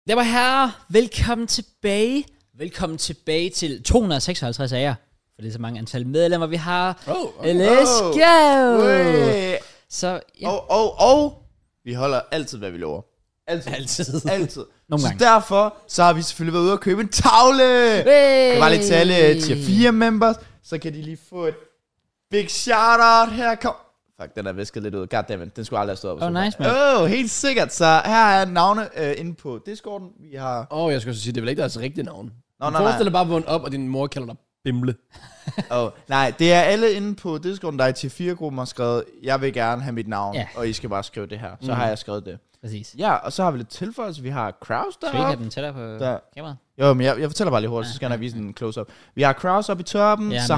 Det var herrer. Velkommen tilbage. Velkommen tilbage til 256 ære. For det er så mange antal medlemmer, vi har. Let's go! Så, ja. Og vi holder altid, hvad vi lover. Altid. Nogle så gange. derfor, så har vi selvfølgelig været ude og købe en tavle. Det var lidt til alle tier 4 members. Så kan de lige få et big shout-out. Her kom... Fuck, den er visket lidt ud. Goddammit, den skulle aldrig have stået op. Nice, man. Helt sikkert. Så her er navne inde på Discorden. Vi har... Jeg skulle sige, det er vel ikke deres rigtige navn. Nej. Forestil dig bare vågne op, og din mor kalder dig Bimle. Nej, det er alle inde på Discorden, der er i tier 4-gruppen har skrevet, jeg vil gerne have mit navn, og I skal bare skrive det her. Så har jeg skrevet det. Præcis. Ja, og så har vi lidt tilføjelse. Vi har Kraus deroppe. Skal vi ikke den tættere på kameraet? Jo, men jeg fortæller bare lige hurtigt, så skal jeg vise en close-up. Vi har Kraus oppe i toppen, så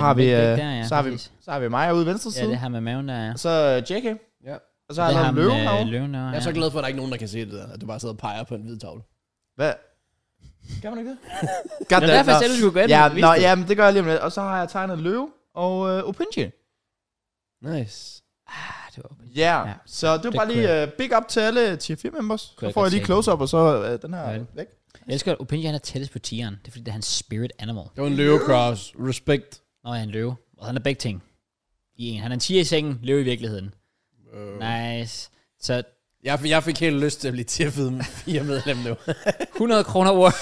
har vi mig ude i venstre side. Ja, det her med maven der, ja. Så JK. Ja. Og så har jeg lavet løven herovre. Jeg er så glad for, at der ikke er nogen, der kan se det der, at du bare sidder og peger på en hvid tavle. Hvad? Kan man ikke det? Det er derfor, jeg selv skulle gå ind. Ja, men det gør jeg lige om lidt. Og så har jeg tegnet løve og Opinji. Nice. Det var ja, så det var bare lige big up til alle tier 4 members. Så får jeg lige close-up, og så den her væk. Jeg elsker, at Opinji han er tættest på tieren. Det er fordi, det er hans spirit animal. Det var en løve, Kraus. Respekt. Nå, ja, en løve. Og han er begge ting i en. Han er en tier i sengen, løve i virkeligheden. Nice. Så jeg fik helt lyst til at blive tier 4 medlem nu. 100 kroner worth.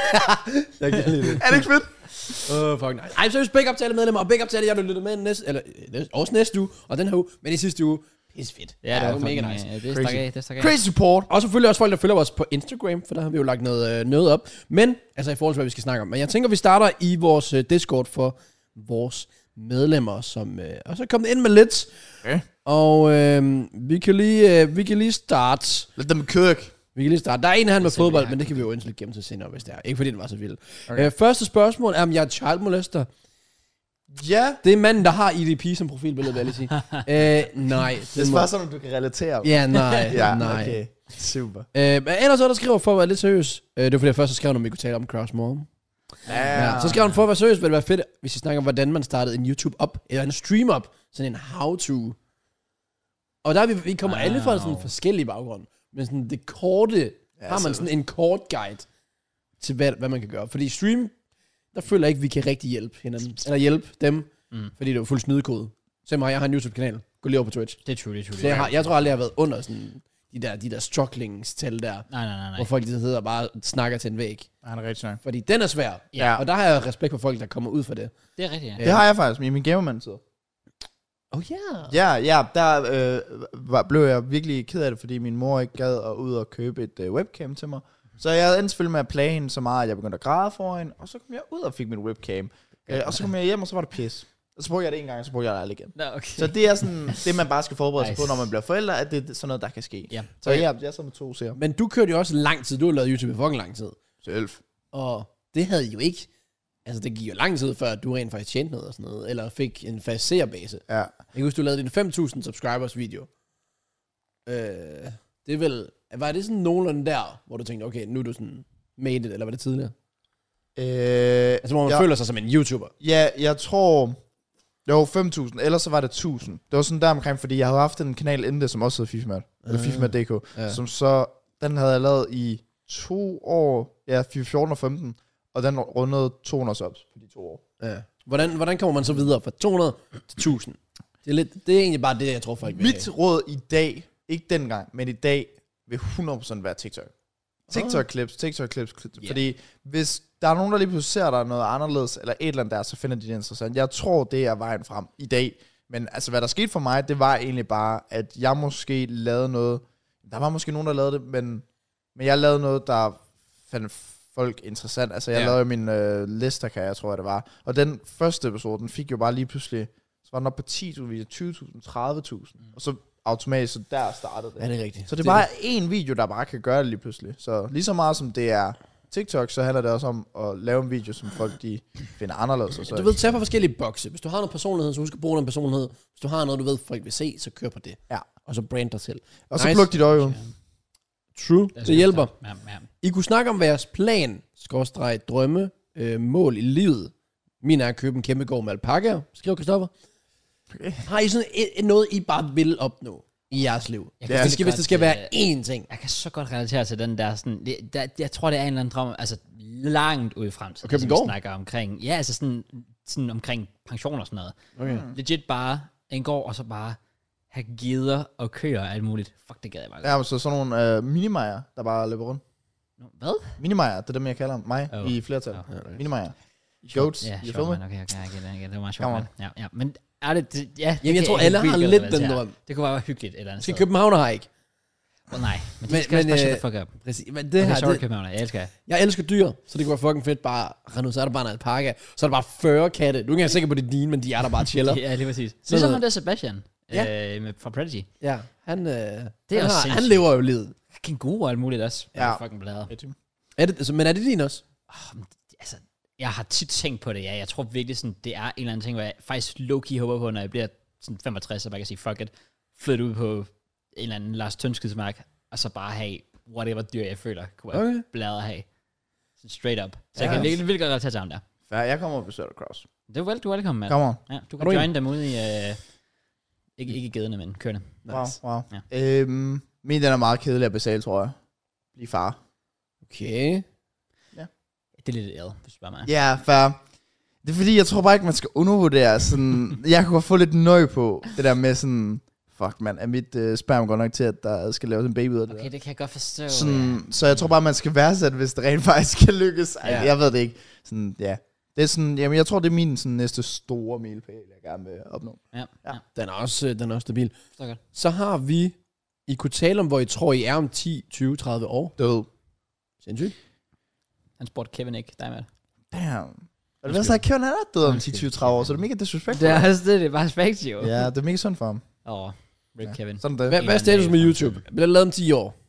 Jeg kan lide det. Er det ikke fedt? Fuck nej. Ej, så big up til alle medlemmer, og big up til alle, jeg har lyttet med også næste uge, og den her uge, men i sidste uge, pisse fedt. Ja, det var mega nice. Det stak af. Crazy support. Og selvfølgelig også folk, der følger os på Instagram, for der har vi jo lagt noget op. Men, altså i forhold til, hvad vi skal snakke om. Men jeg tænker, vi starter i vores Discord for vores medlemmer, som og så kommet ind med lidt. Okay. Og vi kan lige starte. Let them cook. Vi kan lige starte. Der er en her med fodbold, men det kan vi jo ønske lidt gennem til senere, hvis det er. Ikke fordi den var så vild. Okay. Første spørgsmål er, om jeg er child molester. Ja. Det er manden, der har IDP som profilbillede, vil jeg lige sige. Nej. Det er bare sådan, at du kan relatere. Ja, nej. Ja, okay. Super. Men ellers er der skriver for at være lidt seriøs. Det var fordi jeg først skrev, om vi kunne tale om Kraus mom. Ja. Så skrev han for at være seriøs, vil det være fedt, hvis vi snakker om, hvordan man startede en YouTube op, eller en stream op, sådan en how-to. Og der vi kommer alle fra sådan forskellige baggrunde. Men sådan det korte, har man sådan en kort guide til, hvad man kan gøre. Fordi stream, der føler jeg ikke, vi kan rigtig hjælpe hinanden. Eller hjælpe dem, fordi det er fuld snydekode. Så jeg har en YouTube-kanal. Gå lige over på Twitch. Det er true. Så jeg tror aldrig, jeg har været under sådan de der strugglingstal der. Nej. Hvor folk de sidder og bare snakker til en væg. Han er rigtig snak. Fordi den er svær. Ja. Og der har jeg respekt for folk, der kommer ud for det. Det er rigtigt, ja. Det har jeg faktisk i min gamemand tid. Ja, der blev jeg virkelig ked af det, fordi min mor ikke gad at ud og købe et webcam til mig. Så jeg endte selvfølgelig med at plage hende så meget, at jeg begyndte at græde for hende, og så kom jeg ud og fik min webcam. Og så kom jeg hjem, og så var det pis. Og så brugte jeg det en gang, og så brugte jeg det aldrig igen. Okay. Så det er sådan det, man bare skal forberede sig på, når man bliver forældre, at det er sådan noget, der kan ske. Ja. Så jeg sad med 2 seere. Men du kørte jo også lang tid. Du har lavet YouTube i fucking lang tid. Selv. Og det havde jo ikke... Altså, det gik jo lang tid, før du rent faktisk tjente noget og sådan noget. Eller fik en fast seerbase. Ja. Jeg kan huske, du lavede din 5.000 subscribers video. Det er vel... Var det sådan nogenlunde der, hvor du tænkte, okay, nu er du sådan made it, eller var det tidligere? Altså, hvor man føler sig som en YouTuber. Ja, jeg tror... Jo, 5.000, ellers så var det 1.000. Det var sådan der omkring, fordi jeg havde haft en kanal inden det, som også hed FIFA-mat. Eller FIFA-mat.dk. Som så... Den havde jeg lavet i 2 år. Ja, 14 og 15. Og den rundede 200 subs på de 2 år. Ja. Hvordan kommer man så videre fra 200 til 1000? Det er egentlig bare det, jeg tror folk vil Mit råd i dag, ikke dengang, men i dag, vil 100% være TikTok. TikTok-clips. Fordi hvis der er nogen, der lige pludselig ser der noget anderledes, eller et eller andet der, så finder de det interessant. Jeg tror, det er vejen frem i dag. Men altså, hvad der skete for mig, det var egentlig bare, at jeg måske lavede noget. Der var måske nogen, der lavede det, men jeg lavede noget, der fandt folk interessant. Altså, jeg lavede min lister, jeg tror, det var. Og den første episode, den fik jo bare lige pludselig, så var den op på 10.000, 20.000, 30.000. Og så automatisk, så der startede det. Ja, det er rigtigt. Så det er bare én video, der bare kan gøre det lige pludselig. Så lige så meget som det er TikTok, så handler det også om at lave en video, som folk de finder anderledes. Og så. Du ved, tage på forskellige bokse. Hvis du har noget personlighed, så husk at bruge den personlighed. Hvis du har noget, du ved, folk vil se, så kør på det. Ja. Og så brand dig selv. Og så pluk dit øje ud. True. Det hjælper. Ja. I kunne snakke om jeres plan, drømme, mål i livet. Min er at købe en kæmpe gård med alpakaer, skriver Christoffer. Okay. Har I sådan noget, I bare vil opnå? i jeres liv. Hvis det skal være én ting. Jeg kan så godt relatere til den der sådan... jeg tror, det er en eller anden drøm, altså langt ud i fremtiden. Okay, vi snakker omkring... Ja, altså sådan omkring pension og sådan noget. Okay. Legit bare en gård, og så bare have gider og køer og alt muligt. Fuck, det gad jeg bare godt. Ja, så sådan nogle minimejer, der bare løber rundt. Hvad? Minimejer, det er dem, jeg kalder mig i flertal. Minimejer. Goats. Ja, You sure, feel man. Okay, det var meget Come sjovt, man. Ja, men er det... Ja, Jamen, jeg tror, alle har lidt den drøm. Det kunne bare være hyggeligt et eller andet Skal København har ikke. Nej, men det skal også bare shut the fuck up. Præcis. Men det her, sorry, København, jeg elsker det. Jeg elsker dyr, så det kunne være fucking fedt bare rende ud, så er der bare en alpaca, så er der bare 40 katte. Du er ikke engang sikker på, det er dine, men de er der bare chiller. Ja, lige præcis. Ligesom han der Sebastian fra Prodigy. Ja, han lever jo livet. Kænguru og alt muligt også. Ja. Fucking blader. Men er det din også? Altså, jeg har tit tænkt på det, ja. Jeg tror virkelig sådan, det er en eller anden ting, hvor jeg faktisk low-key håber på, når jeg bliver sådan 65, så bare kan sige, fuck it, flytte ud på en eller anden Lars Tønskidsmark, og så bare have whatever dyr, jeg føler, kunne være blader have. Sådan straight up. Så jeg kan virkelig godt relatere til ham der. Ja, jeg kommer og besøger dig, Kraus. Det er vel, du er velkommen, mand. Come on. Ja, du kan join dem ude i, ikke gederne, men kørende. Nice. Wow. Ja. Min den er meget kedelig at betale, tror jeg. Blive far. Okay. Det er lidt æret, hvis du spørger mig. Ja, fair. Det er fordi, jeg tror bare ikke, man skal undervurdere sådan... jeg kunne få lidt nøje på det der med sådan... Fuck, man, er mit sperm godt nok til, at der skal laves en baby ud af det Okay, der. det kan jeg godt forstå. Sådan, så jeg tror bare, man skal værdsætte, hvis det rent faktisk skal lykkes. Ej, jeg ved det ikke. Sådan, ja. Det er sådan, jamen, jeg tror, det er min sådan, næste store milepæl, jeg gerne vil opnå. Ja. Den er også stabil. Så godt. Så har vi... I kunne tale om, hvor I tror, I er om 10, 20, 30 år. Død. Sindssygt. Han spurgte Kevin ikke, dig med. Damn. Og det var så, at Kevin han er død om 10, 20, 30 år, så det er mega disrespectful. Det er også det er bare respekt, jo. Ja, det er mega sådan for ham. Rip Kevin. Sådan det. Hvad er status med YouTube? Bliver det lavet om 10 år?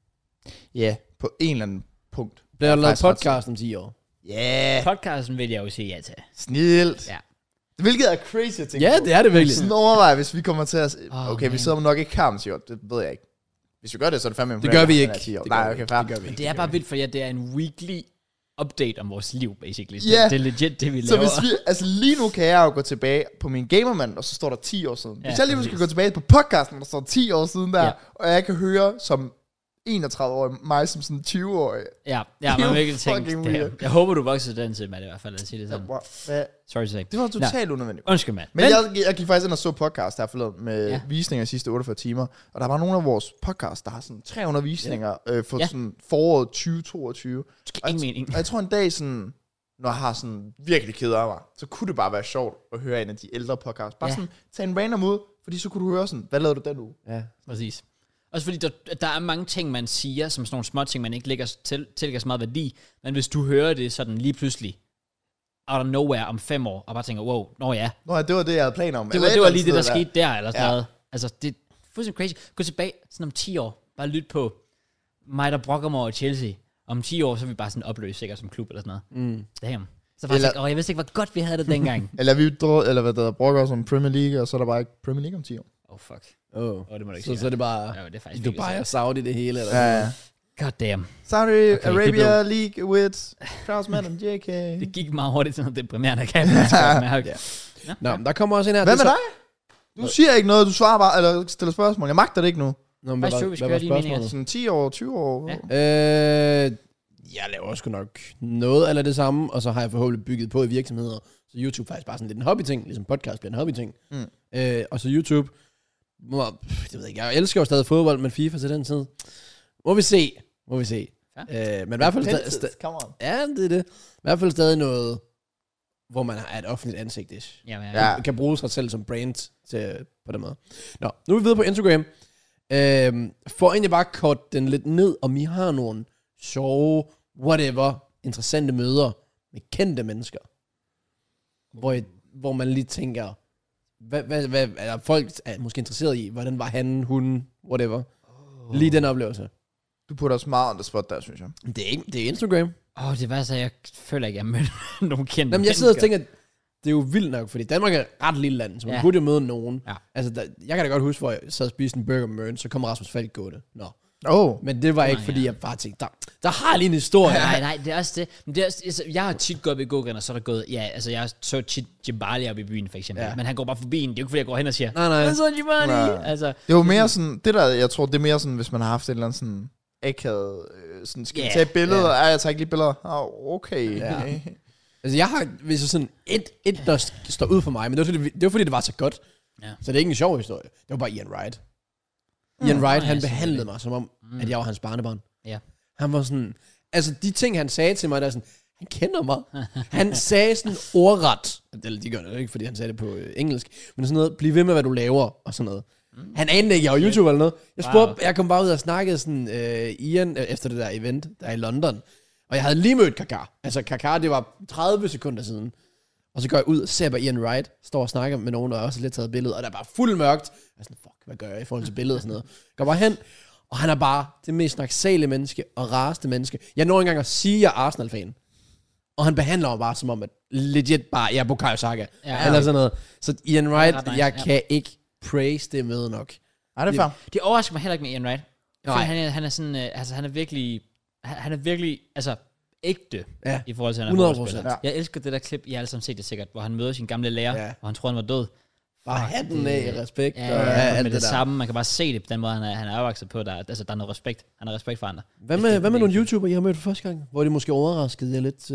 Ja, på en eller anden punkt. Bliver der lavet podcast om 10 år? Ja. Podcasten vil jeg jo sige ja til. Snilt. Ja. Hvilket er crazy at tænke Ja, på. det er det virkelig. Sådan overvej, hvis vi kommer til at... Okay, man. vi sidder nok ikke her om 10 år, det ved jeg ikke. Hvis vi gør det, så er det fandme... Det gør vi ikke. Nej, okay, fair. Det gør vi ikke. Det er bare vildt, fordi det er en weekly update om vores liv, basically. Ja. Det er legit det, vi Så laver. hvis vi... Altså lige nu kan jeg jo gå tilbage på min gamermand, og så står der 10 år siden. Ja, Hvis jeg lige nu skal præcis. gå tilbage på podcasten, og der står 10 år siden der, Ja. og jeg kan høre som 31-årig, mig som sådan 20-årig. Ja, Det er man jo vil ikke tænke fucking det. weird. Jeg håber, du vokser den til, Matt, i hvert fald. At sige det sådan. Sorry to say. Det var totalt unødvendigt. Undskyld, Matt. Men jeg gik faktisk ind og så podcast her forleden med visninger i sidste 48 timer, og der var nogle af vores podcasts, der har sådan 300 visninger for sådan foråret 2022. Ingen mening. Og jeg tror en dag sådan, når jeg har sådan virkelig keder mig, så kunne det bare være sjovt at høre en af de ældre podcasts. Bare sådan tage en random ud, fordi så kunne du høre sådan, hvad lavede du den uge? Ja. Præcis. Også fordi der er mange ting, man siger, som sådan nogle små ting, man ikke tillægger så meget værdi. Men hvis du hører det sådan lige pludselig, out of nowhere om 5 år, og bare tænker, wow, Nå ja, det var det, jeg havde planer om. Det var lige det, der skete der, eller sådan noget. Altså, det er fuldstændig crazy. Gå tilbage sådan om 10 år, bare lyt på mig, der brokker mig over Chelsea. Om 10 år, så er vi bare sådan opløst, sikkert som klub eller sådan noget. Damn. Så faktisk, jeg vidste ikke, hvor godt vi havde det dengang. eller hvad der brokker os om Premier League, og så er der bare ikke Premier League om 10 år. Oh, fuck. Det må du ikke sige. Så er det bare... Ja, det er faktisk Dubai og Saudi det hele, eller Ja. God damn. Saudi Arabia League with Charles Madden, JK. Det gik meget hurtigt til noget deprimerende, kan jeg mærke. Nå, der kommer også en her... Hvad med dig? Du siger ikke noget, du svarer bare, eller stiller spørgsmål. Jeg magter det ikke nu. Nå, Hvad var spørgsmålet? Sådan 10 år, 20 år. Ja. Jeg laver sgu nok noget af det samme, og så har jeg forhåbentlig bygget på i virksomheder. Så YouTube faktisk bare sådan lidt en hobbyting, ligesom podcast bliver en hobbyting. Og så YouTube, det ved jeg ikke, jeg elsker jo stadig fodbold, men FIFA til den tid. Må vi se. Men i hvert fald ja, det er det. I hvert fald stadig noget, hvor man har et offentligt ansigt. Ja. Kan bruge sig selv som brand til, på den måde. Nå, nu er vi videre på Instagram. For egentlig bare kort den lidt ned, om I har nogle sjove, whatever, interessante møder med kendte mennesker. Hvor man lige tænker, hvad er folk er måske interesseret i? Hvordan var han, hun, whatever. Lige den oplevelse. Du putter os meget on the spot der, synes jeg. Det er Instagram. Det var så, jeg føler ikke, jeg mødte nogen kendte Jamen, jeg sidder og tænker, det er jo vildt nok, fordi Danmark er et ret lille land, så man burde jo møde nogen. Ja. Altså, jeg kan da godt huske, hvor jeg sad og spiste en burger med Mørn, så kom Rasmus Falk gående. Nå. Men det var ikke, fordi jeg bare tænkte, der har lige en historie. Nej, det er også det. Men det er også, altså, jeg har tit gået ved gågaden, og så er der gået, jeg så tit Jibali op i byen, for eksempel. Ja. Men han går bare forbi en. Det er jo ikke, fordi jeg går hen og siger, nej. Så Jibali. Altså, det er jo mere sådan, det der, jeg tror, det er mere sådan, hvis man har haft et eller andet sådan, akavet, sådan, skal vi tage billeder? Jeg tager ikke lige billeder. Okay. Ja. Altså, jeg har, hvis jeg sådan, et der står ud for mig, men det var fordi, det var så godt. Ja. Så det er ikke en sjov historie. Det var bare Ian Wright. Ian Wright, han behandlede mig som om, at jeg var hans barnebarn. Ja. Han var sådan, altså de ting, han sagde til mig, der sådan, han kender mig. Han sagde sådan ordret, eller de gør det ikke, fordi han sagde det på engelsk, men sådan noget, bliv ved med, hvad du laver, og sådan noget. Han anede ikke, jeg var YouTube eller noget. Jeg kom bare ud og snakkede sådan, Ian, efter det der event, der er i London, og jeg havde lige mødt Kaká. Altså Kaká, det var 30 sekunder siden. Og så går jeg ud og ser bare Ian Wright, står og snakker med nogen, der også lidt taget billede, og der er bare fuld mørkt. Jeg er sådan, fuck, hvad gør jeg i forhold til billedet og sådan noget. Går bare hen, og han er bare det mest snaksale menneske og rareste menneske. Jeg når ikke engang at sige, at jeg er Arsenal-fan. Og han behandler mig bare som om, at legit bare, jeg er Bukayo Saka. Ja, eller sådan noget. Så Ian Wright, jeg kan ikke praise det med nok. Nej, det er fair. Det overrasker mig heller ikke med Ian Wright. Han er sådan, altså han er virkelig, altså ægte i forhold til, han er 100%. Jeg elsker det der klip, I har alle sammen set det sikkert, hvor han møder sin gamle lærer, og han tror, han var død. Bare hatten af respekt. Ja, med det samme. Man kan bare se det på den måde, han er afvokset på. Der er noget respekt. Han har respekt for andre. Hvad med nogle YouTubere, I har mødt for første gang? Hvor de måske overraskede jer lidt?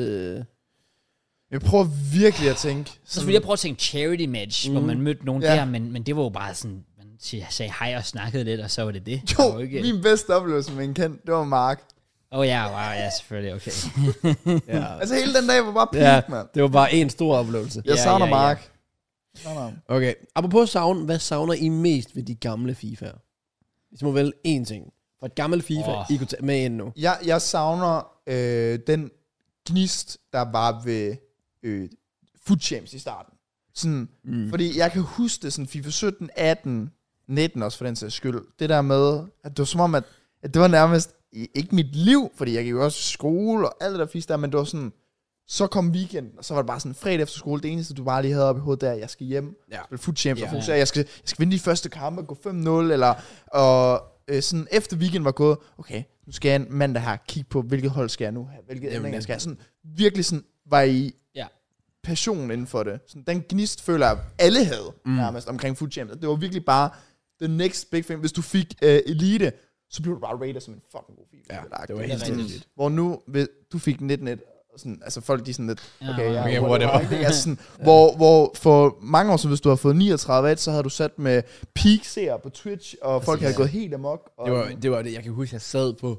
Jeg prøver virkelig at tænke. Så vil jeg prøve at tænke charity match, hvor man mødte nogen der, men det var jo bare sådan, man sagde hej og snakkede lidt, og så var det det. Jo, ikke, min bedste oplevelse med en kendt, det var Mark. Ja, selvfølgelig, okay. Altså hele den dag var bare peak, mand. Det var bare en stor oplevelse. Jeg savner Mark. Okay, apropos savn, hvad savner I mest ved de gamle FIFA'er? Hvis må vælge én ting. For et gammelt FIFA, I kunne tage med ind nu. Jeg savner den gnist, der var ved Foot Champs i starten. Sådan, fordi jeg kan huske det sådan FIFA 17, 18, 19 også for den sags skyld. Det der med, at det var som om, at det var nærmest ikke mit liv, fordi jeg gik jo også i skole og alt det der fisk der, men det var sådan, så kom weekenden, og så var det bare sådan fredag efter skole, det eneste du bare lige havde op i hovedet der, jeg skal hjem, spille Foot Champs og fokusere, jeg skal vinde de første kampe, gå 5-0, eller sådan efter weekenden var gået, okay, nu skal jeg en mandag her kigge på, hvilket hold skal jeg nu have, hvilket ændringer skal jeg, sådan virkelig sådan, var i passion inden for det. Sådan, den gnist føler jeg, alle havde nærmest omkring Foot Champs. Det var virkelig bare the next big thing. Hvis du fik elite, så blev du bare rated som en fucking god FIFA. Ja, det var helt sindssygt. Hvor nu, du fik 19-1, sådan, altså folk de er sådan lidt, okay, whatever. Sådan, hvor for mange år siden, hvis du havde fået 39 så havde du sat med peak seere på Twitch, og folk havde gået helt amok. Og det var det, jeg kan huske, jeg sad på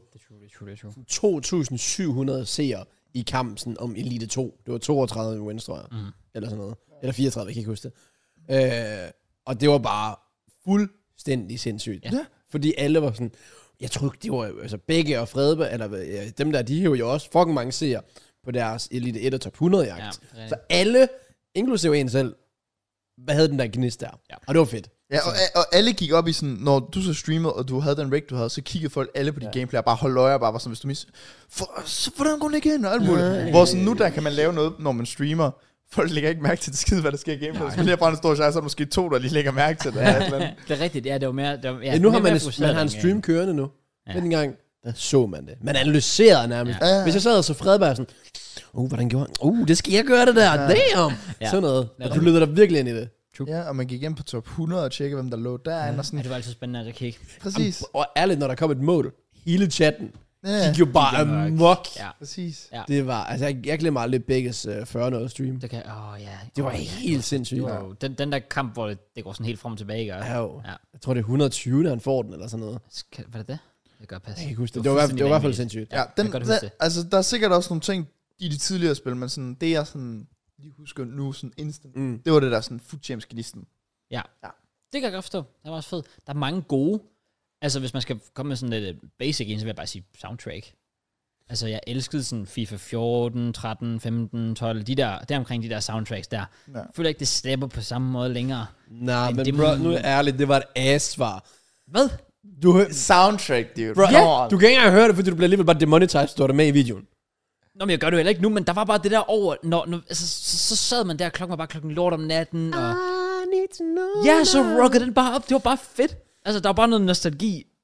2.700 seere i kampen om Elite 2. Det var 32 wins, tror jeg. Eller sådan noget. Eller 34, jeg kan ikke huske det. Og det var bare fuldstændig sindssygt. Ja. Fordi alle var sådan, jeg tror det var altså Begge og Fredberg, eller dem der, de hæver jo også fucking mange seere på deres Elite 1 og top 100 jagt. Ja, så alle, inklusive en selv, havde den der gnist der. Ja. Og det var fedt. Ja, og alle gik op i sådan, når du så streamede, og du havde den rig, du havde, så kiggede folk alle på de gameplay, og bare holdt øje, og bare var sådan, hvis du misser, så hvordan går det igen, og alt muligt. Hvor sådan, nu der kan man lave noget, når man streamer, folk lægger ikke mærke til det skide, hvad der sker i gameplay. Hvis man lige har en stor chance, så er der måske 2, der lige lægger mærke til det. Det er rigtigt, det var mere... nu har man en stream kørende nu. Men engang, der så man det. Man analyserede nærmest. Ja. Hvis jeg sad og så Fredberg sådan, hvordan gjorde han? Det skal jeg gøre det der, damn! Sådan noget. Og du leder dig virkelig ind i det. Ja, og man gik ind på top 100 og tjekkede, hvem der lå der. Og sådan. Det var altid spændende at kigge. Præcis. Og ærligt, når der kom et mål, hele chatten gik jo bare amok. Ja. Præcis. Ja. Det var, altså jeg glemmer aldrig Begges 40-noget stream. Det var helt sindssygt. Den der kamp, hvor det går sådan helt frem og tilbage. Ja. Jeg tror det er 120, når han får den, eller sådan noget. Hvad er det? Det gør pas. Jeg kan ikke huske det. Det var i hvert fald sindssygt. Ja, altså der er sikkert også nogle ting i de tidligere spil, men sådan, det er sådan, lige husker nu sådan instant. Det var det der sådan Foot Champs gnisten. Ja. Det kan jeg godt forstå. Det var også fedt. Der er mange gode. Altså, hvis man skal komme med sådan lidt basic ind, så vil jeg bare sige soundtrack. Altså, jeg elskede sådan FIFA 14, 13, 15, 12, der omkring de der soundtracks der. Ja. Jeg føler ikke, det stepper på samme måde længere. Nej, men det, bro, nu er ærligt, det var et ass-svar. Hvad? Soundtrack, dude. Bro, ja, du kan ikke engang høre det, fordi du bliver alligevel bare demonetized, står der med i videoen. Nå, men jeg gør det heller ikke nu, men der var bare det der over, altså, så sad man der, klokken var bare klokken lort om natten, og... Ja, så rockede den bare op, det var bare fedt. Altså, der var bare noget nostalgi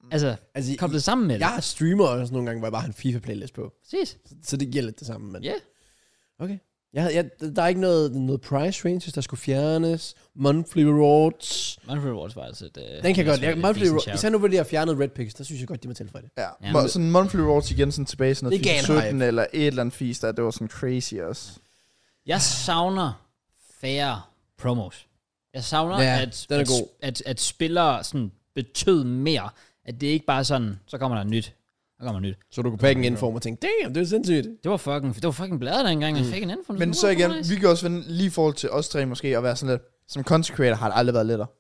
Altså koblet sammen med det. Jeg har streamer også nogle gange, hvor jeg bare har en FIFA-playlist på. Præcis. Så det giver lidt det samme. Men... Ja. Okay. Der er ikke noget price ranges, der skulle fjernes. Monthly rewards. Monthly rewards var altså Den kan godt. Monthly rewards. Hvis jeg nu ville have fjernet red picks, der synes jeg godt, de må tilføje det. Ja. Sådan monthly rewards igen sådan tilbage sådan noget Det gav en 17 hype. eller et eller andet fis, der det var sådan crazy også. Jeg savner færre promos. Jeg savner, den er god. at spillere sådan betød mere. At det ikke bare sådan, så kommer der nyt. Så du kunne pakke en info og tænke, damn, det er sindssygt. Det var fucking bladet dengang, jeg fik en info. Men så igen, vi kan også vende lige i forhold til os tre måske, at være sådan lidt, som content creator har det aldrig været lettere.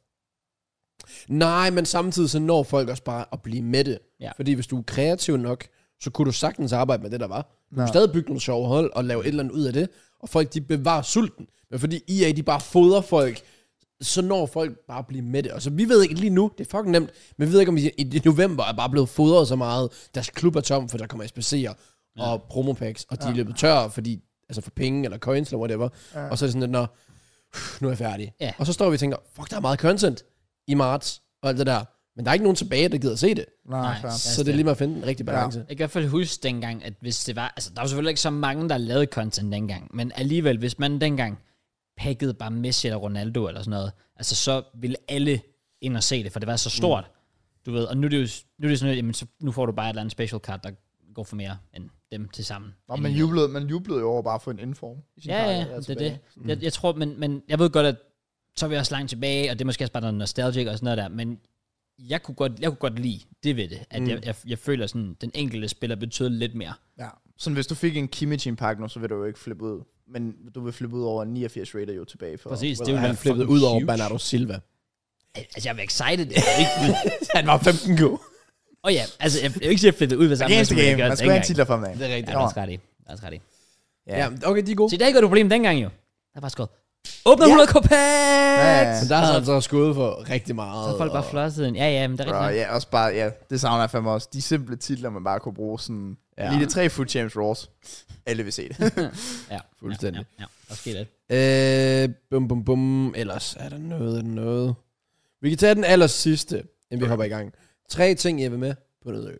Nej, men samtidig så når folk også bare at blive med det. Ja. Fordi hvis du er kreativ nok, så kunne du sagtens arbejde med det, der var. Du kunne stadig bygge nogle sjove hold og lave et eller andet ud af det. Og folk, de bevarer sulten. Men fordi EA, de bare fodrer folk, så når folk bare blive med det. Og så vi ved ikke lige nu, det er fucking nemt, men vi ved ikke, om vi i november er bare blevet fodret så meget. Deres klub er tom, for der kommer SPC'er og promopacks, og de er løbet tør, fordi, altså for penge eller coins eller whatever. Ja. Og så er det sådan lidt, nu er jeg færdig. Ja. Og så står vi og tænker, fuck, der er meget content i marts og alt det der. Men der er ikke nogen tilbage, der gider at se det. Nej. Så det er lige med at finde en rigtig balance. Jeg kan i hvert fald huske dengang, at hvis det var, altså der var selvfølgelig ikke så mange, der lavede content dengang, men alligevel, hvis man dengang pakkede bare Messi eller Ronaldo eller sådan noget, altså så ville alle ind og se det, for det var så stort, du ved, og nu er det jo sådan, jamen, så nu får du bare et eller andet special card, der går for mere end dem til sammen. Nå, man jublede jo over bare at få en inform. Ja, det er det. Jeg tror, men jeg ved godt, at så er vi også langt tilbage, og det er måske også bare noget nostalgic og sådan noget der, men jeg kunne godt lide det ved det, at jeg føler sådan, den enkelte spiller betyder lidt mere. Ja. Sådan hvis du fik en Kimmich i en pakke nu, så vil du jo ikke flippe ud. Men du vil flippe ud over 89 rater jo tilbage for. Præcis, det vil han flippet ud over Bernardo Silva. Altså jeg var excited. Han var 15 go. Ja, altså jeg vil ikke sige, at jeg flippede ud, hvis man skulle have en titler for mig. Det er rigtigt. Ja, det er ret i. Ja, okay, de er gode. Så det er ikke et problem dengang jo. Der er bare skåret. Åbner 100 kopæk! Men der havde han så skåret for rigtig meget. Så folk bare flosset ind. Ja, men det er rigtigt. Ja, også bare, det savner jeg fandme også. De simple titler, man bare kunne bruge sådan. Ja. Lige det 3 Food Champs Raws. Alle vil se det. Ja, fuldstændig. Ja, der sker det. Bum. Ellers er der noget. Vi kan tage den aller sidste, inden vi hopper i gang. 3 ting, jeg vil med på Nødø.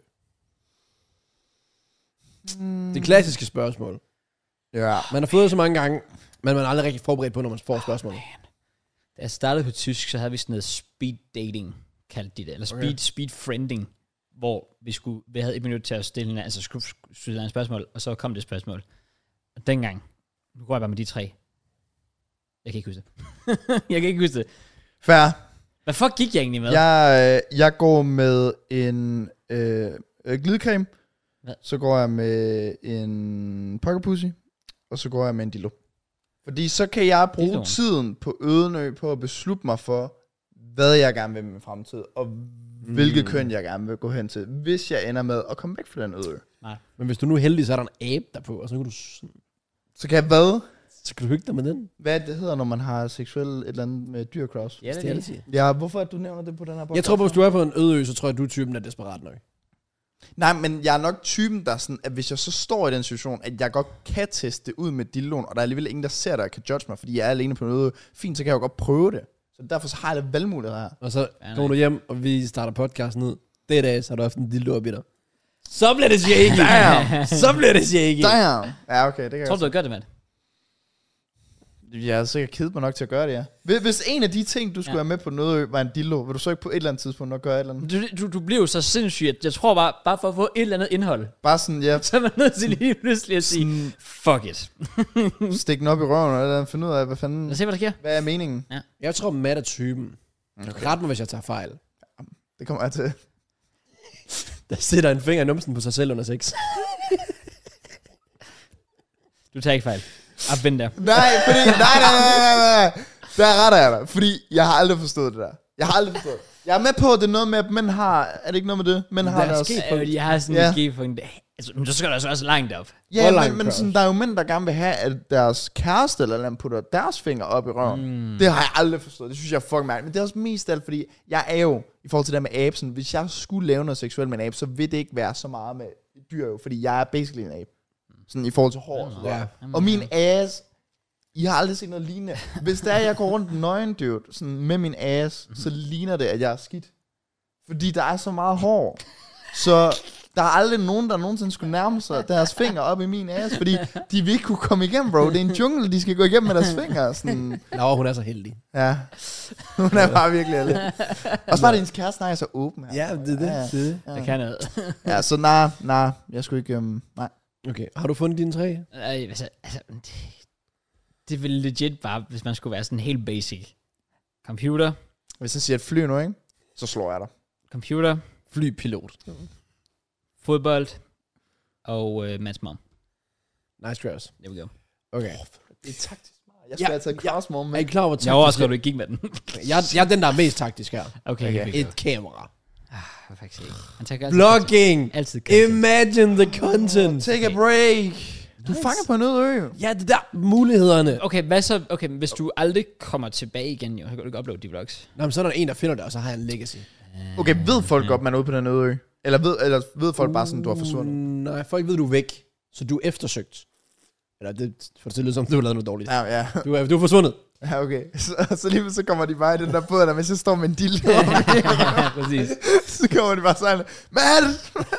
Det klassiske spørgsmål. Ja. Man har fået det så mange gange, men man er aldrig rigtig forberedt på, når man får spørgsmål. Da jeg startede på tysk, så havde vi sådan noget speed dating, kaldte de det. Eller speed friending, hvor vi havde 1 minut til at stille en spørgsmål, og så kom det spørgsmål. Og dengang, nu går jeg bare med de 3. Jeg kan ikke huske det. Fair. Hvad fuck gik jeg egentlig med? Jeg går med en glidecreme. Hvad? Så går jeg med en pocketpussy. Og så går jeg med en dildo. Fordi så kan jeg bruge tiden på Ødenø på at beslutte mig for, hvad jeg gerne vil med min fremtid, og hvilket køn jeg gerne vil gå hen til, hvis jeg ender med at komme væk fra den Ødenø. Nej. Men hvis du nu er heldig, så er der en abe derpå, og så kan du... Så kan jeg hvad? Så kan du hygge dig med den. Hvad det hedder, når man har seksuelt et eller andet med dyrcross? Ja, det er det. Ja, hvorfor du nævner det på den her podcast? Jeg tror, hvis du er på en øde ø, så tror jeg, du er typen, der er desperat nok. Nej, men jeg er nok typen, der sådan, at hvis jeg så står i den situation, at jeg godt kan teste det ud med dildoen, og der er alligevel ingen, der ser det og kan judge mig, fordi jeg er alene på noget fint, så kan jeg jo godt prøve det. Så derfor så har jeg lidt valgmuligheder her. Og så kommer du hjem, og vi starter podcasten ud. Det er dag, så har du haft en dildo op i dig. Så bliver det shaky. Så bliver det shaky. Damn. Ja, okay, det kan jeg tror du har gjort det, mand? Jeg er sikkert kedet mig nok til at gøre det, ja. Hvis en af de ting, du skulle have med på noget var en dildo, vil du så ikke på et eller andet tidspunkt nok gøre et eller andet? Du bliver jo så sindssygt, at jeg tror bare for at få et eller andet indhold. Bare sådan, ja. Så er man nødt til lige pludselig at sige, fuck it. Stik den op i røven, eller finde ud af, hvad fanden... Lad os se, hvad der sker. Hvad er meningen? Ja. Jeg tror, Matt er typen. Okay. Ret mig, hvis jeg tager fejl. Ja, det kommer jeg til. Der sætter en finger i numsen på sig selv under sex. Du tager ikke fejl. I've been there. Nej. Der retter jeg dig, fordi jeg har aldrig forstået det der. Jeg er med på, at det er noget med, at mænd har... Er det ikke noget med det? Mænd har der deres... Jeg har sådan en skipunkt. Altså, så skal der altså også langt op. Ja, men sådan, der er jo mænd, der gerne vil have, at deres kæreste eller andet putter deres finger op i røven. Det har jeg aldrig forstået. Det synes jeg er fucking mærkeligt. Men det er også mest alt, fordi jeg er jo, i forhold til det med abesen, hvis jeg skulle lave noget seksuelt med en abe, så vil det ikke være så meget med dyr jo, fordi jeg er basically en abe. Sådan i forhold til hår. Ja. Og min ass, I har aldrig set noget lignende. Hvis der er, jeg går rundt nøgen, dude, sådan med min ass, så ligner det, at jeg er skidt. Fordi der er så meget hår. Så der er aldrig nogen, der nogensinde skulle nærme sig deres fingre op i min ass, fordi de vil ikke kunne komme igennem, bro. Det er en jungle, de skal gå igennem med deres fingre. Sådan. Laura, hun er så heldig. Ja, hun er bare virkelig heldig. Og så var det hendes kæreste, snakker så åben her. Ja, det er det. Det kan noget. Ja, så nej, jeg skulle ikke, nej. Okay, har du fundet dine 3? Altså, det vil legit bare, hvis man skulle være sådan helt basic. Computer, Hvis jeg siger et fly nu, ikke? Så slår jeg dig. computer, Flypilot. fodbold og Mads Mom. Nice, Kraus. There we go. Okay. Det er taktisk meget. Jeg skal altså Kraus Mom Er med. I klar over taktisk? Jeg overrasker, at du ikke gik med den. Jeg er den, der er mest taktisk her. Okay. Et kamera. Jeg kan faktisk ikke. Han tager altid Vlogging. Altid content. Imagine the content. Take a break. Du fanger på en øde ø. Ja, det der mulighederne. Okay, hvad så? Okay, hvis du aldrig kommer tilbage igen, jo, så kan du ikke uploade de vlogs. Nå, men så er der en, der finder det, og så har jeg en legacy. Okay, ved folk godt, man er ude på den øde ø? Eller ved folk bare sådan, du har forsvundet? Nej, folk ved, du er væk. Så du er eftersøgt. Eller det får det til at lyde som, du har lavet noget dårligt. Ja. Du er forsvundet. Ja, okay. Så lige så kommer de bare i den der båd, der hvis jeg står med en dildo. Præcis. Så kommer de bare sådan, man!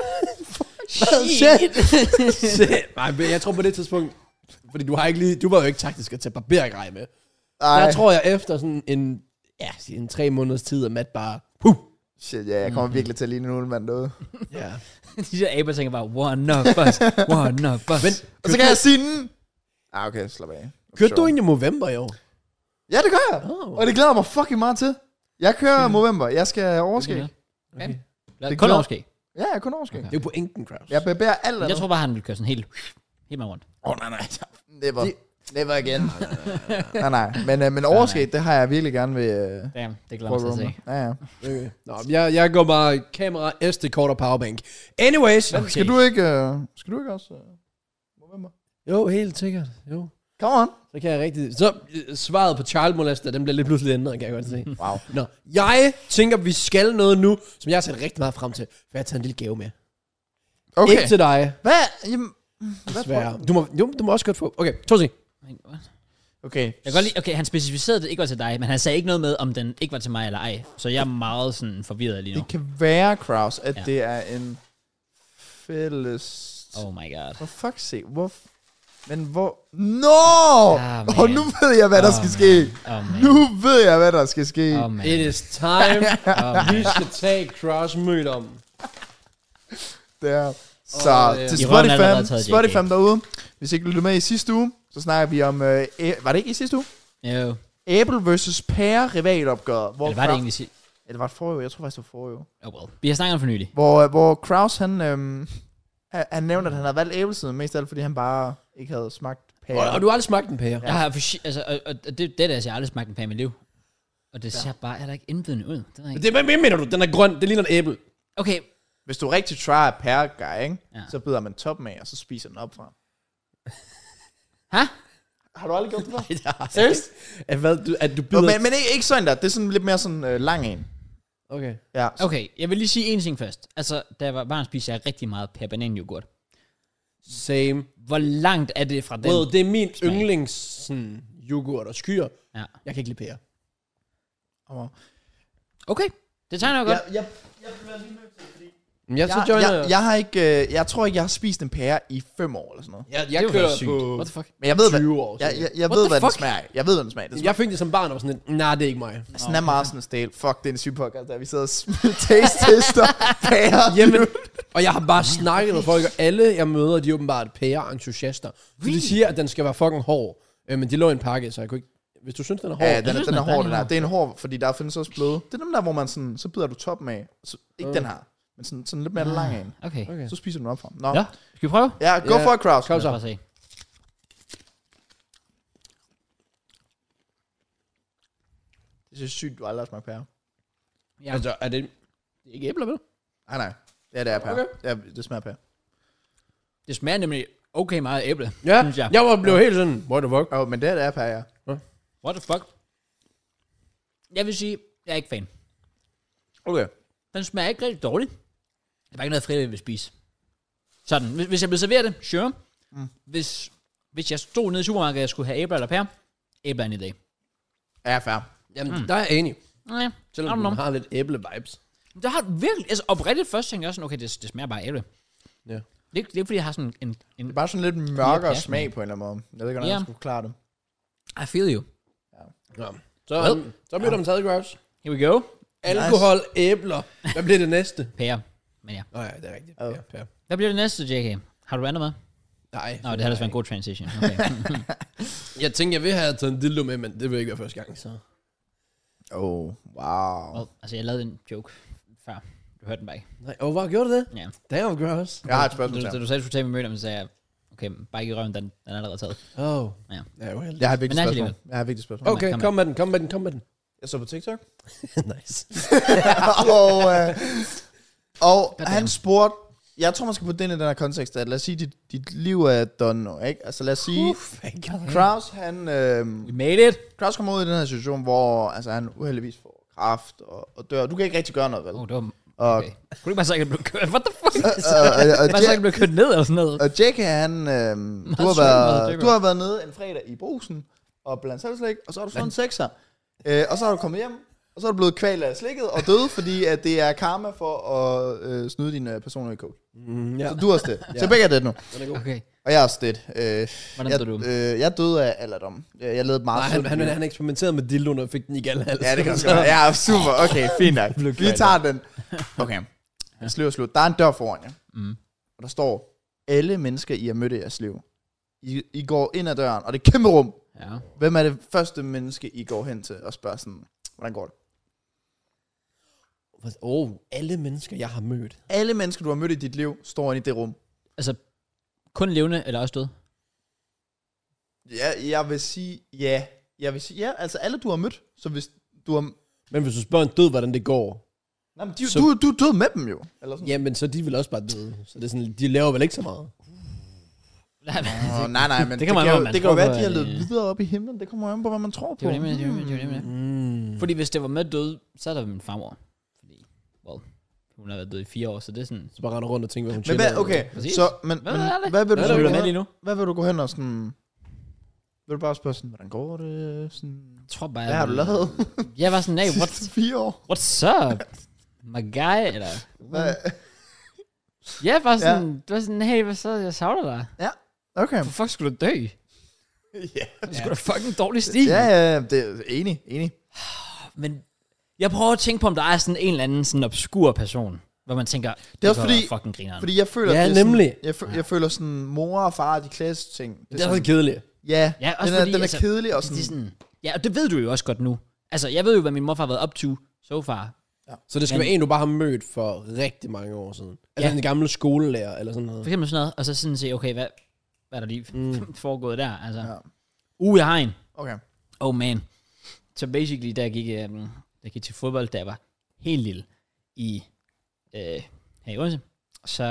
Shit. Nej, men jeg tror på det tidspunkt, fordi du var jo ikke taktisk at tage barbergrej med. Der tror jeg efter sådan en 3 måneders tid, at Matt bare, Shit, ja, jeg kommer virkelig til at ligne en ulemand derude. ja. De der aber tænker bare, one of us, one of us. Men, Og så kan jeg sige den. Okay, slap af. kørte du egentlig november i år? Ja, det gør jeg. Oh. Og det glæder mig fucking meget til. Jeg kører november. Jeg skal overskæg. Okay. Det Kun gør- overskæg. Ja, jeg kun overskæg. Det er jo pointen, Kraus. Jeg barberer alt Jeg tror bare, han ville køre sådan helt med rundt. nej. Never again. nej. Men overskæg, det har jeg virkelig gerne ved... Damn, det glæder mig til at se. Ja. Okay. Nå, jeg går bare kamera, SD-kort og powerbank. Anyways. Okay. Skal du ikke også... november? Jo, helt sikkert. Jo. Come on. Så kan jeg rigtig... Så svaret på child molester, den bliver lidt pludselig ændret, kan jeg godt se. Wow. Nå, jeg tænker, vi skal noget nu, som jeg har sat rigtig meget frem til. For jeg har taget en lille gave med. Okay. Ikke til dig, Hvad? Jamen, desværre. Du må også godt få... Okay, to sig. Okay. Jeg kan godt lide, okay, han specificerede, at det ikke var til dig, men han sagde ikke noget med, om den ikke var til mig eller ej. Så jeg er meget sådan forvirret lige nu. Det kan være, Kraus, at Ja. det er en fælles... Oh my god. For fuck's sake, Men hvor... No! Ah, Og nu ved jeg, hvad der skal ske. Oh man. Nu ved jeg, hvad der skal ske. Oh man. It is time. Oh, Vi skal tage Cross mødt om. Der. Så Og, til I røven er allerede taget Spotify JK. derude. Hvis I ikke lyttede med i sidste uge, så snakker vi om... var det ikke i sidste uge? Jo. Æble versus pære rivalopgør. Hvor Eller var det egentlig sig? Eller var det forrige uge? Jeg tror faktisk, det var forrige uge. Oh well. Vi har snakket om for nylig. Hvor Kraus, han nævnte, at han havde valgt æblesiden, mest af alt, fordi han bare ikke havde smagt pære. Og du har aldrig smagt en pære. Jeg har altså, og det der, jeg har aldrig smagt en pære i mit liv. Og det ser bare heller ikke indbydende ud. Det ved jeg ikke. Hvad mener du? Den er grøn. Det ligner en æble. Okay. Hvis du rigtig try pære guy, ikke? Ja. Så bider man toppen af, og så spiser den op fra. Hæ? Har du aldrig gjort det før? Det har Seriøst? At du Jo, bider... men ikke sådan der. Det er sådan lidt mere sådan lang en. Okay. Ja. Okay, jeg vil lige sige en ting først. Altså, da jeg var barn, spiste jeg rigtig meget pære bananyoghurt. Same. Hvor langt er det fra den? Well, det er min smag. yndlings sådan, yoghurt og skyer. Ja. Jeg kan ikke lide pære. Okay, det tegner jeg godt. Jeg bliver lige nødt til, fordi... Jeg har ikke... jeg tror ikke, jeg har spist en pære i 5 år eller sådan noget. Jeg Det var kører sygt. på What the fuck? Men jeg ved, 20 år. jeg What ved, the hvad den fuck? smager. Jeg ved, hvad den smager. Jeg fik det som barn og var sådan lidt, nej, det er ikke mig. Den er meget sådan stale. Fuck, det er en syg podcast, der vi sidder og taste-tester pære. Jamen, og jeg har bare snakket med folk, og alle jeg møder, de er åbenbart pære-entusiaster. Så de siger, at den skal være fucking hård. Men de lå i en pakke, så jeg kunne ikke... Hvis du synes, den er hård... Ja, den synes, er den er hård, den dejlig her. Det er en hård, fordi der findes også bløde. Det er dem der, hvor man sådan, så bider du toppen af. Så, ikke den her, men sådan lidt mere lang en. Okay. Så spiser du den op fra. Nå. Ja, skal vi prøve? Ja, go Ja. for it, Kraus. Kom Lad så. os bare se. Det er så sygt, du aldrig har smagt pære. Ja. Altså, er det ikke æbler, vel? Nej. Ja, det er pære. Okay. Ja, det smager pære. Det smager nemlig okay meget æble, Ja, synes jeg. jeg blev helt sådan, what the fuck? Jo, men det er pære, ja. What the fuck? Jeg vil sige, jeg er ikke fan. Okay. Den smager ikke rigtig dårligt. Det er bare ikke noget, Frederik vil spise. Sådan, hvis jeg blev serveret det, sure. Hvis jeg stod nede i supermarkedet, og jeg skulle have æbler eller pære, æbler er en idé. Ja, fair. Jamen, der er jeg enig. Nej, Selvom I don't den know. har lidt æble-vibes. Det har virkelig, altså oprigtigt først tænkte jeg sådan, okay, det smager bare æble. Ja. Det er fordi, jeg har sådan en Det er bare sådan lidt mørkere Ja, smag på en eller anden måde. Jeg ved ikke, hvordan jeg skulle klare det. I feel you. Ja. Så bliver der taget, Grouse. Here we go. Alkohol, æbler. Hvad bliver det næste? Pære. Men ja. Ja, det er rigtigt. Ja. Ja. Hvad bliver det næste, JK? Har du andet med? Nej. Nå, det har været en god transition. Okay. Jeg tænkte, jeg vil have taget en dildo med, men det vil ikke være første gang, så. Wow. Well, altså, jeg lavede en joke før. Du hørte den bare ikke. Nej, hvor gjorde du det? Ja. Damn, Grouse. Jeg har et spørgsmål Da til du sagde, at du skulle tage med møder, så sagde jeg, okay, bare ikke i røven, den er allerede taget. Ja. Ja. Uheldigt. Jeg har et vigtigt Men spørgsmål. Jeg har et vigtigt spørgsmål. Okay, kom med den. Jeg så på TikTok. Nice. og han spurgte, jeg tror, man skal putte det ind i den her kontekst, at lad os sige, dit liv er done nu, ikke? Altså lad os sige, Kraus, han... We made it. Kraus kommer ud i den her situation, hvor altså, han uheldigvis får kræft og dør. Du kan ikke rigtig gøre noget, vel? Det var... Og, Okay. Kunne du ikke bare sige, at jeg blev kørt? What the fuck? og Bare sige, at jeg blev kørt ned eller sådan noget. Og JK, han, du har været nede en fredag i Brugsen, og blandt selvslæg, og så har du fået en sekser. Og så har du kommet hjem, og så er du blevet kvalt af slikket og død, fordi at det er karma for at snyde dine personlige coach. Ja. Så du er også det. Så begge er det nu. Okay. Og jeg er også det. Hvordan døde du? Jeg døde af alderdom. Jeg levede meget. Nej, han eksperimenterede med dildoen og fik den i galhals. Ja, det kan også være. Ja, super. Okay, fint nok. Vi tager den. Okay. Slut. Der er en dør foran jer. Og der står, alle mennesker, I har mødt i jeres liv. I går ind ad døren, og det er kæmpe rum. Ja. Hvem er det første menneske, I går hen til og spørger sådan, hvordan går det? Alle mennesker, jeg har mødt. Alle mennesker, du har mødt i dit liv, står inde i det rum. Altså, kun levende eller også død? Ja, jeg vil sige ja. Altså alle, du har mødt. Så hvis du har... Men hvis du spørger en død, hvordan det går. Nej, men du er død med dem jo. Eller sådan. Jamen, så de vil også bare døde. Så det er sådan, de laver vel ikke så meget. Nej, men det kan jo være, at de har levet videre op i himlen. Det kommer an på, hvad man tror på. Det var nemlig. Fordi hvis det var med død, så er der min farmor. Fordi, hun har været død i 4 år, så det er sådan... Så bare render rundt og tænker, hvad hun Men tjener. okay, Præcis. så... Hvad vil du så med lige nu? Hvad vil du gå hen og sådan... Vil du bare spørge sådan, hvordan går det? Sådan, Jeg tror bare, hvad har du lavet? Jeg var sådan, hey, 4 år. what's up? My guy, eller... Hvad? Ja, bare sådan, det var sådan, hey, hvad så? Jeg savner dig. Ja, okay. For fuck skulle du dø? Ja. Det skulle da fucking dårlig stil. Ja, det er enig. Men jeg prøver at tænke på, om der er sådan en eller anden sådan obskur person, hvor man tænker, det er også fordi, fucking grineren. Fordi jeg føler, Ja, det er nemlig. Sådan, jeg føler sådan, mor og far, de klassiske ting. Det er så kedeligt. Ja, Ja, også den fordi, er kedelig og sådan. Det er sådan. Ja, og det ved du jo også godt nu. Altså, jeg ved jo, hvad min morfar har været up to so far. Så det skal være en, du bare har mødt for rigtig mange år siden. Altså en gammel skolelærer, eller sådan noget. For eksempel sådan noget, og så sådan sige, okay, hvad er der lige foregået der? Altså, Ja. jeg har en. Okay. Oh man. Så basically, da jeg gik til fodbold, da jeg var helt lille her i Odense, så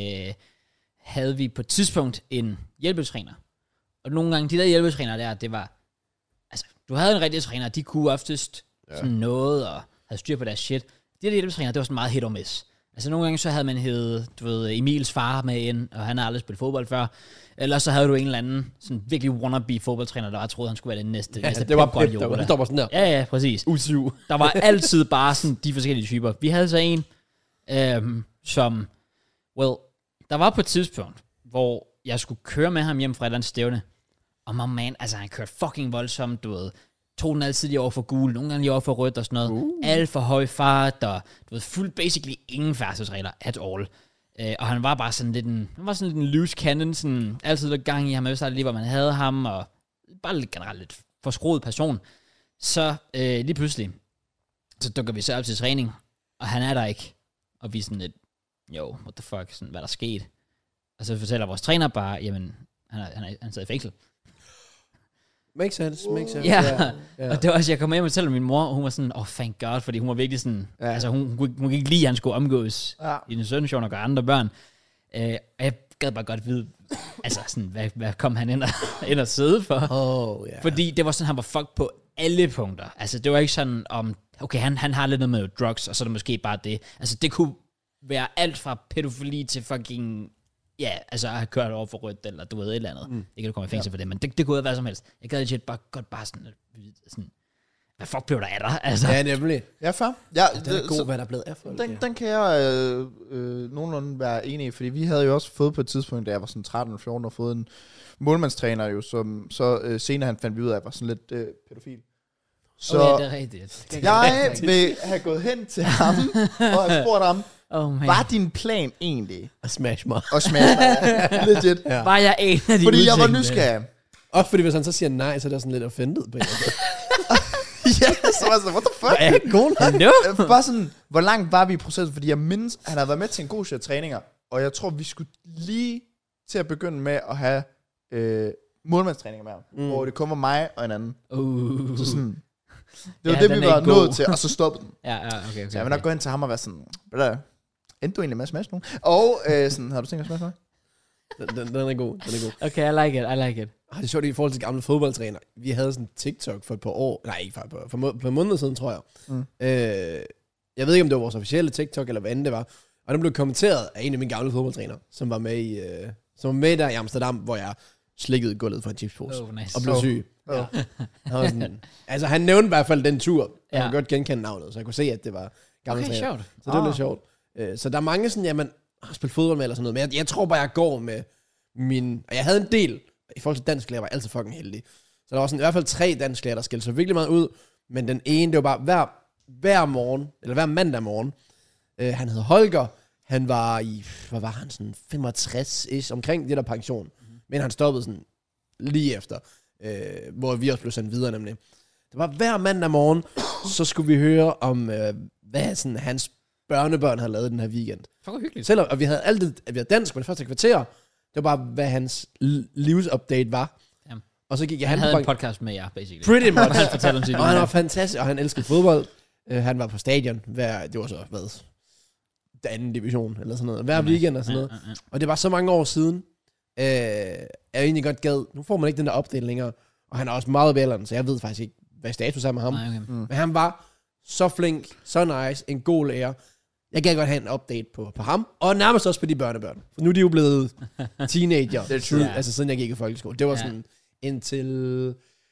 havde vi på et tidspunkt en hjælpetræner. Og nogle gange, de der hjælpetrænere der, det var, altså, du havde en rigtig træner, de kunne oftest sådan noget, og havde styr på deres shit. De der hjælpetrænere, det var sådan meget hit or miss. Altså nogle gange, så havde man heddet, du ved, Emils far med ind, og han har aldrig spillet fodbold før. Eller så havde du en eller anden, sådan virkelig wannabe fodboldtræner, der bare troede, han skulle være den næste det var Pep, Guardiola. der var sådan der. Ja, præcis. U7. Der var altid bare sådan de forskellige typer. Vi havde så en, som, der var på et tidspunkt, hvor jeg skulle køre med ham hjem fra et eller andet stævne. Og man, altså han kørte fucking voldsomt, du ved. Tog den altid lige over for gul, nogle gange lige over for rødt og sådan noget. Alt for høj fart, og du ved, fuldt basically ingen færdselsregler at all. Og han var bare sådan lidt en loose cannon, sådan altid lidt gang i ham, jeg lige hvor man havde ham, og bare lidt generelt lidt forskroet person. Så lige pludselig, så dukker vi så op til træning, og han er der ikke. Og vi er sådan lidt, what the fuck, sådan, hvad der sket? Og så fortæller vores træner bare, jamen, han sad i fængsel. Makes sense. Ja. Og det var også, jeg kom hjem og fortalte min mor, og hun var sådan, thank god, fordi hun var virkelig sådan, altså hun kunne ikke lide, at han skulle omgås i den søndag og gøre andre børn. Og jeg gad bare godt vide, altså sådan, hvad kom han ind og sidde for? Fordi det var sådan, han var fucked på alle punkter. Altså det var ikke sådan, okay, han har lidt noget med drugs, og så er det måske bare det. Altså det kunne være alt fra pædofili til fucking... Ja, altså at have kørt over for rødt, eller du ved, et eller andet. Det kan du komme i fængsel for det, men det kunne være hvad som helst. Jeg gad legit bare sådan, hvad fuck blev der af dig? Altså. Ja, nemlig. Ja, fair. Ja, Den er god, hvad der er blevet af folk. den kan jeg nogenlunde være enig i, fordi vi havde jo også fået på et tidspunkt, da jeg var sådan 13-14, og fået en målmandstræner jo, som så senere han fandt vi ud af, at jeg var sådan lidt pædofil. Så Okay, det er rigtigt. jeg vil have gået hen til ham, og have spurgt ham, man. var din plan egentlig Og smash mig. at smash mig? Legit. Ja. Var jeg en af de Fordi jeg var udtænkte? nysgerrig. Også fordi hvis han så siger nej, så er det sådan lidt offended på en måde. Ja, så var jeg sådan, what the fuck? Er jeg god nok? No. Bare sådan, hvor langt var vi i processen? Fordi jeg mindes, han havde været med til en god serie træninger, og jeg tror, vi skulle lige til at begynde med at have målmandstræninger med ham, hvor det kun var mig og en anden. Så sådan, det var Ja, det, den vi er var ikke god. nået til, og så stoppede den. Ja, okay. Så jeg vil nok gå hen til ham og være sådan, endte du egentlig med at smash nogen? Og sådan, har du tænkt at smash mig? Den er god. Den er god. Okay, I like it. Det er sjovt i forhold til gamle fodboldtræner. Vi havde sådan en TikTok for et par år. Nej, ikke for måneder siden, tror jeg. Jeg ved ikke, om det var vores officielle TikTok, eller hvad end det var. Og den blev kommenteret af en af mine gamle fodboldtræner, som var med der i Amsterdam, hvor jeg slikkede gulvet for en chipspose. Nice. Og blev syg. Ja. Han var sådan, altså, han nævnte i hvert fald den tur. Jeg Ja. kunne godt genkende navnet, så jeg kunne se, at det var gamle Okay, træner. sjovt. Så det var lidt sjovt. Så der er mange sådan, jamen, har spillet fodbold med eller sådan noget. Men jeg tror bare, jeg går med min... Og jeg havde en del, i forhold til dansklærer, var jeg altid fucking heldig. Så der var sådan i hvert fald 3 dansklærer, der skilte sig virkelig meget ud. Men den ene, det var bare hver morgen, eller hver mandag morgen. Han hed Holger. Han var i, hvad var han, sådan 65-ish, omkring det der pension. Men han stoppede sådan lige efter, hvor vi også blev sendt videre nemlig. Det var hver mandag morgen, så skulle vi høre om, hvad sådan, hans børnebørn havde lavet den her weekend. Fuck, hyggeligt. Selvom at vi havde altid, at vi havde dansk på det første kvarter, det var bare, hvad hans livsupdate var. Jamen. Og så gik jeg Han hen havde på en podcast med jer, basically. pretty much. Han fortalte om sit Og han var fantastisk, og han elskede fodbold. Han var på stadion, det var så, den anden division, eller sådan noget, hver weekend og sådan noget. Og det var så mange år siden, jeg egentlig godt gad, nu får man ikke den der update længere, og han er også meget veleren, så jeg ved faktisk ikke, hvad status er med ham. Nej, okay. Men han var så flink, så nice, en god lærer. Jeg gad godt have en update på ham, og nærmest også på de børnebørn. For nu er de jo blevet teenager, altså siden jeg gik i folkeskole. Det var sådan indtil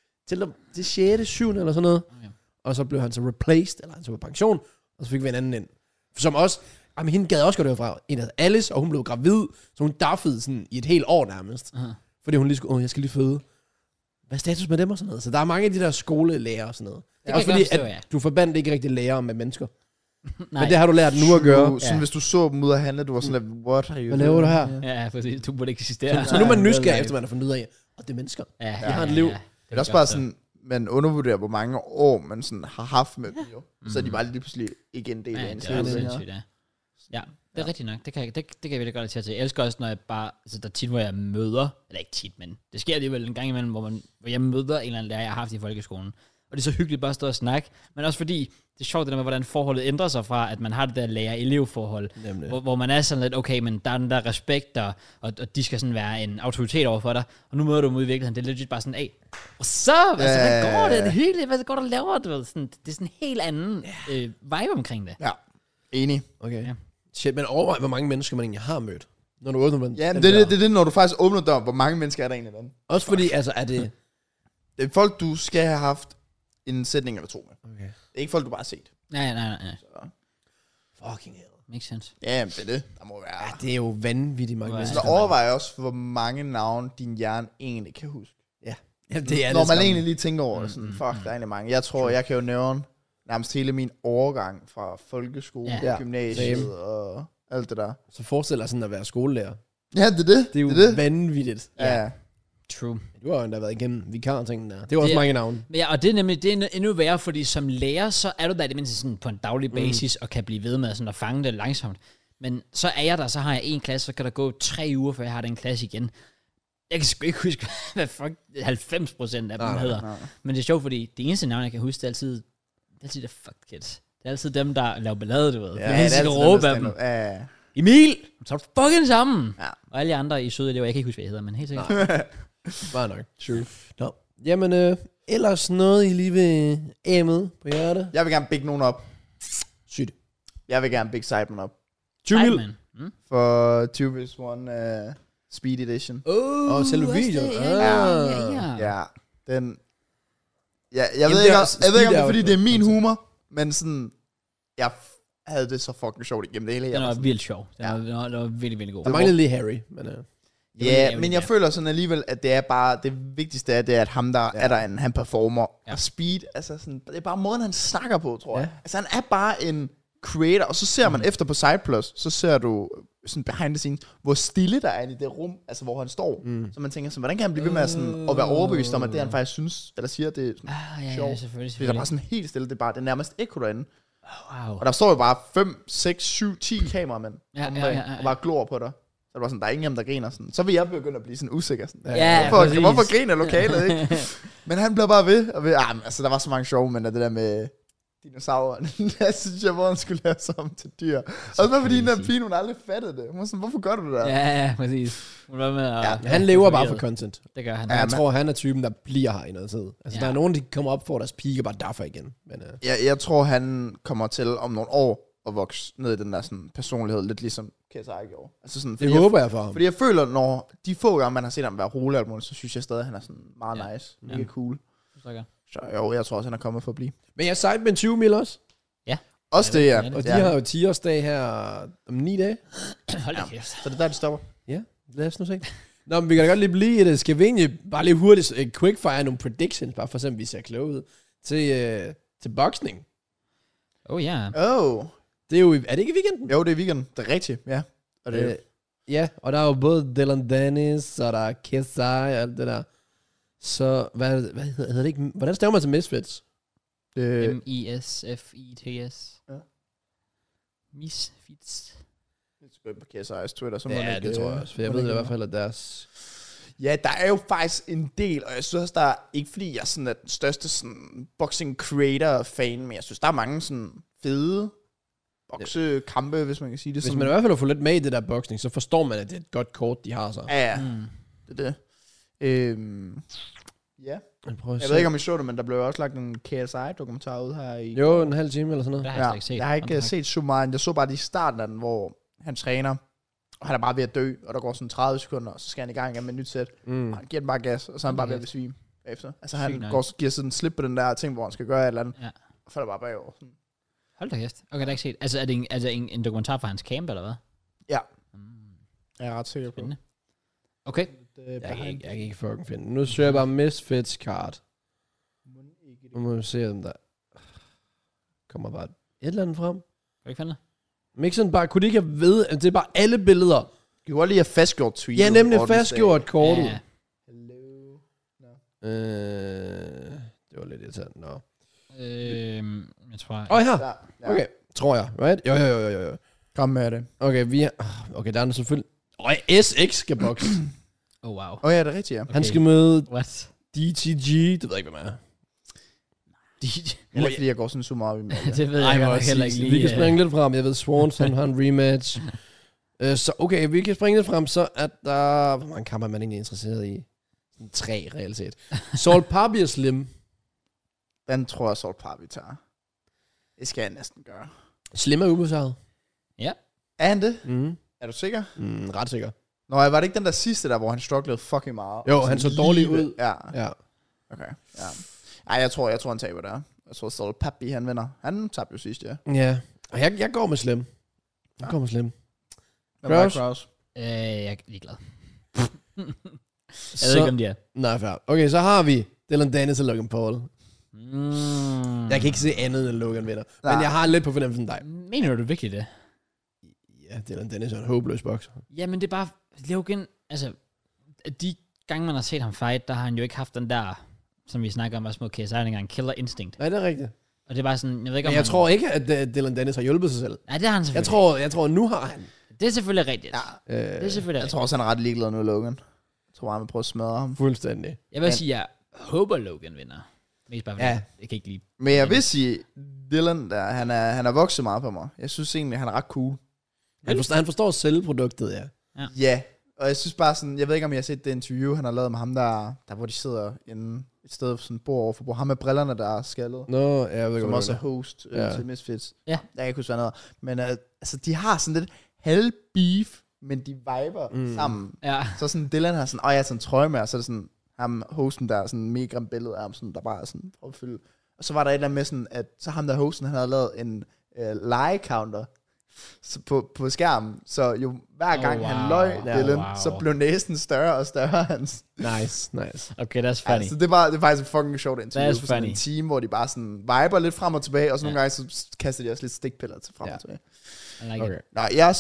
det 6., 7. eller sådan noget. Okay. Og så blev han så replaced, eller han så på pension, og så fik vi en anden ind. Som også, jamen hende gad også godt høre fra. En af Alice, og hun blev gravid, så hun daffede sådan i et helt år nærmest. Fordi hun lige skulle, jeg skal lige føde. Hvad er status med dem og sådan noget? Så der er mange af de der skolelærer og sådan noget. Det også kan fordi, jeg godt forstå, at du forbandt ikke rigtig lærer med mennesker. Nej. Men det har du lært nu at gøre. Sådan, hvis du så dem ud af handle, du var sådan lidt, what are you Hvad laver du her? Ja, præcis. Du burde ikke eksistere. Så nu er man nysgerrig, efter man har fundet ud af, og det er mennesker. Ja, De har et liv. Det er også bare sådan, man undervurderer, hvor mange år man sådan har haft med dem jo. Så er de bare lige pludselig ikke en del af Ja, ens det er liv sindssygt, længere. ja. Ja, det er rigtigt nok. Det kan jeg virkelig godt til at til. Jeg elsker også, når jeg bare, altså der er tit, hvor jeg møder, eller ikke tit, men det sker alligevel en gang imellem, hvor jeg møder en eller anden lærer, jeg har haft i folkeskolen. Og det er så hyggeligt bare at stå og snakke, men også fordi, det er sjovt det der med, hvordan forholdet ændrer sig fra, at man har det der lærer-elev-forhold, hvor man er sådan lidt, okay, men der er den der respekt, og de skal sådan være en autoritet over for dig, og nu møder du dem ud i virkeligheden, det er legit bare sådan, hey, what's up? Altså, hvad går det? Det er hyggeligt, hvad går der laver du? Sådan, det er sådan en helt anden vibe omkring det. Ja, enig. Okay. Ja. Shit, men overvej, hvor mange mennesker man egentlig har mødt, når du åbner den. Ja, men det er det, når du faktisk åbner døren, hvor mange mennesker er der egentlig den. Også fordi, altså, er det... Det er folk, du skal have haft en sætning eller 2 med. Okay. Det er ikke folk, du bare har set. Nej. Så. Fucking hell. Makes sense. Ja, men det er det. Der må være. Ja, det er jo vanvittigt mange Ja. mennesker. Så overvej også, hvor mange navne din hjerne egentlig kan huske. Ja, det er Når det man samme. egentlig lige tænker over det, sådan, fuck, der er egentlig mange. Jeg tror, jeg kan jo nævne nærmest hele min overgang fra folkeskole, Ja. gymnasiet Same. og alt det der. Så forestil dig sådan at være skolelærer. Ja, det er det. Det er jo det. vanvittigt. Ja. True. Du har jo endda været igennem vikartingen der. Det var også Det er- mange navne. Men ja, og det er nemlig det er endnu værre, fordi som lærer, så er du der i det mindste sådan på en daglig basis, og kan blive ved med sådan at fange det langsomt. Men så er jeg der, så har jeg en klasse, så kan der gå 3 uger, før jeg har den klasse igen. Jeg kan sgu ikke huske, hvad fuck 90% af dem hedder. nej. Men det er sjovt, fordi det eneste navn, jeg kan huske, det er altid de fuck kids. Det er altid dem, der laver ballade, du ved. Ja, Jeg skal råbe af dem. Ja. Emil, så er du fucking sammen. Ja. Og alle de andre i søde elever, jeg kan ikke huske, hvad jeg hedder, men helt sikkert. Bare nok. True. Nå. Jamen, ellers noget, I lige vil af med på hjertet? Jeg vil gerne big nogen op. Sygt. Jeg vil gerne big Simon op. 20 mil. Man. For 2 vs 1 Speed Edition. Oh, Og selve også videoen. det, Ah. ja. Ja, den... jeg Jamen, ved det ikke, er jeg også- ved ikke, om speed det er er, fordi jo- det er min humor, men sådan, jeg havde det så fucking sjovt igennem det hele. Jeg Den var var sådan, vildt sjov. Den var virkelig, virkelig god. Der manglede lige Harry, men... Ja, men jeg føler sådan alligevel, at det er bare, det vigtigste er, det er, at ham der er der en, han performer. Ja. Og Speed, altså sådan, det er bare måden, han snakker på, tror jeg. Ja. Altså han er bare en creator, og så ser man efter på Sideplus, så ser du sådan behind the scenes, hvor stille der er i det rum, altså hvor han står. Så man tænker sådan, hvordan kan han blive ved med at, sådan, at være overbevist om, at det han faktisk synes, eller siger, det er sådan, Ja, sjovt. selvfølgelig. Fordi der er bare sådan helt stille, det er nærmest ekko derinde. Wow. Og der står jo bare 5, 6, 7, 10 kameramænd, Ja, og bare glor på dig. Så var sådan, der er ingen af dem, der griner sådan. Så vil jeg begynde at blive sådan usikker. Sådan. Ja, præcis. Hvorfor griner lokalet, ikke? Men han blev bare ved. Og ved altså, der var så mange sjove, men det der med dinosaurer, jeg synes, hvor han skulle lave sig om til dyr. Og så var fordi, den der pige, hun aldrig fattede det. Hun var sådan, hvorfor gør du det der? Ja, præcis. Hun var med at, Han lever bare for content. Det gør han. Jeg tror, han er typen, der bliver her i noget tid. Altså, Ja. der er nogen, der kommer op for deres peak og bare derfor igen. Men, Jeg tror, han kommer til om nogle år at vokse ned i den der sådan, personlighed, lidt ligesom KSI gjorde. Altså sådan, det håber jeg for ham. Fordi jeg føler, når de få gange, man har set ham være rolig, alt muligt, så synes jeg stadig, at han er sådan meget nice. Ja. Mega cool. Så Så jeg tror også, han er kommet for at blive. Men jeg er sejt med en 20 mil også. Også det, ja. Og de har jo 10-årsdag her om 9 dage. Hold da kæft. Så det er der, de stopper. Ja, lad os nu se. Nå, men vi kan da godt lige blive i det. Skal vi egentlig bare lige hurtigt quickfire nogle predictions, bare for eksempel, vi ser kloge ud, til boksning? Ja. Det er jo, er det ikke i weekenden? Jo, det er weekend. Det er rigtigt, ja. Og det, Ja, og der er jo både Dylan Dennis, og der er KSI og alt det der. Så, hvad hedder det ikke? Hvordan staver man til Misfits? Misfits. Ja. Misfits. det skal på KSI's Twitter, så må Ja, man ikke, det tror jeg også. For jeg ved det i hvert fald, at deres... Ja, der er jo faktisk en del, og jeg synes også, der er, ikke fordi jeg sådan er den største sådan, boxing creator fan, men jeg synes, der er mange sådan fede boksekampe, hvis man kan sige det Hvis sådan. man i hvert fald har fået lidt med i det der boksning, så forstår man, at det er et godt kort, de har så. Ja, Mm. det er det. Ja. Jeg ved ikke, om I så det, men der blev også lagt en KSI-dokumentar ud her i... Jo, en halv time eller sådan noget. Det har jeg slet ikke set. Jeg har ikke set så meget. Jeg så bare de starten af den, hvor han træner, og han er bare ved at dø, og der går sådan 30 sekunder, og så skal han i gang igen med et nyt sæt. Og han giver den bare gas, og så er han bare ved at besvime bagefter. Altså han giver sådan en slip på den der ting, hvor han skal gøre et eller andet, og falder bare bagover. Sådan. Hold da kæft. Okay, det er ikke set. Altså, er det en dokumentar fra hans camp, eller hvad? Ja. Jeg er ret sikker på. Spændende. Okay. Jeg kan ikke fucking finde. Nu søger jeg bare Misfits card. Nu må vi se, om der kommer bare et eller andet frem. Kan du ikke finde det? Men ikke sådan bare, kunne de ikke have ved, at det er bare alle billeder? Du kan godt lige have fastgjort tweetet. Ja, nemlig hvor den fastgjort kortet. Ja. Hello. No. Det var lidt irriterende. Nå. Jeg tror... Her. Ja. Okay, tror jeg. Right? Jo. Kom med det. Okay, okay, der er selvfølgelig... SX skal bokse. Oh, wow. Ja, det er rigtigt, ja. Okay. Han skal møde What? DTG. Det ved jeg ikke, hvad man er. Eller fordi jeg går sådan super op i mig. Det ved jeg godt heller ikke lige. Vi kan springe lidt frem. Jeg ved, Swanson har en rematch. Så okay, vi kan springe lidt frem, så at der... Hvor mange kampe er man egentlig interesseret i? Sådan 3, reelt set. Salt Papi og Slim. Den tror jeg, Salt Papi tager. Det skal jeg næsten gøre. Slim er ubesejret. Ja. Er han det? Mm. Er du sikker? Ret sikker. Nå, var det ikke den der sidste der, hvor han strugglede fucking meget? Jo, Og han sådan så dårlig lige- ud. Ja, Ja. okay. Ja. Ej, jeg tror han taber der. Jeg tror, Salt Papi, han vinder. Han tabte jo sidst, ja. Ja. Og jeg går med Slim. Jeg går med Slim. Hvem var Kraus? Kraus? Jeg er ligeglad. Jeg ved ikke, om de er. Nej, fair. Okay, så har vi Dylan Dennis og Logan Paul. Jeg kan ikke se andet end Logan vinder. Men jeg har lidt på fornemmelsen dig. Mener du virkelig det? Ja, Dylan Dennis er en håbløs bokser. Jamen, det er bare... Logan, altså... De gange, man har set ham fight, der har han jo ikke haft den der, som vi snakker om, også mod KSI dengang, killer instinct. Nej, det er rigtigt. Og det er bare sådan, jeg ved ikke, om Men jeg tror ikke, at Dylan Dennis har hjulpet sig selv. Nej, det har han selvfølgelig. Jeg tror nu har han. Det er selvfølgelig rigtigt. Ja. Det er selvfølgelig Jeg rigtigt. tror også, han er ret ligeglad nu, Logan. Jeg tror, han vil prøve at smadre ham. Fuldstændig. Jeg vil sige, jeg håber, Logan vinder. Mest bare fordi, Ja. jeg kan ikke lide. Men jeg vil sige, Dylan, der, han er vokset meget på mig. Jeg synes egentlig, han er ret cool. Han forstår selvproduktet, ja. Ja, og jeg synes bare sådan, jeg ved ikke, om jeg har set det interview, han har lavet med ham, der hvor de sidder inde et sted sådan bord overfor bord. Ham med brillerne, der er skaldet. Nå, jeg ved ikke, Som hvad også er det host Ja. til Misfits. Ja. Jeg kan ikke huske, hvad han hedder. Men altså, de har sådan lidt halv beef, men de viber sammen. Ja. Så sådan Dylan har sådan, jeg har sådan en trøje med, og så er det sådan, ham hosten der, sådan en mega grimt billede af ham, sådan, der bare er sådan, prøv at fylde. Og så var der et eller andet med sådan, at så ham der hosten, han havde lavet en like-counter på skærmen, så jo hver gang han løg Dylan, så blev næsen større og større hans. Nice. Okay, that's funny. Altså, det er faktisk et fucking sjovt interview for sådan funny. en team, hvor de bare sådan viber lidt frem og tilbage, og så nogle gange så kaster de også lidt stikpiller til frem og tilbage. I like it. Nå, jeg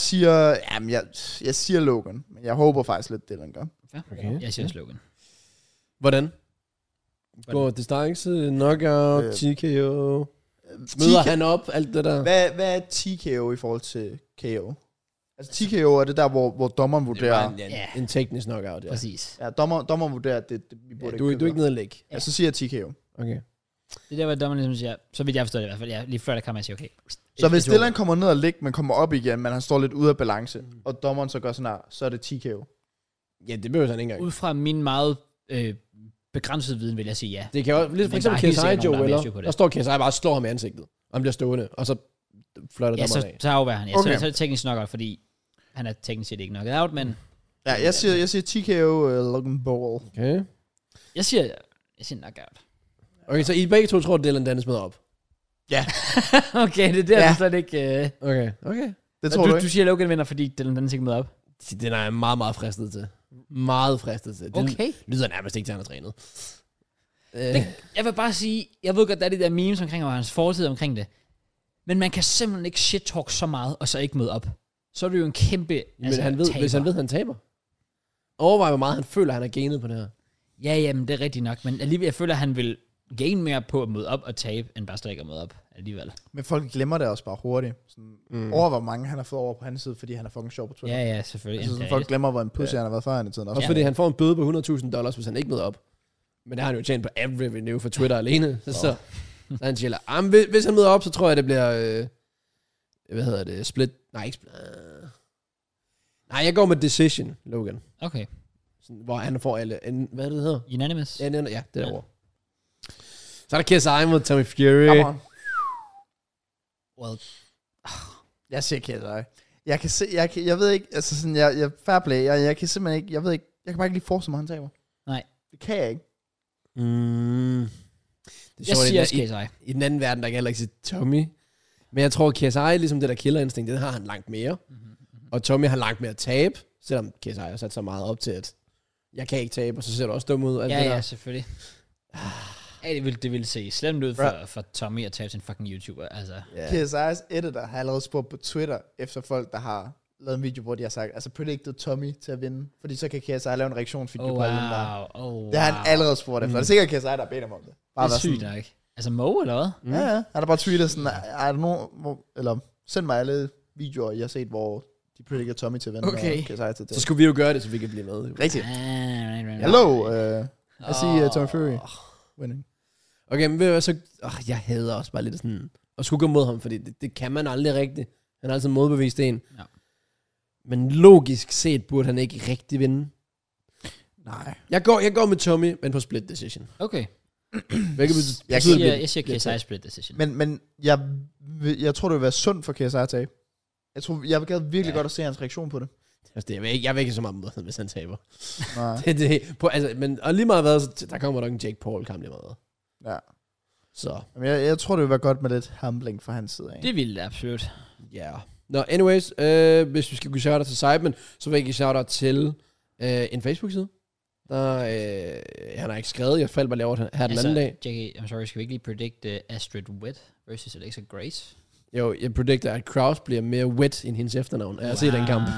siger Logan, men jeg håber faktisk lidt, Dylan gør. Okay. Jeg siger Logan. Hvordan? Går distance, knockout, TKO. Møder han op, alt det der? Hvad er TKO i forhold til KO? Altså TKO er det der, hvor dommeren vurderer... En teknisk knockout, ja. Præcis. Ja, dommeren vurderer, at vi burde Du er ikke nede at lægge. Ja, så siger jeg TKO. Okay. Det er der, hvor dommeren ligesom siger, så vidt jeg forstår det i hvert fald, ja, lige før der kan man sige, okay. Så hvis Dylan kommer ned og ligge, men kommer op igen, men han står lidt ude af balance, og dommeren så gør sådan her, så er det TKO. Ja, det behøver han ikke engang. Ud fra min meget begrænsede viden, vil jeg sige ja. Det kan jo, lidt for eksempel KSI Joe, eller der står KSI bare og slår ham i ansigtet, og han bliver stående, og så fløjter dommeren af. Så afværger han. Ja, Okay. så er det teknisk knockout, fordi han er teknisk set ikke knocket out, men... Ja, jeg siger TKO Logan Paul. Okay. Jeg siger knockout. Okay, så I begge to tror, at Dylan Dennis møder op? Ja. Okay, det er der, Ja. du slet ikke... Okay. Det tror du ikke? Du siger Logan vinder, fordi Dylan Dennis ikke møder op? Den er jeg meget, meget fristet til. Meget fristet til. Det Okay. lyder nærmest ikke til, at han har trænet. Jeg vil bare sige, jeg ved godt, der er de der memes omkring, og hans fortid omkring det. Men man kan simpelthen ikke shit-talk så meget, og så ikke møde op. Så er det jo en kæmpe Men han ved, hvis han ved, at han taber. Overvej, hvor meget han føler, at han har ganet på det her. Ja, jamen, det er rigtigt nok. Men alligevel, jeg føler, at han vil gain mere på at møde op og tabe, end bare slet ikke at møde op alligevel. Men folk glemmer det også bare hurtigt. Sådan, over hvor mange han har fået over på hans side, fordi han er fucking sjov på Twitter. Ja, selvfølgelig. Altså, sådan, folk glemmer, hvor en pussy han har været før i tiden. Også fordi han får en bøde på $100,000, hvis han ikke møder op. Men det har han jo tjent på ad revenue for Twitter alene. Så han chiller. Hvis han møder op, så tror jeg, det bliver... hvad hedder det? Split? Nej, ikke split. Nej, jeg går med decision, Logan. Okay. Sådan, hvor han får alle... hvad er det hedder? Unanimous? Ja, det derovre. Så er der KSI mod Tommy Fury. Come on. Well, Jeg siger KSI. Jeg kan se, jeg ved ikke, altså sådan, jeg fair play, jeg kan simpelthen ikke, jeg ved ikke, jeg kan bare ikke lige forestille mig, han taber. nej. Det kan jeg ikke. Det Jeg siger KSI. I den anden verden, der kan jeg heller ikke sige Tommy. Men jeg tror, KSI, ligesom det der killerinstinkt, det har han langt mere. Og Tommy har langt mere at tabe, selvom KSI har sat så meget op til, at jeg kan ikke tabe, og så ser du også dum ud. Ja, selvfølgelig. Ja, det vil se slemt ud for Tommy at tabe sin fucking YouTuber. Altså. Yeah. KSI's editor har allerede spurgt på Twitter, efter folk, der har lavet en video, hvor de har sagt, altså predicted Tommy til at vinde, fordi så kan KSI lave en reaktionsvideo på alle dem der. Det har han allerede spurgt efter. Det er sikkert KSI, der har bedt ham om det. Bare det er sygt nok. Altså Mo, eller hvad? Ja, han har bare tweetet sådan, er der nogen, eller send mig alle videoer, jeg har set, hvor de predicted Tommy til at vinde, Okay. og KSI til at tabe. Så skulle vi jo gøre det, så vi kan blive med. Rigtigt. Right. Hello, jeg siger Tommy Fury winning. Okay, men ved du hvad, så... jeg hader også bare lidt sådan... at skulle gå mod ham, fordi det kan man aldrig rigtigt. Han har altid modbevist en. Ja. Men logisk set burde han ikke rigtig vinde. Nej. Jeg går med Tommy, men på split decision. Okay. Hvilket Jeg siger KSI split decision. Men jeg tror, det vil være sundt for KSI at tabe. Jeg vil gerne virkelig godt at se hans reaktion på det. Altså, jeg vil ikke så meget mod ham, hvis han taber. Nej. Men og lige meget hvad, så der kommer nok en Jake Paul-kamp lige meget. Ja. Så. Men jeg tror, det vil være godt med lidt humbling fra hans side af. Det ville det absolut. Ja. Yeah. Nå, anyways, hvis vi skal give shout-out til Sidemen, så vil jeg give shout-out til en Facebook-side. Der, han har ikke skrevet, jeg faldt bare lavet her den anden dag. Jackie, I'm sorry, skal vi ikke lige predicte Astrid Witt versus Alexa Grace? Jo, jeg predicter, at Kraus bliver mere wet end hendes efternavn. Jeg har set den kamp.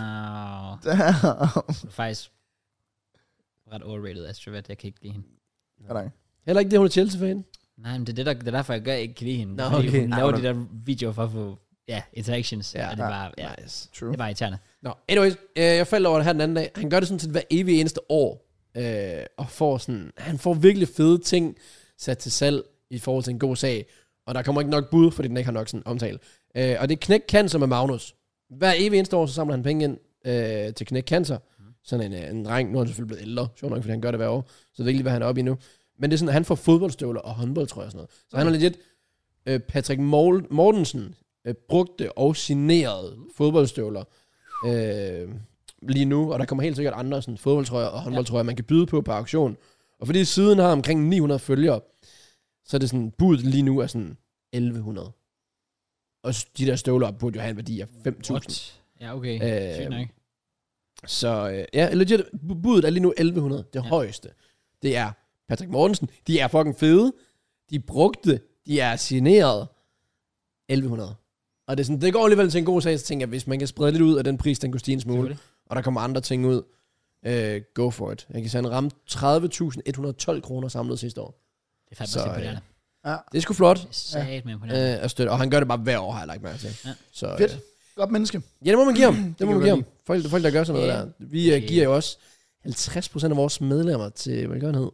Faktisk ret overrated Astrid Witt, jeg kan ikke lide hende. Nej. Heller ikke det, hun er Chelsea-fan. Nej, men det er derfor, jeg ikke kan lide hende. Nå, Fordi okay. hun laver de der videoer for at få interactions. Ja, og det er bare, nice. True. det er bare irriterende. Nå, anyways, jeg faldt over det her den anden dag. Han gør det sådan set hver evig eneste år. Og får sådan, han får virkelig fede ting sat til salg i forhold til en god sag. Og der kommer ikke nok bud, fordi den ikke har nok sådan omtale. Og det er Knæk Cancer med Magnus. Hver evig eneste år, så samler han penge ind til Knæk Cancer. Sådan en dreng, nu er han selvfølgelig blevet ældre, sjovt nok, fordi han gør det hver år. Så jeg ved ikke lige, hvad han er oppe i nu. Men det er sådan, at han får fodboldstøvler og håndbold, tror jeg, sådan noget. Så han har legit Patrick Mortensen brugte og signerede fodboldstøvler lige nu. Og der kommer helt sikkert andre sådan, fodboldtrøjer og håndboldtrøjer, man kan byde på auktion. Og fordi siden har omkring 900 følgere, så er det sådan, budet lige nu er sådan 1100. Og de der støvler burde jo have en værdi af 5.000. Ja, okay. Sygt nok. Så ja, legit, budet er lige nu 1100. Det højeste. Det er Patrick Mortensen. De er fucking fede. De brugte. De er signeret. 1100. Og det, er sådan, det går alligevel til en god sag, så tænker jeg, hvis man kan sprede lidt ud af den pris, den kunne stige en smule, og der kommer andre ting ud, go for it. Jeg kan sige, han ramte 30.112 kroner samlet sidste år. Det er faktisk imponerende. Ja. Det er sgu flot. Det er sat med imponerende. At støtte, og han gør det bare hver år, har jeg lagt mærke til. Ja. Så, fedt. Godt menneske. Ja, det må man give ham. Det må man give ham. Folk, der gør sådan noget der. Vi giver jo også 50% af vores medlemmer til velgørenhed.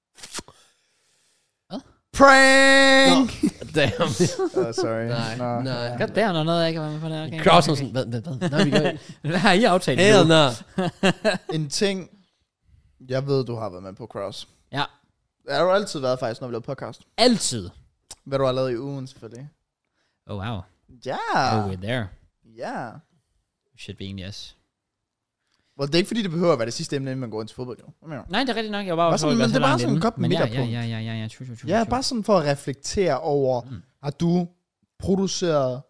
Prank! Damn. Sorry. Nej. Godt, der er noget, jeg ikke har været med på det. Okay. Cross sådan, hvad? Nej, vi gør ikke. Hvad har I aftalt? Hell no. En ting, jeg ved, du har været med på, Cross. Ja. Har du altid været faktisk, når vi lavede podcast? Altid. Hvad du har lavet i ugen, selvfølgelig. Oh, wow. Ja. Oh, we're there. Ja. Should be in, yes. Well, det er ikke fordi, det behøver at være det sidste emne, inden man går ind til fodbold, jo. Nej, det er rigtigt nok. Jeg var men det er bare sådan en kop midterpunkt. Ja. True. Ja, bare sådan for at reflektere over, har du produceret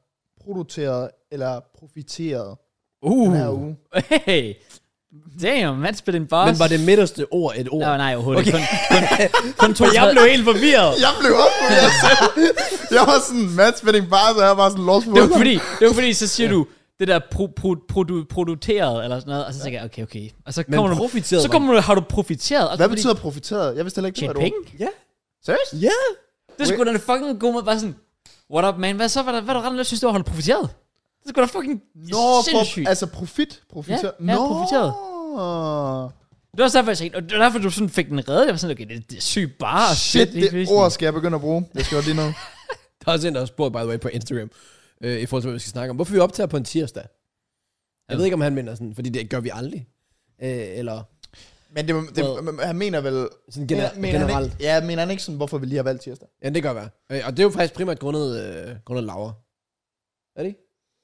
eller profiteret den her uge? Hey. Damn, man spiller en boss. Men var det midterste ord et ord? Nej, overhovedet ikke. Kun to. Jeg blev helt forvirret. Jeg blev også forvirret selv. Jeg var sådan, matchspinning bare, så jeg var sådan lost. Det var fordi, så siger du, det der produkteret, eller sådan noget, og så tænker jeg, okay. Og så kommer du, profiteret. Så kommer du, har du profiteret? Hvad betyder profiteret? Jeg vidste heller ikke, det var et ord. Ja. Seriøst? Ja. Det er sgu da en fucking god måde, bare sådan, what up, man? Hvad så? Hvad er der ret, synes du, har du profiteret? Det er sgu da fucking sindssygt. Altså profiteret? Ja, profiteret. Det var også derfor, jeg sagde, og det var derfor, du sådan fik den reddet. Jeg var sådan, okay, det er sygt bare. Shit, det ord skal jeg begynde at bruge. Jeg skal godt lige noget. Der er også en, der har spurgt, by the way, på Instagram, i forhold til, hvad vi skal snakke om. Hvorfor vi optager på en tirsdag? Jeg ved ikke, om han mener sådan, fordi det gør vi aldrig. Eller... Men han mener vel... Sådan generelt. Mener han ikke sådan, hvorfor vi lige har valgt tirsdag? Ja, det gør være. Og det er jo faktisk primært grundet Laura. Er det ikke?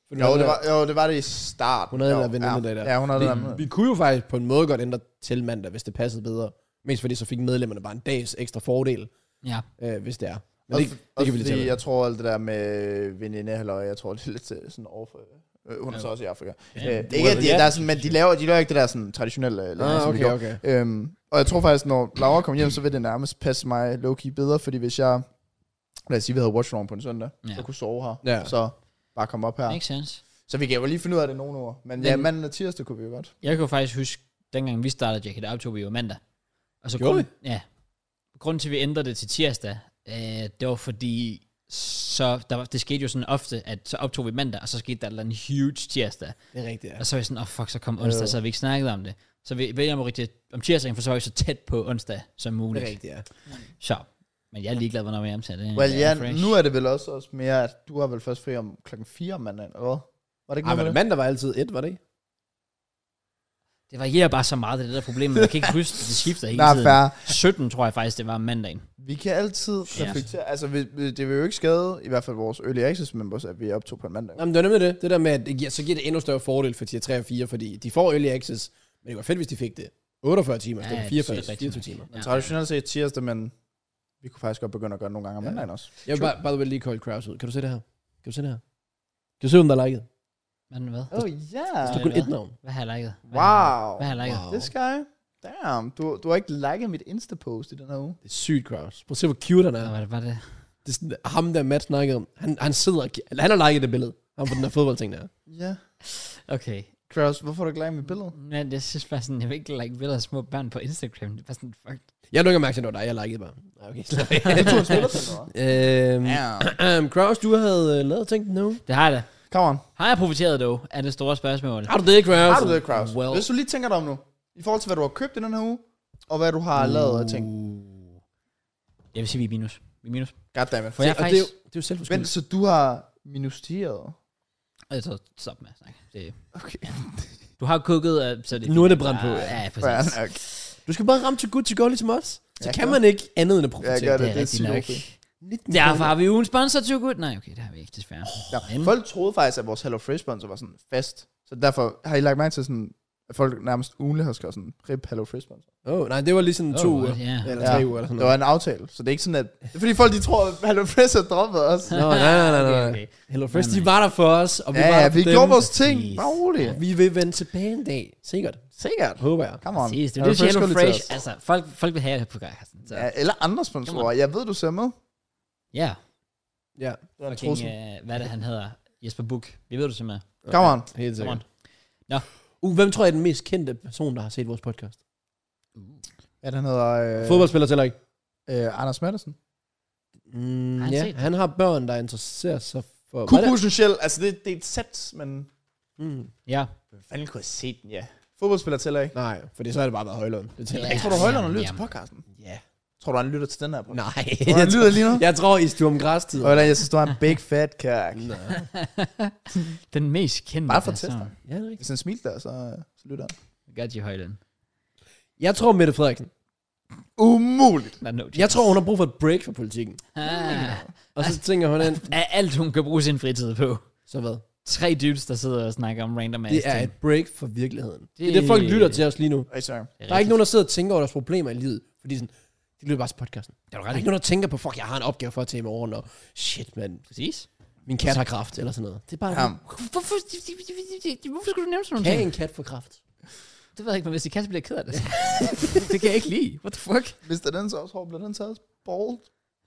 Det var det i start. Hun havde veninde der. Ja, hun havde det. Vi kunne jo faktisk på en måde godt ændre til mandag, hvis det passede bedre. Mest fordi så fik medlemmerne bare en dags ekstra fordel. Ja. Hvis det er. Men det kan vi lige tage. Jeg tror alt det der med veninde, jeg tror det er lidt sådan overfor. Hun er så også i Afrika. Ikke at der er sådan, men de laver ikke det der sådan traditionelle. Okay. Og jeg tror faktisk, når Laura kommer hjem, så vil det nærmest passe mig low-key bedre, fordi hvis jeg, lad os sige, vi havde watch along på en søndag, så kunne sove her, så bare komme op her. Makes sense. Så vi kan jo lige finde ud af det nogle år. Men ja, mandag og tirsdag kunne vi jo godt. Jeg kunne faktisk huske, dengang vi startede Jacket optog vi jo mandag. Og så grunden til, at vi ændrede det til tirsdag, det var fordi, det skete jo sådan ofte, at så optog vi mandag, og så skete der en huge tirsdag. Det er rigtigt, ja. Og så var vi sådan, fuck, så kom onsdag, så havde vi ikke snakket om det. Så vi vælger om tirsdagen, for så var vi så tæt på onsdag som muligt. Det er rigtigt, ja. Så, men jeg er ligeglad, hvornår vi omtager det. Well, ja, nu er det vel også mere, at du har vel først fri om 4:00 om mandagen, eller hvad? Var det ikke noget mandag var altid 1, var det ikke? Det varierer bare så meget, det der problem, men jeg kan ikke huske, det skifter hele tiden. Fair. 17 tror jeg faktisk, det var om mandagen. Vi kan altid reflektere, altså det vil jo ikke skade, i hvert fald vores early access members, at vi optog på en mandag. Jamen det er nemlig det, det der med, at så giver det endnu større fordel for tier 3 og 4, fordi de får early access, men det var fedt, hvis de fik det 48 timer, i stedet for 24 timer. Ja. Traditionelt set tirsdag, men vi kunne faktisk godt begynde at gøre det nogle gange om mandagen også. Jeg vil bare lige kolde Kraus ud. Kan du se det her? Kan du se, hvem der har liket? Hvad? Der står kun et navn. Hvad har jeg liket? Hvad har jeg liket? This guy. Damn, du har ikke liket mit Insta-post i den her uge. Det er sygt, Kraus. Prøv at se, hvor cute han er. Hvad var det? Det er sådan, ham der Matt snakkede om. Han sidder, han har liket det billede. Han på den der fodboldting der. Ja. Okay. Kraus, hvorfor har du ikke liket mit billede? Men jeg synes bare sådan, jeg vil ikke like billeder af små børn på Instagram. Det er bare sådan, fuck. Jeg har nu ikke mærket, at det var dig, jeg likede bare. Okay, slap af. Jeg tror, jeg Kraus, du havde lavet ting nu. Det har jeg da. Come on. Har jeg profiteret dog, er det store spørgsmål. Har du det, Kraus? Well. Hvis du lige tænker dig om nu, i forhold til, hvad du har købt i den her uge, og hvad du har lavet af ting. Jeg vil sige, vi er minus. Goddammit. For jeg faktisk... Det er jo selvforskyldt. Men så du har minusteret? Altså, stop med at snakke. Det, okay. Ja. Du har kukket, så det... Nu er det brændt på. Ja, præcis. Okay. Du skal bare ramme til good to go ligesom os. Så kan man ikke andet end at profitere. Jeg gør det er er super okay. Derfor har vi jo en sponsor til Good. Nej, okay, det har vi ikke, desværre. Folk troede faktisk, at vores Hello Fresh sponsor var sådan fast. Så derfor har I lagt mærke til sådan, Folk nærmest ugenligt har skrevet sådan, rip Hello Fresh sponsor. Nej, det var lige sådan 2 uger. Eller 3 uger eller sådan det noget. var en aftale, så det er ikke sådan, at... Det er fordi folk, de tror, at Hello Fresh har droppet os. Nej. Okay. Hello Fresh, de var der for os, og vi var der Ja, for vi dem. gjorde vores ting. Bare roligt. Vi vil vende tilbage en dag. Sikkert. Håber jeg. Come on. Præcis, det er det, Hello går lige til Fresh. os. Altså, folk vil have det på Carsten. Så. Ja, eller andre sponsorer. Jeg ved, du ser med. Ja. Ja. Det er en Fucking, trussel. hvad er det, han hedder? Jesper Buch. Vi ved, du simpelthen. Come on. Helt Come on. sikkert. Hvem tror jeg er den mest kendte person, der har set vores podcast? Ja, den hedder... Fodboldspiller tæller ikke. Anders Madsen. han Ja, set han har børn, der interesserer sig for... Potentielt. Altså, det er et sæt, men... Ja. Hvem fanden kunne jeg se den, ja. Fodboldspiller tæller ikke. Nej, fordi så har det bare været Højlund. Det tæller ikke. Tror du, Højlund lytter til podcasten? Ja. Tror du, han lytter til den her podcast? Nej. Tror du, han lytter lige nu? Jeg tror, I Sturm Græstid. Højlund, jeg synes, du er en big fat kærk. Den mest kendte. Bare for person. tester. Ja, det er rigtigt. Hvis han smiler der, så lytter han. Got you, Højlund. Jeg tror, Mette Frederiksen. Umuligt. No Jeg tror, hun har brug for et break fra politikken. Ah. Og så tænker hun ind, Af alt, hun kan bruge sin fritid på. så hvad? 3 dudes, der sidder og snakker om random ass Det er ting. et break fra virkeligheden. Det er det, folk lytter til os lige nu. Hey, sorry. Der er ikke nogen, der sidder og tænker over deres problemer i livet. Fordi sådan, de lytter bare til podcasten. Det er du Der er ret ikke i. nogen, der tænker på, fuck, jeg har en opgave for at tage i morgen, og shit, man, Præcis. min kat har kraft, eller sådan noget. Det er bare, Ja, Hvorfor skulle du nævne sådan nogle kan ting? en kat få kraft? Det ved jeg ikke, men hvis de kan, så bliver jeg ked af det. Det kan jeg ikke lide. What the fuck? hvis der er den så også hård, bliver den taget bold.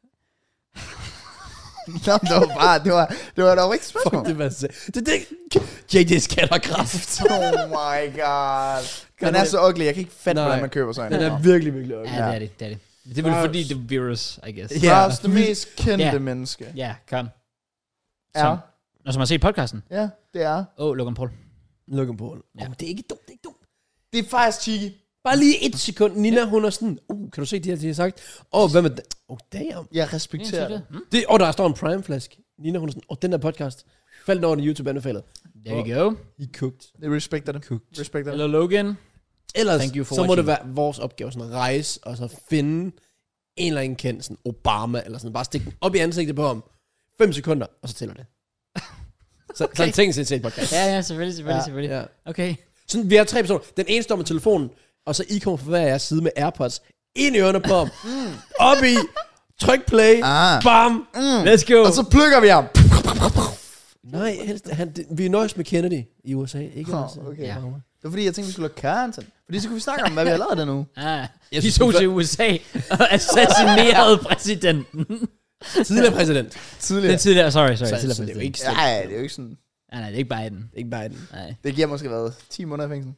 Nå, det var bare, det var dog ikke et spørgsmål. Fuck, det var så... JJ's kat har kraft. Oh my god. Den er så ugly, jeg kan ikke fatte, hvordan man køber sådan Den en. er virkelig, virkelig ugly. Ja, det er det. Det er det. Det er vel fordi, det er virus, I guess. Ja. Kraus, det mest kendte Ja. menneske. Ja, kom. Ja. Når som har set podcasten. Ja, det er. Logan Paul. Logan Paul. Ja. Det er ikke dumt, det er ikke dumt. Det er faktisk cheeky. Bare lige et sekund. Nina, hun er sådan, kan du se de her, de har sagt? Hvem er det? Damn. Jeg respekterer det. Der står en Prime-flaske. Nina, hun er sådan, den der podcast. Faldt over den YouTube-anbefalet. There you go. I cooked. Jeg respekter det. Respekter det. Hello, Logan. Ellers, Thank you for så må watching. det være vores opgave, sådan at rejse, og så finde en eller anden kendt, sådan Obama, eller sådan, bare stikke den op i ansigtet på ham. 5 sekunder, og så tæller det. Så en ting til et podcast. Ja, selvfølgelig. Ja. Okay. Sådan, vi har 3 personer. Den ene står med telefonen, og så I kommer fra hver jeres side med AirPods ind i ørerne på ham. Op i, tryk play, bam. Let's go. Og så plukker vi ham. Nej, helst, vi nøjes med Kennedy i USA, ikke? Okay. Ja. Det var fordi, jeg tænkte, vi skulle lave content. Fordi så kunne vi snakke om, hvad vi har lavet den nu. De tog til USA og assassinerede præsidenten. Tidligere præsident. Tidligere. Den tidligere, sorry. Så Tidligere det er jo præsident. ikke Ja, det er jo ikke sådan. Nej, det er ikke Biden. Ikke Biden. Nej. Det giver måske været 10 måneder i fængsel.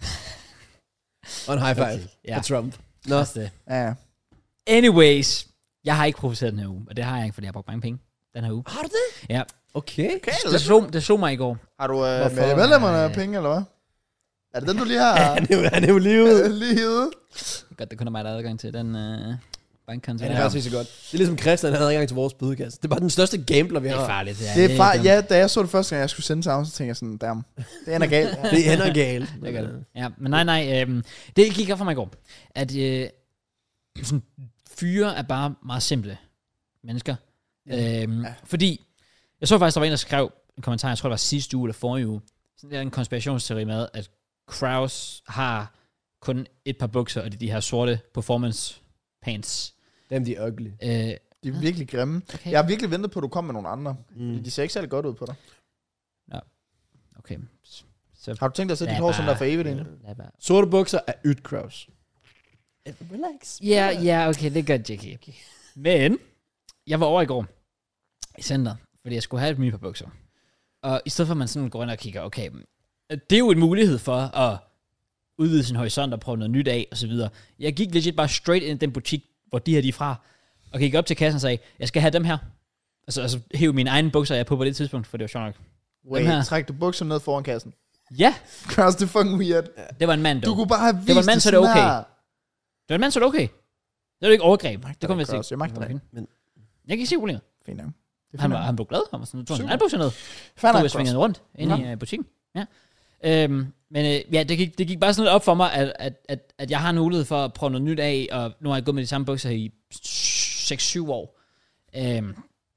Og en high five Okay, ja. for Trump. Nå. Også det. Ja. Anyways, jeg har ikke profiteret den her uge, og det har jeg ikke, fordi jeg har brugt mange penge den her uge. Har du det? Ja. Okay. Det slog mig i går. Har du Hvorfor? med medlemmerne penge, eller hvad? Er det den, du lige har? Han er jo lige ude. lige ude. Godt, det kun er mig, der har adgang til den bankkonto. Han er faktisk ikke så godt. Det er ligesom Christian, han havde adgang til vores bødekasse. Det er bare den største gambler, vi Det er har. farligt. Det er ja, da jeg så det første gang, jeg skulle sende sammen, så tænkte jeg sådan, damn, det ender galt. Det ender galt. Det gør det. Ja, men nej, det gik op for mig i går, at sådan, fyre er bare meget simple mennesker. Fordi, jeg så faktisk, der var en, der skrev en kommentar, jeg tror det var sidste uge eller forrige uge, sådan en konspirationsteori med, at Kraus har kun et par bukser, og det er de her sorte performance pants. Dem de er ugly. De er virkelig grimme. Okay. Jeg har virkelig ventet på, at du kom med nogle andre. De ser ikke særlig godt ud på dig. Okay. Så Har du tænkt dig at sætte dit hår sådan der for evigt ind? Sorte bukser er ydt Kraus. Relax. Ja, okay, det gør Jackie. Okay. Men, jeg var over i går i center, fordi jeg skulle have et nye par bukser. Og i stedet for, at man sådan går ind og kigger, okay, det er jo en mulighed for at udvide sin horisont og prøve noget nyt af, og så videre. Jeg gik legit bare straight ind i den butik, hvor de her de er fra, og gik op til kassen og sagde, jeg skal have dem her. Altså hæve mine egne bukser, jeg er på det tidspunkt, for det var sjovt nok. Wait, træk du bukserne ned foran kassen? Ja, Kraus, det er fucking weird. det var en mand, Du dog. kunne bare have vist Det var en mand, så er det sådan okay. her. Det var en mand, så er det okay. Det var ikke overgreb. Det kom vist Kraus, ikke. jeg magter det. Men jeg kan ikke se problemet. Fint nok. Han blev glad. Han var sådan, tog Super. en albukser ned. Fair nok, Jeg svingede Kraus. rundt inde i butikken. Ja. Men det gik bare sådan lidt op for mig, at jeg har en mulighed for at prøve noget nyt af, og nu har jeg gået med de samme bukser i 6-7 år.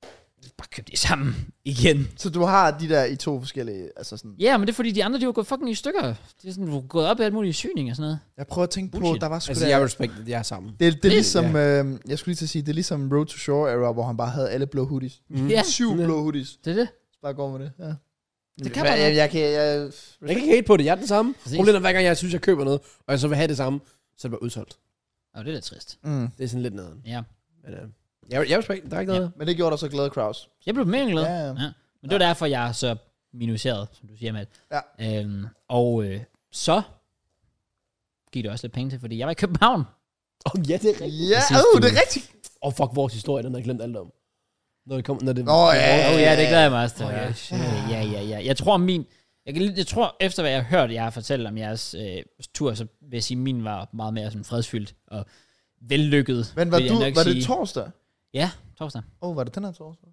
bare købe det sammen igen. Så du har de der i 2 forskellige, altså sådan... Ja, men det er fordi, de andre, de var gået fucking i stykker. De er sådan gået op i alt muligt syning og sådan noget. Jeg prøver at tænke Bullshit. på, der var sgu Altså, der... jeg respekter, de er sammen. Det er ligesom, jeg skulle lige til at sige, det er ligesom Road to Shore era, hvor han bare havde alle blå hoodies. Ja. 7 blå hoodies. Det er det. Så bare gå med det, ja. Det kan man jeg kan ikke hate på det, jeg er den samme. Præcis. Problemet er, hver gang jeg synes, jeg køber noget, og jeg så vil have det samme, så er det bare udsolgt. Det er lidt trist. Det er sådan lidt nederen. Ja. Men, jeg respekter, der er ikke noget. Men det gjorde dig så glad, Kraus. Jeg blev mere glad. Ja. Men det var derfor, jeg er så minuseret, som du siger, Matt. Ja. Så gik det også lidt penge til, fordi jeg var i København. Ja, det er rigtigt. Ja, det er rigtigt. Fuck, vores historie, den har jeg glemt alt om. Når det kommer, når det... Ja, det glæder jeg mig også til. ja. Jeg tror, efter hvad jeg har hørt, jeg har fortalt om jeres tur, så vil jeg sige, at min var meget mere sådan fredsfyldt og vellykket. Men var det torsdag? Ja, torsdag. Var det den her torsdag?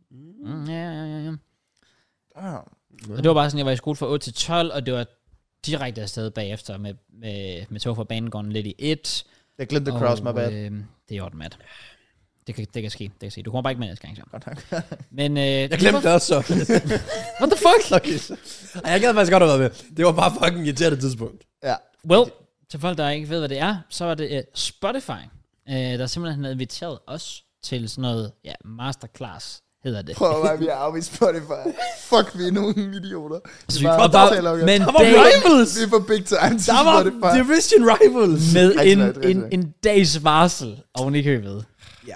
Ja. Ah. Og det var bare sådan, jeg var i skole fra 8 til 12, og det var direkte afsted bagefter med tog fra banegården lidt i 1. Jeg glemte Kraus, my bad. Det er jo Matt. Det kan ske. Du kommer bare ikke med næste gang, så. Godt nok. Men, jeg glemte det også så. What the fuck? Okay. Jeg gad faktisk godt have været med. Det var bare fucking irriterende tidspunkt. Ja. Well, til folk, der ikke ved, hvad det er, så var det Spotify, der simpelthen havde inviteret os til sådan noget, masterclass hedder det. Prøv at vi er oppe i Spotify. Fuck, vi er nogle idioter. Men der var rivals! Vi er for big time til Der var Spotify. Division Rivals! Med en dags varsel oven i købet. Ja.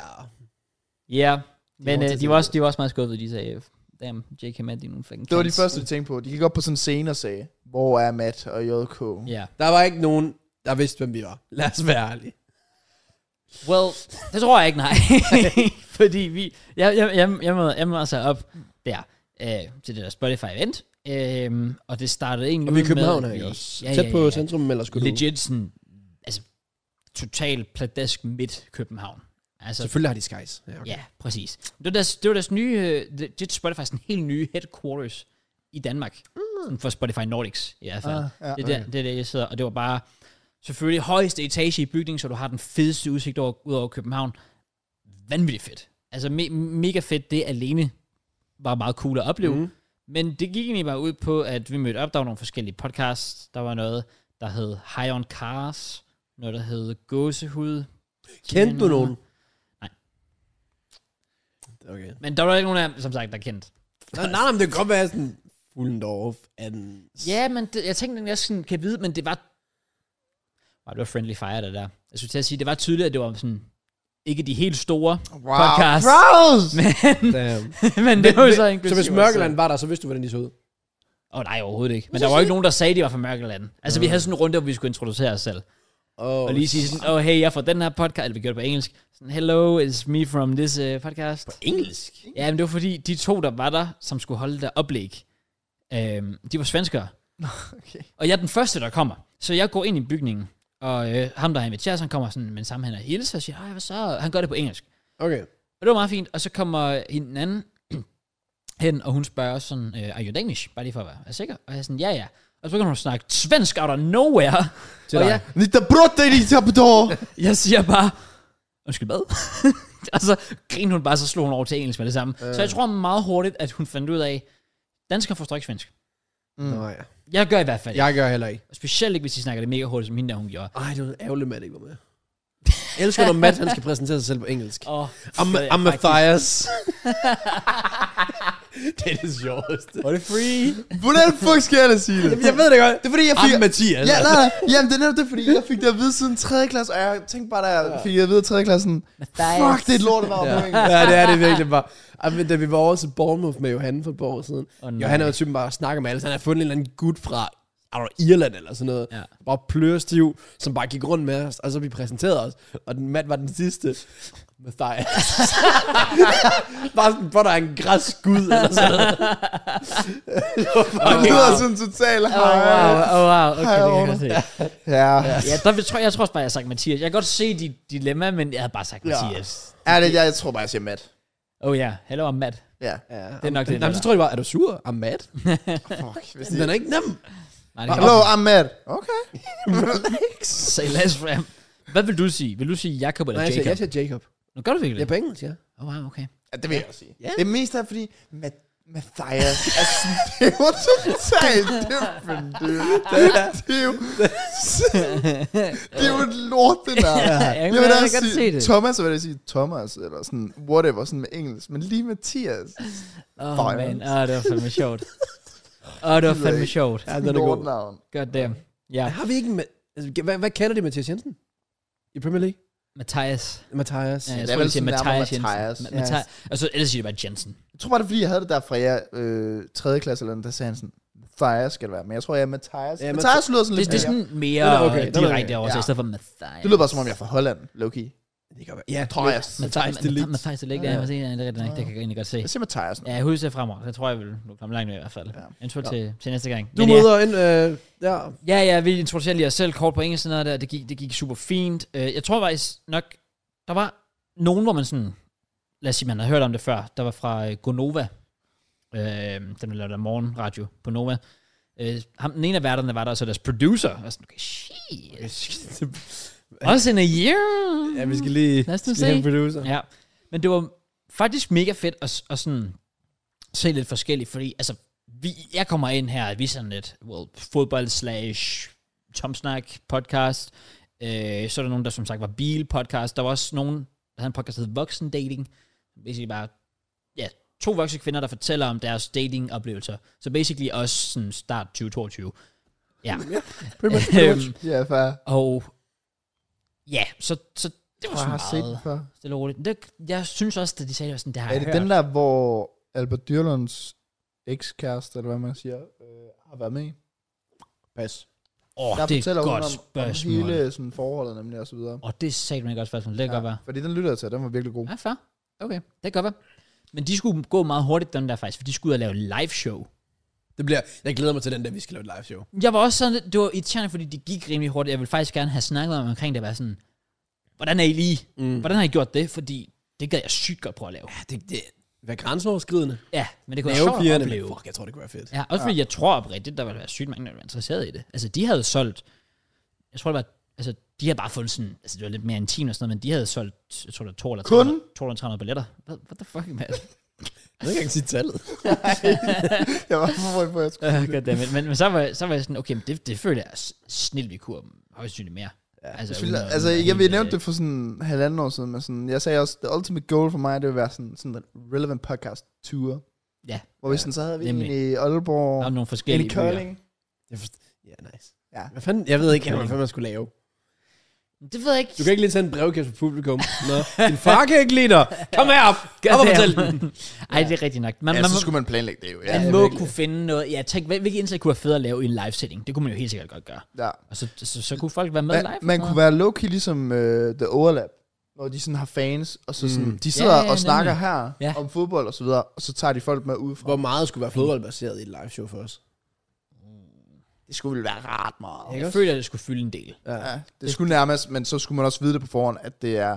Ja, men de var også meget skuffede, de sagde, damn, JK Matt, de er nogle fucking Det var de første, de tænkte på. De gik op på sådan en scene og sagde, hvor er Matt og JK? Ja. Der var ikke nogen, der vidste, hvem vi var. Lad os være ærlige. Well, det tror jeg ikke, nej. Fordi jeg må altså op der til det der Spotify-event. Og det startede egentlig og vi i København med... her, ikke også? Tæt på centrum, eller skulle legit sådan, altså, totalt pladesk midt København. Altså, selvfølgelig har de skies. Ja, okay. Ja, præcis. Det var deres nye, legit Spotify, sådan helt nye headquarters i Danmark. For Spotify Nordics, i hvert fald. Ja, det er det, jeg sidder, og det var bare selvfølgelig højeste etage i bygningen, så du har den fedeste udsigt ud over København. Vanvittigt fedt. Altså mega fedt, det alene var meget cool at opleve. Men det gik egentlig bare ud på, at vi mødte op, der var nogle forskellige podcasts. Der var noget, der hed High on Cars, noget, der hed Gåsehud. Kendte du nogen? Nej. Okay. Men der var ikke nogen af dem, som sagt, der kendte. Nej, men det kan godt være sådan Fuglendorf. Ja, men jeg tænkte, at jeg sådan kan vide, men det var friendly fire, det der. Jeg skulle til at sige, det var tydeligt, at det var sådan, ikke de helt store podcasts. Men det var jo så inklusiv. Så hvis Mørkeland var der, så vidste du, hvordan de så ud? Nej, overhovedet ikke. Men der var ikke nogen, der sagde, de var fra Mørkeland. Altså, vi havde sådan en runde, hvor vi skulle introducere os selv. Og lige sige sådan, hey, jeg er fra den her podcast, eller vi gjorde det på engelsk. Sådan, hello, it's me from this podcast. På engelsk? Ja, men det var fordi, de to, der var der, som skulle holde der oplæg, de var svenskere. Okay. Og jeg er den første, der kommer. Så jeg går ind i bygningen, og ham, der har inviteret, han kommer sådan med en sammenhæng og hilser, og siger, hvad så? Han gør det på engelsk. Okay. Og det var meget fint, og så kommer en anden hen, og hun spørger sådan, are you Danish? Bare lige for at være sikker. Og jeg er sådan, ja. Og så begynder hun at snakke svensk out of nowhere. Til og jeg siger bare, undskyld hvad? Og så griner hun bare, så slog hun over til engelsk med det samme. Så jeg tror meget hurtigt, at hun fandt ud af, danskere forstår ikke svensk. Nå ja. Jeg gør i hvert fald. Jeg gør heller ikke. Specielt ikke, hvis de snakker det mega hurtigt, som hende der, hun gjorde. Ej, det var ærgerligt, Matt ikke var med. Jeg elsker, når Matt han skal præsentere sig selv på engelsk. I'm Matthias. Det er det sjoveste. Var det free? Hvordan fuck skal jeg da sige det? Jamen, jeg ved det godt. Det er fordi, jeg fik... I'm Mathias. Ja, nej. Jamen, det er netop det, fordi jeg fik det at vide siden 3. klasse, og jeg tænkte bare, da jeg fik det at vide i 3. klassen, fuck, det er et lort, der var på engelsk. Ja, det er det virkelig bare. Men da vi var over til Bournemouth med Johan for et par år siden, Johan er jo typen bare snakker med alle, så han har fundet en eller anden gut fra Irland eller sådan noget. Ja. Bare plørestiv, som bare gik rundt med os, og så vi præsenterede os, og Matt var den sidste. Matthias. Bare sådan, hvor der er en græsskud eller sådan noget. Det lyder sådan totalt wow. Okay, det kan jeg se. Ja. Jeg tror også bare, jeg har sagt Mathias. Jeg kan godt se dit dilemma, men jeg havde bare sagt Mathias. Ja, jeg tror bare, jeg siger Matt. Hello, I'm Matt. Ja. Det er nok det. Jamen, så tror jeg bare, er du sur? I'm mad. Fuck. Den er ikke nem. Hello, I'm Matt. Okay. Relax. Say less frem. Hvad vil du sige? Vil du sige Jacob eller Jacob? Jeg siger Jacob. Nu gør du virkelig? Det er på engelsk, ja. Wow, okay. Ja, det vil jeg også sige. Ja. Det er mest af, fordi Mathias, altså, det er jo totalt different, dude. Det er jo et lort, det der. Jeg vil kan også godt se sige det. Thomas, så vil jeg sige Thomas, eller sådan, whatever, sådan med engelsk. Men lige Mathias. Man. Det var fandme sjovt. Det var fandme sjovt. Ja, den er god. Navn. God damn. Ja. Har vi ikke... Hvad kalder de Mathias Jensen? I Premier League? Mathias. Mathias. Ja, jeg Det er tror, vel de siger sådan nærmere Mathias Jensen. Mathias. Mathias. Og så ellers siger det bare Jensen. Jeg tror bare, det er, fordi jeg havde det der fra jer 3. klasse, eller der sagde han sådan, Mathias skal det være. Men jeg tror, jeg er Mathias. Ja, Mathias lyder sådan Det lidt er mere. sådan mere okay. direkte Ja. over, så i stedet for Mathias. Det lyder bare, som om jeg er fra Holland, low-key. Det kan være. Ja, Mathias. Mathias de Ligt. Mathias de Ligt, ja, det er rigtigt nok. Det kan jeg egentlig godt se. Jeg siger Mathias nu. Ja, jeg husker fremover. Det tror jeg vil komme langt med i hvert fald. Ja. Eventuelt til næste gang. Du Men møder ind der. Ja, vi introducerer lige os selv kort på engelsk, sådan noget der. Det gik super fint. Jeg tror faktisk nok, der var nogen, hvor man sådan, lad os sige, man har hørt om det før, der var fra Gonova, den der lavede morgenradio på Nova. Den ene af værterne var der, så deres producer, og sådan, okay, shit. Også in a year. Ja, vi skal lige Lad os nu have en se. producer. Ja, men det var faktisk mega fedt at sådan se lidt forskelligt, fordi altså, jeg kommer ind her, vi er sådan lidt fodbold / Tomsnak podcast, så er der nogen, der som sagt var bil podcast, der var også nogen, der havde en podcast, der hed Voksen Dating, basically bare, 2 voksne kvinder, der fortæller om deres dating-oplevelser, så basically også sådan start 2022. Ja. Pretty much. Ja, fair. Og ja, så det var Jeg har så set meget det før. stille og roligt. Jeg synes også, at de sagde, det var sådan, det har Er jeg det hørt. den der, hvor Albert Dyrlunds ekskæreste, eller hvad man siger, har været med i? Pas. Der Det er fortæller et hun godt om spørgsmål. hele sådan, forholdet nemlig og så videre. Det er sagt mig godt spørgsmål. Det kan godt være. Fordi den lytter jeg til, den var virkelig god. Ja, fair. Okay, det kan godt være. Men de skulle gå meget hurtigt, den der faktisk, for de skulle ud og lave live show. Jeg glæder mig til den der, vi skal lave et live show. Jeg var også sådan, det var irriterende, fordi de gik rimelig hurtigt. Jeg ville faktisk gerne have snakket omkring det, var sådan, hvordan er I lige? Hvordan har I gjort det? Fordi det gad jeg sygt godt prøve at lave. Ja, det hvad grænseoverskridende. Ja, men det kunne Lave jeg sjovt at pigerne, opleve. men fuck, jeg tror, det kunne være fedt. Ja, også fordi jeg tror oprigtigt, der ville være sygt mange, der var interesseret i det. Altså, de havde solgt, jeg tror det var, altså, de havde bare fundet sådan, altså det var lidt mere intimt og sådan noget, men de havde solgt, jeg tror det var 200-300 billetter. What the fuck, man? Jeg ved ikke engang sige tallet. Jeg var forberedt på, at jeg skulle Goddammit. Men så var jeg sådan, okay, men det føler jeg snildt, vi kunne højst synligt mere. Ja, Altså, altså jeg nævnte det for sådan 1,5 år siden, men sådan, jeg sagde også, the ultimate goal for mig, det vil være sådan en relevant podcast tour. Ja. Hvor vi sådan, så havde vi en nemlig. i Aalborg, Der er nogle en forskellige i Curling. Ja, nice. Ja. Hvad fanden? Jeg ved ikke, hvad fanden man skulle lave. Det ved jeg ikke. Du kan ikke lige tage en brevkasse på publikum. Nå, din far kan ikke lide dig. Kom herop. Op og fortæl den. Ej, det er rigtigt nok. Ja, så skulle man planlægge det jo. Ja. Man må kunne finde noget. Ja, tænk, hvilke indslag kunne være fedt at lave i en live setting? Det kunne man jo helt sikkert godt gøre. Ja. Og så kunne folk være med live. Man kunne være low-key ligesom The Overlap, hvor de sådan har fans, og så sådan, de sidder Ja, og snakker nemlig. her om fodbold og så videre, og så tager de folk med udefra. Hvor meget skulle være fodboldbaseret i et live show for os? Det skulle vel være ret meget. Jeg føler, at det skulle fylde en del. Ja, det skulle nærmest, men så skulle man også vide det på forhånd, at det er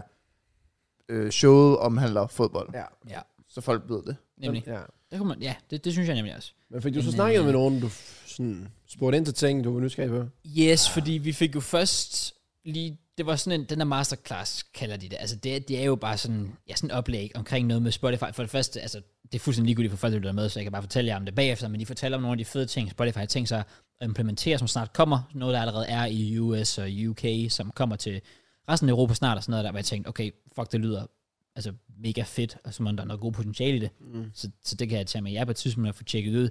showet omhandler fodbold. Ja. Ja, Så folk ved det. nemlig. Ja. Det kunne man, ja, det synes jeg nemlig også. Men fik du så Men, snakket med nogen, du sådan spurgte ind til ting, du var nysgerrig på? Yes, fordi vi fik jo først lige, det var sådan den der masterclass, kalder de det. Altså det er jo bare sådan, sådan en oplæg omkring noget med Spotify. For det første, altså det er fuldstændig ligegyldigt for folk, der lytter med, så jeg kan bare fortælle jer om det bagefter, men de fortæller om nogle af de fede ting, Spotify har tænkt sig at implementere, som snart kommer. Noget, der allerede er i US og UK, som kommer til resten af Europa snart, og sådan noget der, hvor jeg tænkte, okay, fuck, det lyder altså mega fedt, og så må der er noget god potentiale i det. Så det kan jeg tage med jer på et tidspunkt at få tjekket ud.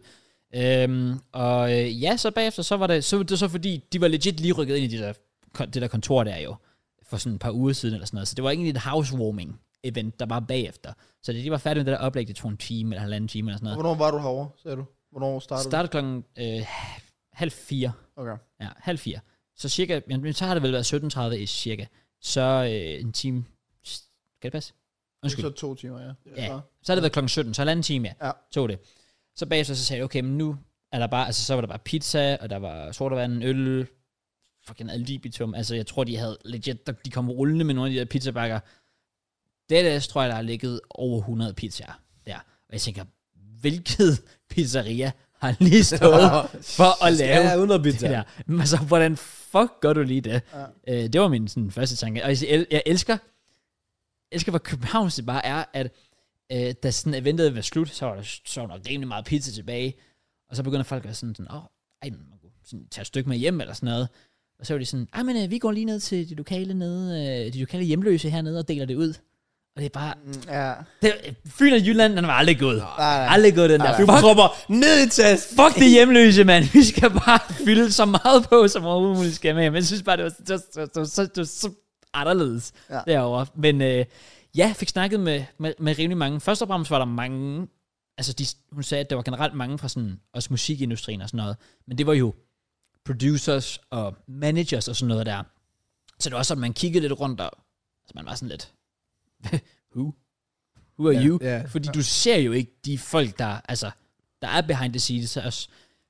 Så bagefter, så var det så fordi, de var legit lige rykket ind i det der kontor der jo, for sådan et par uger siden eller sådan noget. Så det var egentlig et housewarming event, der var bagefter. Så de var færdige med det der oplæg, det tog en time eller 1,5 time eller sådan noget. Hvornår var du herovre, sagde du? Hvornår startede Startede klokken 3:30. Okay. Ja, 3:30. Så cirka, så har det vel været 17:30 i cirka. Så en time, skal det passe? Undskyld. Så 2 timer, ja. Ja, så har det været klokken 17, så 1,5 time, Ja. tog det. Så bagefter så sagde jeg, okay, men nu er der bare, altså så var der bare pizza, og der var sodavand, øl, fucking ad libitum. Altså jeg tror, de havde legit, de kom rullende med nogle af de der pizzabakker. Det tror jeg, der har ligget over 100 pizzaer der. Og jeg tænker, hvilket pizzeria har lige stået for at lave Ja, 100 det pizza. der? Men altså, hvordan fuck gør du lige det? Ja. Det var min sådan, første tanke. Og jeg elsker, hvor Københavns det bare er, at da sådan eventet var slut, så var der rimelig meget pizza tilbage, og så begynder folk at være sådan, man kunne sådan tage et stykke med hjem, eller sådan noget. Og så var de sådan, men vi går lige ned til de lokale hjemløse hernede, og deler det ud. Og det er bare... Fyn og Jylland, den var aldrig gået. Aldrig gået, den der. Du propper ned i tast. Fuck det hjemløse, mand. Vi skal bare fylde så meget på, som overhovedet muligt skal med. Men jeg synes bare, det var så anderledes derovre. Men fik snakket med rimelig mange. Først og fremmest var der mange... Altså, hun sagde, at der var generelt mange fra sådan, også musikindustrien og sådan noget. Men det var jo producers og managers og sådan noget der. Så det var også sådan, man kiggede lidt rundt, og altså, man var sådan lidt... Who are you? Yeah. Fordi du ser jo ikke de folk, der er behind the scenes også.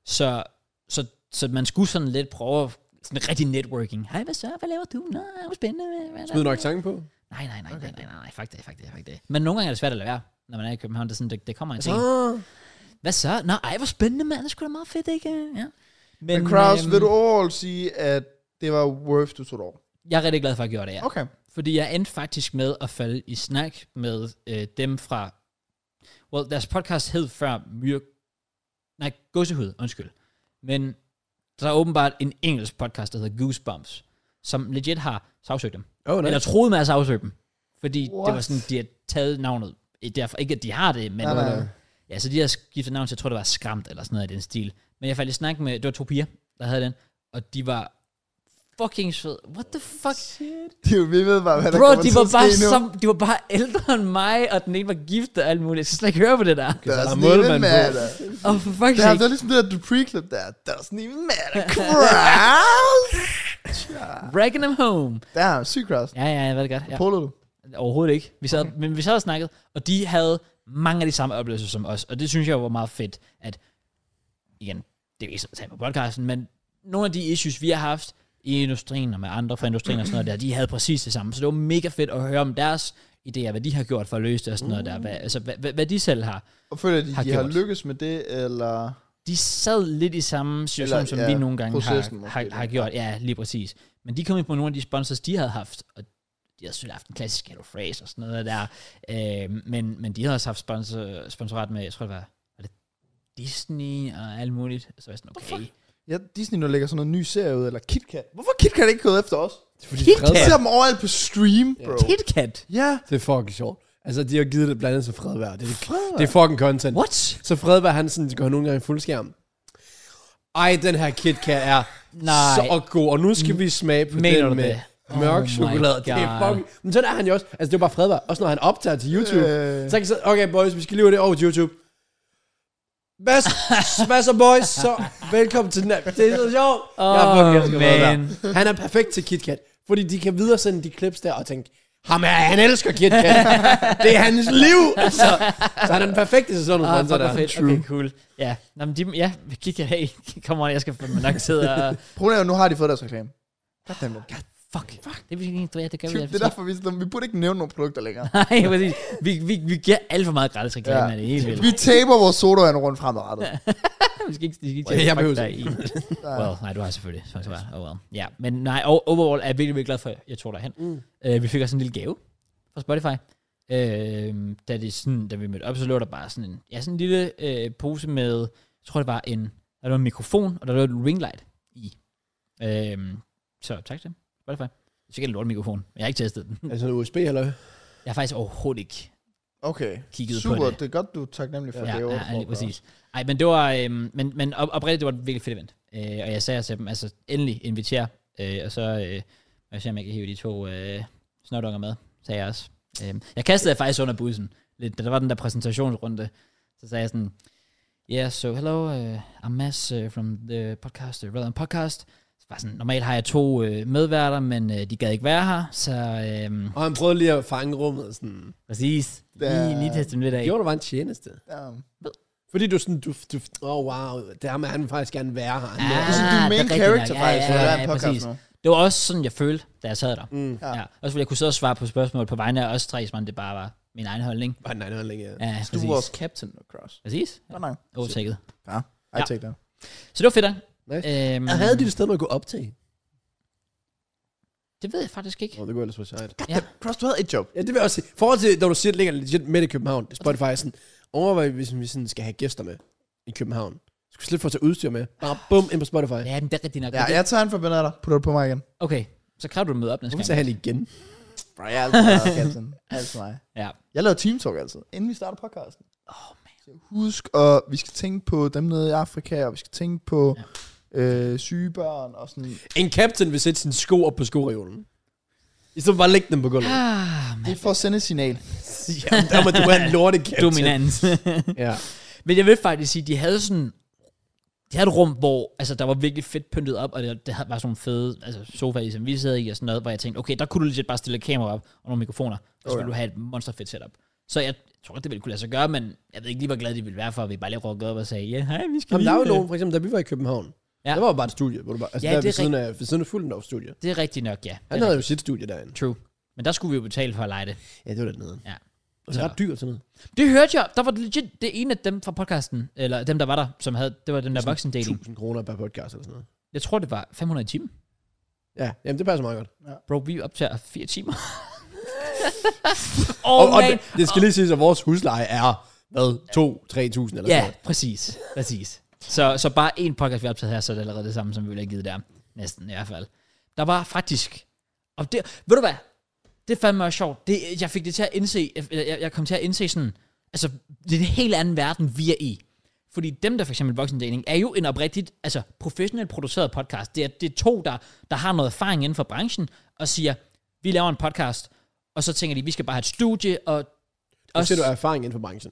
Så man skulle sådan lidt prøve sådan rigtig networking. Hej, hvad så? Hvad laver du? Nå, hvor spændende. Smid nok sange på? Nej, fuck det. Men nogle gange er det svært at lade være, når man er i København. Det, er sådan, det kommer en ting. Hvad så? Nå, hvor spændende, mand. Det er sgu da meget fedt, ikke? Ja. Men Kraus, vil du overall sige, at det var worth, du tog det over? Jeg er rigtig glad for, at jeg gjorde det, ja. Okay. Fordi jeg endte faktisk med at falde i snak med dem fra... deres podcast hed før Gåsehud, undskyld. Men der er åbenbart en engelsk podcast, der hedder Goosebumps, som legit har sagsøgt dem. Nice. Eller troede med at sagsøge dem. Fordi det var sådan, de har taget navnet. Derfor ikke, at de har det, men... Ja, så de har skiftet navn til, jeg tror, det var Skræmt, eller sådan noget i den stil. Men jeg faldt i snak med... Det var 2 piger, der havde den. Og de var... fucking sød. What the fuck? Shit. Vi ved bare, hvad der kommer til at ske nu. De var bare ældre end mig, og den ene var gift og alt muligt. Jeg skal slet ikke høre på det der. Doesn't even matter. For fuck's sake. Det er ligesom det der pre-clip der. Doesn't even matter. Kraus! Dragging them home. Damn, syg Kraus. Ja, jeg ved det godt. Ja. Prøvede du? Overhovedet ikke. Men vi sad og snakket, og de havde mange af de samme oplevelser som os. Og det synes jeg var meget fedt, at igen, det er ikke så at tage på podcasten, men nogle af de issues, vi har haft i industrien og med andre fra industrien og sådan noget der, de havde præcis det samme. Så det var mega fedt at høre om deres idéer, hvad de har gjort for at løse det og sådan noget der. Hvad de selv har og føler de har lykkes med det, eller... De sad lidt i samme situation, som vi nogle gange har gjort. Ja, lige præcis. Men de kom ind på nogle af de sponsors, de havde haft, og de havde selvfølgelig haft en klassisk Hello Fresh og sådan noget der. Men de havde også haft sponsorat med, jeg tror det var det Disney og alt muligt. Så var jeg sådan, okay... Ja, Disney nu lægger sådan noget ny serie ud, eller KitKat. Hvorfor KitKat ikke gået efter os? KitKat? Jeg ser dem overalt på stream, bro. KitKat? Ja. Det er fucking sjovt. Altså, de har givet det blandt andet til Fredberg. Det er fucking content. What? Så Fredberg, han sådan, går nogle gange i fuldskærm. Ej, den her KitKat er så god, og nu skal vi smage på den med mørk chokolade. Det er fucking... Men sådan er han jo også. Altså, det er bare Fredberg. Også når han optager til YouTube. Så kan jeg sige, okay boys, vi skal lige det over til YouTube. Hvad så boys? Så velkommen til den her. Det er så sjovt. Han er perfekt til KitKat. Fordi de kan videresende de clips der og tænke, han elsker KitKat. Det er hans liv. Så han er den perfekte til sådan nogle sponsor der. Fedt. Okay, cool. Ja, KitKat, hey, come on, jeg skal nok sidde og... Problemet er, nu har de fået deres reklame. Fuck. Det vil ikke det kan vi. Det er derfor, vi burde ikke nævne nogle produkter længere. Nej, præcis. Vi giver alt for meget gratis reklame af det hele vildt. Vi taber vores sodavand rundt fremadrettet. Vi skal ikke jeg behøver der i. Well, nej, du har selvfølgelig. Ja, men nej, overall er jeg virkelig glad for, at jeg tog derhen. Vi fik også en lille gave fra Spotify. Da vi mødte op, så lå der bare sådan en lille pose med, jeg tror det var der var en mikrofon, og der var et ringlight i. Så tak til Spotify. Det er sikkert en lortmikrofon, men jeg har ikke testet den. Altså en USB, eller? Jeg har faktisk overhovedet ikke kigget super, på det. Det er godt, du er taknemmelig for det. Ja, lige præcis. Ej, men det var, men oprettet, det var et virkelig fedt event. Og jeg sagde til dem, altså endelig inviter, og så jeg ser, om jeg kan hive de 2 snodunger med, sagde jeg også. Jeg kastede faktisk under bussen, lidt, da der var den der præsentationsrunde, så sagde jeg sådan, yeah, so hello, I'm Mads from the podcast, Relevant Podcast. Sådan, normalt har jeg 2 medværter, men de gad ikke være her, så... Og han prøvede lige at fange rummet sådan... Præcis. Lige teste dem lidt af. Jo, der var en tjeneste. Fordi du sådan... wow, det her med, han vil faktisk gerne være her. Du er main character faktisk, ja, præcis. Det var også sådan, jeg følte, da jeg sad der. Ja. Også fordi jeg kunne sidde og svare på spørgsmål på vegne af os 3, som det bare var min egen holdning. Bare din egen holdning, ja. Ja, du var vores captain, Cross. Præcis. Overtækket. Ja, I take that. Så det var fedt, nice. Havde de et sted, man kunne optage? Det ved jeg faktisk ikke. Det går ellers for sejt. Ja. Cross, du havde et job. Ja, det vil jeg også sige. Forhold til, når du siger, at det ligger legit midt i København, Spotify er sådan, overvej, hvis vi sådan skal have gæster med i København. Skal vi slippe for at tage udstyr med? Bare bum, ind på Spotify. Ja, men det er rigtigt nok. Ja, jeg tager en forbindelse af dig. Putter det på mig igen. Okay, så kræver du at møde op næste Hvorfor gang. tager han igen? Bro, jeg er altid altid mig. Ja. Jeg laver team talk altid, inden vi starter podcasten. Man. Husk, og vi skal tænke på dem nede i Afrika, og vi skal tænke på syge børn og sådan. En captain vil sætte sine sko op på skoreolen. I stedet for bare at lægge dem på gulvet. Det er for at sende et signal. Ja, der må du have en lorte captain. Dominans. Ja. Men jeg vil faktisk sige, de havde sådan... De havde et rum, hvor altså, der var virkelig fedt pyntet op, og det var sådan nogle fede sofaer, som vi sidder i, og sådan noget, hvor jeg tænkte, okay, der kunne du legit bare stille et kamera op, og nogle mikrofoner, og så ville du have et monsterfedt setup. Så jeg tror godt, det ville kunne lade sig gøre, men jeg ved ikke lige, hvor glad de ville være for, at vi bare lige rådede op og sagde, ja, hej, vi skal Jamen, lige... der er jo nogen, for eksempel, da vi var i København. Ja. Der var jo bare et studie, hvor du bare... Altså, Ja, der det er ved siden af Fuldendorf studie. Det er rigtigt nok, ja. Han havde jo sit studie derinde. True. Men der skulle vi jo betale for at lege det. Ja, det var dernede. Ja. Og det er ret dyrt sådan noget. Det hørte jeg. Der var legit det ene af dem fra podcasten, eller dem, der var der, som havde... Det var den der voksendating. 1000 kroner per podcast eller sådan noget. Jeg tror, det var 500 i timen. Ja, jamen det passer meget godt. Ja. Bro, vi optager 4 timer. Og det skal lige siges, at vores husleje er, hvad, 2-3.000 eller sådan Ja, noget. præcis. Så bare en podcast, vi har optaget her, så er det allerede det samme, som vi ville have givet der. Næsten i hvert fald. Der var faktisk... Og det, ved du hvad? Det er fandme også sjovt. Jeg fik det til at indse... Jeg kom til at indse sådan... Altså, det er en helt anden verden, vi er i. Fordi dem, der for eksempel voksendating, er jo en oprigtigt, altså professionelt produceret podcast. Det er to, der har noget erfaring inden for branchen, og siger, vi laver en podcast, og så tænker de, vi skal bare have et studie, og... Nu ser du erfaring inden for branchen.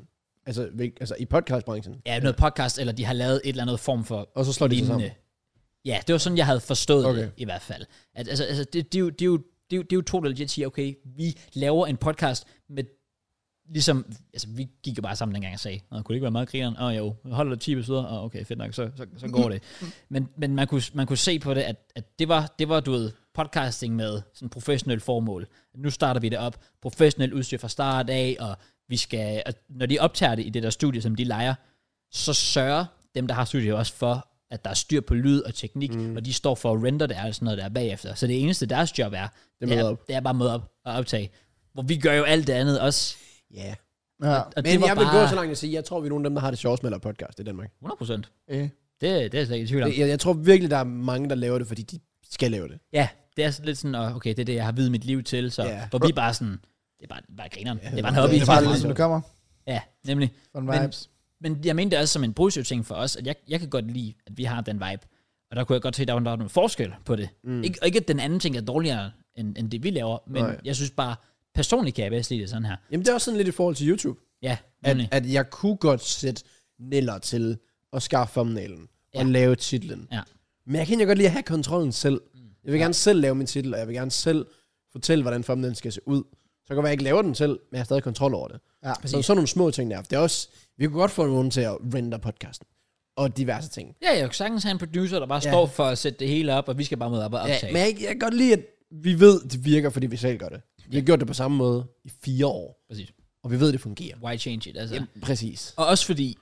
Altså i podcastbranchen. Ja, noget podcast, eller de har lavet et eller andet form for... Og så slår de sig sammen. Ja, det var sådan, jeg havde forstået Okay. det, i hvert fald. Altså det er jo to, der legit siger, okay, vi laver en podcast med, ligesom, altså vi gik jo bare sammen dengang og sagde, kunne det ikke være meget grineren? Jo, holder det 10 episoder? Okay, fedt nok, så går det. Men man kunne se på det, at det var, du ved, podcasting med sådan professionelt formål. Nu starter vi det op, professionelt udstyr fra start af, og vi skal, og når de optager det i det der studie, som de lejer, så sørger dem, der har studiet også for, at der er styr på lyd og teknik, og de står for at render det, og sådan noget der bagefter. Så det eneste, deres job er, det er bare at møde op og optage. Hvor vi gør jo alt det andet også. Ja. Ja. Og Men det var jeg vil bare gå så langt at sige, jeg tror, vi er nogle af dem, der har det sjovest med at lave podcast i Danmark. 100%. Eh. Det er jeg slet ikke i tvivl om. Jeg tror virkelig, der er mange, der laver det, fordi de skal lave det. Ja, det er sådan lidt sådan, okay, det er det, jeg har videt mit liv til, så hvor vi bare sådan, det er bare grineren. Det er bare en hobby. Det er bare ligesom det kommer. Ja, nemlig. Fun vibes. Men jeg mener det også som en positiv ting for os, at jeg kan godt lide, at vi har den vibe. Og der kunne jeg godt se, at der var noget forskel på det. Ikke at den anden ting er dårligere, end det vi laver, men jeg synes bare, personligt kan jeg bedst lide det sådan her. Jamen det er også sådan lidt i forhold til YouTube. Ja, at jeg kunne godt sætte Neller til at skaffe thumbnailen og lave titlen. Ja. Men jeg kan jo godt lide at have kontrollen selv. Jeg vil gerne selv lave min titel, og jeg vil gerne selv fortælle, hvordan thumbnailen skal se ud. Så kan jeg ikke lave den selv, men jeg har stadig kontrol over det. Ja, så sådan nogle små ting der. Det er også, vi kunne godt få nogen til at render podcasten. Og diverse ting. Ja, jeg kan sagtens have en producer, der bare står for at sætte det hele op, og vi skal bare møde op og optage. Ja, men jeg kan godt lide, at vi ved, det virker, fordi vi selv gør det. Vi har gjort det på samme måde i 4 år. Præcis. Og vi ved, det fungerer. Why change it? Altså. Ja, præcis. Og også fordi,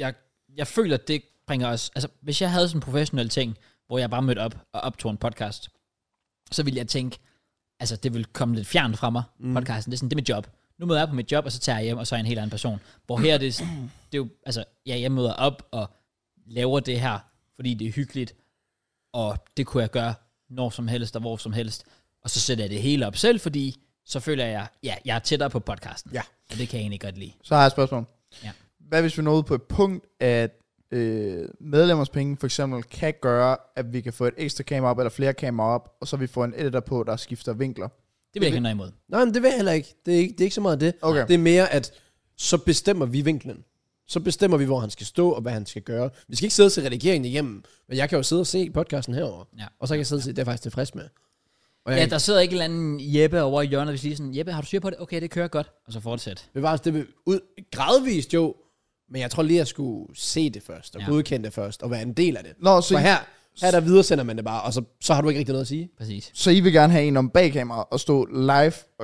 jeg føler, at det bringer os... Altså, hvis jeg havde sådan en professionel ting, hvor jeg bare mødte op og optog en podcast, så ville jeg tænke, altså det vil komme lidt fjernt fra mig, podcasten. Det er sådan, det er mit job. Nu møder jeg på mit job, og så tager jeg hjem, og så er jeg en helt anden person. Hvor her det er jo... Altså, jeg møder op og laver det her, fordi det er hyggeligt, og det kunne jeg gøre når som helst og hvor som helst. Og så sætter jeg det hele op selv, fordi så føler jeg, jeg er tættere på podcasten. Ja. Og det kan jeg egentlig godt lide. Så har jeg et spørgsmål. Ja. Hvad hvis vi nåede på et punkt, at medlemmers penge for eksempel kan gøre, at vi kan få et ekstra kamera op, eller flere kameraer op, og så vi får en editor på, der skifter vinkler? Det vil jeg ikke have noget imod. Nej, men det vil jeg heller ikke. Det er ikke så meget det. Okay. Det er mere, at så bestemmer vi vinklen. Så bestemmer vi, hvor han skal stå, og hvad han skal gøre. Vi skal ikke sidde og se redigeringen igennem, men jeg kan jo sidde og se podcasten herovre. Ja. Og så kan jeg sidde og se, det er jeg faktisk tilfreds med. Og Ja, der sidder ikke en eller anden Jeppe over i hjørnet, hvis lige sådan, Jeppe, har du styr på det? Okay, det kører godt. Og så fortsæt. det vil ud gradvist jo, men jeg tror lige, at jeg skulle se det først, og godkende det først, og være en del af det. Nå, så for her der videresender man det bare, og så har du ikke rigtig noget at sige. Præcis. Så I vil gerne have en om bag kamera og stå live? Og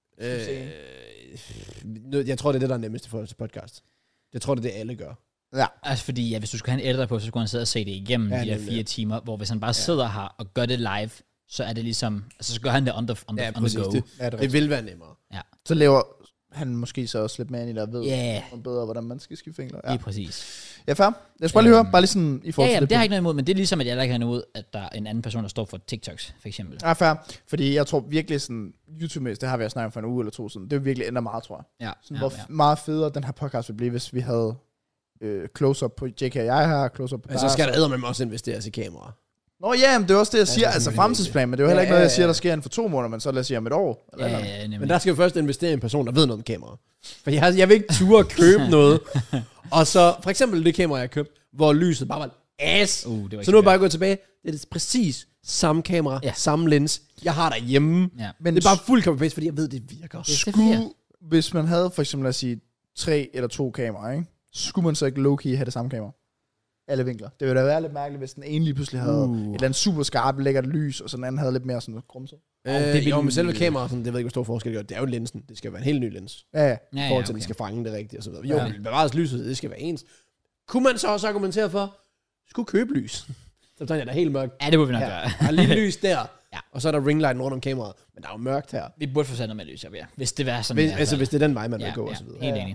Jeg tror, det er det, der er nemmest i forhold til podcast. Jeg tror, det er det, alle gør. Ja. Altså fordi, hvis du skulle have en editor på, så skulle han sidde og se det igennem de her 4 timer, hvor hvis han bare sidder her og gør det live, så er det ligesom, altså så gør han det on the go. Det vil være nemmere. Ja. Så laver han måske så også lidt mere ind i der ved, bedre, hvordan man skal skifte fingre. Ja, præcis. Ja, fair. Jeg skal bare lige høre, bare lige sådan i forhold til det har jeg ikke noget imod, men det er ligesom, at jeg ikke har noget imod, at der er en anden person, der står for TikToks, for eksempel. Ja, fair. Fordi jeg tror virkelig sådan, YouTube-mæssigt, det har vi jo snakket for en uge eller to siden, det vil virkelig ændre meget, tror jeg. Ja. Sådan, hvor meget federe den her podcast ville blive, hvis vi havde close-up på JK og jeg her, close-up på så skal der eddermame også investeres i kamera. Nå ja, men det er også det, jeg siger. Altså fremtidsplan, men det er jo heller ikke noget, jeg siger, der sker inden for 2 måneder, men så lad os sige om et år. Eller men der skal jo først investere i en person, der ved noget om kamera. For jeg vil ikke ture at købe noget. Og så, for eksempel det kamera, jeg købte, hvor lyset bare var ass. Så nu er jeg bare gået tilbage. Det er præcis samme kamera, samme lens. Jeg har derhjemme. Ja. Men det er bare fuld copy-paste, fordi jeg ved, det virker. Hvis man havde for eksempel, lad os sige, 3 eller 2 kameraer, ikke? Skulle man så ikke low-key have det samme kamera? Alle vinkler. Det ville da være lidt mærkeligt, hvis den ene lige pludselig havde et eller andet super skarpt, lækkert lys, og så den anden havde lidt mere sådan grumset. Jo, med selve kameraet, det ved jeg ikke, hvor stor forskel det gør. Det er jo linsen. Det skal være en helt ny lens. Ja. I forhold til, at den skal fange det rigtigt og så videre. Jo, men bevares lyset, det skal være ens. Kunne man så også argumentere for, skulle købe lys? Så tager jeg da helt mørkt. Ja, det må vi nok gøre. Der er lige lys der, og så er der ringlighten rundt om kameraet. Men der er jo mørkt her. Vi burde få sat noget med lys op, ja. Hvis det var sådan. Hvis det er den vej, man vil gå og så videre. Helt enig.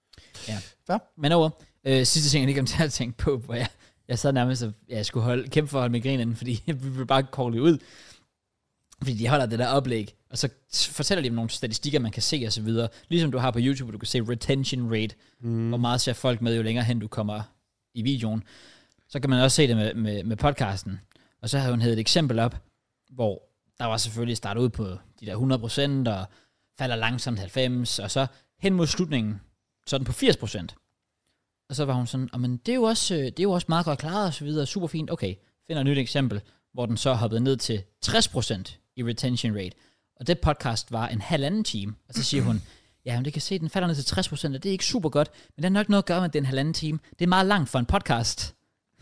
Ja. Men over. Sidste ting, jeg lige kom til at tænke på, hvor jeg sad nærmest, at jeg skulle kæmpe for at holde migrænerne, fordi vi ville bare korte ud. Fordi de holder det der oplæg, og så fortæller de om nogle statistikker, man kan se og så videre. Ligesom du har på YouTube, hvor du kan se retention rate, hvor meget ser folk med, jo længere hen du kommer i videoen. Så kan man også se det med podcasten. Og så havde hun hævet et eksempel op, hvor der var selvfølgelig startet ud på de der 100%, og falder langsomt 90%, og så hen mod slutningen, sådan på 80%. Og så var hun sådan, men det er jo også meget godt klaret og så videre, super fint. Okay, finder et nyt eksempel, hvor den så hoppede ned til 60% i retention rate. Og det podcast var en halvanden time. Og så siger hun, ja, men det kan se, den falder ned til 60%, og det er ikke super godt, men det har nok noget at gøre med, at det er en halvanden time. Det er meget langt for en podcast.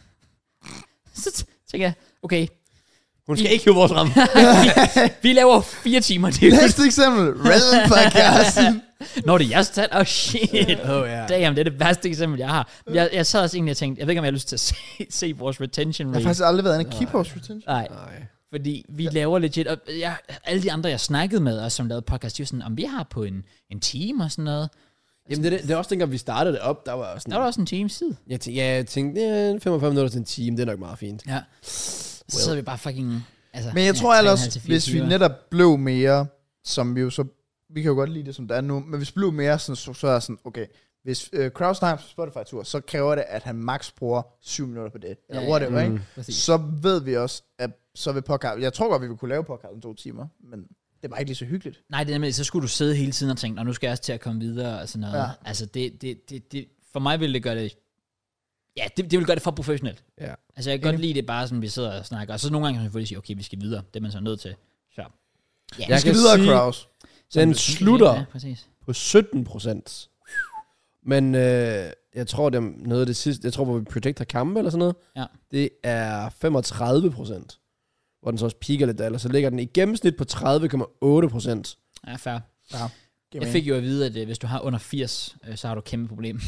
Så tænker jeg, okay. Hun skal ikke hive vores ramme. vi laver 4 timer. Næste eksempel, Red Podcast. Når det er jeres tal, shit. Damn, det er det værste eksempel, jeg har. Jeg sad også egentlig og tænkte, jeg ved ikke, om jeg har lyst til at se vores retention rate. Jeg har faktisk aldrig været inde og kigge på vores retention. Nej. Fordi vi laver legit, og alle de andre, jeg snakkede med, også som lavede podcast, de var sådan, om vi har på en time og sådan noget. Jamen det er også dengang, vi startede det op, der var også en time tid. Jeg tænkte, 45 minutter til en time, det er nok meget fint. Ja. Så sidder vi bare fucking... Altså, men jeg tror ellers, hvis vi netop blev mere, som vi jo så... Vi kan jo godt lide det, som det er nu, men hvis vi blev mere, sådan, så er jeg sådan, okay, hvis Kraus Times på Spotify-tur, så kræver det, at han max bruger 7 minutter på det. Eller whatever, ikke? Så ved vi også, at så vil podcast... Jeg tror godt, vi vil kunne lave podcasten 2 timer, men det var ikke lige så hyggeligt. Nej, det er nemlig, så skulle du sidde hele tiden og tænke, nu skal jeg også til at komme videre og sådan noget. Ja. Altså, det for mig ville det gøre det... Ja, det vil gøre det for professionelt. Ja. Altså, jeg kan godt lide det bare, sådan vi sidder og snakker. Og så nogle gange kan man selvfølgelig sige, okay, vi skal videre. Det er man så nødt til. Så. Ja. Jeg skal videre, Kraus. Den slutter på 17%. Men jeg tror, det er noget af det sidste. Jeg tror, hvor vi predicter kampe eller sådan noget. Ja. Det er 35%. Hvor den så også piker lidt, eller så ligger den i gennemsnit på 30,8%. Ja, fair. Ja. Jeg fik jo at vide, at hvis du har under 80, så har du et kæmpe problem.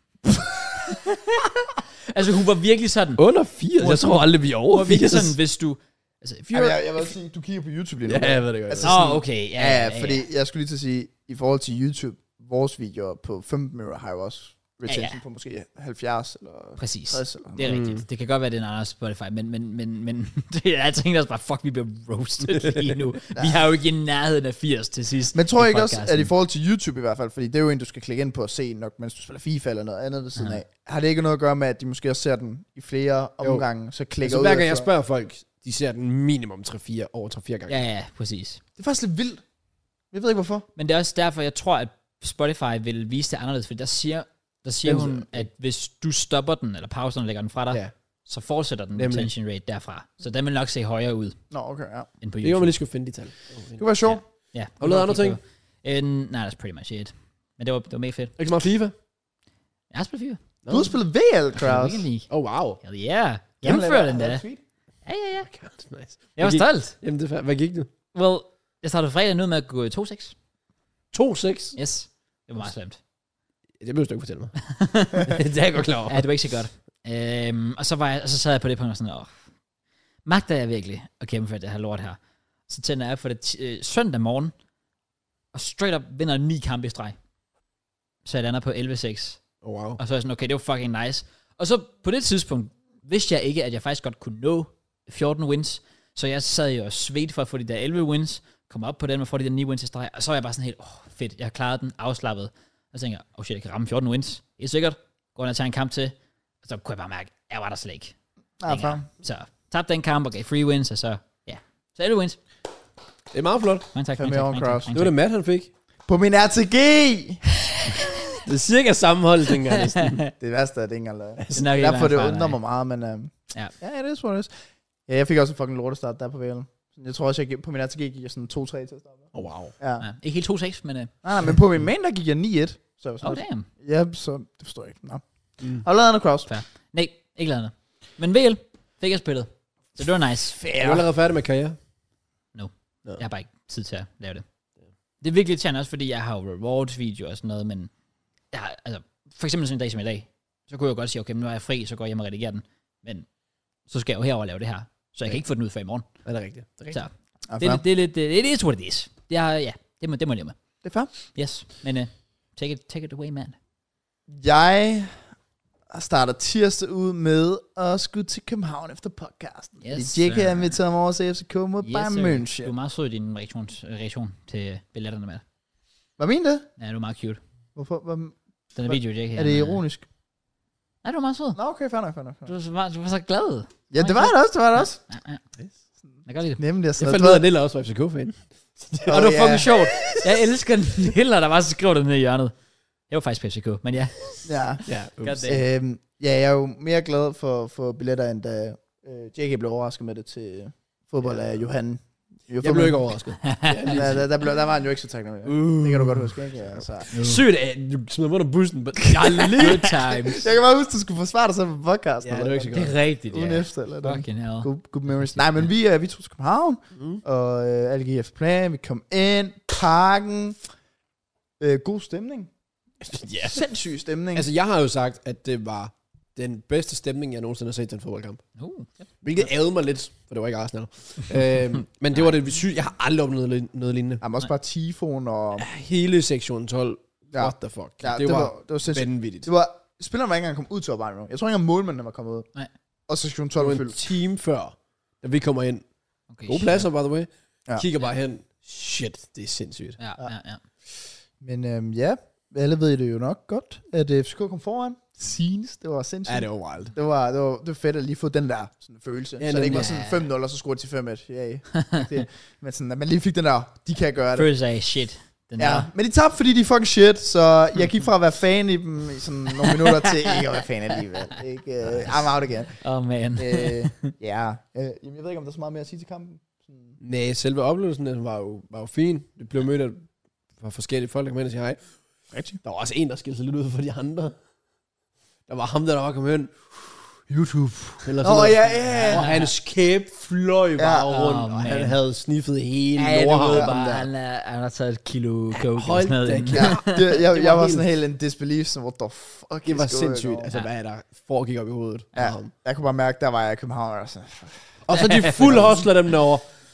Altså, hun var virkelig sådan... Under 80? Jeg tror aldrig, vi er over 80. Sådan, hvis du... Altså, jeg vil sige, du kigger på YouTube lige nu. Ja, jeg ved det godt. Altså, okay. Ja, fordi jeg skulle lige til at sige, i forhold til YouTube, vores videoer på 15 minutter har jo også retention på måske 70 eller præcis. 60 eller det er rigtigt. Det kan godt være, det er en anden Spotify, men det er, jeg tænker også bare, fuck, vi bliver roasted lige nu. Vi har jo ikke i nærheden af 80 til sidst. Men tror jeg ikke også, at i forhold til YouTube i hvert fald, fordi det er jo en, du skal klikke ind på og se nok, mens du spiller FIFA eller noget andet ved siden af. Har det ikke noget at gøre med, at de måske også ser den i flere omgange, så klikker ud? Hver gang jeg spørger folk, de ser den minimum 3-4 gange. Ja, præcis. Det er faktisk lidt vildt. Jeg ved ikke hvorfor. Men det er også derfor, jeg tror, at Spotify vil vise det anderledes, for der siger hun, at hvis du stopper den, eller pauser den og lægger den fra dig, så fortsætter den retention rate derfra. Så den vil nok se højere ud. Nå, okay, ja. End på YouTube. Det var man lige skulle finde de tal. Det var sjovt. Ja. Har du lavet andre ting? Nej, that's pretty much it. Men det var mega fedt. Ikke så meget FIFA? Jeg har spillet FIFA. Du har spillet VL, Kraus. Oh, wow. Hell yeah. Gennemført den der. Ja. Nice. Jeg var stolt. Jamen, hvad gik du? Well, jeg startede fredag nu med at gå 2-6. 2-6? Yes. Det var meget slemt. Det vil du ikke fortælle mig. Det er jeg godt klar over. Ja, det var ikke så godt. Og så sad jeg på det punkt og sådan, magter jeg virkelig at kæmpe for det her lort her? så tænder jeg for det søndag morgen, og straight up vinder 9 kampe i streg. Så jeg lander på 11-6. Wow. Og så er jeg sådan, okay, det var fucking nice. Og så på det tidspunkt, vidste jeg ikke, at jeg faktisk godt kunne nå 14 wins. Så jeg sad jo og svedte for at få de der 11 wins, komme op på den, og få de der 9 wins i streg. Og så var jeg bare sådan helt, fedt, jeg har klaret den, afslappet. Og så tænkte jeg, shit, jeg kan ramme 14 wins. Det er sikkert. Går ind og tager en kamp til. Og så kunne jeg bare mærke, jeg var der slet ikke. Så tabte den kamp og gav free wins, og så, ja. Så 11 wins. Det er meget flot. Mange tak. Det var det Matt, han fik. På min RTG! Det er cirka samme hold, tænker jeg næsten. Det værste er, det ikke engang lavet. Derfor det undrer mig meget, men... ja, det er svært. Ja, jeg fik også en fucking lortestart der på VL. Jeg tror også, på min RTG gik jeg sådan 2-3 til at starte. Wow. Ja. ikke helt 2-6, men... Nej, men på min main, der gik jeg 9-1. Så damn. Ja, så det forstår jeg ikke. Nå. Har du lavet noget cross? Fair. Nej, ikke lavet noget. Men VL fik jeg spillet. Så det var nice. Fair. Er du allerede færdig med karriere? No. Jeg har bare ikke tid til at lave det. Det er virkelig irriterende også, fordi jeg har jo rewards-videoer og sådan noget, men jeg har, altså, for eksempel sådan en dag som i dag, så kunne jeg jo godt sige, okay, nu er jeg fri, så går jeg hjem og redigerer den. Men så skal jeg jo herover lave det her. Så jeg kan ikke få den ud før i morgen. Ja, det er rigtigt. Så det er lidt, det er what it is. Det må jeg leve med. Det er fair. Yes, men take it away, man. Jeg starter tirsdag ud med at skulle til København efter podcasten. Yes, fordi JK er inviteret mig over til FCK mod Bayern München. Du er meget sød i din reaktion til billetterne, med. Hvad mener det? Ja, du er meget cute. Hvorfor? Den er video, JK. Er det ironisk? Nej, du er meget sød. Nå, okay, fair nok. Du var så glad. Ja, det var det også. Ja. Jeg kan lide det. Nemlig, jeg fandt ud af, at Nilla også var FCK-fan. Og det var fucking sjovt. Jeg elsker Nilla, der var så skrevet nede i hjørnet. Jeg var faktisk på FCK, men ja. Ja, jeg er jo mere glad for billetter, end da JK blev overrasket med det til fodbold af Johan. Jeg blev ikke overrasket. der var han jo ikke så taknemmelig. Det kan du godt huske, ikke? Altså. Sygt, du smider mig under bussen. Good times. Jeg kan bare huske, at du skulle forsvare dig selv på podcasten. Ja, det var ikke så godt. Det er rigtigt, ja. Uden efter, eller fucking hell. Good memories. Nej, men vi tog til København, og alle gik efter plan. Vi kom ind, parken. God stemning. Ja. Sindssyg stemning. Altså, jeg har jo sagt, at det var den bedste stemning, jeg nogensinde har set til en fodboldkamp. Hvilket ærede mig lidt, for det var ikke Arsenal. Men det var det sygt. Jeg har aldrig oplevet noget lignende. Jamen også bare tifon og... Hele sektion 12. Ja. What the fuck. Ja, det var sindssygt. Vanvittigt. Det var... Spillerne var ikke engang kommet ud til opvarmning. Jeg tror ikke engang målmændene var kommet ud. Nej. Og sektion 12 var fyldt. En time før, da vi kommer ind. Okay, gode pladser, by the way. Ja. Kigger bare hen. Shit, det er sindssygt. Ja. Men alle ved det jo nok godt, at FCK kom foran. Scenes, det var sindssygt. Ja, det var wild. Det var fedt at lige få den der sådan, følelse. Ja, så det ikke var sådan 5-0, og så scorede til 5-1. Ja. Men sådan, at man lige fik den der, de kan gøre det. Følelse af shit. Men de tabte, fordi de fucking shit, så jeg gik fra at være fan i dem i sådan nogle minutter til ikke at være fan alligevel. I'm out again. Oh man. Jeg ved ikke, om der er så meget mere at sige til kampen. Nej, selve oplevelsen var jo fin. Det blev mødt af forskellige folk, der kom ind og sige hej. Rigtig. Der var også en, der skilte sig lidt ud for de andre. Der var ham, der var kommet hen. YouTube. Eller sådan ja. Og hans kæbe fløj bare rundt, og han havde sniffet hele Nordhavn. Han har taget et kilo coke. Hold da jeg var sådan helt en disbelief, sådan, what the fuck. Det var sindssygt. Altså, hvad er der foregik op i hovedet? Ja, jeg kunne bare mærke, der var jeg i København. Og så de fuld hostler dem derovre.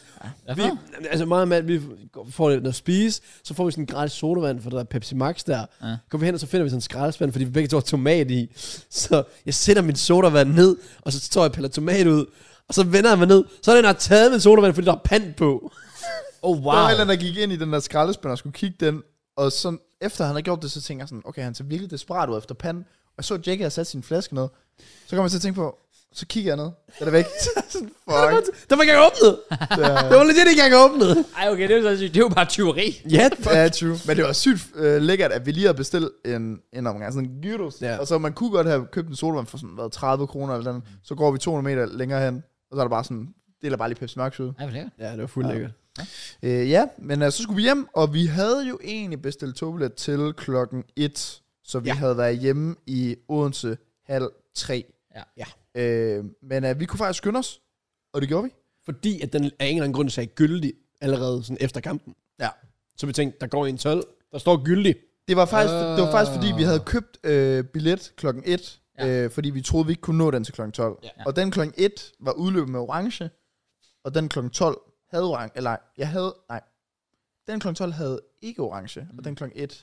Vi får lidt noget at spise, så får vi sådan en gratis sodavand, for der er Pepsi Max der. Går vi hen, og så finder vi sådan en skraldespand, fordi vi begge to har tomat i. Så jeg sætter min sodavand ned, og så står jeg og piller tomat ud, og så vender jeg mig ned, så er den har taget min sodavand, fordi der er pant på. Oh, wow. Der var en, der gik ind i den der skraldespand og skulle kigge den, og så efter han havde gjort det, så tænker jeg sådan, okay, han ser virkelig desperat ud efter panden. Og jeg så Jackie havde sat sin flaske ned. Så kommer jeg til at tænke på, så kigger jeg ned. Den er væk. Fuck. Der var ikke engang åbnet. Det var legit ikke engang åbnet. Ej, okay, det er jo så sygt. Det er jo bare tyveri. Ja, true. Men det var sygt lækkert, at vi lige havde bestilt en omgang, sådan en gyros. Ja. Og så man kunne godt have købt en sodavand for sådan 30 kroner eller den. Så går vi 200 meter længere hen, og så er der bare sådan, deler bare lige Pepsi Max ud. Ej, hvor lækkert. Ja, det var fuldt lækkert. Men så skulle vi hjem, og vi havde jo egentlig bestilt togbillet til 1:00, så vi havde været hjemme i Odense 2:30. Ja. Men vi kunne faktisk skynde os, og det gjorde vi. Fordi at den af en eller anden grund sagde gyldig allerede sådan efter kampen. Ja. Så vi tænkte, der går en 12, der står gyldig. Det var faktisk fordi, vi havde købt billet 1:00, fordi vi troede, vi ikke kunne nå den til 12:00. Ja. Og den 1:00 var udløbet med orange, og den 12:00 havde orange, eller jeg havde, nej, den kl. 12 havde ikke orange, og den kl. 1.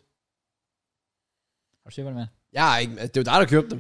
Har du set, hvad det med? Jeg er ikke, det er jo dig, der købte dem.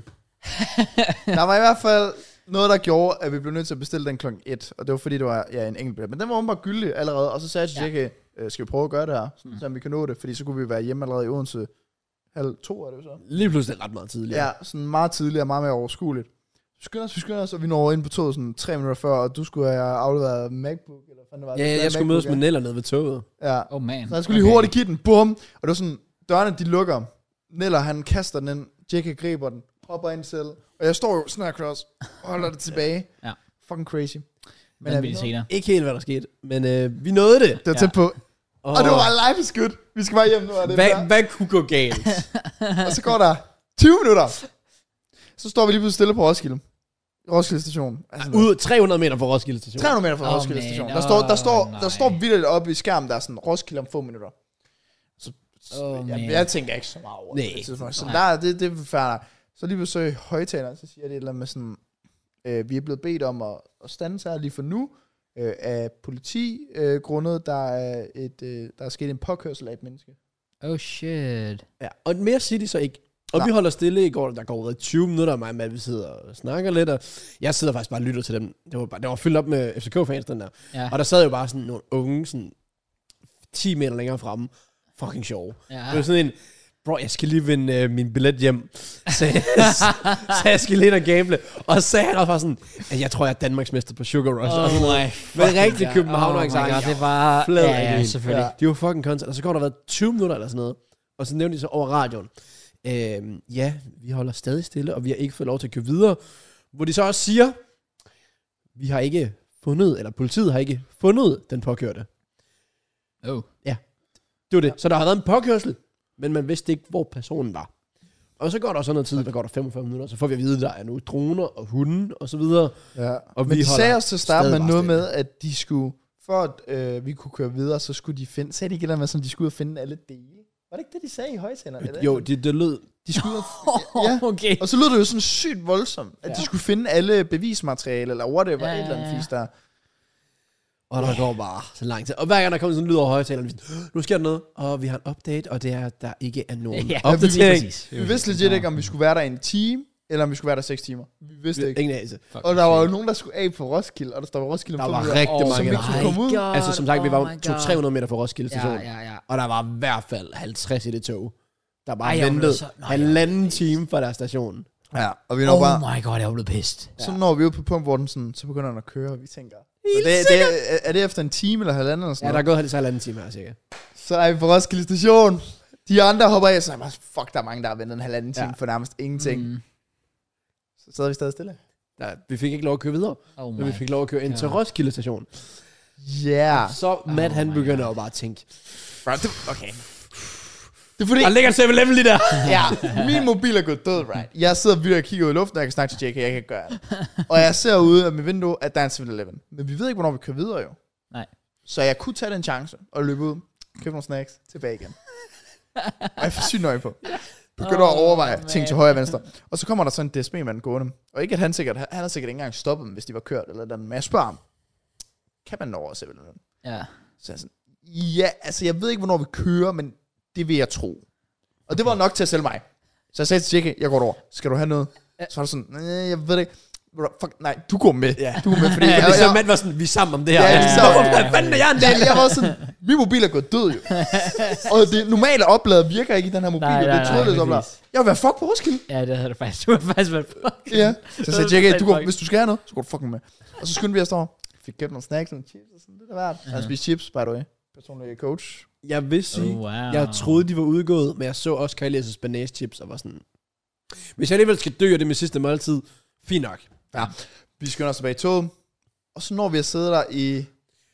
Der var i hvert fald noget, der gjorde, at vi blev nødt til at bestille den kl. 1, og det var fordi, det var en enkelt billet. Men den var bare gyldig allerede, og så sagde jeg til Jackie, skal vi prøve at gøre det her, så vi kan nå det, fordi så kunne vi være hjemme allerede i Odense 1:30, er det jo så? Lige pludselig ret meget tidligere. Ja, sådan meget tidligere, meget mere overskueligt. Vi skynder os, og vi når ind på toget sådan 3 minutter før, og du skulle have afleveret MacBook, eller hvad det var. Ja, jeg skulle mødes med Neller nede ved toget. Ja. Oh man. Så jeg skulle lige hurtigt give den, bum, og det var sådan, dørene de lukker, Neller han kaster den ind, Jackie griber den, hopper ind selv, og jeg står jo sådan her cross, og holder det tilbage. Ja. Fucking crazy. Men vi senere. Ikke helt, hvad der skete, men vi nåede det. Det var tæt på. Og det var life is good. Vi skal bare hjem nu af det der. Hvad kunne gå galt? Og så går der 20 minutter. Så står vi lige pludselig stille på Roskilde station. Altså Ud 300 meter fra Roskilde station. 300 meter fra Roskilde station. Der står vildt oppe i skærmen, der er sådan Roskilde om få minutter. Så jeg tænker ikke så meget over det. Så det er færdigt. Så lige ved højtaleren, så siger det et eller andet med sådan, vi er blevet bedt om at stands her lige for nu, af politi, grundet, der er sket en påkørsel af et menneske. Oh shit. Ja, og mere siger de så ikke. Og vi holder stille i går, der går 20 minutter af mig, med at vi sidder og snakker lidt, og jeg sidder faktisk bare og lytter til dem. Det var fyldt op med FCK-fans, den der. Ja. Og der sad jo bare sådan nogle unge, sådan 10 meter længere fremme. Fucking sjov. Ja. Det var sådan en, bro, jeg skal lige vinde min billet hjem. Så jeg skal lige ind og gamble. Og så sagde han også bare sådan, at jeg tror, jeg er Danmarksmester på Sugar Rush. Oh my men rigtig København, og det var flad ja, selvfølgelig. Ja. De var fucking content. Og så går der 20 minutter eller sådan noget. Og så nævnte de så over radioen. Ja, vi holder stadig stille, og vi har ikke fået lov til at køre videre. Hvor de så også siger, vi har ikke fundet, eller politiet har ikke fundet den påkørte. Oh. Ja, det var det. Så der har været en påkørsel, men man vidste ikke, hvor personen var. Og så går der sådan noget tid, der går der 45 minutter, så får vi at vide, at der er nu droner og hunde og så videre. Ja. Og men de sagde også til at starte med noget med, at de skulle, for at vi kunne køre videre, så skulle de finde, sagde de ikke noget med, at de skulle ud og finde alle dele? Var det ikke det, de sagde i højtalerne? Jo, det lød. De skulle ja. Okay. Og så lød det jo sådan sygt voldsomt, at de skulle finde alle bevismateriale, eller whatever, et eller andet fisk der. Og der går bare så lang tid. Og hver gang der kommer sådan en lyd over højtalerne, nu sker der noget, og vi har en update, og det er, at der ikke er nogen opdatering. Vi vidste legit ikke, om vi skulle være der en time, eller om vi skulle være der 6 timer. Vi vidste ikke. Ingen anelse. Og der var jo nogen, der skulle af på Roskilde, og der stod Roskilde om 5 minutter. Der var rigtig mange, som ikke komme ud. Altså som sagt, vi var 200-300 meter fra Roskilde station. Ja. Og der var i hvert fald 50 i det tog. Der bare ventede halvanden time fra der stationen. Ja, og vi når bare... Oh my god, jeg er blevet pissed. Så når vi ud på punkt, hvor den sådan, så begynder den at køre, og vi tænker... Er det efter en time eller halvanden eller sådan noget? Ja, der er gået halvanden time her, sikkert. Så er vi på Roskilde station. De andre hopper af, så er bare, fuck, der er mange, der har ventet en halvanden time for nærmest ingenting. Så sad vi stadig stille. Ja, vi fik ikke lov at køre videre, men vi fik lov at køre ind til Roskilde station. Ja. Yeah. Så Matt, han begynder jo bare at tænke, okay. Det er fordi... Der ligger 7-Eleven lige der. Ja, min mobil er gået død, right? Jeg sidder virkelig og kigger ud i luften, og jeg kan snakke til JK, jeg kan ikke gøre det. Og jeg ser ude af mit vindue, at der er en 7-Eleven. Men vi ved ikke, hvornår vi kører videre jo. Nej. Så jeg kunne tage den chance og løbe ud, købe nogle snacks, tilbage igen. Og jeg får sygt nøje på. Begynder at overveje ting til højre og venstre. Og så kommer der sådan en DSB-mand gående. Og ikke at han har sikkert ikke engang stoppet dem, hvis de var kørt eller den. Men jeg spørger ham, kan man nå over 7-Eleven? Ja. Så jeg sådan, ja, altså jeg ved ikke, hvornår vi kører, men det vil jeg tro. Og det var nok til at sælge mig. Så jeg sagde til Jackie, jeg går over. Skal du have noget? Så var det sådan, jeg ved det ikke. Fuck, nej, du går med. Ja. Du går med, fordi... så Matt var sådan, vi er sammen om det her. Hvad fanden er jeg en dag? Jeg var sådan, min mobil er gået død jo. Og det normale oplader virker ikke i den her mobil. Det er trådløst oplader. Jeg vil være fuck på Roskilde. Ja, det havde du faktisk. Du har faktisk været fuck. Ja. Så jeg sagde Jackie, hvis du skal have noget, så går du fucking med. Og så skyndte vi at stå. Fik købt nogle snacks og chips og sådan. Det er værd. Jeg har spist chips, by the way. Personlig coach. Jeg vil sige, jeg troede, de var udgået, men jeg så også Kajles' banæschips og var sådan, hvis jeg alligevel skal dø af det med sidste måltid, fint nok. Ja. Vi skynder os tilbage i toget, og så når vi at sidde der i...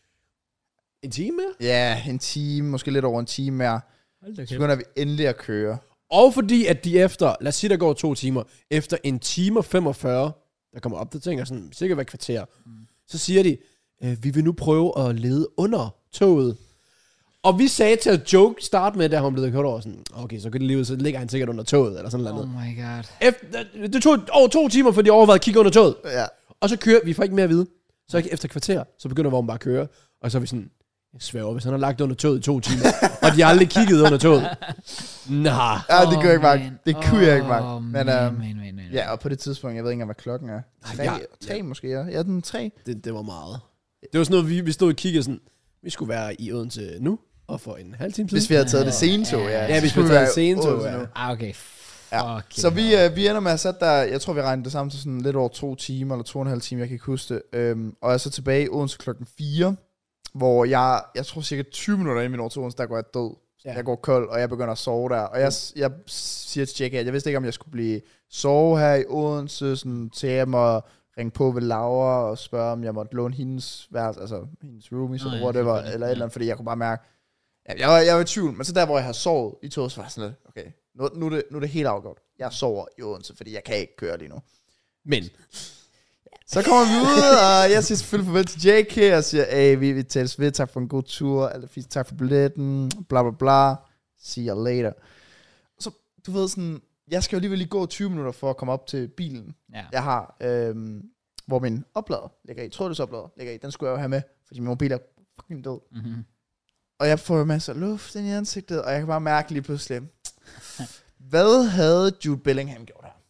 En time mere? Ja, en time, måske lidt over en time mere. Så begynder vi endelig at køre. Og fordi at de efter, lad os sige, der går 2 timer, efter 1 time og 45, der kommer opdateringer, sådan sikkert hver kvarter, så siger de, vi vil nu prøve at lede under toget. Og vi sagde til at joke, start med, da hun blev kørt over, sådan, okay, så kan det lige ud, så ligger han sikkert under toget, eller sådan noget. Oh my god. Det tog over 2 timer, for de overvejede at kigge under toget. Ja. Og så kører vi, får ikke mere at vide. Så efter kvarter, så begynder vognen bare at køre. Og så er vi sådan, jeg sværger, hvis han har lagt under toget i 2 timer, og de har aldrig kigget under toget. Nej. Ja, det kunne jeg ikke mærke. Det kunne jeg ikke mærke. Men man. ja, og på det tidspunkt, jeg ved ikke engang, hvad klokken er. 3 måske, ja. Ja, den 3. Det var meget. Det var sådan noget, vi stod og kiggede sådan, vi skulle være i Odense nu, og for en halv time siden. Hvis vi havde taget det senetog, ja. Ja, hvis vi havde taget det senetog, ja. Ah, okay. Ja. Så vi ender med at sætte der, jeg tror vi regnede det sammen til sådan lidt over 2 timer, eller 2,5 timer, jeg kan ikke huske det. Og jeg er så tilbage i Odense klokken 4, hvor jeg tror cirka 20 minutter inden min år til Odense, der går jeg død. Ja. Jeg går kold, og jeg begynder at sove der. Og jeg siger til Jackie, at jeg vidste ikke, om jeg skulle blive sove her i Odense, sådan til jeg må ringe på ved Laura og spørge, om jeg måtte låne hendes værelse, altså hendes roomies, eller whatever, eller et eller andet, fordi jeg kunne bare mærke, ja, jeg var i tvivl, men så der, hvor jeg har sovet i toget, så var jeg sådan lidt, okay, nu er det helt afgjort. Jeg sover i Odense, fordi jeg kan ikke køre lige nu. Men så kommer vi ud, og jeg siger selvfølgelig farvel til JK, og siger, hey, vi tales ved, tak for en god tur, alt fint, tak for billetten, bla bla bla, see you later. Så, du ved sådan, jeg skal jo alligevel lige gå 20 minutter for at komme op til bilen, jeg har, hvor min oplader ligger i, trådløsoplader ligger i, den skulle jeg jo have med, fordi min mobil er fucking død. Mm-hmm. Og jeg får masser af luft ind i ansigtet, og jeg kan bare mærke lige pludselig, hvad havde Jude Bellingham gjort her?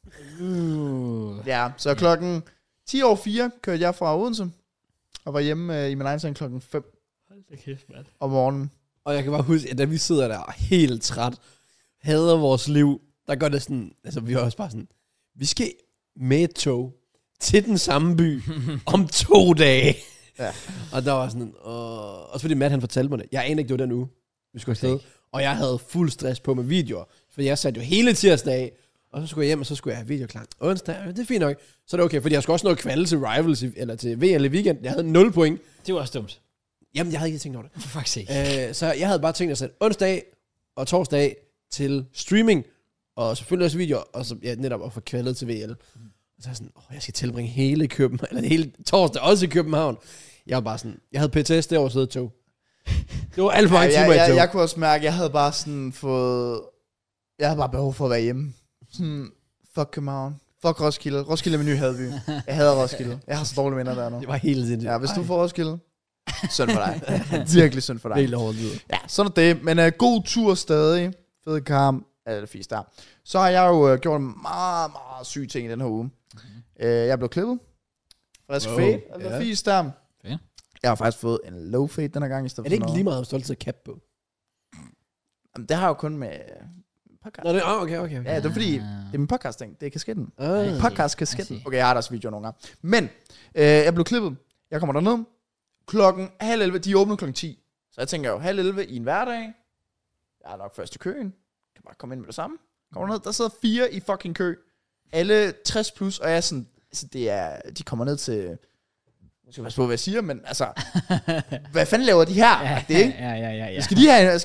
Ja, så klokken 4:10 kørte jeg fra Odense, og var hjemme i min egen seng klokken 5 om morgenen. Og jeg kan bare huske, at da vi sidder der helt træt, hader vores liv, der gør det sådan, altså vi er også bare sådan, vi skal med et tog til den samme by om 2 dage. Ja. Og der var sådan, også fordi Matt han fortalte mig det, jeg anede ikke, det var den uge, vi skulle afsted, og jeg havde fuld stress på med videoer, for jeg satte jo hele tirsdag, og så skulle jeg hjem, og så skulle jeg have video klar. Onsdag, det er fint nok. Så er det okay, fordi jeg skulle også nå kvalde til Rivals, eller til VL i weekend. Jeg havde 0 point. Det var også dumt. Jamen, jeg havde ikke tænkt over det. For fuck's sake. Så jeg havde bare tænkt at sætte onsdag og torsdag til streaming, og selvfølgelig også videoer, og så netop at få kvaldet til VL. Og så er jeg sådan, jeg skal tilbringe hele København, eller hele torsdag også i København. Jeg var bare sådan, jeg havde PTS det år siddet i tog. Det var alt for mange timer i tog. Jeg kunne også mærke, jeg havde bare sådan fået, jeg havde bare behov for at være hjemme. Sådan, fuck København. Fuck Roskilde. Roskilde er min nye hadby. Jeg hader Roskilde. Jeg har så dårlige venner der nu. Det var helt sindssygt. Ja, hvis du får Roskilde, synd for dig. Virkelig synd for dig. Helt overlevet. Ja, sådan er det. Men god tur stadig. Fed kamp. Ja, det fisk der. Så har jeg jo gjort en meget, meget syg ting i den her uge. Jeg er blevet klippet. Frisk fade. Det er fisk der. Jeg har faktisk fået en low fade den her gang. I stedet er det ikke lige meget stolt til cap på? Jamen, det har jeg jo kun med podcast. Nå, det, okay. Ja, det er fordi, det er min podcast-ting. Det er kasketten. Podcast-kasketten. Okay, jeg har deres video nogle gange. Men, jeg blev klippet. Jeg kommer derned. 10:30. De åbner 10:00. Så jeg tænker jo, 10:30 i en hverdag. Jeg er nok først i køen. Kan bare komme ind med det samme. Kommer ned. Der sidder 4 i fucking kø. Alle 60 plus, og jeg er sådan, altså det er, de kommer ned til, jeg skal passe på, hvad jeg siger, men altså, hvad fanden laver de her? Ja, det, ikke? Ja. Skal de have,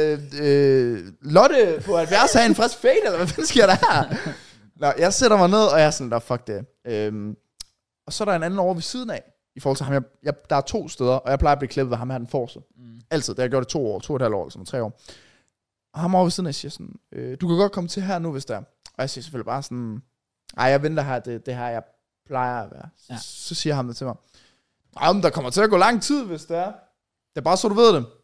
Lotte på 70 have en frisk fade, eller hvad fanden sker der her? Nå, jeg sætter mig ned, og jeg er sådan, fuck det. Og så er der en anden over ved siden af, i forhold til ham, der er 2 steder, og jeg plejer at blive klippet ved ham her den forreste. Altid, det har jeg gjort det 2 år, 2,5 år, eller sådan 3 år. Og ham over ved siden af siger sådan, du kan godt komme til her nu, hvis der er. Og jeg siger selvfølgelig bare sådan, jeg venter her, det her, jeg plejer at være. Ja. Så siger han det til mig. Men der kommer til at gå lang tid, hvis det er. Det er bare så, du ved det.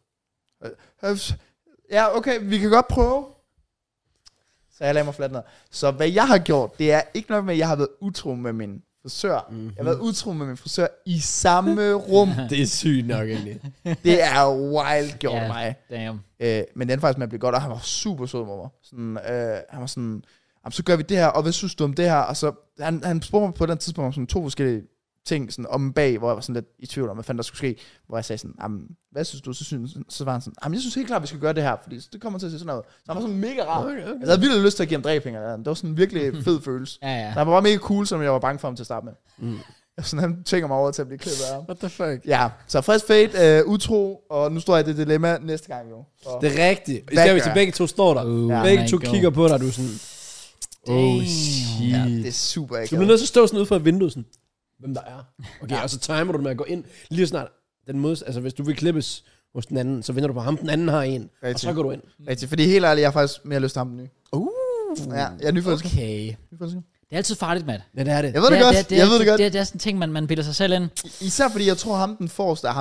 Ja, okay, vi kan godt prøve. Så jeg lader mig fladt ned. Så hvad jeg har gjort, det er ikke nok med, at jeg har været utro med min frisør. Mm-hmm. Jeg har været utro med min frisør i samme rum. Det er sygt nok egentlig. Det er wild gjort mig. Damn. Men den faktisk med at blive godt, og han var super sød med mig. Sådan, han var sådan, så gør vi det her, og hvad synes du om det her? Og så, han spurgte mig på den tidspunkt om sådan 2 forskellige ting sådan om bag, hvor jeg var sådan lidt i tvivl om, hvad fanden der skulle ske. Hvor jeg sagde sådan, hvad synes du? Så var han sådan, jeg synes helt klart, vi skal gøre det her, fordi det kommer til at se sådan noget. Så han var sådan mega rar. Okay. Jeg havde vildt lyst til at give ham drejepenge. Det var sådan en virkelig fed følelse. Ja. Han var bare mega cool, som jeg var bange for ham til at starte med. Sådan, han tænker mig over til at blive klippet af ham. What the fuck? Ja, så frisk fade, utro, og nu står jeg i det dilemma næste gang jo. Så. Det er rigtigt. Især hvis begge 2 står der. Begge 2 kigger på dig, du er sådan, shit. Ja, det er super ikke. Du bliver nødt til at stå sådan ude for et vindue, sådan, hvem der er. Okay, og så timer du med at gå ind lige snart. Den måde, altså hvis du vil klippes hos den anden, så vender du på ham, den anden har en, og så går du ind. Rigtig, fordi helt ærligt, jeg har faktisk mere lyst til ham den nye. Ja, jeg er nyforelsket. Okay. Det er altid farligt, Matt. Ja, det er det. Jeg ved det godt. Det er sådan en ting, man bilder sig selv ind. Især fordi jeg tror, ham den forreste er ham, der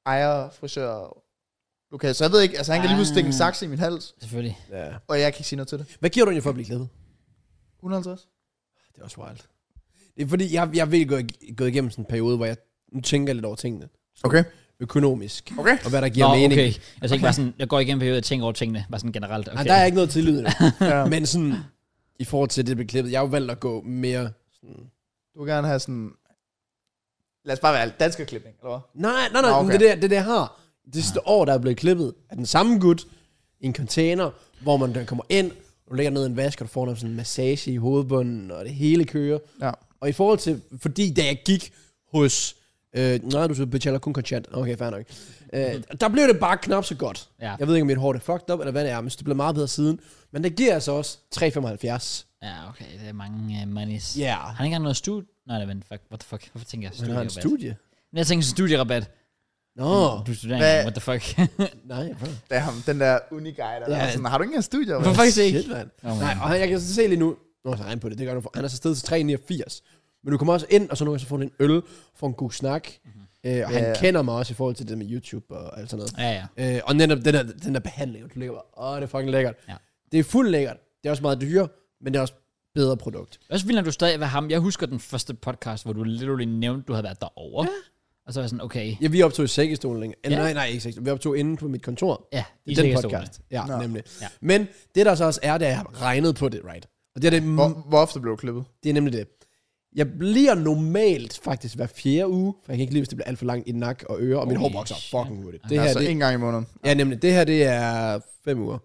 ejer frisør lokalt. Så jeg ved ikke, altså han kan lige pludselig stikke en saks i min hals, Selvfølgelig. Ja. og jeg kan ikke sige noget til det. Hvad giver du egentlig for at blive klippet? 150? Det er også wild. Det er fordi, jeg vil gå igennem sådan en periode, hvor jeg nu tænker lidt over tingene. Okay. Økonomisk. Okay. Og hvad der giver mening. Okay. Jeg tænker bare sådan, jeg går igennem periode og tænker over tingene, bare sådan generelt. Okay. Nej, der er ikke noget tillid nu. Ja. Men sådan, i forhold til det, der bliver klippet, jeg har jo valgt at gå mere sådan... Du vil gerne have sådan... Lad os bare være dansk klipning, eller hvad? Nej, okay. men det jeg har. Det sidste år, der er blevet klippet af den samme gut i en container, hvor man kommer ind, og du lægger ned i en vask, og du får sådan en massage i hovedbunden, og det hele kører. Ja. Og i forhold til, fordi da jeg gik hos... nej, du betaler kun kontant. Okay, fair nok. Der blev det bare knap så godt. Ja. Jeg ved ikke, om mit hår er fucked up, eller hvad det er, men det blev meget bedre siden. Men det giver altså også 3,75. Ja, okay, det er mange monies. Ja. Har han ikke engang noget studie? Nej, men fuck, what the fuck? Hvorfor tænker jeg Han har en studierabat? studie. Men jeg tænker studie-rabat. Nå. Du studerer Hvad? ikke, what the fuck? Nej, fair. Det er ham, den der uniguide, der Ja. er sådan, har du ikke engang studier? Hvorfor faktisk ikke? Shit, man. Oh, Nej, og jeg kan så se lige nu, nu har jeg på det, det gør du for. Han er så stedet til 3,89. Men du kommer også ind, og så nogle gange så får du en øl, får en god snak. Og han kender mig også i forhold til det med YouTube og alt sådan noget. Ja. Og netop den der behandling, du ligger bare, det er fucking lækkert. Ja. Det er fuldt lækkert. Det er også meget dyrt, men det er også bedre produkt. Det er også vildt, at du stadig var ham. Jeg husker den første podcast, hvor du literally nævnte, du havde været derovre. Ja. Og så var jeg sådan, okay. Ja, vi optog i sækkestolen. Ja. Nej, ikke sækkestolen. Vi optog inde på mit kontor. Ja, I den podcast. Ja, Nå. nemlig. Ja. Men det der så også er, det er, at jeg har regnet på det, right? Og det er, Hvor ofte blev du klippet? det er nemlig det. Jeg bliver normalt faktisk hver 4. uge, for jeg kan ikke lide, hvis det bliver alt for langt i nak og øre, og min hår vokser fucking hurtigt. Det her, Altså det, en gang i måneden. ja, nemlig. Det her, det er 5 uger.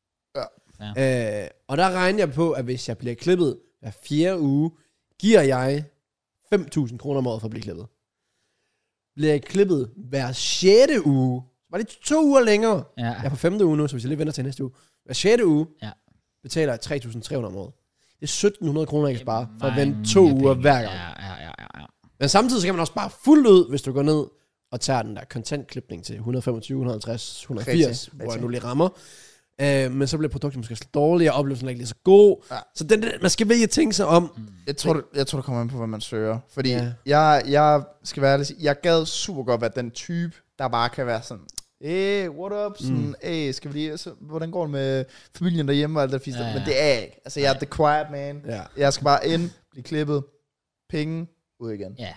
Ja. Og der regner jeg på, at hvis jeg bliver klippet hver 4. uge, giver jeg 5.000 kroner om året for at blive klippet. Bliver jeg klippet hver 6. uge, så var det 2 uger længere. Ja. Jeg er på 5. uge nu, så hvis jeg lige venter til næste uge. Hver 6. uge Ja. betaler jeg 3.300 om året. Det er 1.700 kroner, jeg kan spare, for at Mange vente 2 uger penge. hver gang. Ja. Men samtidig så kan man også bare fuldt ud, hvis du går ned og tager den der kontantklipning til 125, 150, 180, Rigtig. hvor jeg nu lige rammer. Men så bliver produktet måske lidt dårligere, og oplevelsen er ikke lige så god. Ja. Så man skal virkelig tænke sig om. Jeg tror, det kommer an på, hvad man søger. Fordi Ja. jeg skal være ærlig, jeg gad super godt være den type, der bare kan være sådan, hey, what up? Sådan, hey, skal vi lige, så, hvordan går det med familien derhjemme og alt det fisk? Ja. Men det er jeg ikke. Altså, jeg er the quiet man. Ja. Jeg skal bare ind, blive klippet, penge, ud igen. Ja.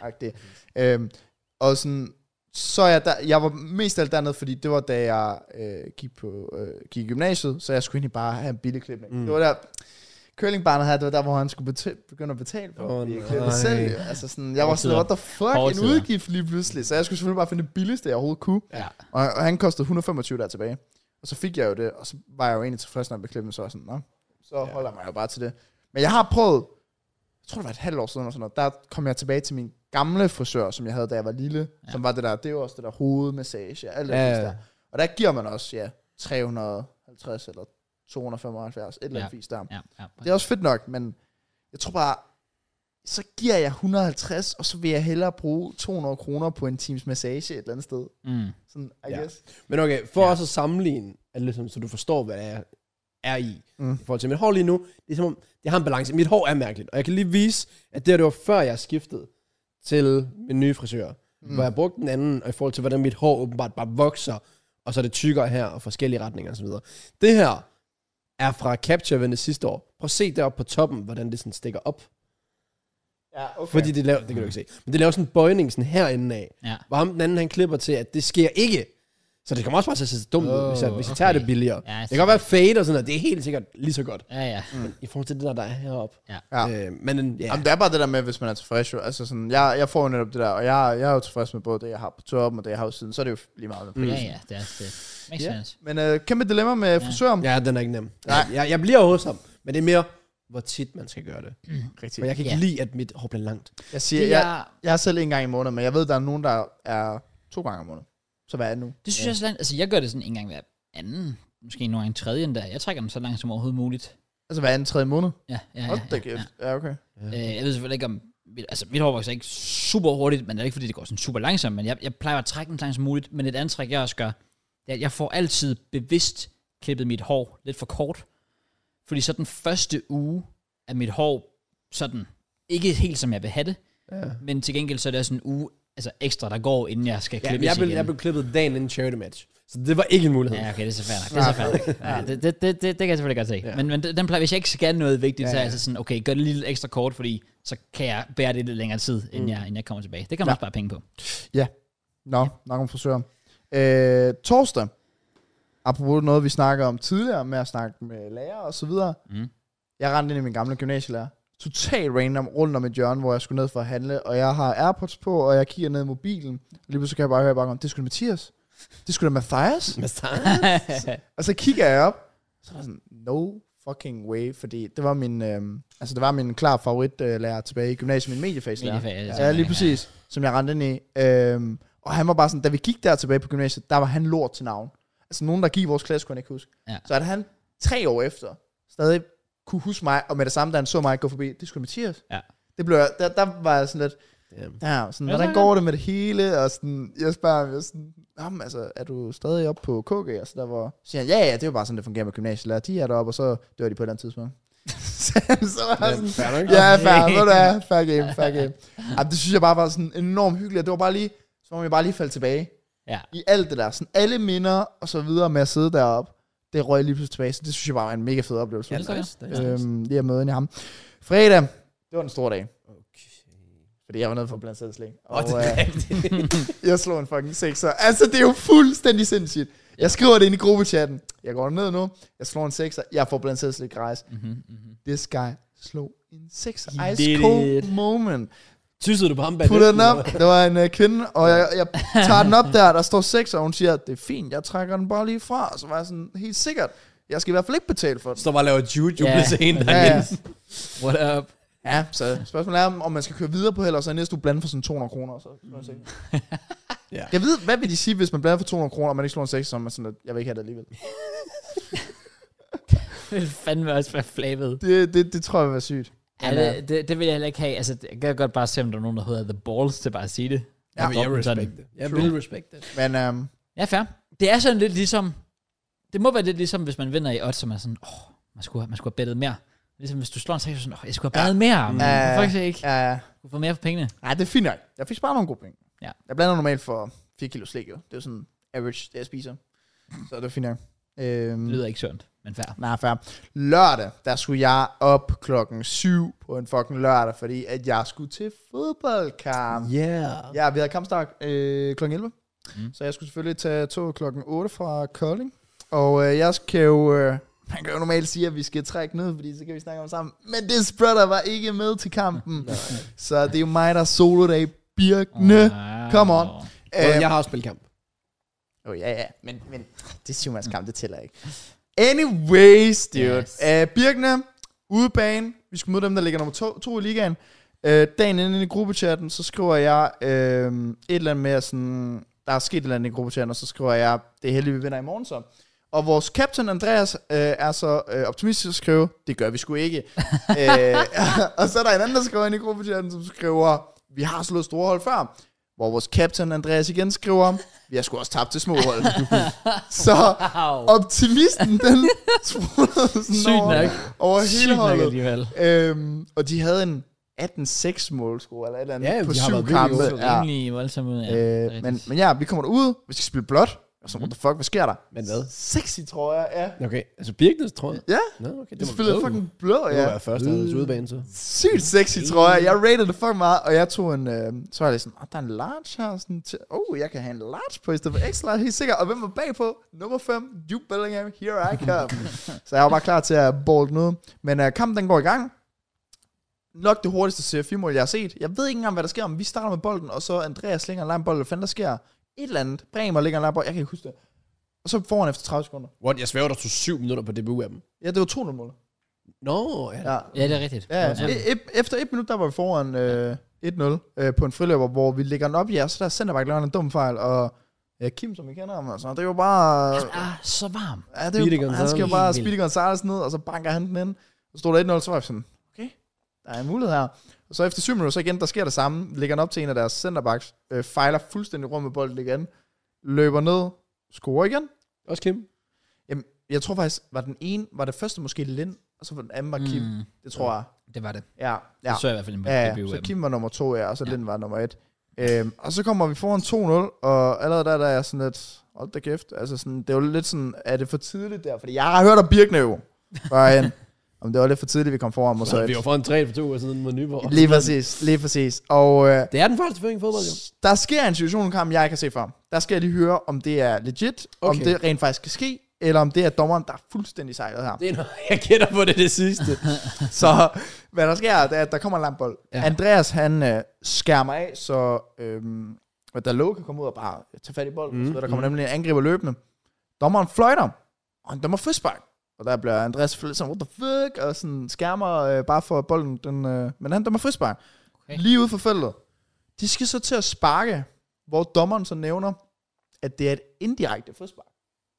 Og sådan, så er jeg der, jeg var mest af alt dernede, fordi det var da jeg gik i gymnasiet, så jeg skulle egentlig bare have en billig klipning. Det var der, curlingbarnet her, det var der, hvor han skulle begynde at betale for at blive klippet selv. Jo. Altså sådan, jeg var sådan, what the fuck, en udgift lige pludselig. Så jeg skulle selvfølgelig bare finde det billigste, jeg overhovedet kunne. Ja. Og han kostede 125 der tilbage. Og så fik jeg jo det, og så var jeg jo egentlig tilfreds, når jeg blev klippet, så var jeg sådan, nå, så holder jeg mig jo bare til det. Men jeg har prøvet, jeg tror det var et halvt år siden, og sådan noget, der kom jeg tilbage til min gamle frisør, som jeg havde, da jeg var lille, som var det der, det var også det der hovedmassage, alt det der. Og der giver man også, 350 eller 275, et eller andet fisk der. Ja. Det er også fedt nok, men jeg tror bare, så giver jeg 150, og så vil jeg hellere bruge 200 kroner på en times massage et eller andet sted. Sådan, I guess. Men okay, for også at sammenligne, ligesom, så du forstår, hvad det er i forhold til mit hår lige nu, det er som om, det har en balance. Mit hår er mærkeligt, og jeg kan lige vise, at det var før jeg skiftede til min nye frisør, hvor jeg brugte den anden, og i forhold til, hvordan mit hår åbenbart bare vokser, og så er det tykkere her, og forskellige retninger og så videre. Det her er fra Capture Event sidste år. Prøv at se deroppe på toppen, hvordan det sådan stikker op. Ja, okay. Fordi det laver, det kan du ikke se, men det laver sådan en bøjning sådan herinde af, hvor ham den anden, han klipper til, at det sker ikke. Så det kommer også bare til at se dumt ud, hvis jeg tager det billigere. Ja, det kan godt være fade og sådan noget, det er helt sikkert lige så godt. Ja. Men i forhold til det der er heroppe. Ja. Men Jamen, det er bare det der med, hvis man er tilfreds jo. Altså sådan, jeg får jo netop det der, og jeg er jo tilfreds med både det, jeg har på toppen, og det, jeg har på siden. Så er det jo lige meget med prisen. Ja, det er det. Makes sense. Men kæmpe dilemma med frisøren. Ja, den er ikke nem. Nej. Jeg bliver hos ham, men det er mere, hvor tit man skal gøre det. Rigtigt. For jeg kan ikke lide, at mit hår bliver langt. Jeg siger, jeg er selv en gang i måneden, men jeg ved, der er nogen, der er 2 gange om måneden. Så hvad er det nu? Det synes jeg er så langt. Altså, jeg gør det sådan en gang hver anden. Måske nogle gange tredje endda. Jeg trækker dem så langt som overhovedet muligt. Altså hver anden 3. måned? Ja. Ja, okay. Jeg ved selvfølgelig ikke om... Altså, mit hår vokser ikke super hurtigt, men det er ikke, fordi det går sådan super langsomt. Men jeg plejer at trække den så langt som muligt. Men et andet træk, jeg også gør, det er, at jeg får altid bevidst klippet mit hår lidt for kort. Fordi så den første uge er mit hår sådan... Ikke helt som jeg vil have det. Ja. Men til gengæld så er det også en uge altså ekstra, der går, inden jeg skal klippes jeg igen. blev klippet dagen inden charity match. Så det var ikke en mulighed. Ja, okay, det er så fair nok. Det er så fair nok. Ja, det kan jeg selvfølgelig godt se. Ja. Men den plejer, hvis jeg ikke skal noget vigtigt, så er Ja, jeg altså sådan, okay, gør det lidt ekstra kort, fordi så kan jeg bære det lidt længere tid, inden jeg kommer tilbage. Det kan man også spare penge på. Nok om frisører. Torsdag, apropos noget, vi snakker om tidligere, med at snakke med lærer og så videre. Jeg rendte ind i min gamle gymnasielærer. Totalt random rundt om et hjørne, hvor jeg skulle ned for at handle, og jeg har AirPods på, og jeg kigger ned i mobilen. Og lige pludselig kan jeg bare høre i baggrunden, det skulle Mathias. Det skulle da Mathias. Og så kigger jeg op, så var jeg sådan, no fucking way, fordi det var min klar favoritlærer tilbage i gymnasiet, min mediefagslærer. Ja, lige præcis, som jeg rendte ind i. Og han var bare sådan, da vi gik der tilbage på gymnasiet, der var han lort til navn. Altså nogen, der gik i vores klasse, kunne han ikke huske. Ja. Så at han 3 år efter stadig kunne huske mig, og med det samme, da han så mig gå forbi, det skulle Mathias. Ja. Det blev der var jeg sådan lidt, sådan, hvordan går det med det hele? Og sådan, jeg spørger ham, sådan, altså, er du stadig oppe på KG? Og så der var, siger han, ja, det er jo bare sådan, det fungerer med gymnasielærer. De er deroppe, og så dør de på et andet tidspunkt. så var jeg sådan, fair game. Jamen, det synes jeg bare var sådan enormt hyggeligt. Det var bare lige, så var man bare lige falde tilbage. Ja. I alt det der, sådan alle minder og så videre med at sidde deroppe. Det røg lige pludselig tilbage, så det synes jeg bare var en mega fed oplevelse. Ja, det lige at møde ind i ham. Fredag, det var en stor dag. Fordi jeg var nede for blandt selv slik. Og jeg slog en fucking 6'er. Altså, det er jo fuldstændig sindssygt. Jeg skriver det ind i gruppechatten. Jeg går ned nu. Jeg slår en 6'er. Jeg får blandt selv slik rejse. This guy slog en 6'er. Ice cold moment. Tyssede du på ham bag? Putter den op. Det var en kvinde. Og jeg tager den op der står 6'er. Og hun siger, det er fint. Jeg trækker den bare lige fra. Og så var jeg sådan, helt sikkert. Jeg skal i hvert fald ikke betale for den. Så bare laver juju til en der Ja. What up? Ja, så spørgsmålet er, om man skal køre videre på held, og så næste uge blande for sådan 200 kroner. Så skal man se. Jeg ved, hvad vil de sige, hvis man blander for 200 kroner, og man ikke slår en 6, så man sådan, at jeg vil ikke have det alligevel. Det vil fandme også være flabet. Det tror jeg vil være sygt. Ja, det vil jeg heller ikke have. Altså, jeg kan godt bare se, om der er nogen, der hedder The Balls til bare at sige det. Ja, jeg respekt det. Jeg vil respekt det. Men ja, fair. Det er sådan lidt ligesom, det må være lidt ligesom, hvis man vinder i odds, så man er sådan, man skulle have bettet mere. Ligesom hvis du slår en 6, sådan, jeg skulle have bettet mere, men hvorfor ikke? Ja. Du får mere for pengene. Nej, det er fint nok. Jeg fik sparet nogle gode penge. Ja. Jeg blander normalt for 4 kilo slik, jo. Det er jo sådan average, det jeg spiser. Så det er fint nok. Det lyder ikke sundt, men fair. Nej, fair. Lørdag, der skulle jeg op 7:00 på en fucking lørdag, fordi at jeg skulle til fodboldkamp. Ja, vi havde kampstart 11. Så jeg skulle selvfølgelig tage tog 8 fra Kolding. Og jeg skal jo... man kan jo normalt sige, at vi skal trække ned, fordi så kan vi snakke om sammen. Men det spreader var ikke med til kampen. Så det er jo mig, der solo dag. Birkene. Come on. Jeg har også spillet kamp. Ja. Men det er syvmandskamp, det tæller ikke. Anyways, dude. Yes. Birkene, udebane. Vi skulle møde dem, der ligger nummer 2 i ligaen. Dagen inden i gruppechatten, så skriver jeg et eller andet med sådan... Der er sket et eller andet i gruppechatten, og så skriver jeg, det er heldigt, vi vinder i morgen så. Og vores captain Andreas er så optimistisk at skrive, det gør vi sgu ikke. Og så er der en anden, der skriver ind i gruppechatten, som skriver, vi har slået store hold før. Hvor vores captain Andreas igen skriver, vi har sgu også tabt til små hold. Så optimisten, den spurgte over hele holdet. Og de havde en 18-6 målscore eller et eller andet på 7 kampe. Rimelig voldsomt ud, men ja, vi kommer derud, vi skal spille blot. Og så, what the fuck, hvad sker der? Men hvad? Sexy, tror jeg, ja. Okay, altså Birknes, tror jeg? Ja, okay, det spillede fucking blå, ja. Det var første udebane, så. Sygt sexy, tror jeg. Jeg rated det fucking meget, og jeg tog en, så var jeg sådan, der er en large her, sådan til, jeg kan have en large på i stedet for extra, helt sikkert. Og hvem var bagpå? Nummer 5, Jude Bellingham, here I come. Så jeg var bare klar til at bolle noget. Men kampen, den går i gang. Nok det hurtigste CF4-mål, jeg har set. Jeg ved ikke engang, hvad der sker, om vi starter med bolden, og så Andreas slinger en lang bold, hvad fanden der sker? Et eller andet. Bremer ligger en lang bold, jeg kan ikke huske det. Og så får han efter 30 sekunder. What? Jeg svæver, der tog 7 minutter på DBU af dem. Ja, det var 2-0 mål. Ja, det er rigtigt. Ja. Efter 1 minut, der var vi foran 1-0 på en friløber, hvor vi lægger den op, så der centerback laver en dum fejl, og Kim, som vi kender ham, altså, det er jo bare... Han er så varm. Ja, det er jo, han skal jo bare Speedy Gonzalez ned, og så banker han den ind. Så stod der 1-0, så var jeg sådan, okay, der er en mulighed her. Og så efter 7 minutter, så igen, der sker det samme. Lægger den op til en af deres centerbacks, fejler fuldstændig rum med bolden igen, løber ned, scorer igen. Også Kim? Jamen, jeg tror faktisk, var det første måske Lind, og så var den anden var Kim. Det tror jeg. Det var det. Ja. Det så jeg i hvert fald en så Kim var nummer 2, og så Lind var nummer 1. Og så kommer vi foran 2-0, og allerede der er jeg sådan lidt, hold da kæft, altså sådan, det er jo lidt sådan, er det for tidligt der? Fordi jeg har hørt om Birkene jo, om det var lidt for tidligt, vi kom foran. Og så vi var foran 3 for 2 år siden mod Nyborg. Lige præcis. Og det er den første føring i fodbold, jo. Der sker en situation i kampen, jeg ikke kan se før. Der skal jeg lige høre, om det er legit, om det rent faktisk kan ske, eller om det er dommeren, der er fuldstændig sejlet her. Det er noget, jeg gætter på det sidste. Så hvad der sker, det er, at der kommer en lang bold. Ja. Andreas, han skærmer af, så Dalot kan komme ud og bare tage fat i bolden. Så der kommer nemlig en angriber løbende. Dommeren fløjter, og han dømmer frispark. Og der bliver Andreas selvfølgelig sådan, what the fuck, og sådan skærmer bare for bolden. Men han dømmer frispark. Okay. Lige ude for feltet. De skal så til at sparke, hvor dommeren så nævner, at det er et indirekte frispark.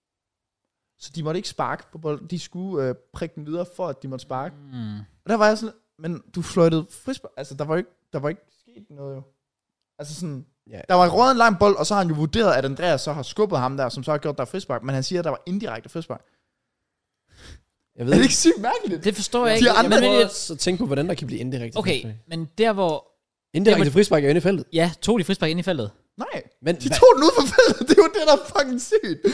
Så de måtte ikke sparke på bolden. De skulle prikke den videre, for at de måtte sparke. Og der var jeg sådan, men du fløjtede frispark. Altså, der var ikke sket noget jo. Altså sådan, der var røget en lang bold, og så har han jo vurderet, at Andreas så har skubbet ham der, som så har gjort der frispark. Men han siger, at der var indirekte frispark. Jeg ved, er det ikke sygt mærkeligt? Det forstår jeg ikke. Jeg prøver så tænke på, hvordan der kan blive indirekte frispark. Okay, men der hvor... Indirekte frispark er inde i feltet? Ja, tog de frispark inde i feltet? Nej, men de tog den ud for feltet. Det er jo det, der er fucking sygt.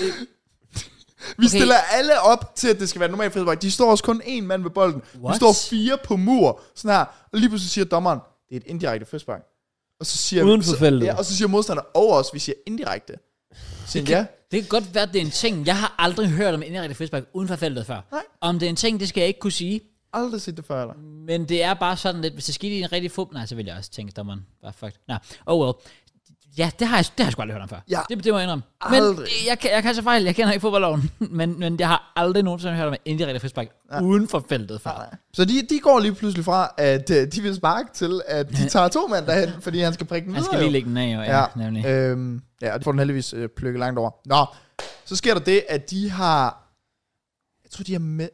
Vi stiller alle op til, at det skal være normalt frispark. De står også kun én mand ved bolden. Vi står 4 på mur. Sådan her. Og lige pludselig siger dommeren, det er et indirekte frispark. Og så siger uden for feltet. Ja, og så siger modstander over os, vi siger indirekte. Det kan godt være, at det er en ting. Jeg har aldrig hørt om indirekte frispark uden for feltet før. Nej. Om det er en ting, det skal jeg ikke kunne sige. Aldrig set det før, eller? Men det er bare sådan lidt, hvis det skete i en rigtig fodbold, nej, så vil jeg også tænke, dommeren var fucked. Nej, well. Ja, det har jeg sgu aldrig hørt om før. Ja. Det må jeg indrømme. Men jeg kan så fejl, jeg kender ikke fodboldloven. men jeg har aldrig nogensinde hørt om en indirekte frispark uden for feltet før. Nej. Så de går lige pludselig fra, at de vil sparke til, at de tager 2 mand derhen, fordi han skal prikke den videre. Han skal lige lægge den af, jo. Ja, nemlig. Og de får den heldigvis plukket langt over. Nå, så sker der det, at de har... Jeg tror, de har med...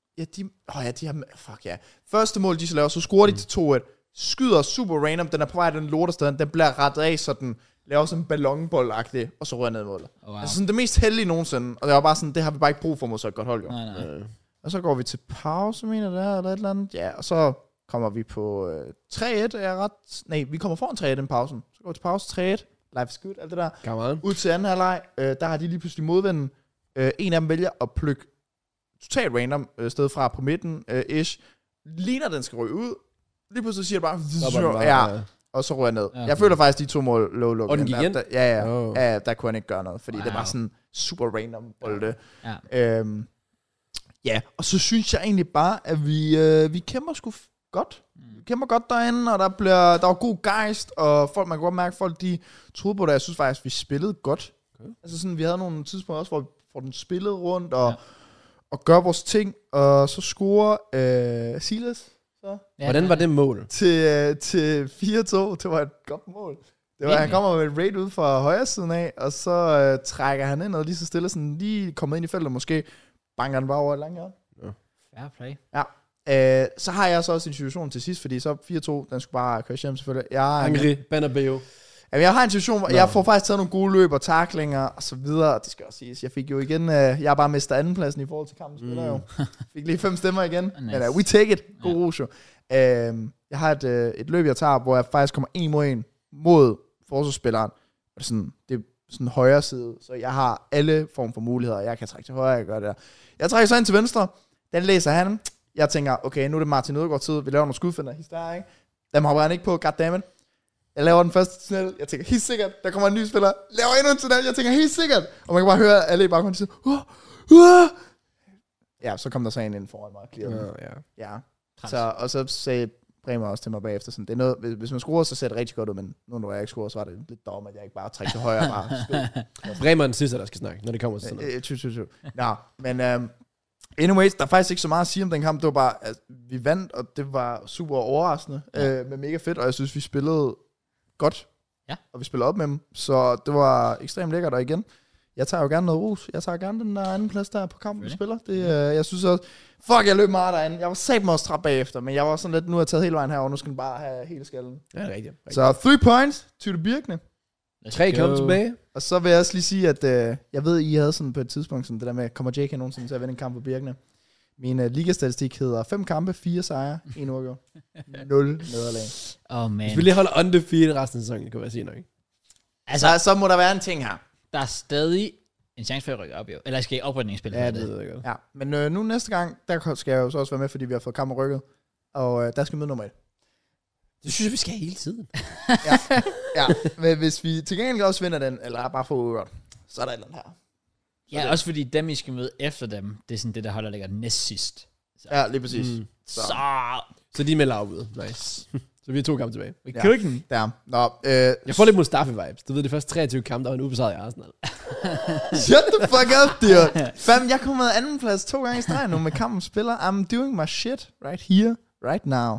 de har med... Fuck ja. Første mål, de så laver, så scorer de til 2-1. Skyder super random, den er på vej, den lorter stadig, den bliver rettet af, så den laver sådan en ballonbold-agtig, og så rører ned i målet. Wow. Altså sådan det mest heldige nogensinde, og det var bare sådan, det har vi bare ikke brug for mod så et godt hold, jo. Nej. Og så går vi til pause, mener det her, eller et eller andet. Ja, og så kommer vi på 3-1, vi kommer foran 3-1 i pausen. Så går vi til pause 3-1, life is good, alt det der. Come on. Ud til anden halvleg, der har de lige pludselig modvinden. En af dem vælger at plukke totalt random sted fra på midten, ish. Ligner, den skal ryge ud. Lige pludselig siger det bare, og så rører jeg ned. Ja, jeg føler faktisk, de 2 mål low. Og den gik ind? Ja, der kunne han ikke gøre noget, fordi det var sådan super random bolde. Ja. Og så synes jeg egentlig bare, at vi kæmper sgu godt. Vi kæmper godt derinde, og der var god gejst, og man kan godt mærke, at folk de troede på det. Jeg synes faktisk, vi spillede godt. Okay. Altså sådan, vi havde nogle tidspunkter også, hvor vi får den spillet rundt, og gør vores ting, og så scorer Silas. Så. Ja, hvordan var det mål? Til 4-2. Det var et godt mål. Det var, han kommer med et raid ud fra højre siden af, og så trækker han ind, og lige så stille, sådan lige kommet ind i feltet, måske banker han bare over et langt hjørne. Fair play. Ja. Så har jeg så også en situation til sidst, fordi så 4-2, den skulle bare køre hjem selvfølgelig. Angri, Banabeo. Jamen, jeg har en situation, hvor jeg får faktisk taget nogle gode løb og tacklinger og så videre. Det skal også siges. Jeg fik jo igen, jeg har bare mistet andenpladsen i forhold til kampen, spiller jo. Fik lige 5 stemmer igen. Nice. Men we take it. God Rojo. Jeg har et løb, jeg tager, hvor jeg faktisk kommer 1 mod 1 mod forsvarsspilleren. Og det er sådan højre side, så jeg har alle form for muligheder. Jeg kan trække til højre, jeg gør det der. Jeg trækker så ind til venstre. Den læser han. Jeg tænker, okay, nu er det Martin Ødegaard tid. Vi laver nogle skudfinder. Ikke? Dem hopper han ikke på. Goddammit. Jeg laver den første tunnel. Jeg tænker, helt sikkert. Der kommer en ny spiller. Laver endnu en tunnel. Jeg tænker, helt sikkert. Og man kan bare høre alle i baggrunden sige, Ja, så kom der så en ind foran mig. Ja. Og så sagde Bremer også til mig bagefter, sådan, det er noget, hvis man scorer, så ser det rigtig godt ud, men nu når jeg ikke scorer, så var det lidt dårligt, at jeg ikke bare trækker til højre. Bremer er den sidste, der skal snakke, når det kommer til sådan noget. Nå, men anyways, der er faktisk ikke så meget at sige om den kamp. Det var bare, at vi vandt, og det var super overraskende, med mega fedt, og jeg synes, vi spillede godt, og vi spillede op med dem, så det var ekstremt lækkert, og igen, jeg tager jo gerne noget ros. Jeg tager gerne den der anden plads der på kampen, vi spiller. Jeg synes også, jeg løb meget derinde. Jeg var sat mig også træt bagefter, men jeg var sådan lidt, nu har jeg taget hele vejen her, og nu skal den bare have hele skallen. Ja, det er rigtigt. Så 3 points til det Birkene. 3 kom tilbage. Og så vil jeg også lige sige, at jeg ved, I havde sådan på et tidspunkt, sådan det der med, kommer JK nogensinde til at vinde en kamp på Birkene? Min ligastatistik hedder 5 kampe, 4 sejre, 1 uafgjort, 0 nederlag. Man. Hvis vi lige holder undefeated resten af sæsonen, det kunne være sige nok. Altså, så må der være en ting her. Der er stadig en chance for at rykke op, jo. Eller skal I oprydningsspil? Ja, det ved jeg godt. Ja, men nu næste gang, der skal jeg jo så også være med, fordi vi har fået kamp og rykket. Og der skal vi møde nummer 1. Det synes jeg, vi skal hele tiden. Ja, men hvis vi til gengæld også vinder den, eller bare får uafgjort, så er der et eller andet her. Ja, også fordi dem, I skal møde efter dem, det er sådan det, der holder ligger næst sidst. Ja, lige præcis. Så de melder afbud. Nice. Så vi er 2 kampe tilbage. vi køkken. Der. Nå, Jeg får lidt Mustafi-vibes. Du ved, det første 23 kampe, der var en ubesejret i Arsenal. Shut the fuck up, dude. Fam, jeg kommer med anden plads 2 gange i streg nu med kampen spiller. I'm doing my shit right here, right now.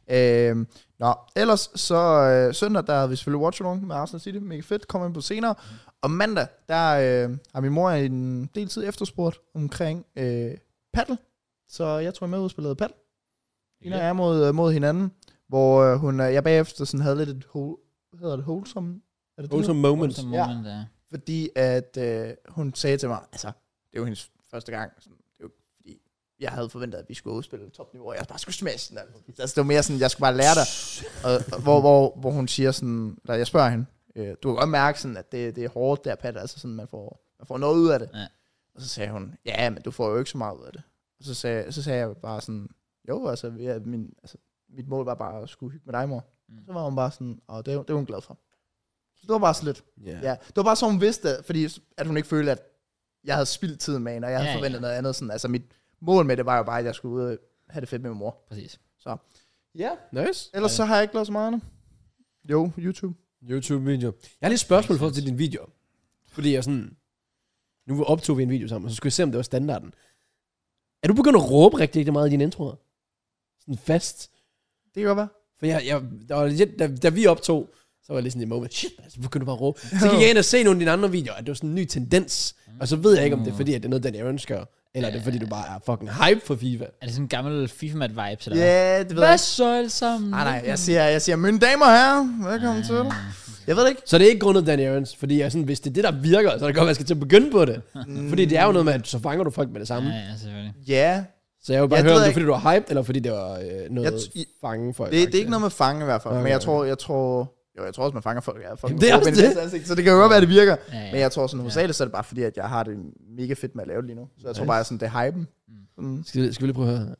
Ellers så søndag, der havde vi selvfølgelig watch along med Arsenal City. Mega fedt, kommer ind på senere. Og mandag, der har min mor i en del tid efterspurgt omkring paddle. Så jeg tror, jeg med ud og spillede paddle. Ina er mod hinanden, hvor jeg bagefter sådan havde lidt et wholesome moment. Ja. Fordi at hun sagde til mig, altså, det er jo hendes første gang, sådan, det er jo fordi, jeg havde forventet, at vi skulle udspille topniveau, og jeg bare skulle smash den. Altså, det var mere sådan, jeg skulle bare lære dig. Og, hvor hun siger sådan, eller jeg spørger hende, du kan godt mærke sådan, at det er hårdt der, Pat, altså sådan, man får noget ud af det. Ja. Og så sagde hun, ja, men du får jo ikke så meget ud af det. Og så sagde jeg bare sådan, jo, altså, mit mål var bare at skulle hygge med dig, mor. Så var hun bare sådan, og det er hun glad for. Så det var bare så lidt. Yeah. Ja, det var bare så, hun vidste, fordi at hun ikke følte, at jeg havde spildt tiden med hende, og jeg havde forventet noget andet. Sådan. Altså mit mål med det var jo bare, at jeg skulle ud og have det fedt med min mor. Præcis. Så ja, nice. Ellers så har jeg ikke lavet så meget andet. Jo, YouTube-video. Jeg har lige et spørgsmål for til din video. Fordi jeg sådan, nu optog vi en video sammen, og så skulle jeg se, om det var standarden. Er du begyndt at råbe rigtig meget i dine introer? Sådan fast? Det kan godt være. For der var legit, da vi optog, så var jeg lidt sådan i moment, shit, altså, begyndte du bare at råbe. Så gik jeg ind og se nogle af dine andre videoer, at det var sådan en ny tendens. Og så ved jeg ikke, om det er fordi, at det er noget, Danny Aaron gør, eller er det fordi, du bare er fucking hype for FIFA. Er det sådan en gammel FIFA-mat-vibes, eller ja, det ved jeg hvad så alle sammen? Nej, jeg siger, mine damer her, velkommen til dig. Jeg ved det ikke. Så det er ikke grundet Danny Aarons, fordi jeg sådan, hvis det er det, der virker, så er det godt, at jeg skal til at begynde på det. Fordi det er jo noget med, at så fanger du folk med det samme. Ja, selvfølgelig. Ja. Så jeg vil bare høre, om det er, fordi du var hyped, eller fordi det var noget fange folk. Det er ikke noget med fange i hvert fald, men jeg tror også, man fanger folk. Det er også det. Så det kan jo godt være, at det virker. Ja. Men jeg tror sådan, hovedsageligt, så er det bare fordi, at jeg har det mega fedt med at lave det lige nu. Så jeg tror bare, sådan, det er hypen. Skal vi lige prøve at høre?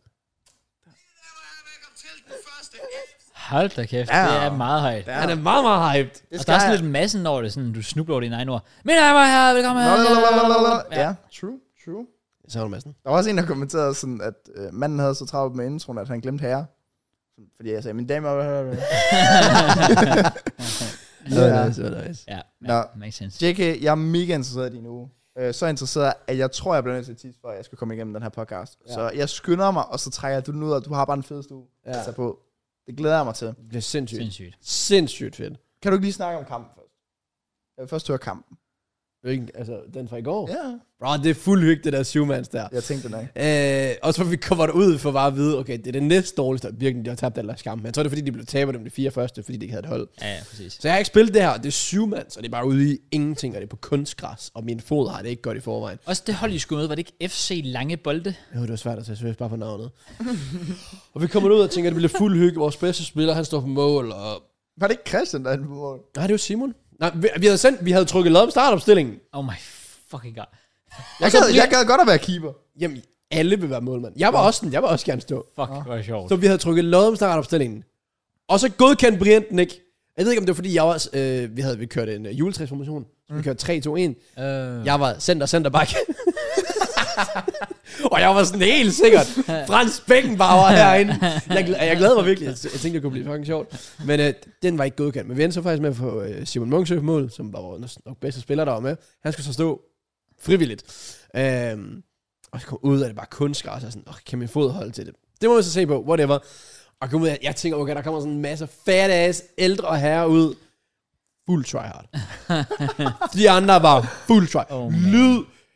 Hold da kæft, det er meget højt. Han er meget, meget hyped. Og der er sådan lidt massen over det, sådan, du snubler over dine egne ord. Men jeg var her, velkommen her. Ja, true. Så er du massen. Der var også en, der kommenterede sådan, at manden havde så travlt med introen, at han glemte herre. Fordi jeg sagde, min dame var her. Nice. Ja, makes sense. JK, jeg er mega interesseret i din uge. Så interesseret, at jeg tror, jeg bliver nødt til at tisse, for at jeg skal komme igennem den her podcast. Ja. Så jeg skynder mig, og så trækker du den ud, og du har bare en fedeste uge at tage på. Det glæder jeg mig til. Det er sindssygt fedt. Kan du ikke lige snakke om kampen først? Jeg vil først høre kampen. Altså, den fra i går? Ja. Bro, det er fuld hygge, det der 7-mands der. Jeg tænkte nok. Også for vi kommer derud for bare at vide, okay, det er det næste dårligste, virkelig, de har tabt alle deres kampe. Men jeg tror, det er fordi, de blev taber dem de 4 første, fordi de ikke havde et hold. Ja, præcis. Så jeg har ikke spillet det her, og det er 7-mands, og det er bare ude i ingenting, og det er på kunstgræs, og min fod har det ikke godt i forvejen. Også det hold, I skulle med, var det ikke FC Lange Bolde? Jo, det var svært at tage seriøst bare for navnet. Og vi kommer ud og tænker, at det bliver fuld hygge. Vores bedste spiller, han står på mål, og... Var det ikke Christian, der er på mål? Nej, det var Simon. Nej, vi havde trykket lod om startopstillingen. Oh my fucking god. Jeg gad godt at være keeper. Jamen, alle vil være målmand. Jeg var også gerne stå. Fuck, hvor sjovt. Så vi havde trykket lod om startopstillingen. Og så godkendte Brian den ikke. Jeg ved ikke, om det var fordi, jeg var... vi kørte en juletræsformation. Vi kørte 3-2-1. Jeg var centerback. Og jeg var sådan helt sikkert Frans Beckenbauer herinde. Jeg glæder mig virkelig. Jeg tænkte, det kunne blive fucking sjovt. Men den var ikke godkendt. Men vi endte så faktisk med at få Simon Munksø på mål, som var nok bedste spiller, der var med. Han skulle så stå frivilligt. Og så kom ud af det bare kunstgræs. Og sådan, kan min fod holde til det? Det må vi så se på. Whatever. Og kom ud af, jeg tænker, okay, der kommer sådan en masse fat ass ældre herrer ud. Fuld tryhard. De andre var fuld tryhard. Lyd,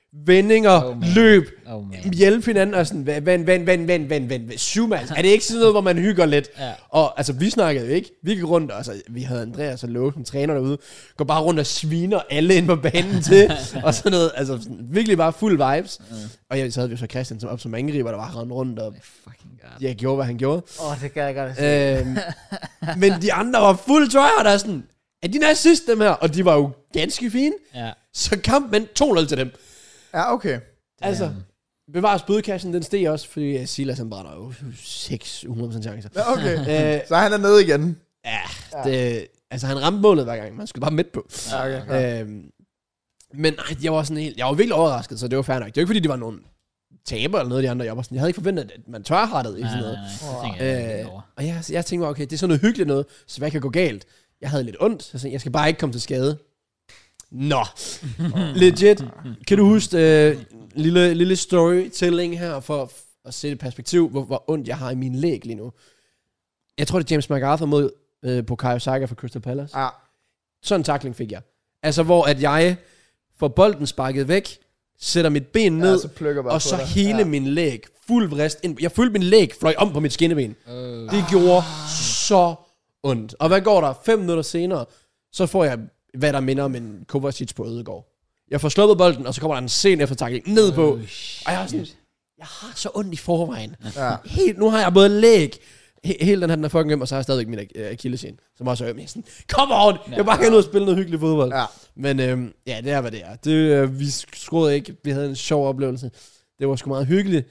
vendinger, løb, hjælp hinanden, og sådan, vend, syvmands. Er det ikke sådan noget, hvor man hygger lidt? Ja. Og altså, vi snakkede jo ikke. Vi gik rundt, altså, vi havde Andreas og Lå, som træner derude, går bare rundt og sviner alle ind på banen til, og sådan noget, altså, sådan, virkelig bare fuld vibes. Og så havde vi så Christian som angriber, der var rundt, og jeg gjorde, hvad han gjorde. Det kan jeg godt men de andre var fuld tøjer, der er sådan, er de næst dem her? Og de var jo ganske fine. Ja. Så kampen 2-0 til dem. Ja, okay. Altså, bevares bødekassen, den steg også, fordi Silas han brænder jo 600% chancer. Ja, okay. Så han er nede igen. Ja, det, altså han ramte målet hver gang, man skulle bare midt på. Ja, okay. Men jeg var sådan jeg var virkelig overrasket, så det var fair nok. Det var ikke fordi, de var nogen taber eller noget af de andre. Jeg havde ikke forventet, at man tørhartet i sådan noget. Og jeg tænkte mig, okay, det er sådan noget hyggeligt noget, så hvad kan gå galt? Jeg havde lidt ondt, så jeg tænkte, jeg skal bare ikke komme til skade. Nå, legit. Kan du huske lille storytelling her, for at sætte perspektiv, hvor ondt jeg har i min læg lige nu. Jeg tror, det er James MacArthur mod Bukayo Saka fra Crystal Palace. Ja. Sådan en tackling fik jeg. Altså, hvor at jeg får bolden sparket væk, sætter mit ben ned, og så hele min læg fuld vrist ind. Jeg følte min læg fløj om på mit skinneben. Det gjorde så ondt. Og hvad går der? 5 minutter senere, så får jeg, hvad der minder om en Kovacic på Ødegård. Jeg får sluppet bolden, og så kommer der en sen eftertakling ned på. Og jeg er sådan, jeg har så ondt i forvejen. Ja. Nu har jeg både læg, hele den her fucking øm, og så har jeg stadigvæk min akillescene, som også er øm. Jeg er sådan, come on! Jeg vil bare gerne ud og spille noget hyggelig fodbold. Ja. Men ja, det er, hvad det er. Vi skruede ikke. Vi havde en sjov oplevelse. Det var sgu meget hyggeligt.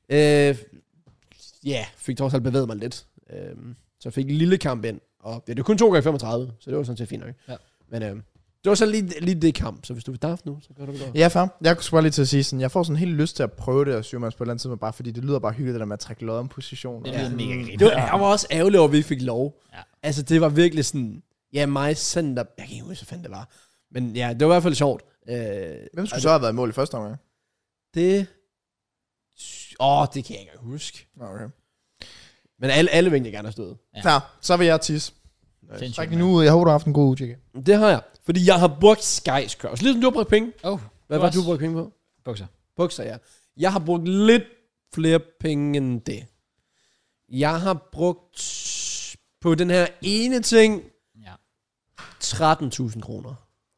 Fik trods alt bevæget mig lidt. Så jeg fik en lille kamp ind. Og det var kun 2 gange 35, så det var sådan set fint nok. Ja. Men det var så lige det kamp, så hvis du vil daft nu, så gør du det godt. Ja, far. Jeg kunne bare lige til at sige sådan, jeg får sådan helt lyst til at prøve det, og syvmands på et eller andet tidspunkt, bare fordi det lyder bare hyggeligt, det der med at trække lod om position. Det lyder mega grint. Jeg var også ærgerlig over, at vi fik lov. Ja. Altså, det var virkelig sådan, mig center, jeg kan ikke huske, hvad fanden det var. Men ja, det var i hvert fald sjovt. Hvem skulle så have været i mål i første omgang? Det kan jeg ikke huske. Okay. Men alle vil gerne have stået. Ja, så vil jeg tisse. Tak nu ud. Jeg håber, du har haft en god uge, JK. Det har jeg. Fordi jeg har brugt Skyscraper. Ligesom du har brugt penge. Hvad var du brugt penge på? Bukser, ja. Jeg har brugt lidt flere penge end det. Jeg har brugt på den her ene ting 13.000 kroner.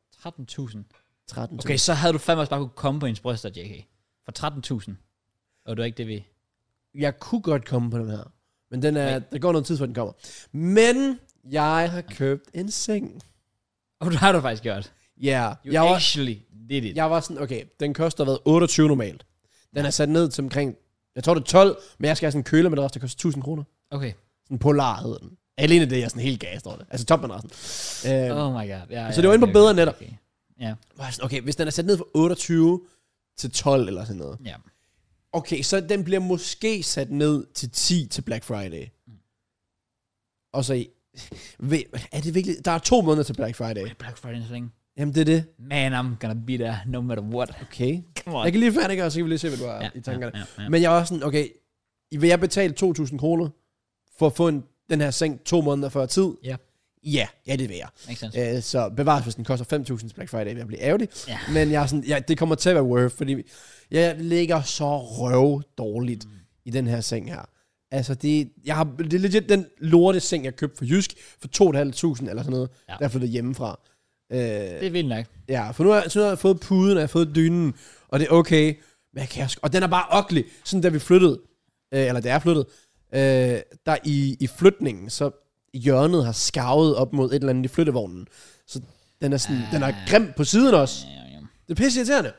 13.000? Okay, så havde du fandme også bare kunne komme på ens bryster, JK. For 13.000. Og det er ikke det, vi... Jeg kunne godt komme på den her. Men der går noget tid, før den kommer. Men jeg har købt en seng. Og det har du faktisk gjort. Ja. You actually did it. Jeg var sådan, okay, den koster 28 normalt. Den er sat ned til omkring, jeg tror det er 12, men jeg skal have sådan en kølermadras, der koster 1.000 kroner. Okay. Sådan Polar hedder den. Alene det er jeg sådan helt gas over det. Altså topmadrassen. Oh my god. Ja, så det var inde på bedre netter. Okay. Ja. Okay, hvis den er sat ned fra 28 til 12 eller sådan noget. Ja. Okay, så den bliver måske sat ned til 10 til Black Friday. Og så er det virkelig... Der er 2 måneder til Black Friday. Black Friday så længe. Jamen, det er det. Man, I'm gonna be there no matter what. Okay. Jeg kan lige færdiggøre, så kan vi lige se, hvad du har i tankerne. Ja. Men jeg var sådan, okay, vil jeg betale 2.000 kroner for at få den her seng 2 måneder før tid? Ja. Ja, det vil jeg. Så bevares, hvis den koster 5.000 til Black Friday, vil jeg blive ærgerlig. Ja. Men jeg er sådan, det kommer til at være worth, fordi jeg ligger så røv dårligt i den her seng her. Altså, det er legit den lorte seng, jeg købte for Jysk for 2.500 eller sådan noget, der er flyttet hjemmefra. Det er vildt nok. Ja, for nu har jeg fået puden, og jeg har fået dynen, og det er okay. Men og den er bare ugly. Sådan da vi flyttede, eller da jeg flyttede, der i flytningen, så hjørnet har skavet op mod et eller andet i flyttevognen. Så den er sådan, den er grim på siden også. Ja. Det er pisse irriterende.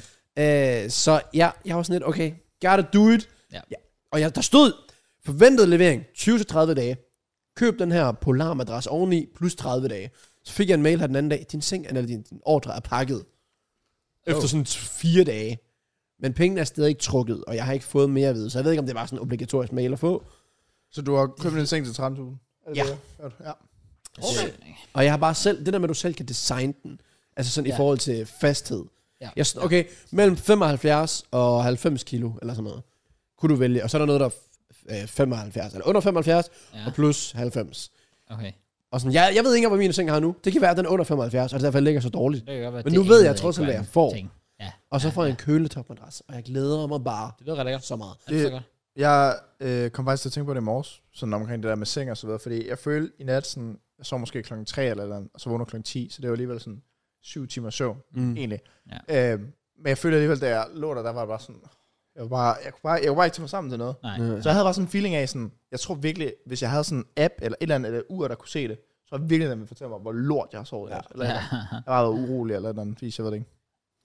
Så jeg var sådan lidt, okay, gotta do it. Ja. Og der stod forventet levering 20-30 dage. Køb den her Polar-madras oveni plus 30 dage. Så fik jeg en mail her den anden dag. Din seng, eller din ordre er pakket. Efter sådan 4 dage. Men pengene er stadig ikke trukket, og jeg har ikke fået mere at vide. Så jeg ved ikke, om det var sådan en obligatorisk mail at få. Så du har købt en seng til 13.000? Ja. Okay. Og jeg har bare selv, det der med, at du selv kan designe den, altså sådan i forhold til fasthed. Ja. Okay, mellem 75 og 90 kilo, eller sådan noget, kunne du vælge. Og så er der noget, der er 75, eller under 75, og plus 90. Okay. Og sådan, jeg ved ikke, hvor min seng har nu. Det kan være, at den er under 75, og det derfor ligger så dårligt. Det kan godt være, men nu ved jeg trods alt, hvad jeg får. Og så får jeg en køletopmadras, og jeg glæder mig bare Det lyder ret lækkert. så meget. Det er så godt. Jeg kom faktisk til at tænke på det i morges, sådan omkring det der med seng og så videre, fordi jeg følte i nat sådan, jeg sov måske klokken 3 eller andet, og så vågner klokken 10, så det var alligevel sådan 7 timer søvn, egentlig. Ja. Men jeg følte alligevel, da jeg lå der var jeg bare sådan, jeg kunne bare ikke tage mig sammen til noget. Nej. Så jeg havde bare sådan en feeling af sådan, jeg tror virkelig, hvis jeg havde sådan en app eller et eller andet, eller et ur, der kunne se det, så var virkelig, den ville fortælle mig, hvor lort jeg har sovet. Ja. Eller, jeg var urolig eller noget, fordi jeg ved det ikke.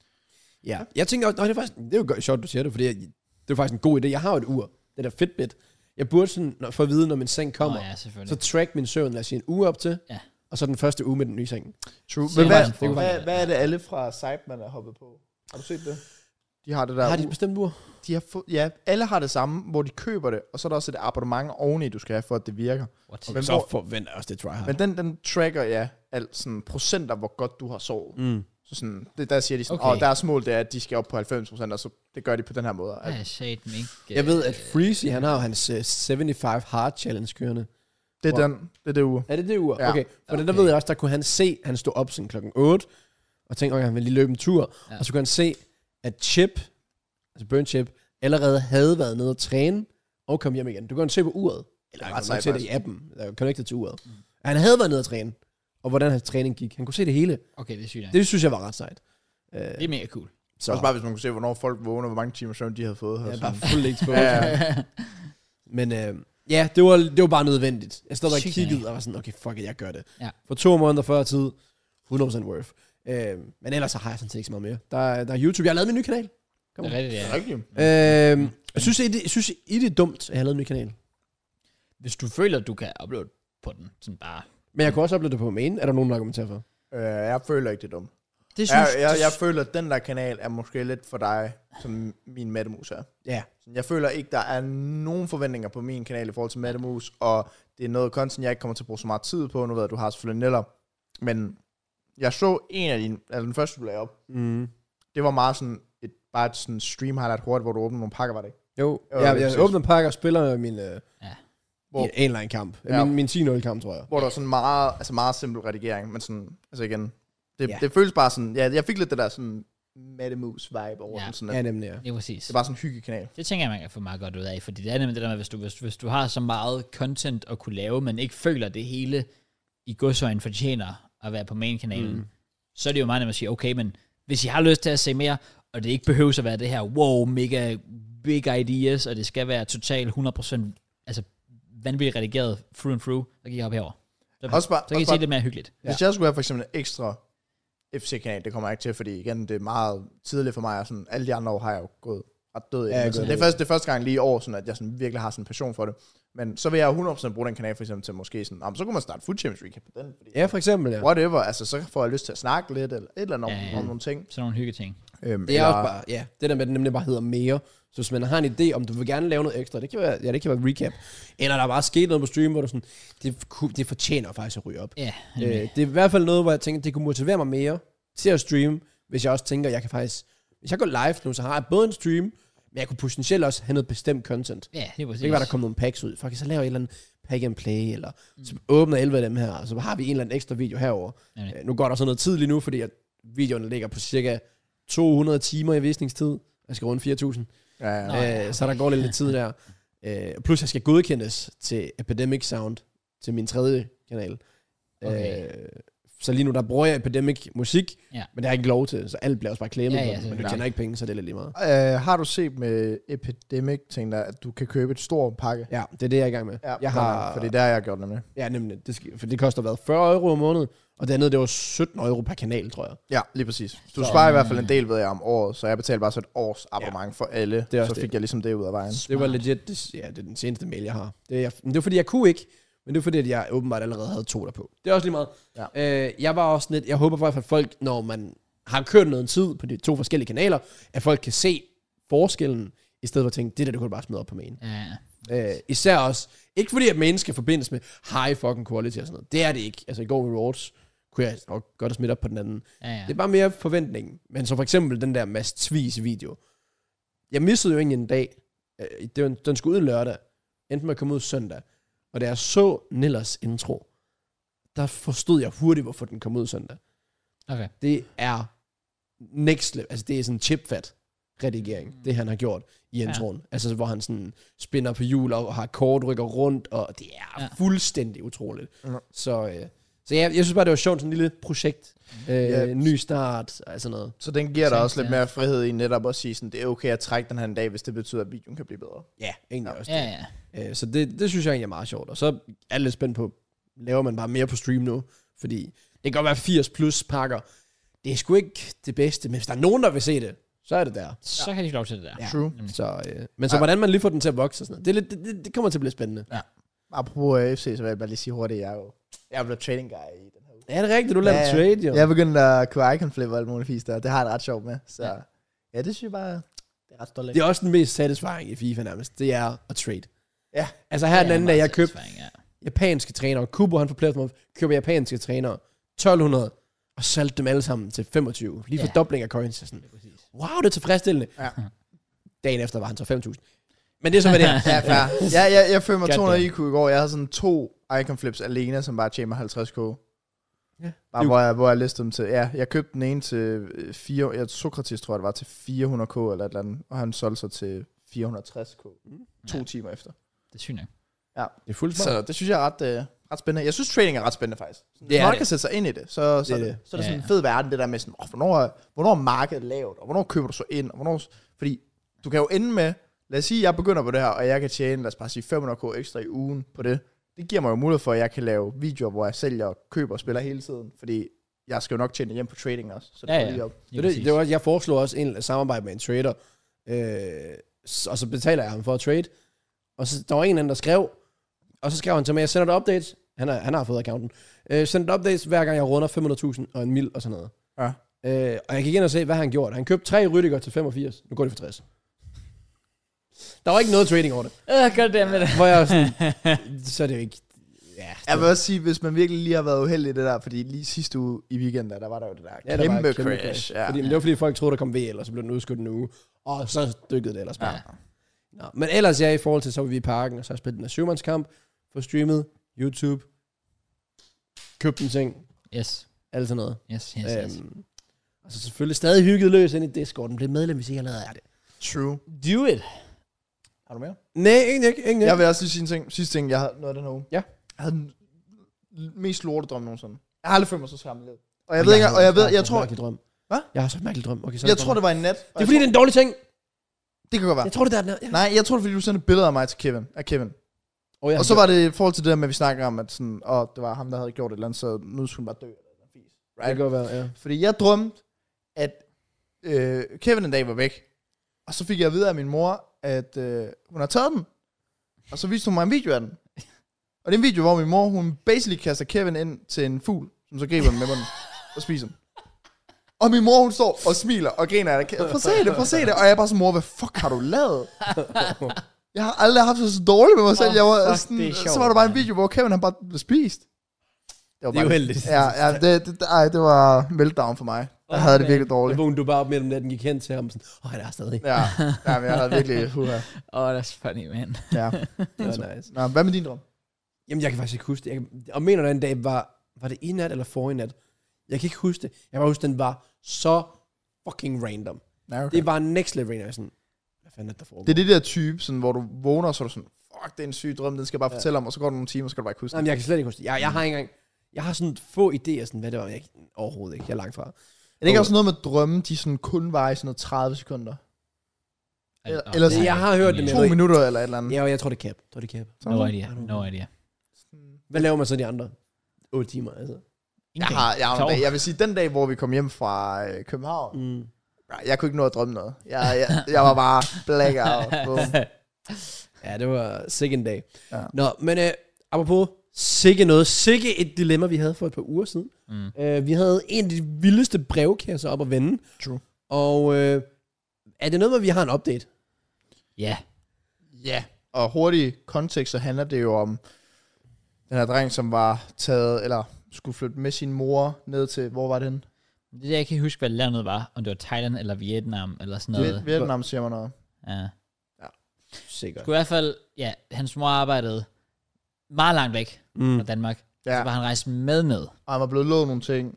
Ja, jeg tænker også, det er jo sjovt, du siger det, fordi det er faktisk en god idé. Jeg har jo et ur, det der Fitbit. Jeg burde sådan, for at vide, når min seng kommer, så track min søvn, lad os sige en uge op til, og så den første uge med den nye seng. True. Men hvad er det alle fra Sideman er hoppet på? Har du set det? De har det der. Har de et bestemt ur? Ja, alle har det samme, hvor de køber det, og så er der også et abonnement oveni, du skal have, for at det virker. Men så forventer jeg også det tryhard. Men den tracker, alt sådan procenter, hvor godt du har sovet. Så sådan, der siger de sådan, deres mål det er, at de skal op på 90%, og så det gør de på den her måde. Jeg ved, at Freezy, han har jo hans 75 Hard Challenge kørende. Det er det ur. Er det ur? Ja. Okay. For der ved jeg også, der kunne han se, han stod op sådan klokken 8, og tænkte, okay, han ville lige løbe en tur, og så kunne han se, at Chip, altså Burn Chip, allerede havde været nede og træne, og kom hjem igen. Du kan se på uret, eller han kan se det i appen, der er connected til uret. Han havde været nede og træne, og hvordan hans træning gik. Han kunne se det hele. Okay, det er sygt. Det synes jeg var ret sejt. Det er mega cool. Så også bare, hvis man kunne se, hvornår folk vågner, hvor mange timer søvn de havde fået. Ja, bare fuldt exposed. Men det var bare nødvendigt. Jeg stod og kiggede og var sådan, okay, fuck it, jeg gør det. Ja. For 2 måneder før tid, 100% worth. Men ellers så har jeg sådan set ikke så meget mere. Der er YouTube. Jeg har lavet min nye kanal. Det er rigtigt, Synes I det er dumt, at jeg har lavet en ny kanal? Hvis du føler, at du kan uploade på den, sådan bare... Men jeg kan også uploade det på main. Er der nogen, der argumenterer for? Jeg føler ikke, det er dumt. Jeg føler, at den der kanal er måske lidt for dig, som min Mattemus er. Ja. Jeg føler ikke, der er nogen forventninger på min kanal i forhold til Mattemus, og det er noget content, jeg ikke kommer til at bruge så meget tid på. Nu ved jeg, at du har selvfølgelig Neller. Men jeg så en af den første, du lagde op. Det var meget sådan bare et sådan stream highlight hurtigt, hvor du åbner nogle pakker, var det ikke? Jo, jeg åbner pakker og spiller min online kamp. Min 10-0 kamp, tror jeg. Hvor der var sådan meget simpel redigering, men sådan, altså igen, det føles bare sådan, jeg fik lidt det der sådan Mattemus vibe over den sådan. Ja, nemlig, Det er præcis. Det er bare sådan en hyggekanal. Det tænker jeg, man kan få meget godt ud af, fordi det er nemlig det der med, hvis du har så meget content at kunne lave, men ikke føler det hele i godsøjne fortjener at være på main-kanalen, så er det jo meget nemt at sige, okay, men hvis I har lyst til at se mere, og det ikke behøver at være det her, wow, mega big ideas, og det skal være totalt 100%, altså vanvittigt redigeret through and through, så gik jeg op herover. Så kan I se lidt mere hyggeligt. Hvis jeg skulle have for eksempel en ekstra FC-kanal, det kommer jeg ikke til, fordi igen, det er meget tidligt for mig, og sådan, alle de andre år har jeg jo gået ret død. Det er første gang lige i år, sådan, at jeg sådan, virkelig har sådan en passion for det. Men så vil jeg 100% bruge den kanal for eksempel til måske sådan, så kunne man starte Food Champions recap på den. Fordi, for eksempel, ja. Whatever, altså så får jeg lyst til at snakke lidt, eller et eller andet om nogle ting. Sådan nogle hyggeting. Det er også bare, det der med, at det nemlig bare hedder mere. Så hvis man har en idé, om du vil gerne lave noget ekstra, det kan være, det kan være recap. Eller der er bare sket noget på stream, hvor du sådan, det fortjener faktisk at ryge op. Ja, det er i hvert fald noget, hvor jeg tænker, det kunne motivere mig mere til at streame, hvis jeg også tænker, jeg kan faktisk, hvis jeg går live nu, så har jeg både en stream, men jeg kunne potentielt også have noget bestemt content. Ja, det er præcis. Det kan være, der kommer nogle packs ud. Faktisk, så laver jeg et eller andet pack and play, eller så åbner 11 af dem her, og så har vi en eller anden ekstra video herover. Nu går der så noget tid lige nu, fordi at videoen ligger på cirka 200 timer i visningstid. Jeg skal runde 4.000. Så der går lidt tid der. Plus jeg skal godkendes til Epidemic Sound, til min 3. kanal. Okay. Så lige nu, der bruger jeg Epidemic musik, men det har jeg ikke lov til, så alt bliver også bare klemmet, men du tjener ikke penge, så det er lidt lige meget. Har du set med Epidemic, tænkt dig, at du kan købe et stort pakke? Ja, det er det, jeg er i gang med. Ja, jeg har, for det er der, jeg har gjort nemlig. Ja, nemlig. For det koster hvad? 40 euro om måneden, og det andet, det var 17 euro per kanal, tror jeg. Ja, lige præcis. Du sparer i hvert fald en del, ved jeg, om året, så jeg betaler bare så et års abonnement for alle, så fik jeg ligesom det ud af vejen. Det var legit, det er den seneste mail, jeg har. Det var fordi, jeg kunne ikke, men det er fordi, at jeg åbenbart allerede havde 2 der på. Det er også lige meget. Ja. Jeg var også lidt, jeg håber i hvert fald, at folk, når man har kørt noget tid på de 2 forskellige kanaler, at folk kan se forskellen, i stedet for at tænke, det der, du kan bare smide op på main. Ja. Især også, ikke fordi, at main skal forbindes med high fucking quality og sådan noget. Det er det ikke. Altså i går med Rewards, kunne jeg godt have smidt op på den anden. Ja. Det er bare mere forventning. Men så for eksempel den der Mads Tvis video. Jeg missede jo egentlig en dag. Den skulle ud lørdag. Endte med at komme ud søndag. Og da jeg så Nillers intro, der forstod jeg hurtigt, hvorfor den kom ud søndag. Okay. Det er next level. Altså, det er sådan chipfat redigering, det han har gjort i introen. Altså, hvor han sådan spinner på hjul og har kort rykker rundt, og det er fuldstændig utroligt. Så ja, jeg synes bare, det var sjovt, sådan en lille projekt. Ny start, altså noget. Så den giver dig også lidt mere frihed i netop at sige sådan, det er okay at trække den her en dag, hvis det betyder, at videoen kan blive bedre. Ja, egentlig også det. Så det synes jeg egentlig er meget sjovt. Og så er jeg lidt spændt på, laver man bare mere på stream nu? Fordi det kan godt være 80 plus pakker. Det er sgu ikke det bedste, men hvis der er nogen, der vil se det, så er det der. Så kan de få lov til det der. Ja. True. Men så hvordan man lige får den til at vokse og sådan noget, det kommer til at blive spændende. Ja. Apropos FC, så vil jeg bare lige sige hurtigt, jeg er blevet trading guy i den her uge. Ja, det er rigtigt, du lavede trade, jo. Jeg er begyndt at kunne icon flip og alt muligt fisk der. Det har jeg det ret sjovt med. Så ja, det synes jeg bare, det er ret stolt af. Det er også den mest satisfying i FIFA nærmest. Det er at trade. Ja. Altså her den anden dag, jeg købte japanske trænere. Kubo, han for Players Month, køber japanske trænere. 1200. Og solgte dem alle sammen til 25. Lige for dobling af coins. Sådan. Wow, det er tilfredsstillende. Ja. Dagen efter var han så 5.000. Men det er så, hvad det er. Ja, fair. Jeg følte mig 200 IQ i går. Jeg havde sådan 2 icon flips alene, som bare tjener 50k. Ja. Bare hvor jeg listede dem til. Ja, jeg købte den ene til 4. Sokrates tror jeg, det var til 400k eller et eller andet. Og han solgte sig til 460k. 2 timer efter. Det er sygt nok. Ja. Det er fuldt smart. Så det synes jeg er ret spændende. Jeg synes, trading er ret spændende faktisk. Hvis man kan sætte sig ind i det, så er det sådan en fed verden, det der med sådan, hvornår er markedet lavt, og hvornår køber du så ind, og hvornår... Fordi du kan jo ende med, lad os sige, jeg begynder på det her, og jeg kan tjene, lad os bare sige, 500k ekstra i ugen på det. Det giver mig jo mulighed for, at jeg kan lave videoer, hvor jeg sælger, køber og spiller hele tiden, fordi jeg skal jo nok tjene hjem på trading også. Så det lige op. Det var, jeg foreslog også en samarbejde med en trader, og så betaler jeg ham for at trade. Og så der var en anden, der skrev, og så skrev han til mig, jeg sender dig updates. Han har fået accounten. Sender updates, hver gang jeg runder 500.000 og en mil og sådan noget. Ja. Og jeg gik ind og se, hvad han gjorde. Han købte 3 Rydiger til 85. Nu går det for 60. Der var ikke noget trading over det. Godt det med det. Hvor jeg sådan, så er det jo ikke... Ja, jeg vil også sige, hvis man virkelig lige har været uheldig i det der, fordi lige sidste uge i weekenden, der var der jo det der kæmpe crash. Ja. Fordi, men det var fordi folk troede, der kom VL, og så blev den udskudt en uge. Og så dykkede det ellers bare. Ja. Nå, men ellers i forhold til, så var vi i parken, og så har jeg spillet den af 7-mandskamp, for streamet, YouTube, købt en ting. Yes. Alt sådan noget. Yes. Og så selvfølgelig stadig hygget løs ind i Discorden. Bliv medlem, hvis I allerede er det. True. Do it. Har du mere? Nej, ikke. Jeg vil også lige sige en ting. Sidste ting, jeg havde noget af den her uge. Ja. Jeg havde den mest lortedrøm nogensinde. Jeg har aldrig følt mig så skræmmelig. Og jeg ved ikke, jeg tror... Drøm. Hvad? Jeg har så en mærkelig drøm. Okay, jeg tror, det var en nat. Det er fordi, det er en dårlig ting. Det kan godt være. Jeg tror, det der. Ja. Nej, jeg tror det fordi, du sendte billeder af mig til Kevin. Og så var det i forhold til det der med, at vi snakker om, at sådan, det var ham, der havde gjort et eller andet, så nu skulle han bare dø. Right? Det kan godt være, ja. Fordi jeg drømte, at Kevin en dag var væk. Og så fik jeg at vide af min mor, at hun har taget den. Og så viste hun mig en video af den. Og det er en video, hvor min mor, hun basically kaster Kevin ind til en fugl, som så griber den med munden og spiser den. Og min mor, hun står og smiler og griner af det. Prøv at se det. Og jeg er bare sådan, mor, hvad fuck har du lavet? Jeg har aldrig haft det så dårligt med mig selv. Jeg var sådan, så var der bare en video, hvor Kevin han bare blev spist. Det er uheldigt. Ja, det var meltdown for mig. Jeg havde det virkelig dårligt. Og du bare op med den, den gik hen til ham sådan, han er stadig. Ja, men jeg havde virkelig that's funny, man. Ja. Det var nice. Nå, hvad med din drøm? Jamen, jeg kan faktisk ikke huske det. Og mener den dag var det i nat eller for i nat? Jeg kan ikke huske det. Jeg kan bare huske, den var så fucking random. Okay. Det var next level random. Sådan, hvad fanden er der foregår? Det er det der type, sådan, hvor du vågner, og så er du sådan, fuck, det er en syg drøm, den skal jeg bare fortælle om, og så går der nogle timer, og så skal du bare ikke huske det. Jamen, jeg kan slet ikke huske det. Jeg har ikke engang... Jeg har sådan få idéer, sådan, hvad det var. Overhovedet ikke. Jeg er langt fra. Er det ikke også noget med drømme, de sådan kun var i sådan noget 30 sekunder? Eller sådan, jeg har hørt det med 2 minutter eller et eller andet. Ja, jeg tror det er cap. No idea. Hvad laver man så de andre 8 timer? Altså? Jeg vil sige, den dag, hvor vi kom hjem fra København, jeg kunne ikke nå at drømme noget. Jeg var bare blackout. Ja, det var sikke en dag. Ja. Nå, men apropos sikke et dilemma, vi havde for et par uger siden. Vi havde en af de vildeste brevkasser op at vende. True. Og er det noget med, at vi har en update? Ja. Ja, og hurtig kontekst, så handler det jo om den her dreng, som var taget, eller skulle flytte med sin mor ned til, hvor var det henne? Det er, jeg kan ikke huske, hvad landet var. Om det var Thailand eller Vietnam, eller sådan noget. Vietnam siger man noget. Ja. Sikkert. Skulle i hvert fald, hans mor arbejdede meget langt væk fra Danmark. Ja. Så var han rejst med ned. Og han var blevet lovet nogle ting.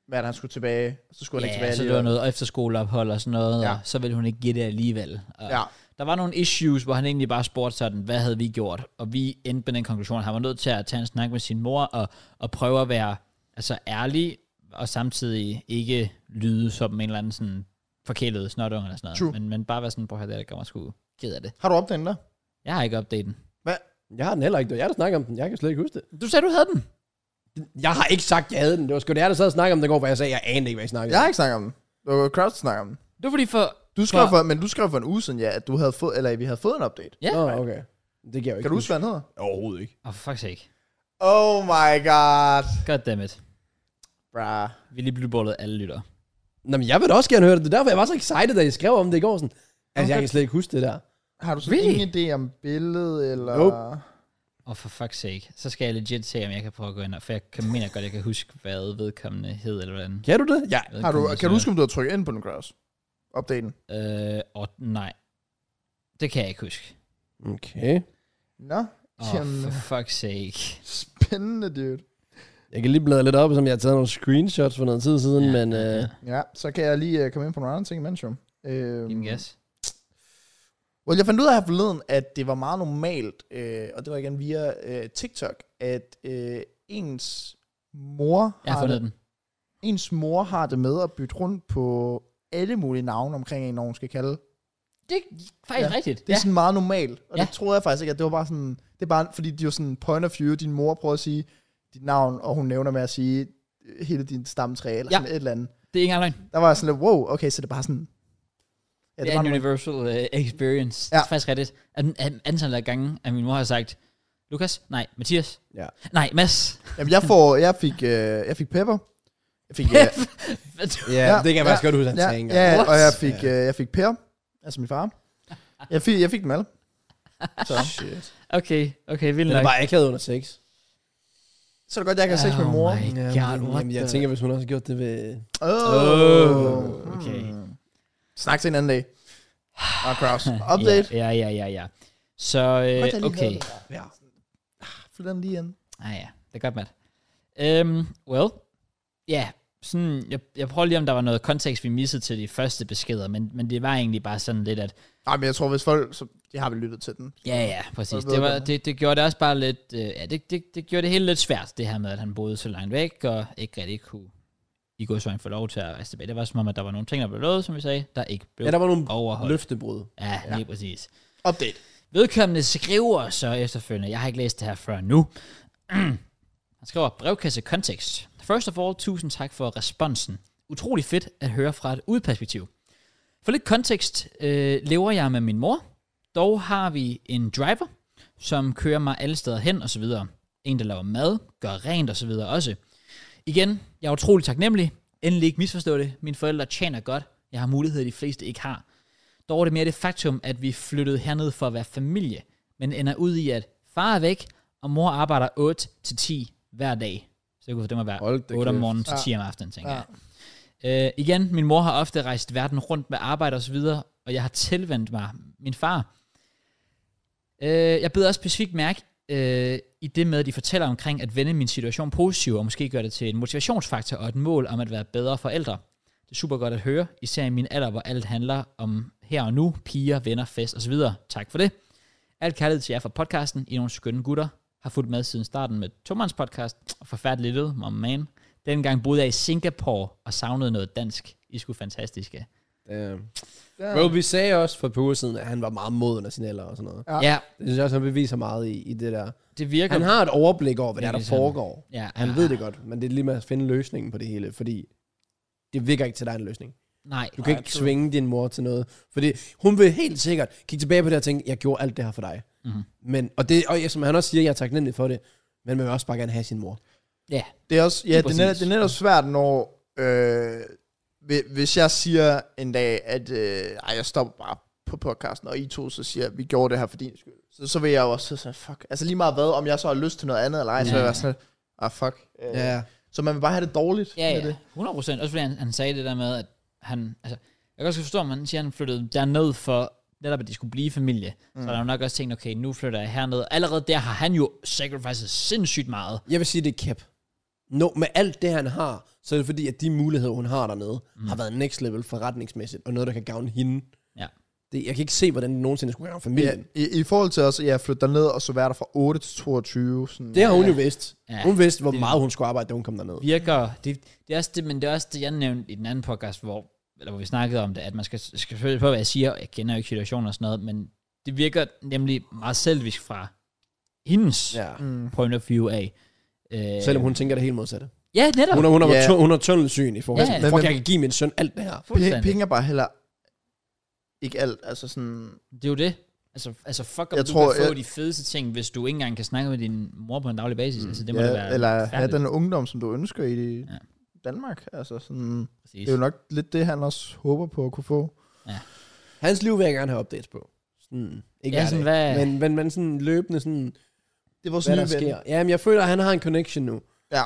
hvad han skulle tilbage, så skulle han ikke tilbage så det var noget efterskoleophold og sådan noget, og så ville hun ikke give det alligevel. Og der var nogle issues, hvor han egentlig bare spurgte sådan, hvad havde vi gjort? Og vi endte med den konklusion, at han var nødt til at tage en snak med sin mor, og prøve at være altså ærlig, og samtidig ikke lyde som en eller anden sådan forkælet snotunge eller sådan noget. Men bare være sådan, prøv at høre, det gør mig sgu ked af det. Har du opdaget den der? Jeg har ikke opdaget den. Hvad? Jeg har den heller ikke. Jeg har da snakket om den. Jeg kan slet ikke huske det. Du sagde, du havde den. Jeg har ikke sagt, jeg havde den. Det var sgu det, der sad og snakkede om det går, hvor jeg sagde, jeg anede ikke, hvad jeg snakkede om. Jeg har ikke snakket om den. Det var Kraus, der snakkede om den. Det var fordi Du skrev for en uge siden, at du havde fået, eller vi havde fået en update. Ja. Okay. Det giver jo ikke. Kan du huske, hvad han hedder? Overhovedet ikke. For fuck's sake. Oh my god. Goddammit. Bra. Vi lige blev bollet alle lytter. Nå, men jeg vil da også gerne høre det. Det er derfor, jeg var så excited, da jeg skrev om det i går. Sådan. Altså, jeg kan slet ikke huske det der. Har du så ingen idé om billedet, eller... Nope. For fuck's sake. Så skal jeg legit se, om jeg kan prøve at gå ind, for jeg mener godt, jeg kan huske, hvad vedkommende hed, eller hvordan. Kan du det? Ja. Kan du huske, om du har trykket ind på den, Kraus? Updaten? Nej. Det kan jeg ikke huske. Okay. Nå. For fuck's sake. Spændende, dude. Jeg kan lige bladre lidt op, som jeg har taget nogle screenshots for noget tid siden, men... Ja, så kan jeg lige komme ind på nogle andre ting imens, jo. Din gas. Jeg fandt ud af her forleden, at det var meget normalt, og det var igen via TikTok, at ens mor har det med at bytte rundt på alle mulige navne omkring en, når hun skal kalde. Det er faktisk rigtigt. Det er sådan meget normalt, og det troede jeg faktisk ikke, at det var bare sådan, det er bare, fordi det er jo sådan point of view, din mor prøver at sige dit navn, og hun nævner med at sige hele din stamtræ, eller sådan et eller andet. Det er ikke engang løgn. Der var sådan lidt, wow, okay, så det er bare sådan... Ja, det er en universal experience. Det er faktisk rigtigt. Antallet af gange, at min mor har sagt, Lukas, nej, Mathias, nej, Mads. Jamen, jeg fik Pepper. Jeg fik... det kan jeg faktisk godt huske, han sagde. Ja, og jeg fik Per, altså min far. Jeg fik dem alle. Så. Shit. Okay, vildt nok. Det var ikke lavet under sex. Så er det godt, jeg kan have sex med mor. Jamen, jeg tænker, hvis hun også har gjort det ved... Okay. Snak til en anden dag. Kraus. Update. Ja. Så, okay. Ja. Flyt den lige ind. Ja, det er godt, Matt. Sådan, jeg prøver lige, om der var noget kontekst, vi missede til de første beskeder, men det var egentlig bare sådan lidt, at... men jeg tror, hvis folk, så de har vel lyttet til den. Ja, præcis. Det gjorde det også bare lidt... det gjorde det hele lidt svært, det her med, at han boede så langt væk, og ikke rigtig kunne i godsøjne få lov til at rejse tilbage. Det var som om, at der var nogle ting, der blev lovet, som vi sagde, der ikke blev der var nogle overholdt. Løftebrud. Ja, lige præcis. Update. Vedkommende skriver så efterfølgende, jeg har ikke læst det her før nu. Han skriver, brevkasse kontekst. First of all, tusind tak for responsen. Utrolig fedt at høre fra et udperspektiv. For lidt kontekst lever jeg med min mor. Dog har vi en driver, som kører mig alle steder hen og så videre. En, der laver mad, gør rent og så videre også. Igen, jeg er utrolig taknemmelig. Endelig ikke misforstå det. Mine forældre tjener godt. Jeg har muligheder, de fleste ikke har. Dog er det mere det faktum, at vi flyttede herned for at være familie, men ender ud i, at far er væk, og mor arbejder 8-10 hver dag. Så det kunne for dem at være 8 om morgenen til 10 om aftenen, tænker jeg. Igen, min mor har ofte rejst verden rundt med arbejde og så videre, og jeg har tilvendt mig min far. Jeg beder også specifikt mærke i det med, at de fortæller omkring at vende min situation positiv, og måske gøre det til en motivationsfaktor og et mål om at være bedre forældre. Det er super godt at høre, især i min alder, hvor alt handler om her og nu, piger, venner, fest osv. Tak for det. Alt kærlighed til jer fra podcasten. I nogle skønne gutter. Har fulgt med siden starten med Tommans podcast. Og forfærdeligt lidt, man. Dengang boede jeg i Singapore og savnede noget dansk. I skulle fantastiske. Well, vi sagde også for et par uger siden, at han var meget moden af sin alder og sådan noget. Ja. Det synes jeg også, han beviser meget i det der. Det virker. Han har et overblik over, hvad der foregår. Ja. Han ved det godt, men det er lige med at finde løsningen på det hele, fordi det virker ikke til dig en løsning. Nej. Du kan ikke tvinge din mor til noget. Fordi hun vil helt sikkert kigge tilbage på det og tænke, jeg gjorde alt det her for dig. Mm-hmm. Men, og som han også siger, jeg er taknemmelig for det, men man vil også bare gerne have sin mor. Ja. Det er også, det er netop svært, når hvis jeg siger en dag, at jeg stopper bare på podcasten, og I to så siger, at vi gjorde det her for din skyld. Så vil jeg jo også sige, fuck. Altså lige meget hvad, om jeg så har lyst til noget andet eller ej, så vil jeg være sådan, fuck. Så man vil bare have det dårligt med det. 100%. Også fordi han sagde det der med, at han, altså, jeg kan også forstå, at han siger, at han flyttede derned for netop, at de skulle blive familie. Så der er nok også tænkt, okay, nu flytter jeg herned. Allerede der har han jo sacrificed sindssygt meget. Jeg vil sige, det er kæp. med alt det, han har, så er det fordi, at de muligheder, hun har dernede, har været next level forretningsmæssigt, og noget, der kan gavne hende. Ja. Jeg kan ikke se, hvordan det nogensinde skulle gavne familien. Ja, i forhold til også, at flytte derned, og så være der fra 8 til 22. Sådan, Det har hun jo vidst. Ja. Hun vidste, hvor meget hun skulle arbejde, da hun kom derned. Virker, det er også det, men det er også det, jeg nævnte i den anden podcast, hvor vi snakkede om det, at man skal selvfølgelig på, hvad jeg siger, og jeg kender jo ikke situationen og sådan noget, men det virker nemlig meget selvisk fra hendes point of view af. Selvom hun tænker det helt modsatte. Ja, netop. Hun har tunnelsyn i forhold til, fuck, jeg kan give min søn alt det her. Penge er bare heller ikke alt, altså sådan... Det er jo det. Altså fuck, om jeg du tror, kan få de fedeste ting, hvis du ikke engang kan snakke med din mor på en daglig basis. Altså, det må det være eller færdigt. have den ungdom, som du ønsker i Danmark. Altså sådan, Præcis. det er jo nok lidt det, han også håber på at kunne få. Ja. Hans liv vil jeg gerne have updates på. Sådan, ikke sådan, hvad... men sådan løbende sådan... Det var hvad der sker. Jamen, jeg føler, at han har en connection nu. Ja.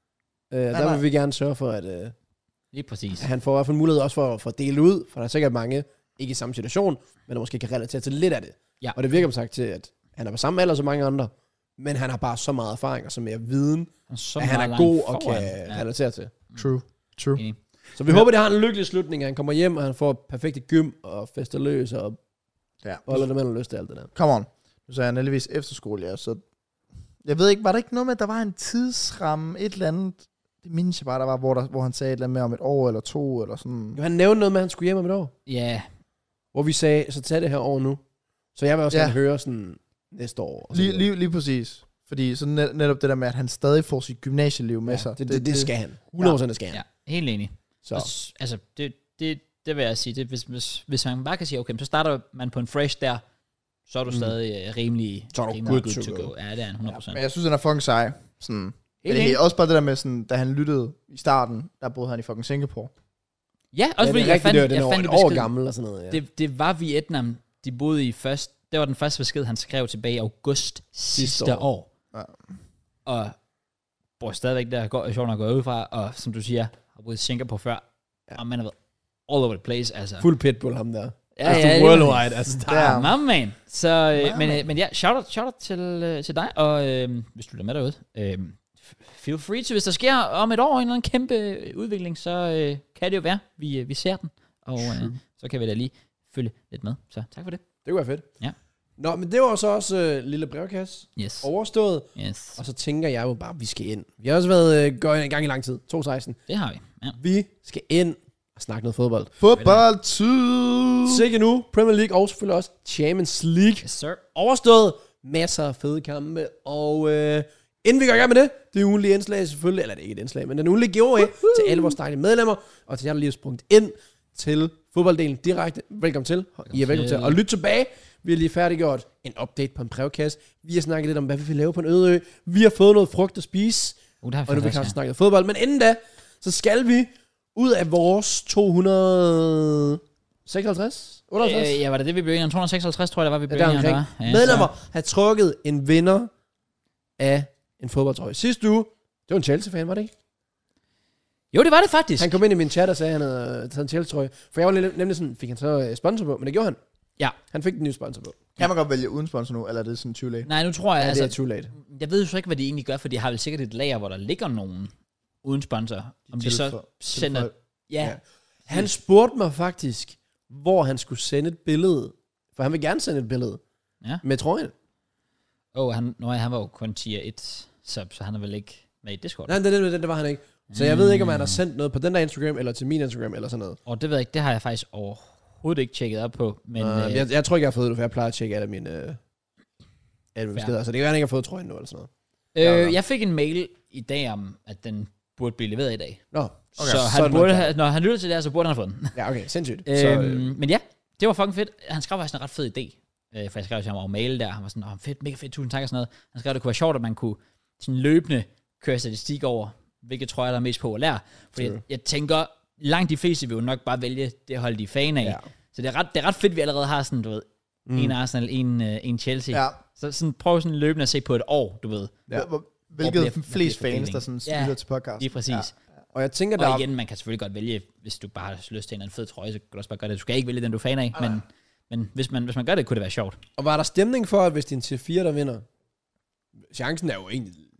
Der vil vi gerne sørge for, at lige præcis. han får i hvert fald mulighed også for at dele ud, for der er sikkert mange, ikke i samme situation, men der måske kan relatere til lidt af det. Ja. Og det virker som sagt til, at han er på samme alder som mange andre, men han har bare så meget erfaring og så mere viden, at han er god og kan relatere til. True. Enig. Så vi håber, det har en lykkelig slutning, at han kommer hjem, og han får perfekte gym og fester løs og holder det med at lyst til alt det der. Come on. Nu sagde jeg heldigvis efterskole, ja, så... Jeg ved ikke, var der ikke noget med, at der var en tidsramme, et eller andet... Det mindes jeg bare, der var, hvor han sagde et eller andet med om et år eller 2, eller sådan... Jo, han nævnte noget med, at han skulle hjem om et år. Ja. Hvor vi sagde, så tag det her år nu. Så jeg vil også gerne høre sådan næste år. Lige præcis. Fordi så netop det der med, at han stadig får sit gymnasieliv med sig. Det skal han. 100% det skal han. Ja, helt enig. Så. Altså, det vil jeg sige. Det, hvis man bare kan sige, okay, så starter man på en fresh der, så er du stadig rimelig good to go. Ja, det er han 100%. Ja, men jeg synes, han er fucking sej. Sådan... Det er også bare det der med, sådan, da han lyttede i starten, der boede han i fucking Singapore. Ja, også fordi jeg fandt et år gammel og sådan noget. Ja. Det var Vietnam, de boede i først. Det var den første besked, han skrev tilbage i august sidste år. Ja. Og bor stadigvæk der, sjovt nok går ud fra, og som du siger, har boet i Singapore før, og man har været all over the place. Altså. Fuld pitbull ham der. Ja, worldwide. Altså, der. Mamma man. Så, men ja, shout out til dig, og hvis du er med derude, feel free to, hvis der sker om et år en eller anden kæmpe udvikling, så kan det jo være, vi ser den, og så kan vi da lige følge lidt med. Så tak for det. Det kunne være fedt. Ja. Nå, men det var så også lille brevkasse overstået, og så tænker jeg jo bare, at vi skal ind. Vi har også været gået i gang i lang tid, 2016. Det har vi, ja. Vi skal ind og snakke noget fodbold. Fodboldtid! Sikke nu, Premier League og selvfølgelig også Champions League. Yes, sir. Overstået, masser af fede kampe, og inden vi går i gang med det ugenlige indslag selvfølgelig, eller det er ikke et indslag, men den ugenlige giveaway til alle vores dejlige medlemmer, og til jer, der lige har sprunget ind til fodbolddelen direkte. Velkommen til. I er velkommen til at lytte tilbage. Vi har lige færdiggjort en update på en brevkasse. Vi har snakket lidt om, hvad vi vil lave på en øde ø. Vi har fået noget frugt at spise, og nu vil vi kanskje snakke fodbold. Men inden da, så skal vi ud af vores 256? 58? Ja, var det vi blev enige om? 256, tror jeg, der var vi blev enige om. Medlemmer har trukket en vinder af en fodboldtrøje. Sidste uge, det var en Chelsea-fan, var det ikke? Jo, det var det faktisk. Han kom ind i min chat og sagde, at han havde taget en Chelsea-trøje. For jeg var nemlig sådan, fik han så sponsor på, men det gjorde han. Ja. Han fik den nye sponsor på. Kan man godt vælge uden sponsor nu, eller er det sådan too late? Nej, nu tror jeg, det er too late. Jeg ved jo så ikke, hvad de egentlig gør, for de har vel sikkert et lager, hvor der ligger nogen uden sponsor. Om de så sender... Ja. Han spurgte mig faktisk, hvor han skulle sende et billede. For han vil gerne sende et billede med trøjen. Han var jo kun tier 1, så han er vel ikke med i Discord. Nej, det var han ikke. Så jeg ved ikke, om han har sendt noget på den der Instagram, eller til min Instagram, eller sådan noget. Og det ved jeg ikke, det har jeg faktisk overhovedet ikke tjekket op på. Men, jeg tror ikke, jeg har fået det, for jeg plejer at tjekke alle mine beskeder. Så det kan være, han ikke har fået trøjen nu, eller sådan noget. Jeg fik en mail i dag om, at den burde blive leveret i dag. Nå, okay. Så han burde når han lytter til det her, så burde han have fået den. Ja, okay, sindssygt. Men ja, det var fucking fedt. Han skrev faktisk en ret fed idé. For jeg skrev til ham over mail der. Han var sådan, fedt, mega fedt, tusind tak og sådan noget. Han skrev, at det kunne være sjovt, at man kunne sådan løbende køre statistik over, hvilke trøjer der er mest på at lære. Fordi jeg tænker, langt de fleste vil jo nok bare vælge det hold, de er fan af. Ja. Så det er ret fedt, at vi allerede har sådan, du ved, en Arsenal, en Chelsea. Ja. Så sådan, prøv sådan løbende at se på et år, du ved. Ja. Hvilket flest fans, der sådan lytter til podcast. Lige præcis. Ja. Og jeg tænker, og igen, man kan selvfølgelig godt vælge, hvis du bare har lyst til en fed trøje, så kan du også bare gøre det. Du skal ikke vælge den, du er fan af, men hvis man gør det, kunne det være sjovt. Og var der stemning for, at hvis det er en T4, der vinder? Chancen er jo egentlig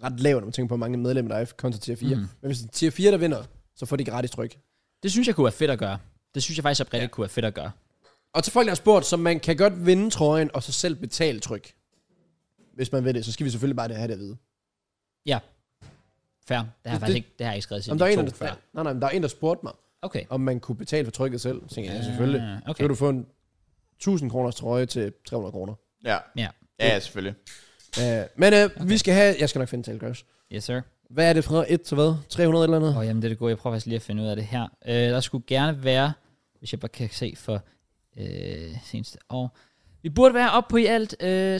ret lav, når man tænker på, hvor mange medlemmer der er kontra tier 4. Men hvis det er tier 4, der vinder, så får de gratis tryk. Det synes jeg kunne være fedt at gøre. Det synes jeg faktisk oprigtigt kunne være fedt at gøre. Og til folk, der har spurgt, så man kan godt vinde trøjen, og så selv betale tryk. Hvis man vil det, så skal vi selvfølgelig bare have det at vide. Ja. Fair. Det har jeg faktisk ikke, det har jeg ikke skrevet der er en, nej, der er en, der spurgte mig, om man kunne betale for trykket selv. Så tænkte jeg, selvfølgelig. Okay. Så kan du få en 1000 kroners trøje til 300 kroner. Ja, selvfølgelig. Men vi skal have, jeg skal nok finde talgørs. Yes, sir. Hvad er det fra 1 til hvad? 300 eller andet? Jamen det er det gode, jeg prøver faktisk lige at finde ud af det her. Der skulle gerne være, hvis jeg bare kan se for seneste år. Vi burde være oppe på i alt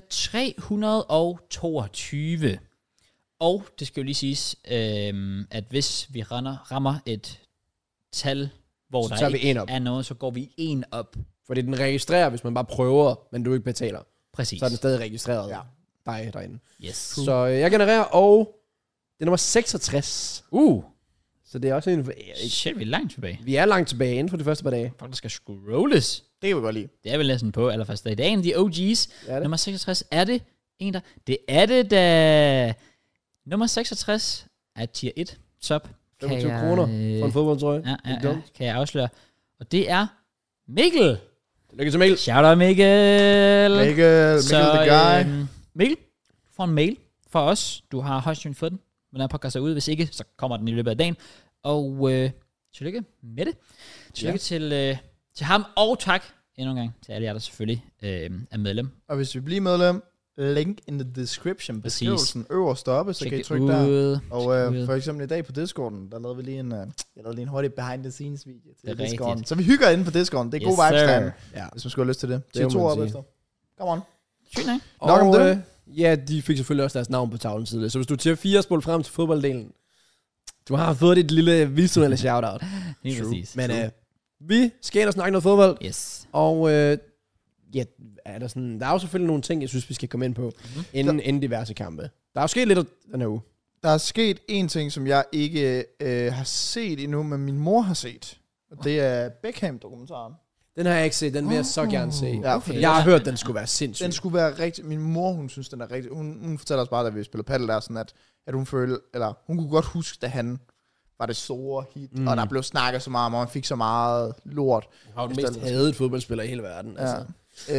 322. Og det skal jo lige siges, at hvis vi rammer et tal, hvor så der ikke er noget, så går vi en op. Fordi den registrerer, hvis man bare prøver, men du ikke betaler. Præcis. Så er den stadig registreret dig derinde. Yes. Så jeg genererer, og det er nummer 66. Så det er også en... Shit, vi er langt tilbage. Vi er langt tilbage inden for de første par dage. Folk, der skal scrolles. Det kan vi godt lide. Det er vel næsten på allerførste dag. Det er en af de OG's. Nummer 66, er det en der... Det er det da... Nummer 66 er tier 1 sub. 25 kroner for en fodboldtrøje. Ja, kan jeg afsløre. Og det er Mikkel. Lykke til Mikkel. Shout out Mikkel. Mikkel the guy. Mikkel, du får en mail fra os. Du har højst sandsynligt fået den. Når den podcast er ude. Hvis ikke, så kommer den i løbet af dagen. Og tillykke med det. Tillykke til ham. Og tak endnu en gang til alle jer, der selvfølgelig er medlem. Og hvis vi bliver medlem, link in the description, beskrivelsen øverst oppe, så kan I trykke der. Og for eksempel i dag på Discorden, der lavede vi lige en hurtig behind the scenes video til Discorden. Rigtigt. Så vi hygger inde på Discorden. Det er god vibes derinde, hvis man skulle have lyst til det. Det er 2 år efter. Come on. Sygt nok. Nok om det. Ja, de fik selvfølgelig også deres navn på tavlen tidligere. Så hvis du tier 4 spurgte frem til fodbolddelen, du har fået dit lille visuelle shout-out. Lige præcis. Men vi skal ind og snakke noget fodbold. Yes. Og ja, der er jo selvfølgelig nogle ting, jeg synes, vi skal komme ind på, inden diverse kampe. Der er jo sket lidt af den her uge. Der er sket en ting, som jeg ikke har set endnu, men min mor har set. Og det er Beckham-dokumentaren. Den har jeg ikke set, den vil jeg så gerne se. Ja, okay. Jeg har hørt, den skulle være sindssyg. Den skulle være rigtig... Min mor, hun synes, den er rigtig... Hun fortæller os bare, da vi spiller paddle der, sådan at hun følte... Eller hun kunne godt huske, da han var det store hit, og der blev snakket så meget om, og man fik så meget lort. Hun har den mest hadet fodboldspiller i hele verden. Ja. Altså.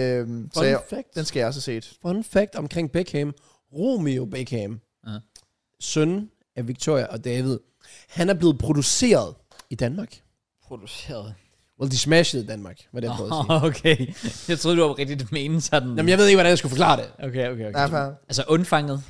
Så den skal jeg også have set. Fun fact omkring Beckham. Romeo Beckham, søn af Victoria og David, han er blevet produceret i Danmark. Produceret? Well, de smashede i Danmark, hvad det jeg prøvede at sige. Okay. Jeg troede, du var rigtig mente sådan... Jamen, jeg ved ikke, hvordan jeg skulle forklare det. Okay. Ja, altså undfanget?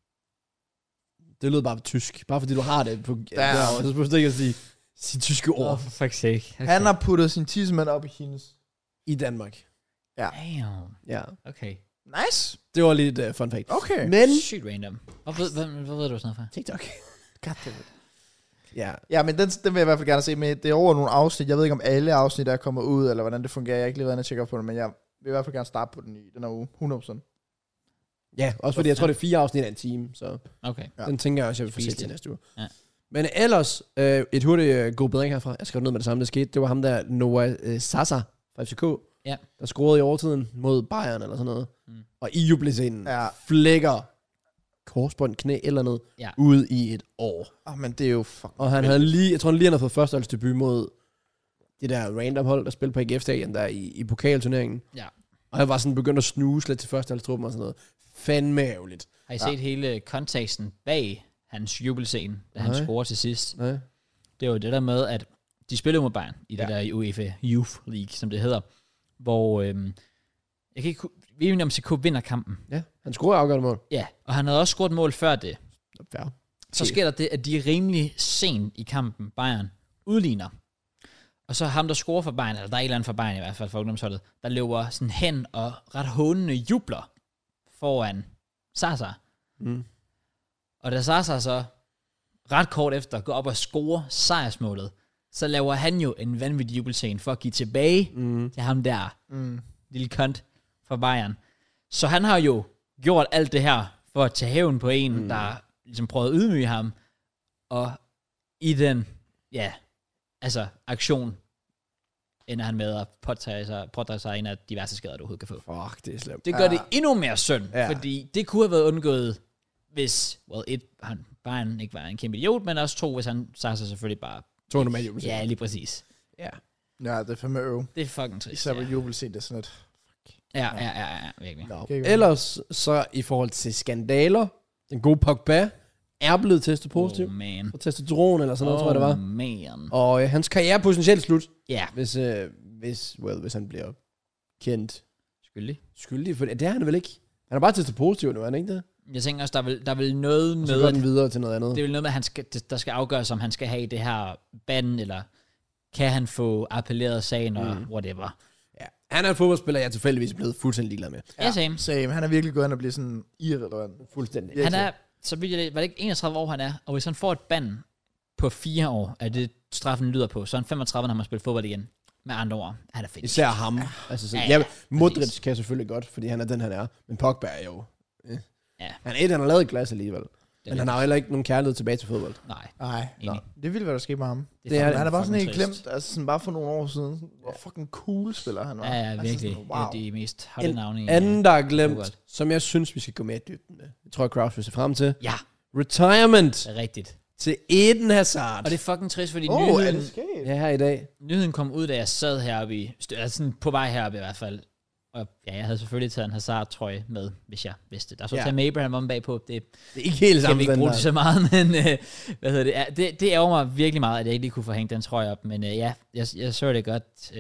Det lød bare på tysk. Bare fordi du har det på... Så skulle du ikke sige tyske ord. For fuck's sake. Okay. Han har puttet sin tissemand op i hendes. I Danmark. Ja. Damn. Ja. Okay. Nice. Det var lidt et fun fact. Okay. Men... Sygt random. Hvad ved du sådan noget fra? TikTok. Goddammit. Ja. Ja, men den vil jeg i hvert fald gerne se med. Det er over nogle afsnit. Jeg ved ikke, om alle afsnit er kommet ud, eller hvordan det fungerer. Jeg har ikke lige været inde og tjekke op på det, men jeg vil i hvert fald gerne starte på den i den her uge. 100%. Ja, også fordi jeg tror, det er 4 afsnit af en time, så okay. Den tænker jeg også, jeg vil få set til næste uge. Ja. Men ellers, et hurtigt god bedring herfra. Jeg skrev ned med det samme, der skete. Det var ham der, Noah Sasa fra FCK, der scorede i overtiden mod Bayern eller sådan noget. Og i jublescenen flækker korsbånd, knæ eller noget, ude i et år. Men det er jo fucking... Og han havde lige, jeg tror han havde fået førsteholdsdebut mod det der random hold, der spillede på AGF-stadion der i pokalturneringen. Ja. Og han var sådan begyndt at snuse lidt til førsteholdstruppen og sådan noget. Fandme ærgerligt. Har I set hele konteksten bag hans jubelscene, da han scorer til sidst? Nej. Det var det der med, at de spillede mod Bayern i det der UEFA Youth League, som det hedder, hvor jeg kan ikke... Vi er enige om, at CK vinder kampen. Ja, han scorer afgørende mål. Ja, og han havde også scoret mål før det. Ja. Så sker der det, at de er rimelig sent i kampen, Bayern, udligner. Og så ham, der scorer for Bayern, eller der er et eller andet for Bayern i hvert fald, for ungdomsholdet, der løber sådan hen og ret hånende jubler foran Sasa. Og da Sasa så ret kort efter går op og scorer sejrsmålet, så laver han jo en vanvittig jubelscene for at give tilbage til ham der, lille kont fra Bayern. Så han har jo gjort alt det her for at tage hævn på en, der ligesom prøvede at ydmyge ham. Og i den, aktion ender han med at påtage sig en af de værste skader, du overhovedet kan få. Fuck, det er slemt. Det gør det endnu mere synd, fordi det kunne have været undgået hvis, han Bayern ikke var en kæmpe idiot, men også 2, hvis han så selvfølgelig bare... 200 million. Ja, lige præcis. Ja. Ja, det er fandme øv. Det er fucking trist. Især vil jubel se det sådan lidt. Ja, virkelig. No. Okay, Ellers, så i forhold til skandaler, den gode Pogba er blevet testet positiv. Man. For testosteron eller sådan noget, tror jeg det var. Man. Og hans karriere er potentielt slut. Ja. Hvis han bliver kendt Skyldig. For det er han vel ikke. Han er bare testet positiv nu, er han ikke det? Jeg tænker også, der er vel noget med... Så går den videre til noget andet. Det er vel noget med, der skal afgøres, om han skal have det her ban, eller kan han få appelleret sagen, og whatever. Ja. Han er en fodboldspiller, jeg er tilfældigvis blevet fuldstændig ligeglad med. Ja, same. Han er virkelig gået hen og blive sådan irrelevant. Fuldstændig. Han er, så vidt jeg var det ikke 31 år, han er, og hvis han får et ban på 4 år, er det straffen lyder på, så er han 35, når han har spillet fodbold igen. Med andre ord, han er fedt. Især ham. Altså, så, Modric kan selvfølgelig godt, fordi han er den, han er. Men Pogba er jo... Han har lavet et glas alligevel. Men han har jo heller ikke nogen kærlighed tilbage til fodbold. Nej. Det ville være, der skete med ham. Han er bare sådan helt glemt, altså sådan bare for nogle år siden. Hvor fucking cool spiller han var. Ja, virkelig. Altså sådan, wow. De mest hotte navne i... Anden, der er glemt, som jeg synes, vi skal gå mere i dybden med. Jeg tror, Kraus vil se frem til. Ja. Retirement. Det er rigtigt. Til Eden Hazard. Og det er fucking trist, fordi er det sket? Ja, her i dag. Nyheden kom ud, da jeg sad heroppe i... Altså sådan på vej heroppe i hvert ffald. Og ja, jeg havde selvfølgelig taget en Hazard-trøje med, hvis jeg vidste. Der så Tam Abraham om bagpå. Det er ikke helt sammen. Kan vi ikke bruge det så meget, men det ærger mig virkelig meget, at jeg ikke lige kunne få hængt den trøje op. Men jeg så det godt.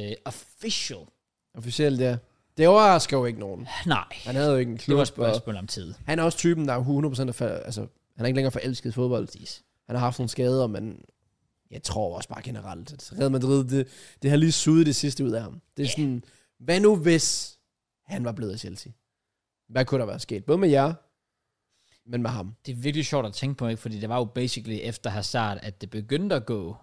Officielt, ja. Det overrasker jo ikke nogen. Nej. Han havde jo ikke en klub. Det var et spørgsmål om tid. Han er også typen, der er 100% altså, han er ikke længere forelsket i fodbold. Præcis. Han har haft nogle skader, men jeg tror også bare generelt, at Real Madrid, det har lige suget det sidste ud af ham. Det er sådan, hvad nu hvis han var blevet i Chelsea? Hvad kunne der være sket? Både med jer, men med ham. Det er virkelig sjovt at tænke på, ikke? Fordi det var jo basically efter Hazard, at det begyndte at gå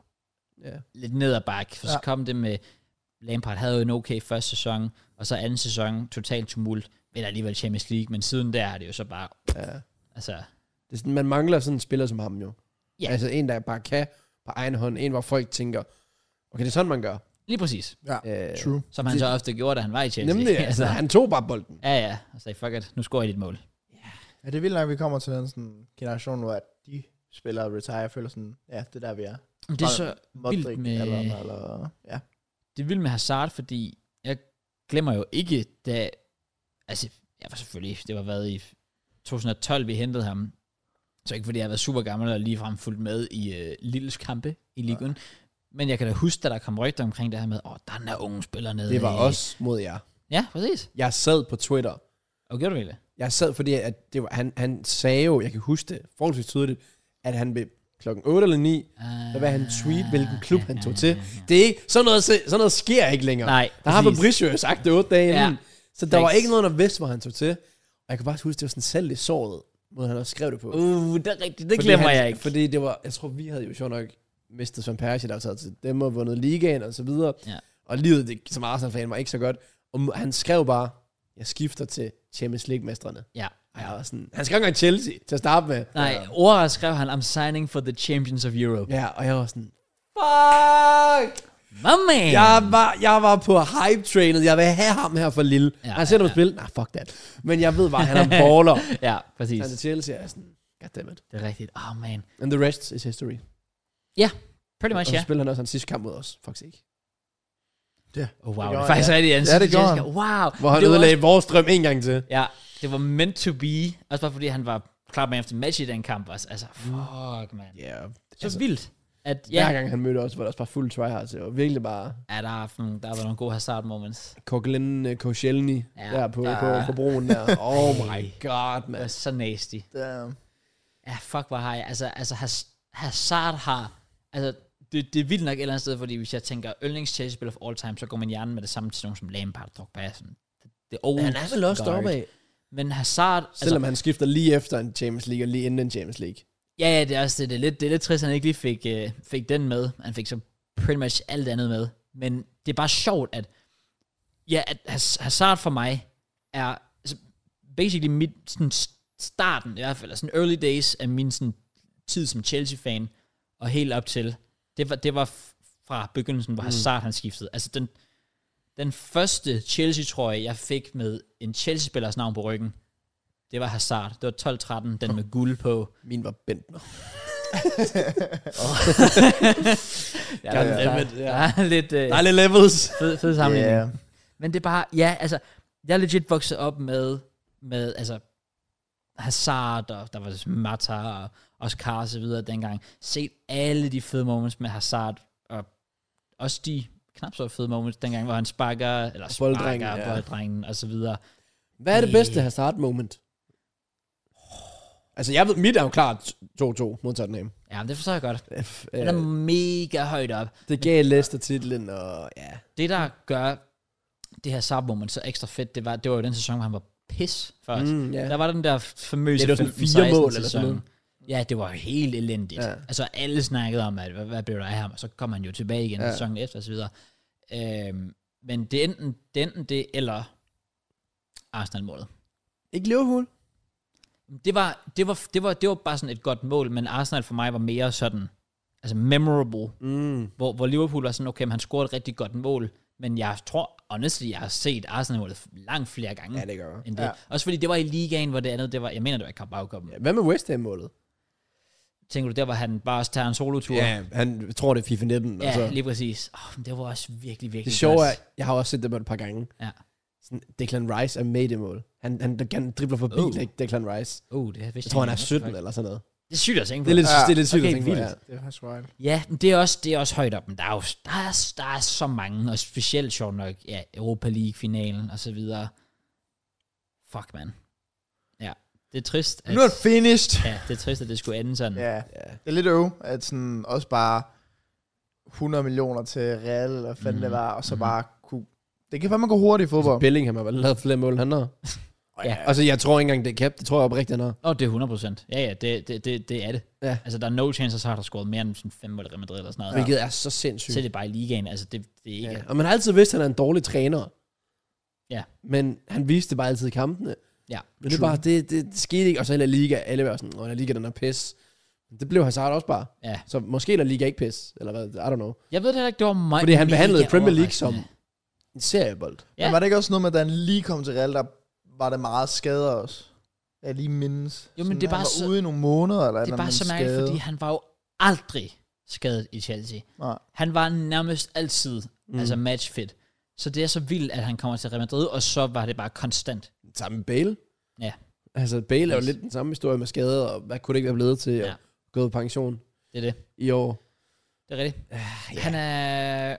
lidt ned ad bakke. For så kom det med, Lampard havde jo en okay første sæson, og så anden sæson, totalt tumult, men alligevel Champions League, men siden der er det jo så bare... Altså... Det er sådan, man mangler sådan en spiller som ham jo. Ja. Altså en, der bare kan på egen hånd. En, hvor folk tænker, okay, det er sådan, man gør. Lige præcis. Ja, true. Som han så ofte gjorde, da han var i Chelsea. Nemlig, altså han tog bare bolden. Ja, og sagde, fuck it, nu scorer jeg dit mål. Ja, det vil nok, vi kommer til den sådan generation, hvor de spillere retire, føler sådan, ja, det er der, vi er. Det er så vildt med... ja. Det er vildt med Hazard, fordi jeg glemmer jo ikke, da... Altså, jeg var selvfølgelig, det var været i 2012, vi hentede ham. Så ikke fordi jeg har været super gammel og ligefrem fulgt med i Lilles kampe i ligaen. Men jeg kan da huske, da der kom rygter omkring det her med, der er den der unge spiller nede. Det var også mod jer. Ja, præcis. Jeg sad på Twitter. Og gjorde du virkelig? Jeg sad, fordi at det var, han sagde jo, jeg kan huske det, forholdsvis tydeligt, at han ved klokken 8 eller 9, der var han tweet, hvilken klub han tog til. Det er ikke, sådan noget sker ikke længere. Nej, der har Fabricio sagt det 8 dage inden. Så der var ikke nogen, der vidste, hvor han tog til. Og jeg kan bare huske, det var sådan selv i såret, måde han også skrev det på. Det er rigtigt, det glemmer jeg ikke. Fordi det var, jeg tror, vi havde jo sjovt nok mistet Van Persie, der var taget til dem og vundet ligaen og så videre. Ja. Og livet, det, som Arsenal-fan, var ikke så godt. Og han skrev bare, jeg skifter til Champions League-mestrene. Ja. Og jeg var sådan, han skrev ikke engang Chelsea til at starte med. Nej, ordet skrev han, I'm signing for the champions of Europe. Ja, og jeg var sådan, fuck! My man! Jeg var på hype-trainet. Jeg vil have ham her for Lille. Ja, han ser dem spille. Nej, fuck that. Men jeg ved bare, han er baller. Ja, præcis. Han er Chelsea, jeg er sådan, goddammit. Det er rigtigt. Man. And the rest is history. Ja, pretty much, og så spiller han også hans sidste kamp mod os, faktisk ikke. Ja. Wow, det er faktisk rigtigt. Ja, det gjorde han. Wow. Hvor han ødelagde vores drøm en gang til. Ja, det var meant to be. Også bare fordi han var klar med efter match i den kamp også. Altså, fuck, man. Ja. Så altså, vildt. At, hver gang han mødte os, var det også bare fuld tryhard. Så det var virkelig bare... Ja, der var nogle gode Hazard moments. Koscielny der på broen der. Oh my god, man. Det var så nasty. Damn. Ja, fuck, hvor har jeg... Altså Hazard har... Altså, det er vildt nok et eller andet sted, fordi hvis jeg tænker yndlings Chelsea-spiller of all time, så går min hjerne med det samme til nogen som Lampard, Drogba, sådan. Det er han er vel også deroppe af. Men Hazard... Selvom han skifter lige efter en Champions League, og lige inden en Champions League. Ja, det er også det. Det er lidt trist, at han ikke lige fik den med. Han fik så pretty much alt andet med. Men det er bare sjovt, at Hazard for mig er altså, basically mit sådan, starten, i hvert fald, sådan early days af min sådan, tid som Chelsea-fan, og helt op til, det var fra begyndelsen, hvor Hazard han skiftede. Altså den første Chelsea-trøje, jeg fik med en Chelsea-spillers navn på ryggen, det var Hazard. Det var 12-13, den med guld på. Min var Bentner. Lidt, der er lidt levels. Fed sammenligning. Yeah. Men det er bare, ja, altså, jeg er legit vokset op med altså, Hazard, og der var Mata, og Oscar og så videre dengang. Set alle de fede moments med Hazard, og også de knap så fede moments dengang, hvor han sparker bolddrengen og så videre. Hvad er det bedste Hazard-moment? Altså, jeg ved, mit er jo klart 2-2 mod Tottenham. Ja, men det forstår jeg godt. Den er mega højt op. Det gav Leicester-titlen, og ja. Det, der gør det her Hazard-moment så ekstra fedt, det var jo den sæson, hvor han var pis først. Der var den der famøse 4 mål eller sådan noget. Ja, det var helt elendigt. Ja. Altså, alle snakkede om, at hvad blev der af ham? Og så kom han jo tilbage igen sæsonen efter, og så videre. Men det er enten det, eller Arsenal-målet. Ikke Liverpool? Det var bare sådan et godt mål, men Arsenal for mig var mere sådan, altså memorable. Hvor Liverpool var sådan, okay, men han scorede et rigtig godt mål, men jeg tror, honestly, jeg har set Arsenal-målet langt flere gange. Ja, det gør end det. Ja. Også fordi det var i ligaen, hvor det andet, det var, jeg mener, det var i Carabao-cupen. Ja, hvad med West Ham-målet? Tænker du, der var han bare også tager en solotur? Ja, han tror det er FIFA 19. Ja, altså. Lige præcis. Det var også virkelig, virkelig det sjove er, jeg har også set det et par gange. Ja. Sådan, Declan Rice er med i det mål. Han dribler forbi Declan Rice. Jeg tror, han er 17 eller sådan noget. Det er sygt at tænke på. Det er lidt sygt at tænke på, ja. Det er faktisk right. Ja, det er også højt op, men der er så mange, og specielt sjovt nok, ja, Europa League-finalen og så videre. Fuck, man. Ja, det er trist. Nu er det finished. Ja, det er trist, at det skulle ende sådan. Ja. Det er lidt at sådan også bare 100 millioner til Real, eller hvad fanden det var, og så bare kunne... Det kan fandme gå hurtigt i fodbold. Altså Bellingham har vel lavet flere mål, han har. Ja. Altså, jeg tror ikke engang, det er cap. Det tror jeg oprigtigt, han har. Det er 100%. Ja, det er det. Ja. Altså, der er no chance, at så har der scoret mere end 5 mål i Real Madrid eller sådan noget. Hvilket er så sindssygt. Så det er bare i ligaen. Altså, det er ikke... Ja. Og man har altid vidst, at han er en dårlig træner. Ja. Men han viste det bare altid i kampene. Ja. Men det er bare, det skete ikke. Og så La Liga, alle var sådan, La Liga, den er pis. Det blev Hazard også bare. Ja. Så måske La Liga ikke pis. Eller hvad, I don't know. Jeg ved det ikke, det var mig. Fordi han behandlede Premier League som en seriebold. Ja. Men var det ikke også noget med, at da han lige kom til Real, der var det meget skader også? Jeg lige mindes. Jo, men sådan, det er bare så... ude i nogle måneder, eller det er bare så mærkeligt, fordi han var jo aldrig skadet i Chelsea. Nej. Han var nærmest altid altså matchfit. Så det er så vildt, at han kommer til Real Madrid, og så var det bare konstant. Sammen med Bale. Ja. Altså, Bale er jo lidt den samme historie med skader, og hvad kunne det ikke være blevet til at gå på pension? Det er det. I år. Det er rigtigt. Han er...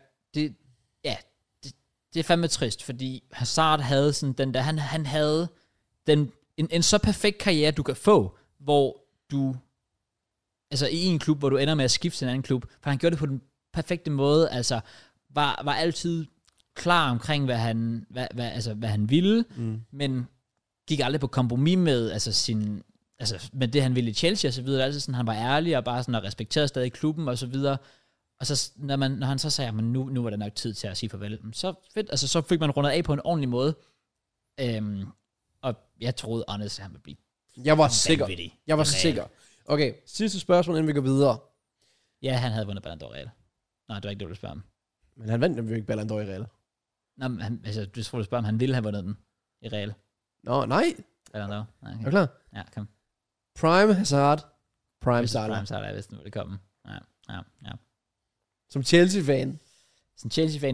Det er fandme trist, fordi Hazard havde sådan den der... Han havde en så perfekt karriere, du kan få, hvor du... Altså i en klub, hvor du ender med at skifte til en anden klub, for han gjorde det på den perfekte måde, altså var altid klar omkring, hvad han ville, men gik aldrig på kompromis med, med det, han ville i Chelsea og så videre. Altså sådan, han var ærlig og bare sådan, og respekterede stadig klubben og så videre. Og så, når han så sagde, at nu var det nok tid til at sige farvel, så fedt, altså så fik man rundet af på en ordentlig måde. Og jeg troede honest, at han ville blive vanvittig. Jeg var sikker. Okay, sidste spørgsmål, inden vi går videre. Ja, han havde vundet Ballon d'Or i Real. Nej, det var ikke det, du ville spørge om. Men han vandt jo ikke Ballon d'Or i Real. Nå, men du tror, du spørger, om han ville have vundet den i Real. Nå, nej. Ballon d'Or. Nej, okay. Er du klar? Ja, kom. Prime Hazard. Prime Salah. Prime Salah, jeg vidste, nu det kom. Ja. Som Chelsea-fan. Som Chelsea-fan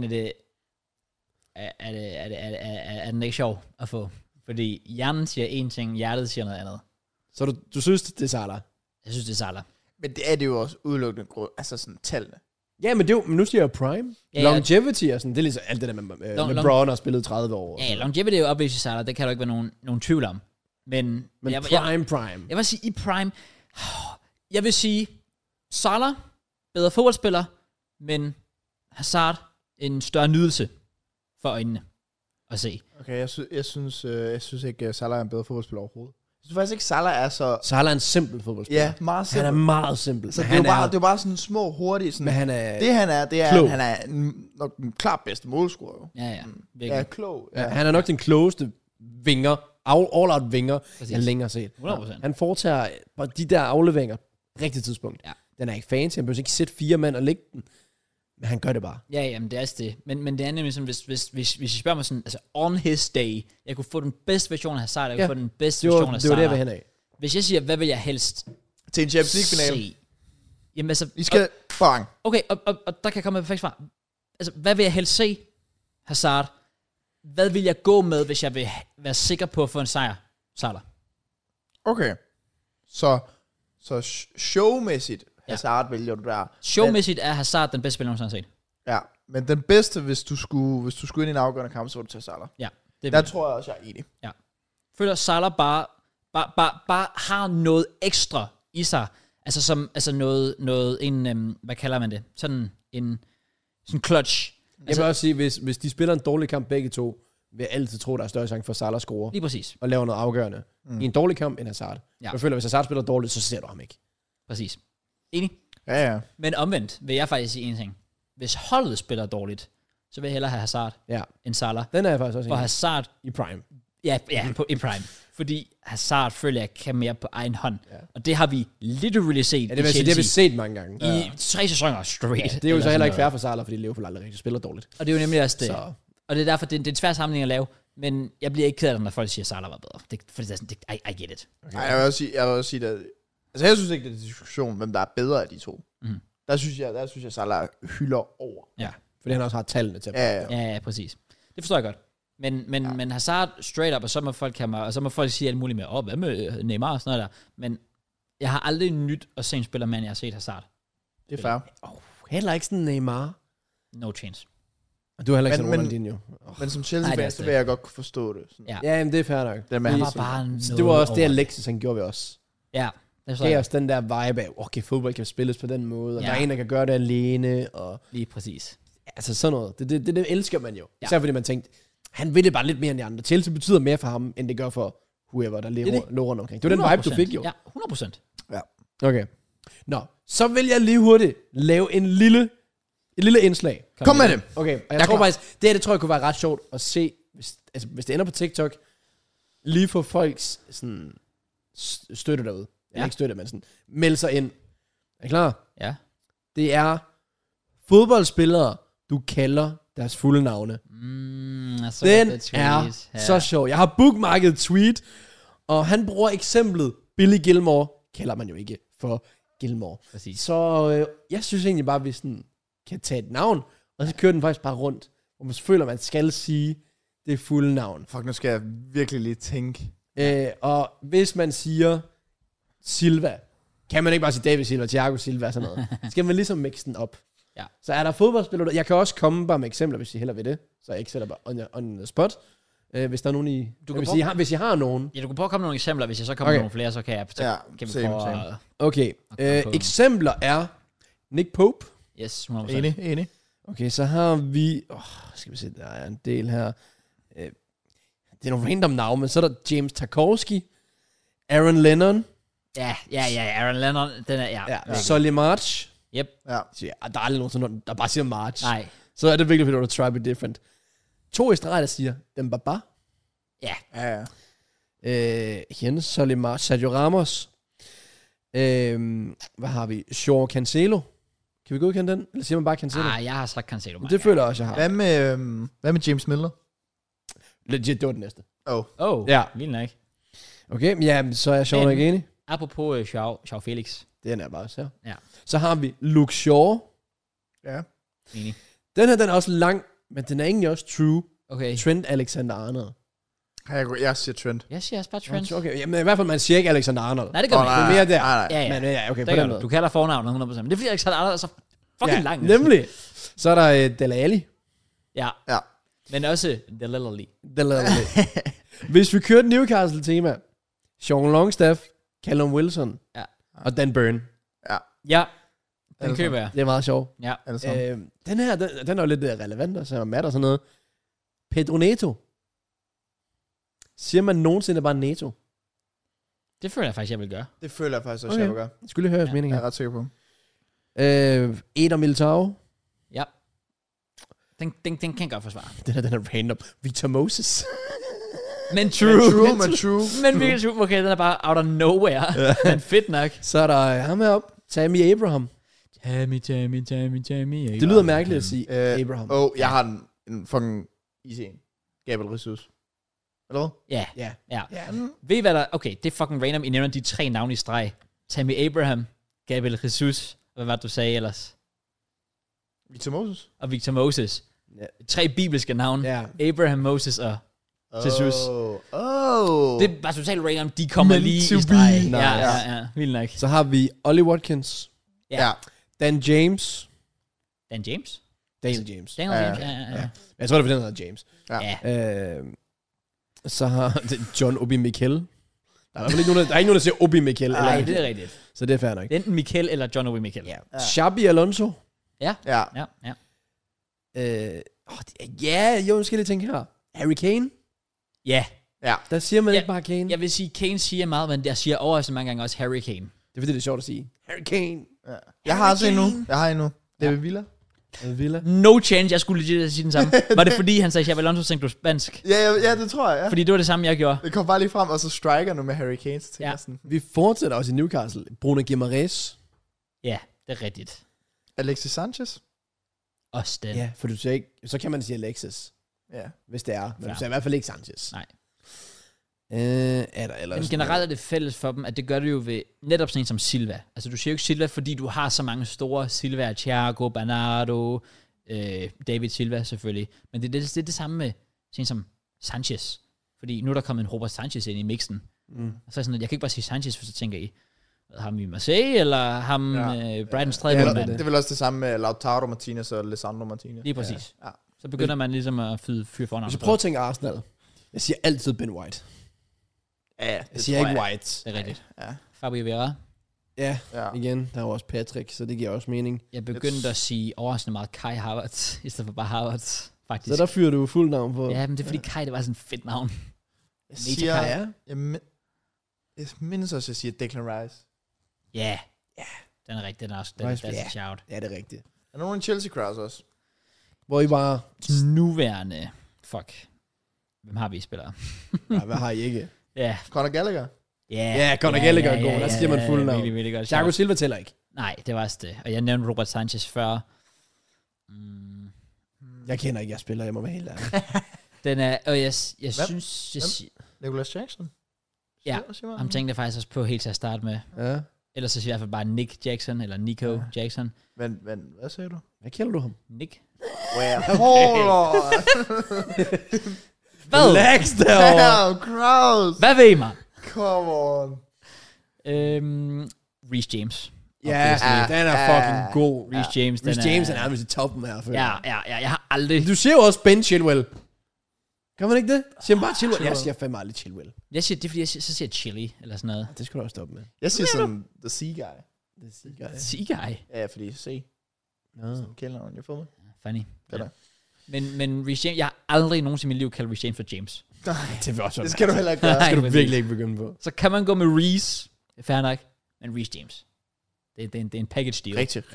er den ikke sjov at få. Fordi hjernen siger en ting, hjertet siger noget andet. Så du synes, det er Salah? Jeg synes, det er Salah. Men det er det jo også udelukkende, altså sådan tallene. Ja, men nu siger jeg prime. Ja, longevity og sådan, det er ligesom alt det der med LeBron har spillet 30 år. Ja, longevity er jo opvist i Salah, det kan der ikke være nogen tvivl om. Men prime. Jeg vil sige, i prime, jeg vil sige, Salah, bedre fodboldspiller, men Hazard, en større nydelse for øjnene at se. Okay, jeg synes ikke, Salah er en bedre fodboldspiller overhovedet. Jeg synes faktisk ikke, Salah er så... Salah er en simpel fodboldspiller. Ja, meget simpel. Han er meget simpel. Så det er jo bare sådan små, hurtige... Sådan, men han er han er nok den klart bedste målscorer jo. Ja. Ja, klog. Ja. Han er nok den klogeste vinger, all-out vinger, jeg længere set. 100%. Han foretager bare de der afleveringer rigtigt tidspunkt. Ja. Den er ikke fancy, han behøver ikke sætte 4 mand og lægge den. Men han gør det bare. Ja, jamen det er også det. Men det er nemlig sådan, hvis I spørger mig sådan, altså on his day, jeg kunne få den bedste version af Hazard, jeg kunne få den bedste version af Det var det, jeg Salah. vil hen af. Hvis jeg siger, hvad vil jeg helst Til en Champions League-finale. se? Jamen altså... Vi skal... Bang. Okay, og der kan komme et perfekt svar. Altså, hvad vil jeg helst se? Hazard. Hvad vil jeg gå med, hvis jeg vil være sikker på at få en sejr? Salah. Okay. Så showmæssigt Hazard vælger du der. Showmæssigt er Hazard den bedste spiller, jeg har set. Ja, men den bedste, hvis du skulle ind i en afgørende kamp, så var du til Salah. Ja, det Der tror jeg også, jeg er enig. Ja. Føler Salah bare har noget ekstra i sig. Altså noget hvad kalder man det? Sådan clutch. Jeg vil også sige, hvis de spiller en dårlig kamp begge to, vil jeg altid tro, der er større chance for, at Salah scorer. Lige præcis. Og laver noget afgørende. I en dårlig kamp end Hazard. Ja. Jeg føler, hvis Hazard spiller dårligt, så ser du ham ikke. Præcis. Enig? Ja. Men omvendt vil jeg faktisk sige en ting. Hvis holdet spiller dårligt, så vil jeg hellere have Hazard end Salah. Den er jeg faktisk også For enig. Hazard... I prime. Ja, i prime. Fordi Hazard føler jeg kan mere på egen hånd. Ja. Og det har vi literally set Ja, det vil sige, det har vi set mange gange. I 3 sæsoner straight. Ja, det er jo så heller ikke fair for Salah, fordi Liverpool aldrig rigtig spiller dårligt. Og det er jo nemlig også det. Så. Og det er derfor, det er en svær sammenligning at lave. Men jeg bliver ikke ked af det, når folk siger, at Salah var bedre. Fordi det er sådan, I get it. Okay. Jeg vil også sige, at altså jeg synes ikke, det er en diskussion, hvem der er bedre af de to. Mm. Der synes jeg, Salah hylder over. Ja. Fordi han også har tallene til. Ja, præcis. Det forstår jeg godt. Men Hazard straight up, og så må folk sige alt muligt med, hvad med Neymar og sådan noget der. Men jeg har aldrig nyt at se en spiller, men jeg har set Hazard. Det er fair. Heller ikke sådan Neymar. No chance. Og du har heller ikke sådan Ronaldinho. Men som Chelsea-fan, så vil jeg godt kunne forstå det. Sådan. Ja, men det er fair nok. Det var bare det var også det, Alexis han gjorde ved os. Ja. Det er også den der vibe af, okay, fodbold kan spilles på den måde, og der er en, der kan gøre det alene, og... Lige præcis. Altså sådan noget. Det elsker man jo. Især fordi man tænkte, han vil det bare lidt mere end de andre. Chelsea betyder mere for ham, end det gør for whoever, der lå rundt omkring. Det var den vibe, du fik jo. Ja, 100%. Ja. Okay. Nå, så vil jeg lige hurtigt lave et lille indslag. Kom med det. Okay, og jeg tror faktisk, det tror jeg kunne være ret sjovt at se, hvis det ender på TikTok, lige få folks sådan, støtte derude. Ja. Ikke støtte, men sådan, melde sig ind. Er I klar? Ja. Det er fodboldspillere, du kalder deres fulde navne. Den er så sjov. Jeg har bookmarket et tweet, og han bruger eksemplet Billy Gilmore, kalder man jo ikke for Gilmore. Præcis. Så jeg synes egentlig bare, at vi sådan kan tage et navn, og så kører den faktisk bare rundt, hvor man føler, man skal sige det fulde navn. Fuck, nu skal jeg virkelig lige tænke. Og hvis man siger Silva, kan man ikke bare sige David Silva, Thiago Silva og sådan noget. Skal man ligesom mixe den op. Ja. Så er der fodboldspillere, jeg kan også komme bare med eksempler, hvis I hellere vil det, så jeg ikke sætter bare on the spot. Hvis der er nogen i... Hvis I har nogen... Ja, du kan prøve at komme med nogle eksempler, hvis jeg så kommer med nogle flere, så kan jeg... Kan vi prøve okay, eksempler er Nick Pope. Yes, 100%. Enig. Okay, så har vi... skal vi se, der er en del her. Det er nogle random navne, men så er der James Tarkowski, Aaron Lennon. Ja, Aaron Lennon, den er... Ja. Solly March. Yep. Ja. Der er aldrig nogen, der bare siger March. Nej. Så er det virkelig, fordi du try be different. 2 i streg, der siger Dembaba. Ja. Jens Solly March. Sergio Ramos. Hvad har vi? Joao Cancelo. Kan vi godkende den? Eller siger man bare Cancelo? Jeg har sagt Cancelo. Det føler jeg også, jeg har. Hvad med James Milner? Legit, det var den næste. Ja. Vildt nok. Okay, ja, så er jeg sjovt ikke enig. Apropos Joao Felix. Den er bare også her. Ja. Så har vi Luke Shaw. Ja. Enig. Den her, den er også lang, men den er egentlig også true. Okay. Trent Alexander-Arnold. Jeg siger Trent. Jeg siger også bare Trent. Okay, jamen i hvert fald, man siger ikke Alexander-Arnold. Nej, det gør man ikke. Det er mere der. Ja. Men ja, okay, det gør du. Du kalder fornavnet 100%. Men det er fordi Alexander-Arnold er så fucking lang. Nemlig. Så er der Dele Alli. Ja. Men også Dele Alli. Hvis vi kører et Newcastle-tema, Sean Longstaff, Callum Wilson og Dan Burn. Ja. Den køber jeg. Det er meget sjovt. Ja. Den her, den er jo lidt relevant, så Matt og sådan noget. Pedro Neto. Siger man nogensinde bare Neto? Det føler jeg faktisk, jeg vil gøre. Det føler jeg faktisk også, jeg vil gøre. Jeg skulle lige høre mening her. Jeg er ret sikker på. Eder Militao. Ja. Den kan jeg godt forsvare. Den er random. Victor Moses. Men true. Men virkelig true. Okay, den er bare out of nowhere. Men fedt nok. Så er der ham heroppe. Tammy Abraham. Tammy. Det lyder mærkeligt at sige Abraham. Jeg har en fucking easy en. Gabriel Jesus. Eller hvad? Ja. Ja. Ved I hvad der... Okay, det er fucking random. I nævner de 3 navne i streg. Tammy Abraham, Gabriel Jesus, hvad var det, du sagde ellers? Victor Moses. Og Victor Moses. Ja. 3 bibelske navne. Ja. Abraham, Moses og Jesus. Det Det var totalt random. De kommer Meant lige to i streg. be. Ja. Vildt nok. Så har vi Ollie Watkins, Ja. Dan James, Dan James? Daniel James. Daniel James? Ja. Jeg tror, det er, fordi han hedder James. Ja. Så har John Obi Mikel. Der er i hvert fald ikke nogen, der siger Obi Mikel. Nej, det er rigtigt. Så det er fair nok. Det er enten Mikel eller John Obi Mikel. Ja. Xabi Alonso. Ja. Nu skal jeg lige tænke her. Harry Kane. Ja. Der siger man Ja. ikke bare Kane. Jeg vil sige, Kane siger meget, men jeg siger overraskende mange gange også Harry Kane. Det er fordi, det er sjovt at sige. Harry Kane. Jeg har også endnu. David Villa. Villa. No change, jeg skulle legit sige den samme. Var det fordi, han sagde Xabi Alonso, tænkte du spansk? Ja, det tror jeg, ja. Fordi det var det samme, jeg gjorde. Det kom bare lige frem, og så striker nu med Harry Kane, så tænker jeg sådan. Vi fortsætter også i Newcastle. Bruno Guimaraes. Ja, det er rigtigt. Alexis Sanchez. Også den. Ja, for du siger ikke... Så kan man sige Alexis, Ja. hvis det er. Men Ja. du siger i hvert fald ikke Sanchez. Nej. Er der ellers... Men generelt er det fælles for dem, at det gør det jo ved netop sådan en som Silva. Altså du siger jo ikke Silva, fordi du har så mange store Silva, Thiago, Bernardo, David Silva selvfølgelig. Men det er det samme med sådan en som Sanchez. Fordi nu er der kommet en Robert Sanchez ind i mixen. Og så er sådan, at jeg kan ikke bare sige Sanchez, for så tænker I, ham i Marseille, eller ham Brightons tredje målmand. Det er vel også det samme med Lautaro Martinez og Lisandro Martinez. Lige præcis. Ja. Så begynder man ligesom at fyre fornavn. Hvis jeg prøver at tænke Arsenal. Jeg siger altid Ben White. Ja, Jeg siger ikke White. Det er rigtigt. Ja. Fabio Vieira. Ja, Ja. igen. Der er jo også Patrick, så det giver også mening. Jeg begyndte at sige overraskende meget Kai Havertz, i stedet for bare Havertz, faktisk. Så der fyrer du fuld navn på. Ja, men det er fordi Kai, det var sådan et fedt navn. Jeg Siger, siger, ja. jeg mindes også, at jeg siger Declan Rice. Ja. Den er rigtig. Den er også den Rice, er ja. shout. Ja, det er rigtigt. Er der nogen Chelsea crowds også? Hvor I bare... Nuværende. Fuck. Hvem har vi spillere? Nej, hvad har I ikke? Ja. Conor Gallagher? Ja, Conor Gallagher er god. Der siger man fuld navn. Virkelig godt. Thiago Silva tæller ikke. Nej, det var også det. Og jeg nævnte Robert Sanchez før. Jeg kender ikke jeres spillere, jeg må være helt ærlig. Den er... Og jeg Hvem? synes... Nicholas Jackson? Ja, ham tænkte jeg faktisk også på helt til at starte med. Ja. Ellers så siger jeg i hvert fald bare Nick Jackson, eller Nico Jackson. Men, hvad sagde du? Hvad kalder du ham? Nick? Hold on. Hvad? Relax derovre. Damn, crowds. Hvad ved I, man? Come on. Reece James. Ja, den er fucking god. Reece James, den Reece James er nærmest i toppen her. Ja, jeg har aldrig... Du siger jo også Ben Chilwell. Kan man ikke det? Siger man bare Chilwell? Jeg siger fandme aldrig Chilwell. Jeg siger, det er fordi, så siger jeg chili, eller sådan noget. Det skulle du også stoppe med. Jeg siger sådan, the sea guy. Sea guy. Ja, fordi se. Sådan kælderen, jeg får med. Funny. Det er Men Reece James, jeg har aldrig nogensinde i mit liv kaldt Reece James for James. Det vil også Det skal du heller ikke gøre. Det skal du præcis. virkelig ikke begynde på. Så kan man gå med Reece, det er fair nok, men Reece James. Det er en package deal. Rigtig.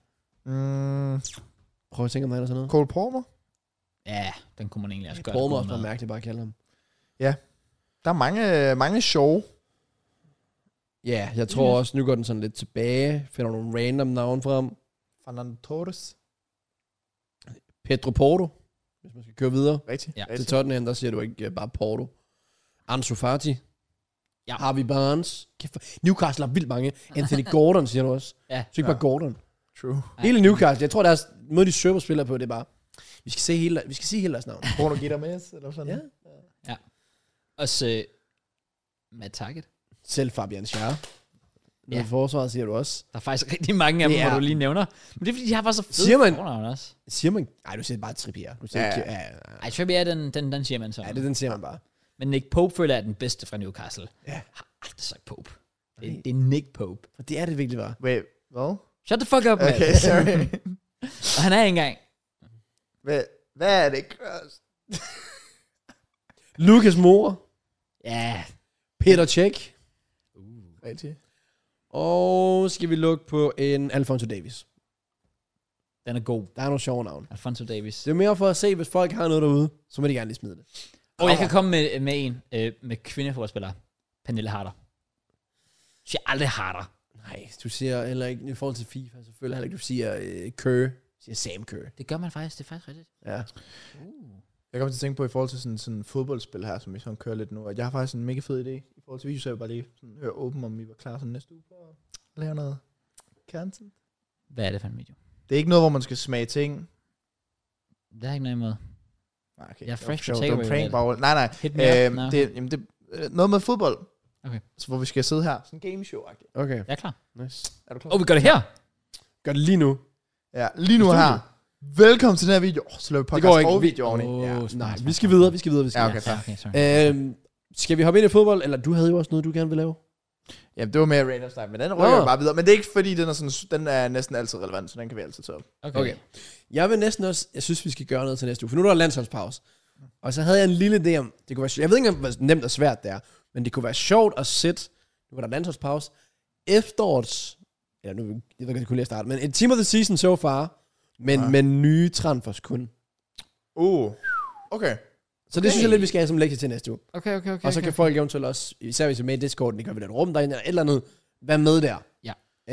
Prøv at tænke om han er sådan noget. Cole Palmer? Ja, den kunne man egentlig også gøre. Palmer det også gode var med. mærkeligt bare at kalde ham. Der er mange sjove. Ja, jeg tror også, nu går den sådan lidt tilbage. Finder nogle random navn frem. Fernando Torres. Pedro Porto, hvis man skal køre videre. Rigtig. Ja. Til Tottenham, der siger du ikke bare Porto. Ansu Fati. Ja. Harvey Barnes. Newcastle har vildt mange. Anthony Gordon, siger du også. Ja. Så ikke bare Gordon. True. Hele Newcastle, jeg tror, deres måde, de server spiller på, det er bare, vi skal se hele deres navn. Bruno Guimaraes, eller sådan. Ja. Også Matt Target. Selv Fabian Schär. Ja. I forsvaret siger du også. Der er faktisk rigtig mange af dem, Det er- hvor du lige nævner. Men det er fordi, de har bare så fede Siger man- fornavn også. Siger man, nej, du siger bare Trippier. Du siger Ja. ikke, Ej, Trippier, den siger man så. ja, den siger man bare. Men Nick Pope føler jeg er den bedste fra Newcastle. Ja. Har aldrig sagt Pope. Det er Nick Pope. For det er det virkelig bare. Wait, hvad? Shut the fuck up, man. Okay, sorry. Og han er ikke engang. Hvad er det, Cross? Lucas Moura. Ja. Peter Cech. Rigtig. Og skal vi lukke på en Alfonso Davies. Den er god. Der er nogle sjove navne. Alfonso Davies. Det er mere for at se, hvis folk har noget derude, så må de gerne lige smide det. Og jeg kan komme med en med kvindefodboldspillere. Pernille Harder. Jeg siger aldrig Harder. Nej, du siger heller ikke, i forhold til FIFA, så føler jeg heller ikke, du siger Kerr. Siger Sam Kerr. Det gør man faktisk, det er faktisk rigtigt. Ja. Jeg kommer til at tænke på i forhold til sådan fodboldspil her, som vi sådan kører lidt nu, at jeg har faktisk en mega fed idé i forhold til video, så jeg bare lige sådan høre åben, om vi var klar sådan næste uge på at lave noget content. Hvad er det for en video? Det er ikke noget, hvor man skal smage ting. Det er ikke noget imod. Nej, okay. Jeg er fresh det potato var with prank it. bare. Nej. Hit me up. No. Det noget med fodbold. Okay. Så hvor vi skal sidde her. Sådan en gameshow-agtigt. Okay, Jeg er klar. nice. Er du klar? Vi gør det her. Gør det lige nu. Ja, lige nu her. Velkommen til den her video. Så laver vi Det går podcast ikke. og video oveni. Nej, vi skal videre. Ja, okay, fair. Okay, sorry. Skal vi hoppe ind i fodbold? Eller du havde jo også noget, du gerne vil lave. Jamen, det var mere random style, men den rykker bare videre. Men det er ikke fordi, den er næsten altid relevant, så den kan vi altid tage op. Okay. Jeg vil næsten også, jeg synes, vi skal gøre noget til næste uge, for nu er der landsholdspause. Og så havde jeg en lille idé om, det kunne være, jeg ved ikke, hvor nemt og svært det er, men det kunne være sjovt at sætte, nu var der landsholdspause, efterårets, eller nu, jeg ved ikke, det kunne lige starte, men en team of the season so far, men med nye transfers kun. Okay. Så det synes jeg lidt, vi skal have som lektie til næste uge. Okay. Og så kan folk eventuelt også, især hvis vi er med i Discorden, det kan vi da et rum derinde, eller et eller andet, være med der. Ja.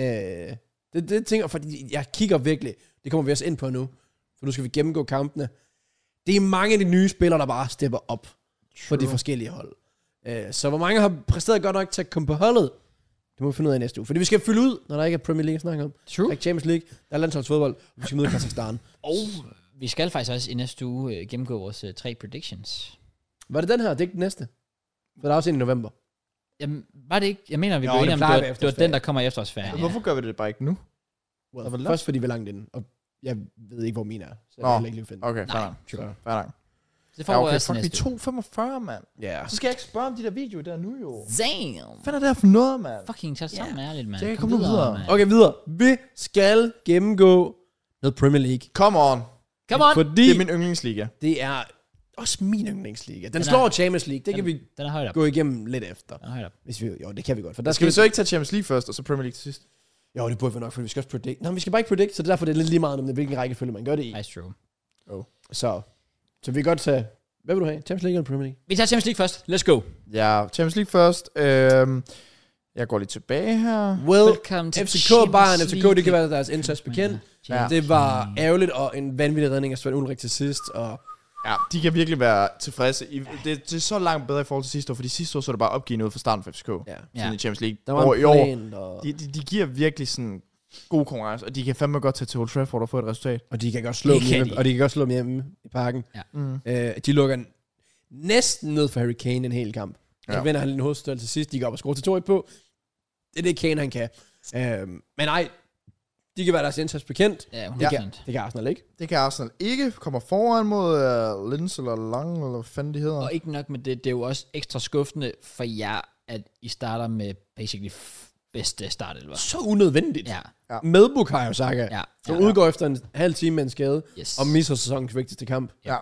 Det tænker, fordi jeg kigger virkelig, det kommer vi også ind på nu, for nu skal vi gennemgå kampene. Det er mange af de nye spillere, der bare stepper op for de forskellige hold. Så hvor mange har præsteret godt nok til at komme på holdet, det må vi finde ud af næste uge. Fordi vi skal fylde ud, når der ikke er Premier League at snakke om. Der er ikke Champions League, der er landsholdsfodbold, og vi skal møde Kazakhstan. Og vi skal faktisk også i næste uge gennemgå vores 3 predictions. Var det den her? Det er ikke den næste? For der er også en i november. Jamen, var det ikke? Jeg mener, vi Jo, blev enige det om, plejer det vi var efterårsferie. den, der kommer efter os ferie. Hvorfor gør vi det bare ikke nu? Well, først fordi vi er langt inde, og jeg ved ikke, hvor min er. Så jeg kan ikke lige finde. Okay, fair nok. Det får Ja, vi okay, også fuck, vi næste uge. er 2,45, mand. Ja. Så skal jeg ikke spørge om de der videoer der nu, jo. Damn! Hvad er det her for noget, mand? Fucking tag sammen ærligt, mand. Så jeg kan komme videre. mand. Okay, videre. Vi skal gennemgå noget Premier League. Come on. Come on! Fordi Det er min yndlingsliga. det er også min yndlingsliga. Den er- slår Champions League. Det kan vi Den er højt op. gå igennem lidt efter. Den er højt op. Hvis vi, jo, det kan vi godt. For der Skal vi så ikke tage Champions League først, og så Premier League til sidst? Jo, det burde vi nok, for vi skal også predict. Nå, vi skal bare ikke predict, så det er derfor, det er lidt lige meget om, hvilken rækkefølge man gør det i. Nice true. Så vi kan godt tage... Hvad vil du have? Champions League eller Premier League? Vi tager Champions League først. Let's go. Ja, Champions League først. Jeg går lige tilbage her. Well, Welcome to FCK, Champions Bayern, FCK, League. det kan være deres interest bekendt. Ja. Det var ærgerligt, og en vanvittig redning af Svend Ulrik til sidst, og... Ja, de kan virkelig være tilfredse. Det er så langt bedre i forhold til sidste år, fordi sidste år så er det bare opgivende ud fra starten for FCK. Ja. Sådan i Champions League. Der var Hvor en i år, plan, og... de giver virkelig sådan god konkurrence, og de kan fandme godt tage til Old Trafford og få et resultat. Og de kan godt slå dem hjemme, og de kan godt slå dem hjemme i parken. Ja. De lukker næsten ned for Harry Kane en hel kamp. Så Ja. vinder han en hovedstød til sidst. De går op og skruer til 2-1 på. Det er det, Kane han kan. Men nej, de kan være deres interest bekendt. Ja, 100%. Det kan Arsenal ikke. Det kan Arsenal ikke. Kommer foran mod Linz eller Lang, eller hvad fanden de hedder. Og ikke nok med det, det er jo også ekstra skuffende for jer, at I starter med basically bedste startelver. Så unødvendigt. Ja. Med Bukayo Saka, Ja. som udgår efter en halv time med en skade, Yes. og misser sæsonens vigtigste kamp. Ja.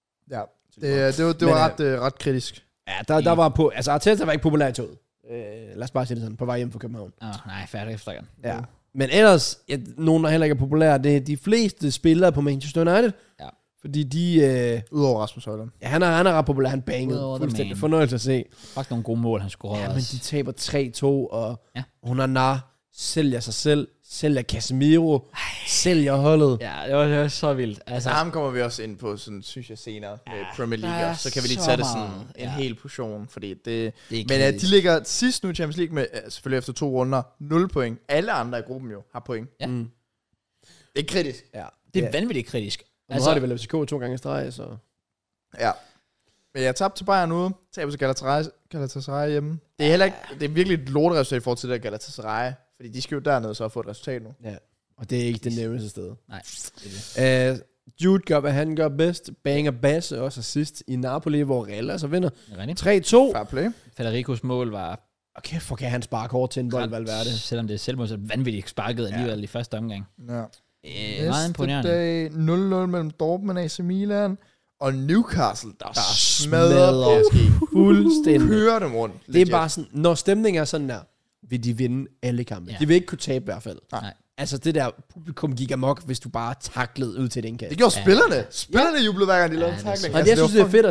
Det var ret kritisk. Ja, der var på... Altså, Arteta var ikke populær i toget. Lad os bare sige det sådan, på vej hjem fra København. Nej, færdig efter igen. Ja. Men ellers, nogen der heller ikke er populære, det er de fleste spillere på Manchester United. Ja. Fordi de... Udover Rasmus Højlund. Ja, han er ret populær, han bangede. Udover the Fuldstændig man. fornøjelse at se. Faktisk nogle gode mål, han scorede Ja, men også. de taber 3-2, og Ja. Onana sælger sig selv, sælger Casemiro, sælger holdet. Ja, det var så vildt. Altså, Så ham kommer vi også ind på, sådan, synes jeg, senere med Premier der League er også. Så kan vi lige så tage det meget. sådan en Ja. hel portion, fordi det... det er Men kritisk. de ligger sidst nu i Champions League med, selvfølgelig efter 2 runder, 0 point. Alle andre i gruppen jo har point. Ja. Mm. Det er kritisk. Ja. Det er vanvittigt kritisk. Nu har det vel FCK 2 gange i streg, så... Ja. Men jeg tabte til Bayern ude, taber til Galatasaray hjemme. Det er heller ikke, det er virkelig et lorteresultat i forhold til det der Galatasaray, fordi de skal jo dernede så få et resultat nu. Ja. Og det er ikke det nemmeste sted. Nej, det er det. Jude gør, hvad han gør bedst. Banger Basse også assist i Napoli, hvor Real altså vinder. Det er rigtigt. 3-2. Fair play. Federicos mål var, Okay, for kan han sparke hårdt til en bold, Valverde. selvom det er selvmål, så vanvittigt sparket alligevel i første omgang. Ja. Meget imponerende. Dag 0-0 mellem Dortmund og AC Milan og Newcastle, der smadrer smadrer PSG. Fuldstændig. Kører dem rundt. Det er bare sådan, når stemningen er sådan der, vil de vinde alle kampe. Ja. De vil ikke kunne tabe i hvert fald. Nej. Altså det der publikum gik amok, hvis du bare taklede ud til et indkast. Det gjorde spillerne. Spillerne jublede hver gang, de lavede Ja, en det er tackling. Og jeg synes, det er fedt at se.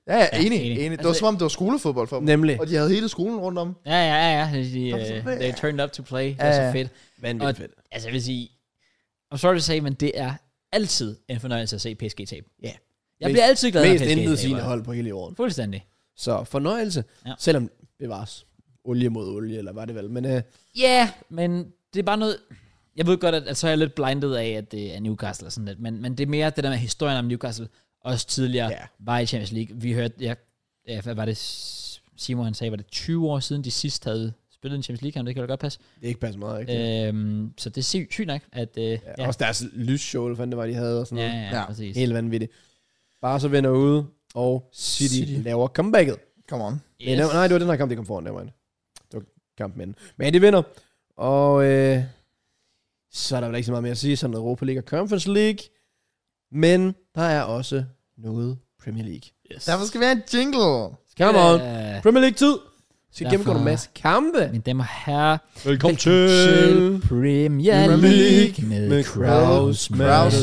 Ja, enig. Det var Altså, som om, det var skolefodbold for dem. Nemlig. Og de havde hele skolen rundt om. Ja. They turned up to play. Det var så fedt. Vanvittigt fedt. Altså, jeg vil sige, I'm sorry to say, men det er altid en fornøjelse at se PSG tabe. Ja. Jeg bliver altid glad, Mest når PSG intet sine taber. hold på hele jorden. Fuldstændig. Så fornøjelse. Ja. Selvom det var olie mod olie, eller var det vel. Men Ja, men det er bare noget... Jeg ved godt, at så er jeg lidt blindet af, at det er Newcastle og sådan lidt, men det er mere det der med historien om Newcastle, også tidligere var i Champions League. Vi hørte, hvad var det, Simon han sagde, var det 20 år siden, de sidst havde spillet en Champions League, det kan da godt passe. det er ikke passe meget, ikke? Så det er sygt nok, at... Også deres lysshow, eller det var, de havde og sådan noget. Ja, præcis. Helt vanvittigt. Bare så vinder ude, og City laver comebacket. Come on. Yes. Nej, det var den her kamp, de kom foran, det var kampen inden. Men de vinder, og så er der vel ikke så meget mere at sige, sådan noget Europa League og Conference League, men der er også noget Premier League. Yes. Derfor skal vi have en jingle. Come on. Premier League-tid. Skal gennemgå en masse kampe. Mine damer og herrer, Velkommen til Premier League med Kraus, Kraus,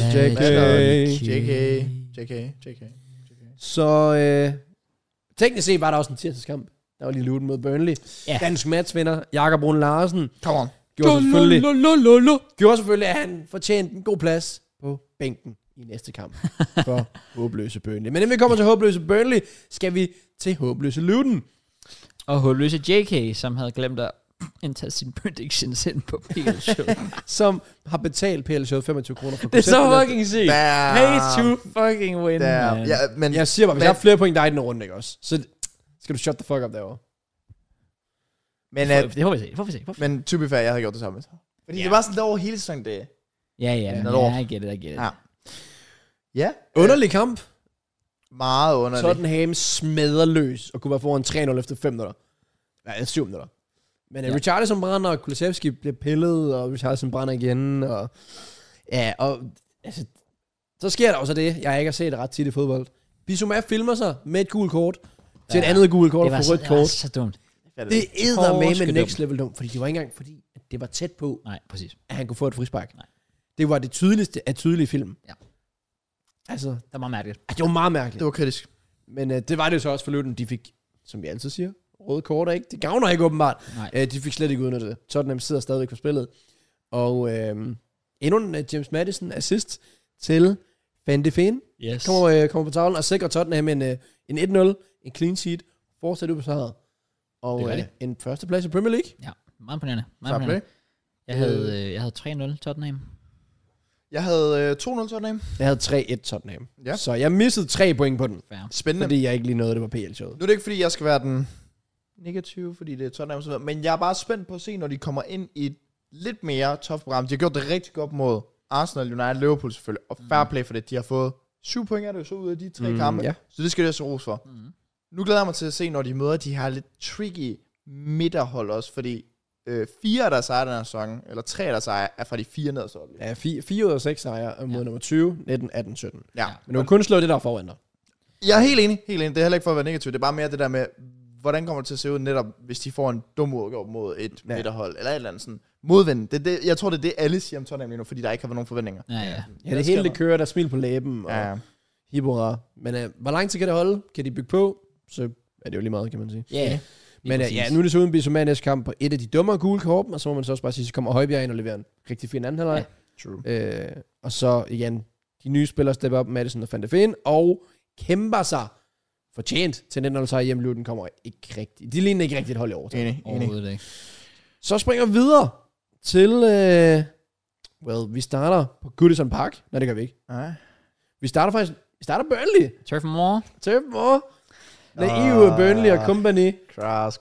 JK. Så teknisk set var der også en tirsdagskamp. Der var lige Luton mod Burnley. Ja. Dansk matchvinder, Jakob Brun Larsen, Come on. gjorde selvfølgelig, at han fortjente en god plads på bænken i næste kamp for håbløse Burnley. Men inden vi kommer til håbløse Burnley, skal vi til håbløse Luton. Og håbløse JK, som havde glemt at indtage sine predictions ind på PL-show. Som har betalt PL-showet 25 kroner for Det er så fucking sygt. Pay to fucking win, man. Ja, men Jeg siger bare, hvis jeg har flere point dig i den runde, ikke også? Så skal du shut the fuck up derovre. Men, Det får vi se. men to be fair, jeg havde gjort det samme. Fordi det var sådan, der over hele sæsonen, det. Ja, I get it. Ja. Underlig kamp. Meget underligt. Tottenham smadrer løs og kunne være foran 3-0 efter 5 minutter. Ja, 7 minutter. Men Richarlison brænder, og Kulusevski bliver pillet, og Richarlison brænder igen, og ja, og altså, så sker der også det, jeg ikke har set ret tit i fodbold. Bissouma filmer sig med et gult kort, til et andet gult kort, og får rødt kort. Det var så dumt. Det æder med next level dumt, fordi det var ikke engang, fordi det var tæt på, Nej, præcis. at han kunne få et frispark. Nej. Det var det tydeligste af tydelige film. Ja. Altså, Det var meget mærkeligt. det var meget mærkeligt. Det var kritisk. Men det var det jo så også for Luton. De fik, som vi altid siger, røde kort, ikke? Det gavner ikke åbenbart. De fik slet ikke udnyttet det. Tottenham sidder stadigvæk på spillet. Og endnu en James Maddison assist til Van de Ven. Yes. Kommer på tavlen og sikrer Tottenham en 1-0, en clean sheet, fortsat ubesejret. Og en førsteplads i Premier League. Ja, meget imponerende. Jeg havde 3-0 Tottenham. Jeg havde 2-0 Tottenham. Jeg havde 3-1 Tottenham. Ja. Så jeg missede 3 point på den. Fair. Spændende. Fordi jeg ikke lige nåede, det var PL-showet. Nu er det ikke, fordi jeg skal være den negative, fordi det er Tottenham og så videre, men jeg er bare spændt på at se, når de kommer ind i et lidt mere tough program. De har gjort det rigtig godt mod Arsenal, United, Liverpool selvfølgelig, og fair play for det. De har fået 7 point af det så ud af de 3 kampe, ja. så det skal jeg så ros for. Nu glæder jeg mig til at se, når de møder de her lidt tricky midterhold også, fordi 4 af deres sejre den her sæson, eller 3 af deres sejre, er fra de 4 nederste hold. Ja, 4 ud af 6 sejre mod nummer 20, 19, 18, 17. Ja. Men du kan kun slå det der foran dig. Jeg er helt enig. Det er heller ikke for at være negativ. Det er bare mere det der med, hvordan kommer det til at se ud netop, hvis de får en dum udgave mod et midterhold, eller et eller andet sådan modvind. Jeg tror, det er det, alle siger om Tottenham lige nu, fordi der ikke har været nogen forventninger. Ja. Ja, det hele det kører, der smil på læben og hibora. Men hvor lang tid kan det holde? Kan de bygge på? Så er det jo lige meget, kan man sige. Ja. Men nu er det så uden Bissouma næste kamp på et af de dummere gule kort, og så må man så også bare sige, så kommer Højbjerg ind og leverer en rigtig fin anden halvleg. True. Og så igen, de nye spillere stepper op, Madison og Van de Ven, og kæmper sig fortjent til 19 sejr hjemme. Luton kommer ikke rigtigt. De ligner ikke rigtigt et hold i år. Enig. Så springer vi videre til, vi starter på Goodison Park. Nej, det gør vi ikke. Nej. Vi starter Burnley. Turf Moor. Naive Burnley og company. Cross.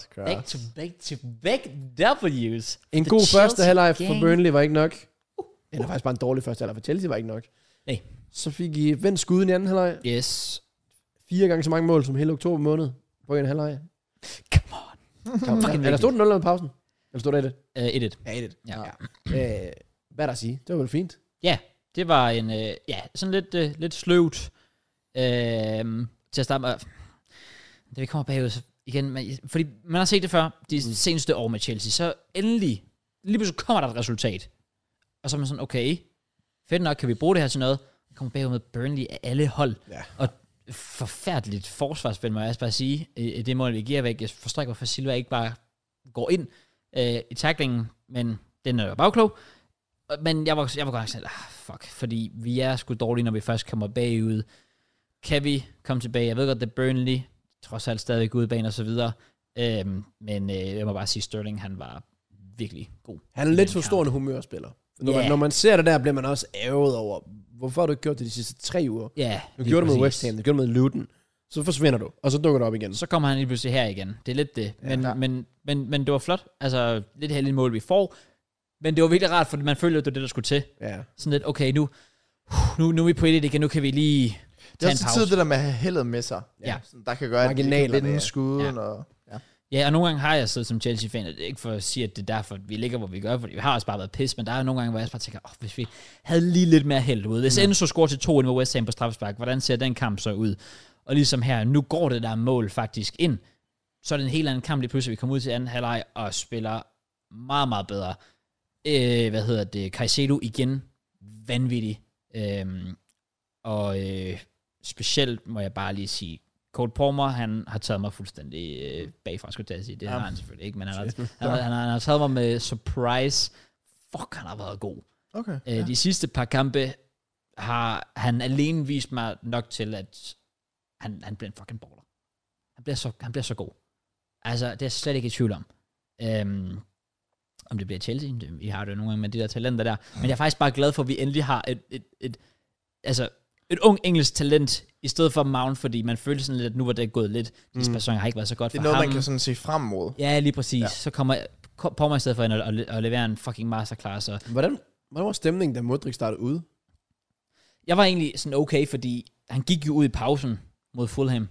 Back to W's. En god første halvleg for Burnley var ikke nok. Eller faktisk bare en dårlig første halvleg for Chelsea var ikke nok. Nej. Så fik I vendt skuden i anden halvleg. Yes. 4 gange så mange mål som hele oktober måned på en halvleg. Come on. Eller stod den 0 med pausen? Eller stod det 1? 1-1. Ja, 1-1. Ja. Hvad der at sige? Det var vel fint. Ja, det var en, sådan lidt sløvt til at starte med. Da vi kommer bagud igen, fordi man har set det før, de seneste år med Chelsea, så endelig, lige pludselig kommer der et resultat. Og så er man sådan, okay, fedt nok, kan vi bruge det her til noget? Vi kommer bagud med Burnley af alle hold. Ja. Og forfærdeligt forsvarsspil, må jeg også bare sige, i det mål, vi giver væk. Jeg forstår ikke, hvorfor Silva ikke bare går ind i tacklingen, men den er jo bagklog. Men jeg var godt sådan, fuck, fordi vi er sgu dårlige, når vi først kommer bagud. Kan vi komme tilbage? Jeg ved godt, det er Burnley, trods alt stadig ude bane og så videre. Men jeg må bare sige, Sterling, han var virkelig god. Han er lidt for stor en humørspiller. Når man ser det der, bliver man også ærget over, hvorfor har du ikke gjort det de sidste 3 uger? Ja, du gjorde det med West Ham, du gjorde det med Luton. Så forsvinder du, og så dukker du op igen. Så kommer han lige pludselig her igen. Det er lidt det. Men det var flot. Altså, lidt heldigt mål, vi får. Men det var virkelig rart, for man følte, at det var det, der skulle til. Ja. Sådan lidt, okay, nu er vi på et igen, nu kan vi lige det er også tid, det der med at have heldet med sig. Ja. Sådan, der kan gøre, at de kan vinde skuden. Ja, og nogle gange har jeg siddet som Chelsea-fan, og det er ikke for at sige, at det er derfor, vi ligger, hvor vi gør, fordi vi har også bare været pis, men der er jo nogle gange, hvor jeg bare tænker, hvis vi havde lige lidt mere held ud. Hvis Enzo scorer til 2-1 med West Ham på straffespark, hvordan ser den kamp så ud? Og ligesom her, nu går det der mål faktisk ind, så er det en helt anden kamp lige pludselig, vi kommer ud til anden halvleg og spiller meget, meget bedre. Caicedo igen, vanvittig. Specielt må jeg bare lige sige, Cole Palmer, han har taget mig fuldstændig bagfra, skulle jeg sige. Det har han selvfølgelig ikke, men han har taget mig med surprise. Fuck, han har været god. Okay. De sidste par kampe har han alene vist mig nok til, at han bliver en fucking baller. Han bliver så god. Altså, det er jeg slet ikke i tvivl om. Om det bliver Chelsea, vi har det jo nogle gange med de der talenter der. Men jeg er faktisk bare glad for, at vi endelig har et ung engelsk talent, i stedet for Mount, fordi man følte sådan lidt, at nu var det gået lidt. De sæsoner har ikke været så godt for ham. Det er noget, man kan sådan se frem mod. Ja, lige præcis. Ja. Så kommer på mig i stedet for at levere en fucking masterclass. Hvordan var stemningen, da Modric startede ude? Jeg var egentlig sådan okay, fordi han gik jo ud i pausen mod Fulham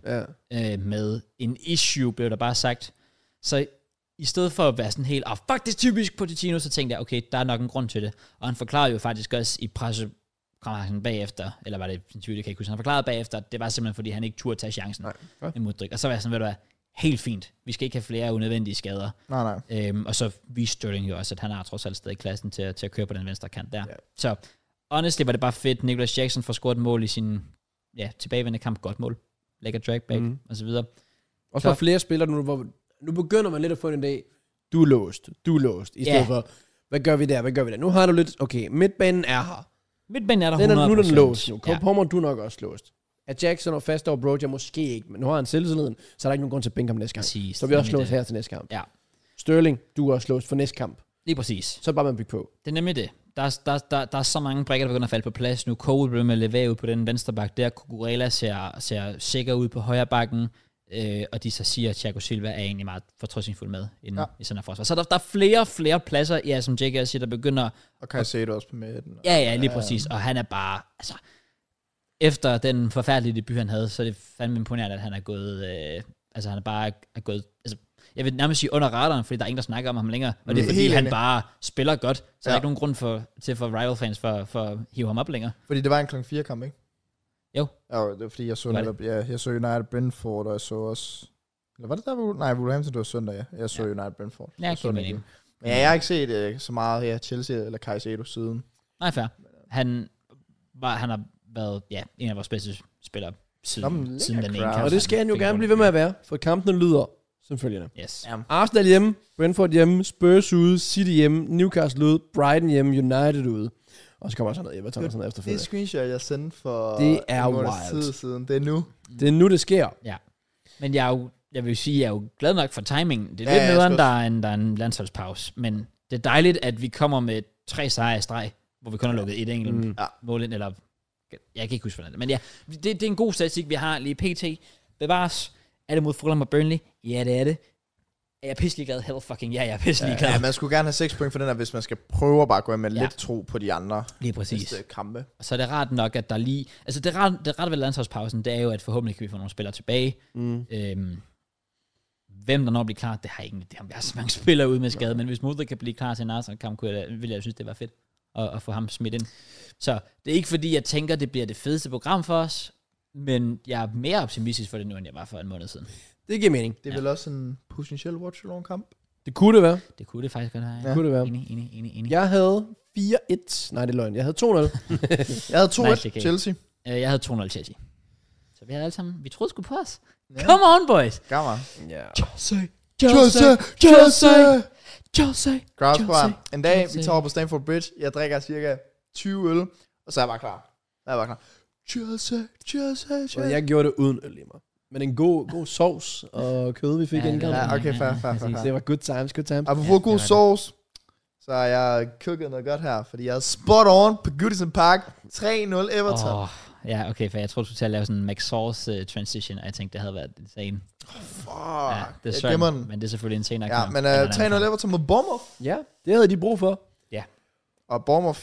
med en issue, blev der bare sagt. Så i stedet for at være sådan helt, fuck, det er typisk Pochettino, så tænkte jeg, okay, der er nok en grund til det. Og han forklarede jo faktisk også i pressekonferencen bagefter, eller var det en tvivl, jeg kan ikke huske, han forklarede bagefter, at det var simpelthen, fordi han ikke turde tage chancen med Modric. Og så var jeg sådan, ved du hvad, helt fint. Vi skal ikke have flere unødvendige skader. Nej. Og så viste Sterling jo også, at han har trods alt stadig klassen til at køre på den venstre kant der. Ja. Så honestly var det bare fedt. Nicholas Jackson får scoret et mål i sin tilbagevendende kamp. Godt mål. Lækker dragback og så videre. Også for flere spillere nu, hvor nu begynder man lidt at få en dag, du er låst. I stedet for, hvad gør vi der? Nu har du lidt, okay, midtbanen er her. Midtbanen er der 100%. Nu er den låst. Cole Palmer, du er nok også låst. At Jackson og fast over Broja måske ikke, men nu har han selvtilliden, så er der ikke nogen grund til at bænke ham næste kamp. Præcis, så er vi også låst her til næste kamp. Ja. Sterling, du er også låst for næste kamp. Lige præcis. Så er bare man bygge på. Det er nemlig det. Der er så mange brækker, der begynder at falde på plads nu. Cole bliver med at levere ud på den venstre bak der. Cucurella ser sikker ud på højre bakken. Og de så siger, at Thiago Silva er egentlig meget fortrøstningsfuld med i sådan en forsvar. Så der er flere pladser, som Jake også siger, der begynder... Og Caicedo også på midten. Ja, lige præcis. Og han er bare... Altså, efter den forfærdelige debut, han havde, så er det fandme imponerende, at han er gået... han er bare gået... Altså, jeg vil nærmest sige under radaren, fordi der er ingen, der snakker om ham længere. Og det er fordi, han bare spiller godt. Så der er ikke nogen grund for rival-fans for at hive ham op længere. Fordi det var en klokken 4 kamp, ikke? Jo. Ja, det var fordi, jeg så netop, jeg så United Brentford, og jeg så også... Eller var det der? Nej, Wolverhampton, det var søndag, ja. Jeg så United Brentford. Ja, men jeg har ikke set så meget Chelsea eller Caicedo siden. Nej, fair. Han har været en af vores bedste spillere siden den ene kamp. Og det skal han jo gerne blive ved med at være, for kampene lyder som følgende. Yes. Arsenal hjemme, Brentford hjemme, Spurs ude, City hjemme, Newcastle ude, Brighton hjemme, United ude. Og så kommer sådan noget Everton og sådan noget efterfølgende. Det screenshot, jeg sendte for det er wild. Tid siden. Det er nu. Det er nu, det sker. Ja. Men jeg vil sige, jeg er jo glad nok for timingen. Det er lidt nederen, der er en landsholdspause. Men det er dejligt, at vi kommer med 3 sejre i streg, hvor vi kun har lukket et enkelt mål ind, eller... Jeg kan ikke huske, hvordan det. Men ja, det er en god statistik, vi har lige pt. Bevares. Er det mod Fulham og Burnley? Ja, det er det. Er jeg pisselig glad? Hell fucking jeg er pisselig glad. Ja, man skulle gerne have 6 point for den her, hvis man skal prøve at bare gå ind med lidt tro på de andre lige præcis. Kampe. Og så er det rart nok, at der lige... Altså det rart ved landsholdspausen, det er jo, at forhåbentlig kan vi få nogle spillere tilbage. Hvem der når bliver klar, det har jeg ikke... Vi har så mange spillere ude med skade, men hvis Modric kan blive klar til en Arsenal-kamp, vil jeg synes, det var fedt at få ham smidt ind. Så det er ikke fordi, jeg tænker, det bliver det fedeste program for os, men jeg er mere optimistisk for det nu, end jeg var for en måned siden. Det giver mening. Det er vel også en potentiel watch-along-kamp? Det kunne det være. Det kunne det faktisk godt have. Det kunne det være. Enig. Jeg havde 4-1. Nej, det er løgn. Jeg havde 2-0. Jeg havde 2-1 Chelsea. Jeg havde 2-0 Chelsea. Så vi havde alle sammen, vi troede sgu på os. Ja. Come on, boys. Gammer. Ja. Jose. Graus, en dag, vi tager over på Stamford Bridge, jeg drikker cirka 20 øl, og så er jeg bare klar. Jose. Og jeg gjorde det uden øl i mig. Men en god sovs og kød, vi fik indgang. Ja, okay, fair. Det var good times. Apropos god sauce, så har jeg køkket noget godt her, fordi jeg er spot on på Goodison Park. 3-0 Everton. Ja, okay, for jeg tror du skulle til at lave sådan en McSauce transition, og jeg tænkte, det havde været insane. Fuck. Ja, det er svært, men det er selvfølgelig en senere kamp. Ja, men 3-0 Everton mod Bournemouth. Ja, det havde de brug for. Ja. Og Bournemouth...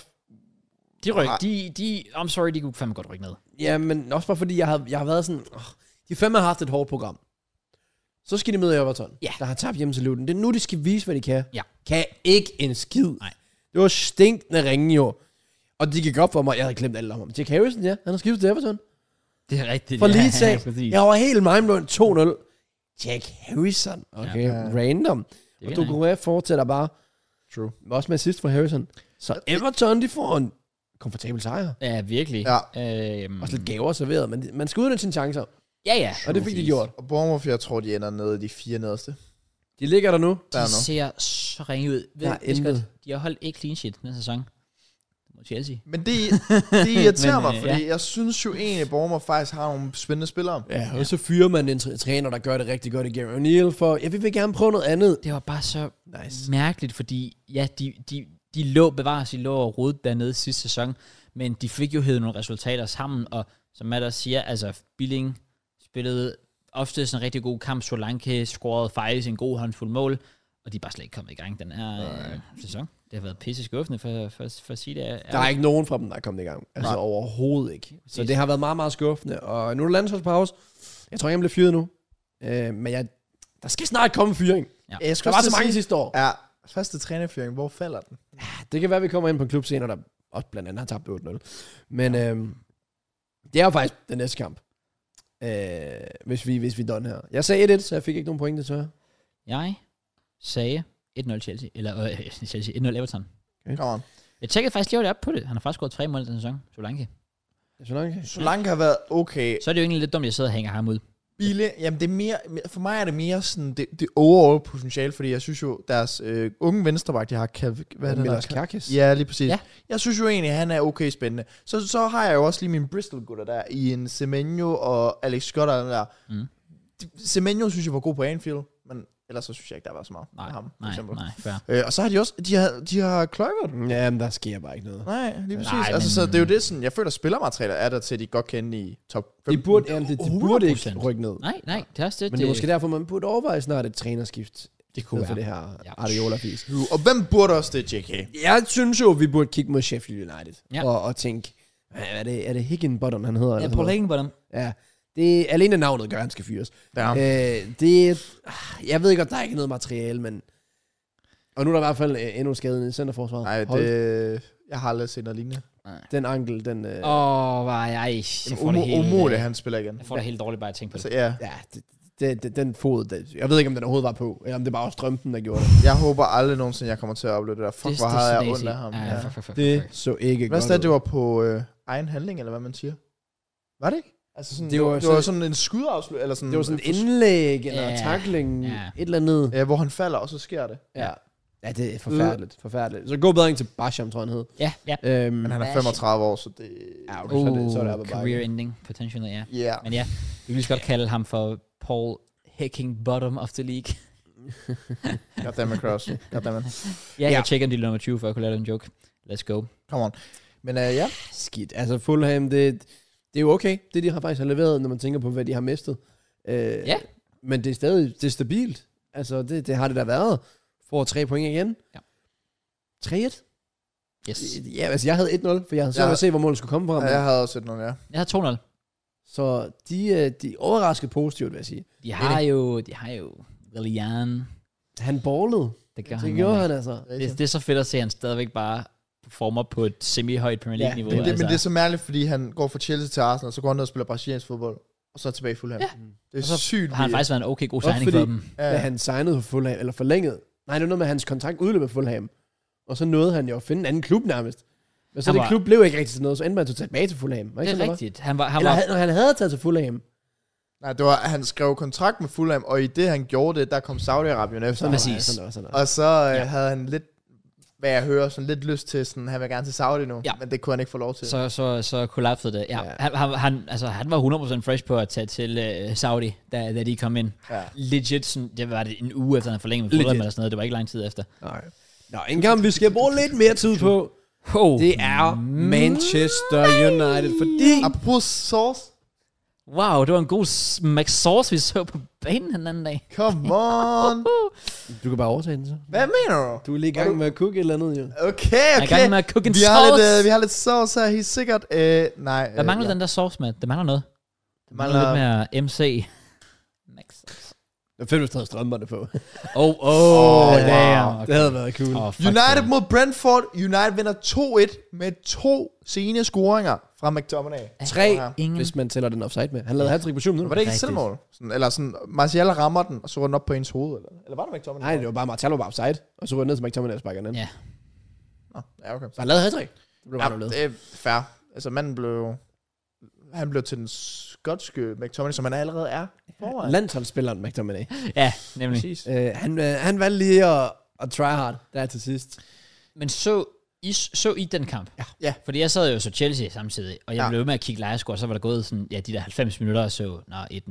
I'm sorry, de kunne fandme godt rykke ned. Ja, men også bare fordi, jeg har været sådan... de fandme har haft et hårdt program. Så skal de møde Everton, der har tabt hjemme til Luton. Det er nu, de skal vise, hvad de kan. Ja. Kan ikke en skid. Nej. Det var stinkende ringe jo. Og de gik op for mig, jeg havde glemt alt om ham. Jack Harrison, han har skiftet til Everton. Det er rigtigt. For lige sag. Jeg var helt mindblown. 2-0. Jack Harrison. Okay, random. Og Doucouré fortsætter bare. True. Også med assist fra Harrison. Så Everton, de får en komfortabel sejr. Ja, virkelig. Ja. Også lidt gaver serveret, men man skal udnytte sine chancer. Ja. Og det fik de gjort. Og Bournemouth, jeg tror, de ender nede i de 4 nederste. De ligger der nu. De ser så ringe ud. De har holdt ikke clean sheet den sæson. Mod Chelsea. Men det irriterer mig, fordi jeg synes jo egentlig, at Bournemouth faktisk har nogle spændende spillere. Ja, og så fyrer man en træner, der gør det rigtig godt i Gary O'Neill, for vi vil gerne prøve noget andet. Det var bare så mærkeligt, fordi de lå og rodede dernede sidste sæson, men de fik jo hævet nogle resultater sammen, og som Matt også siger, altså Billing spillede ofte sådan en rigtig god kamp, Solanke scorede faktisk en god håndfuld mål, og de er bare slet ikke kommet i gang den her sæson. Det har været pisse skuffende for at sige det. Der er ikke nogen fra dem, der er kommet i gang. Altså overhovedet ikke. Så det har været meget, meget skuffende. Og nu er der landsholdspause. Jeg tror ikke, han bliver fyret nu. Men der skal snart komme fyring. Ja. Der var så mange sidste år. Ja, første trænerfyring. Hvor falder den? Ja, det kan være, vi kommer ind på en klub senere, der også blandt andet har tabt 8-0. Men det er jo faktisk den næste kamp. Hvis vi done her. Jeg sagde 1-1, så jeg fik ikke nogen point, desværre. Jeg sagde 1-0 Chelsea, eller Chelsea, 1-0 Everton. Okay. Jeg tjekkede faktisk lige op på det. Han har faktisk scoret 3 mål i den sæson. Solanke har været okay. Så er det jo egentlig lidt dumt, at jeg sidder og hænger ham ud. Bille, jamen det er mere, for mig er det mere sådan det overall potentiale, fordi jeg synes jo, deres unge venstreback, de har hvad er det der? Karkis? Ja, lige præcis. Ja. Jeg synes jo egentlig, at han er okay spændende. Så har jeg jo også lige mine Bristol-gutter der, i en Semenyo og Alex Scott og den der. Semenyo synes jeg var god på Anfield, men ellers så synes jeg ikke, der var så meget med ham. Nej, fair. Og så har de også, de har Kluivert. Ja, men der sker bare ikke noget. Nej, lige præcis. Nej, altså, så det er jo det sådan, jeg føler, spillermaterialer er der til, at de godt kan i top 5. De burde ikke rykke ned. Nej, det er også det. Men det er måske derfor, man burde overveje snart et trænerskift. Det kunne være. For det her Areola-fis. Og hvem burde også det, JK? Jeg synes jo, vi burde kigge mod Sheffield United. Og tænke, er det Higginbottom, han hedder? Ja, Paul Higginbottom. Ja. Det alene navnet gør, at han skal fyres. Ja. Jeg ved godt, der er ikke noget materiale, men... Og nu er der i hvert fald endnu skadet i centerforsvaret. Nej, jeg har aldrig set noget lignende. Den ankel, den... var jeg får det helt... Umuligt, han spiller igen. Jeg får det helt dårligt bare at tænke på det. Ja. Den fod... Jeg ved ikke, om den overhovedet var på, eller om det bare var strømpen, der gjorde det. Jeg håber aldrig nogensinde, jeg kommer til at opleve det der. Fuck, hvor havde jeg ondt af ham. Det så ikke godt. Hvad stedet, det var på egen handling, eller hvad man siger? Var det ikke? Altså sådan, det var sådan en skudafslut, eller sådan... Det var sådan en indlæg, eller tackling, et eller andet. Ja, hvor han falder, og så sker det. Ja, det er forfærdeligt. Så god bedring til Basham, tror jeg, han hed. Ja. Men han er 35 år, så det... Ja, okay, så er det op ad career ending, potentially, ja. Yeah. Men ja, vi vil godt kalde ham for Paul Higginbottom of the league. Goddammit, Cross. Goddammit. Jeg tjekker en del nummer 20, for at kunne lave en joke. Let's go. Come on. Men ja. Skidt. Altså Fulham, det er jo okay, det de har faktisk leveret, når man tænker på, hvad de har mistet. Men det er stadig stabilt. Altså, det har det da været. Får 3 point igen. Ja. 3-1? Yes. Ja, altså jeg havde 1-0, for jeg havde så at se, hvor målet skulle komme fra. Ja, jeg havde også 1-0, ja. Jeg havde 2-0. Så de er overrasket positivt, vil jeg sige. De har jo Willian. Han ballede. Det gjorde han altså. Det er så fedt at se, at han stadigvæk bare performer på et semi-højt Premier League-niveau. Men det er så mærkeligt, fordi han går fra Chelsea til Arsenal, så går han ned og spiller brasiliansk fodbold, og så tilbage i Fulham. Ja. Det er så sygt. Har han faktisk været en okay god signing for dem. Ja. Han signede for Fulham, eller forlænget. Nej, det var noget med, hans kontrakt udløb med Fulham. Og så nåede han jo at finde en anden klub nærmest. Men så det klub blev ikke rigtig til noget, så endte man tilbage til Fulham. Det er rigtigt. Han havde taget til Fulham, Nej, det var, han skrev kontrakt med Fulham, og i det, han gjorde det, der kom Saudi-Arabien efter. Præcis. Og så havde han lidt, hvad jeg hører, sådan lidt lyst til, sådan, han vil gerne til Saudi nu, men det kunne han ikke få lov til. Så kollapsede det. Ja. Han var 100% fresh på at tage til Saudi, da de kom ind. Ja. Legit, sådan, det var det en uge efter, han forlængede med Fulham eller sådan noget. Det var ikke lang tid efter. Nej. Nå, en gang vi skal bruge lidt mere tid på, det er Manchester United, fordi... Apropos sauce. Wow, det var en god McSauce, vi så på banen den anden dag. Come on. Du kan bare overtage den så. Hvad mener du? Du er lige i gang med at cooke et eller andet, jo. Okay. Jeg er i gang med at cooke en vi har lidt sauce her, helt sikkert. Nej. Hvad mangler den der sauce med? Det mangler noget. Det mangler lidt mere MC. McSauce. Det er fedt, hvis du havde strømperne på. Okay. Det havde været cool. United mod Brentford. United vinder 2-1 med 2 sene scoringer fra McTominay. 3, hvis man tæller den offside med. Han lavede hat-trick på 7 minutter. Var det ikke selvmål? Sådan, eller sådan, Martial rammer den, og så var den op på ens hoved? Eller var det McTominay? Nej, det var bare Martial var bare offside. Og så var det ned til McTominay og sparker den. Ja. Ja, okay. Så han lavede hat-trick. Det er fair. Altså, manden blev til den skotske McTominay, som han allerede er. Landsholdsspilleren McTominay. Ja, nemlig. Han valgte lige at try hard der til sidst. Men så I den kamp? Ja. Fordi jeg sad jo så Chelsea samtidig, og jeg blev med at kigge livescore, så var der gået sådan, de der 90 minutter, og så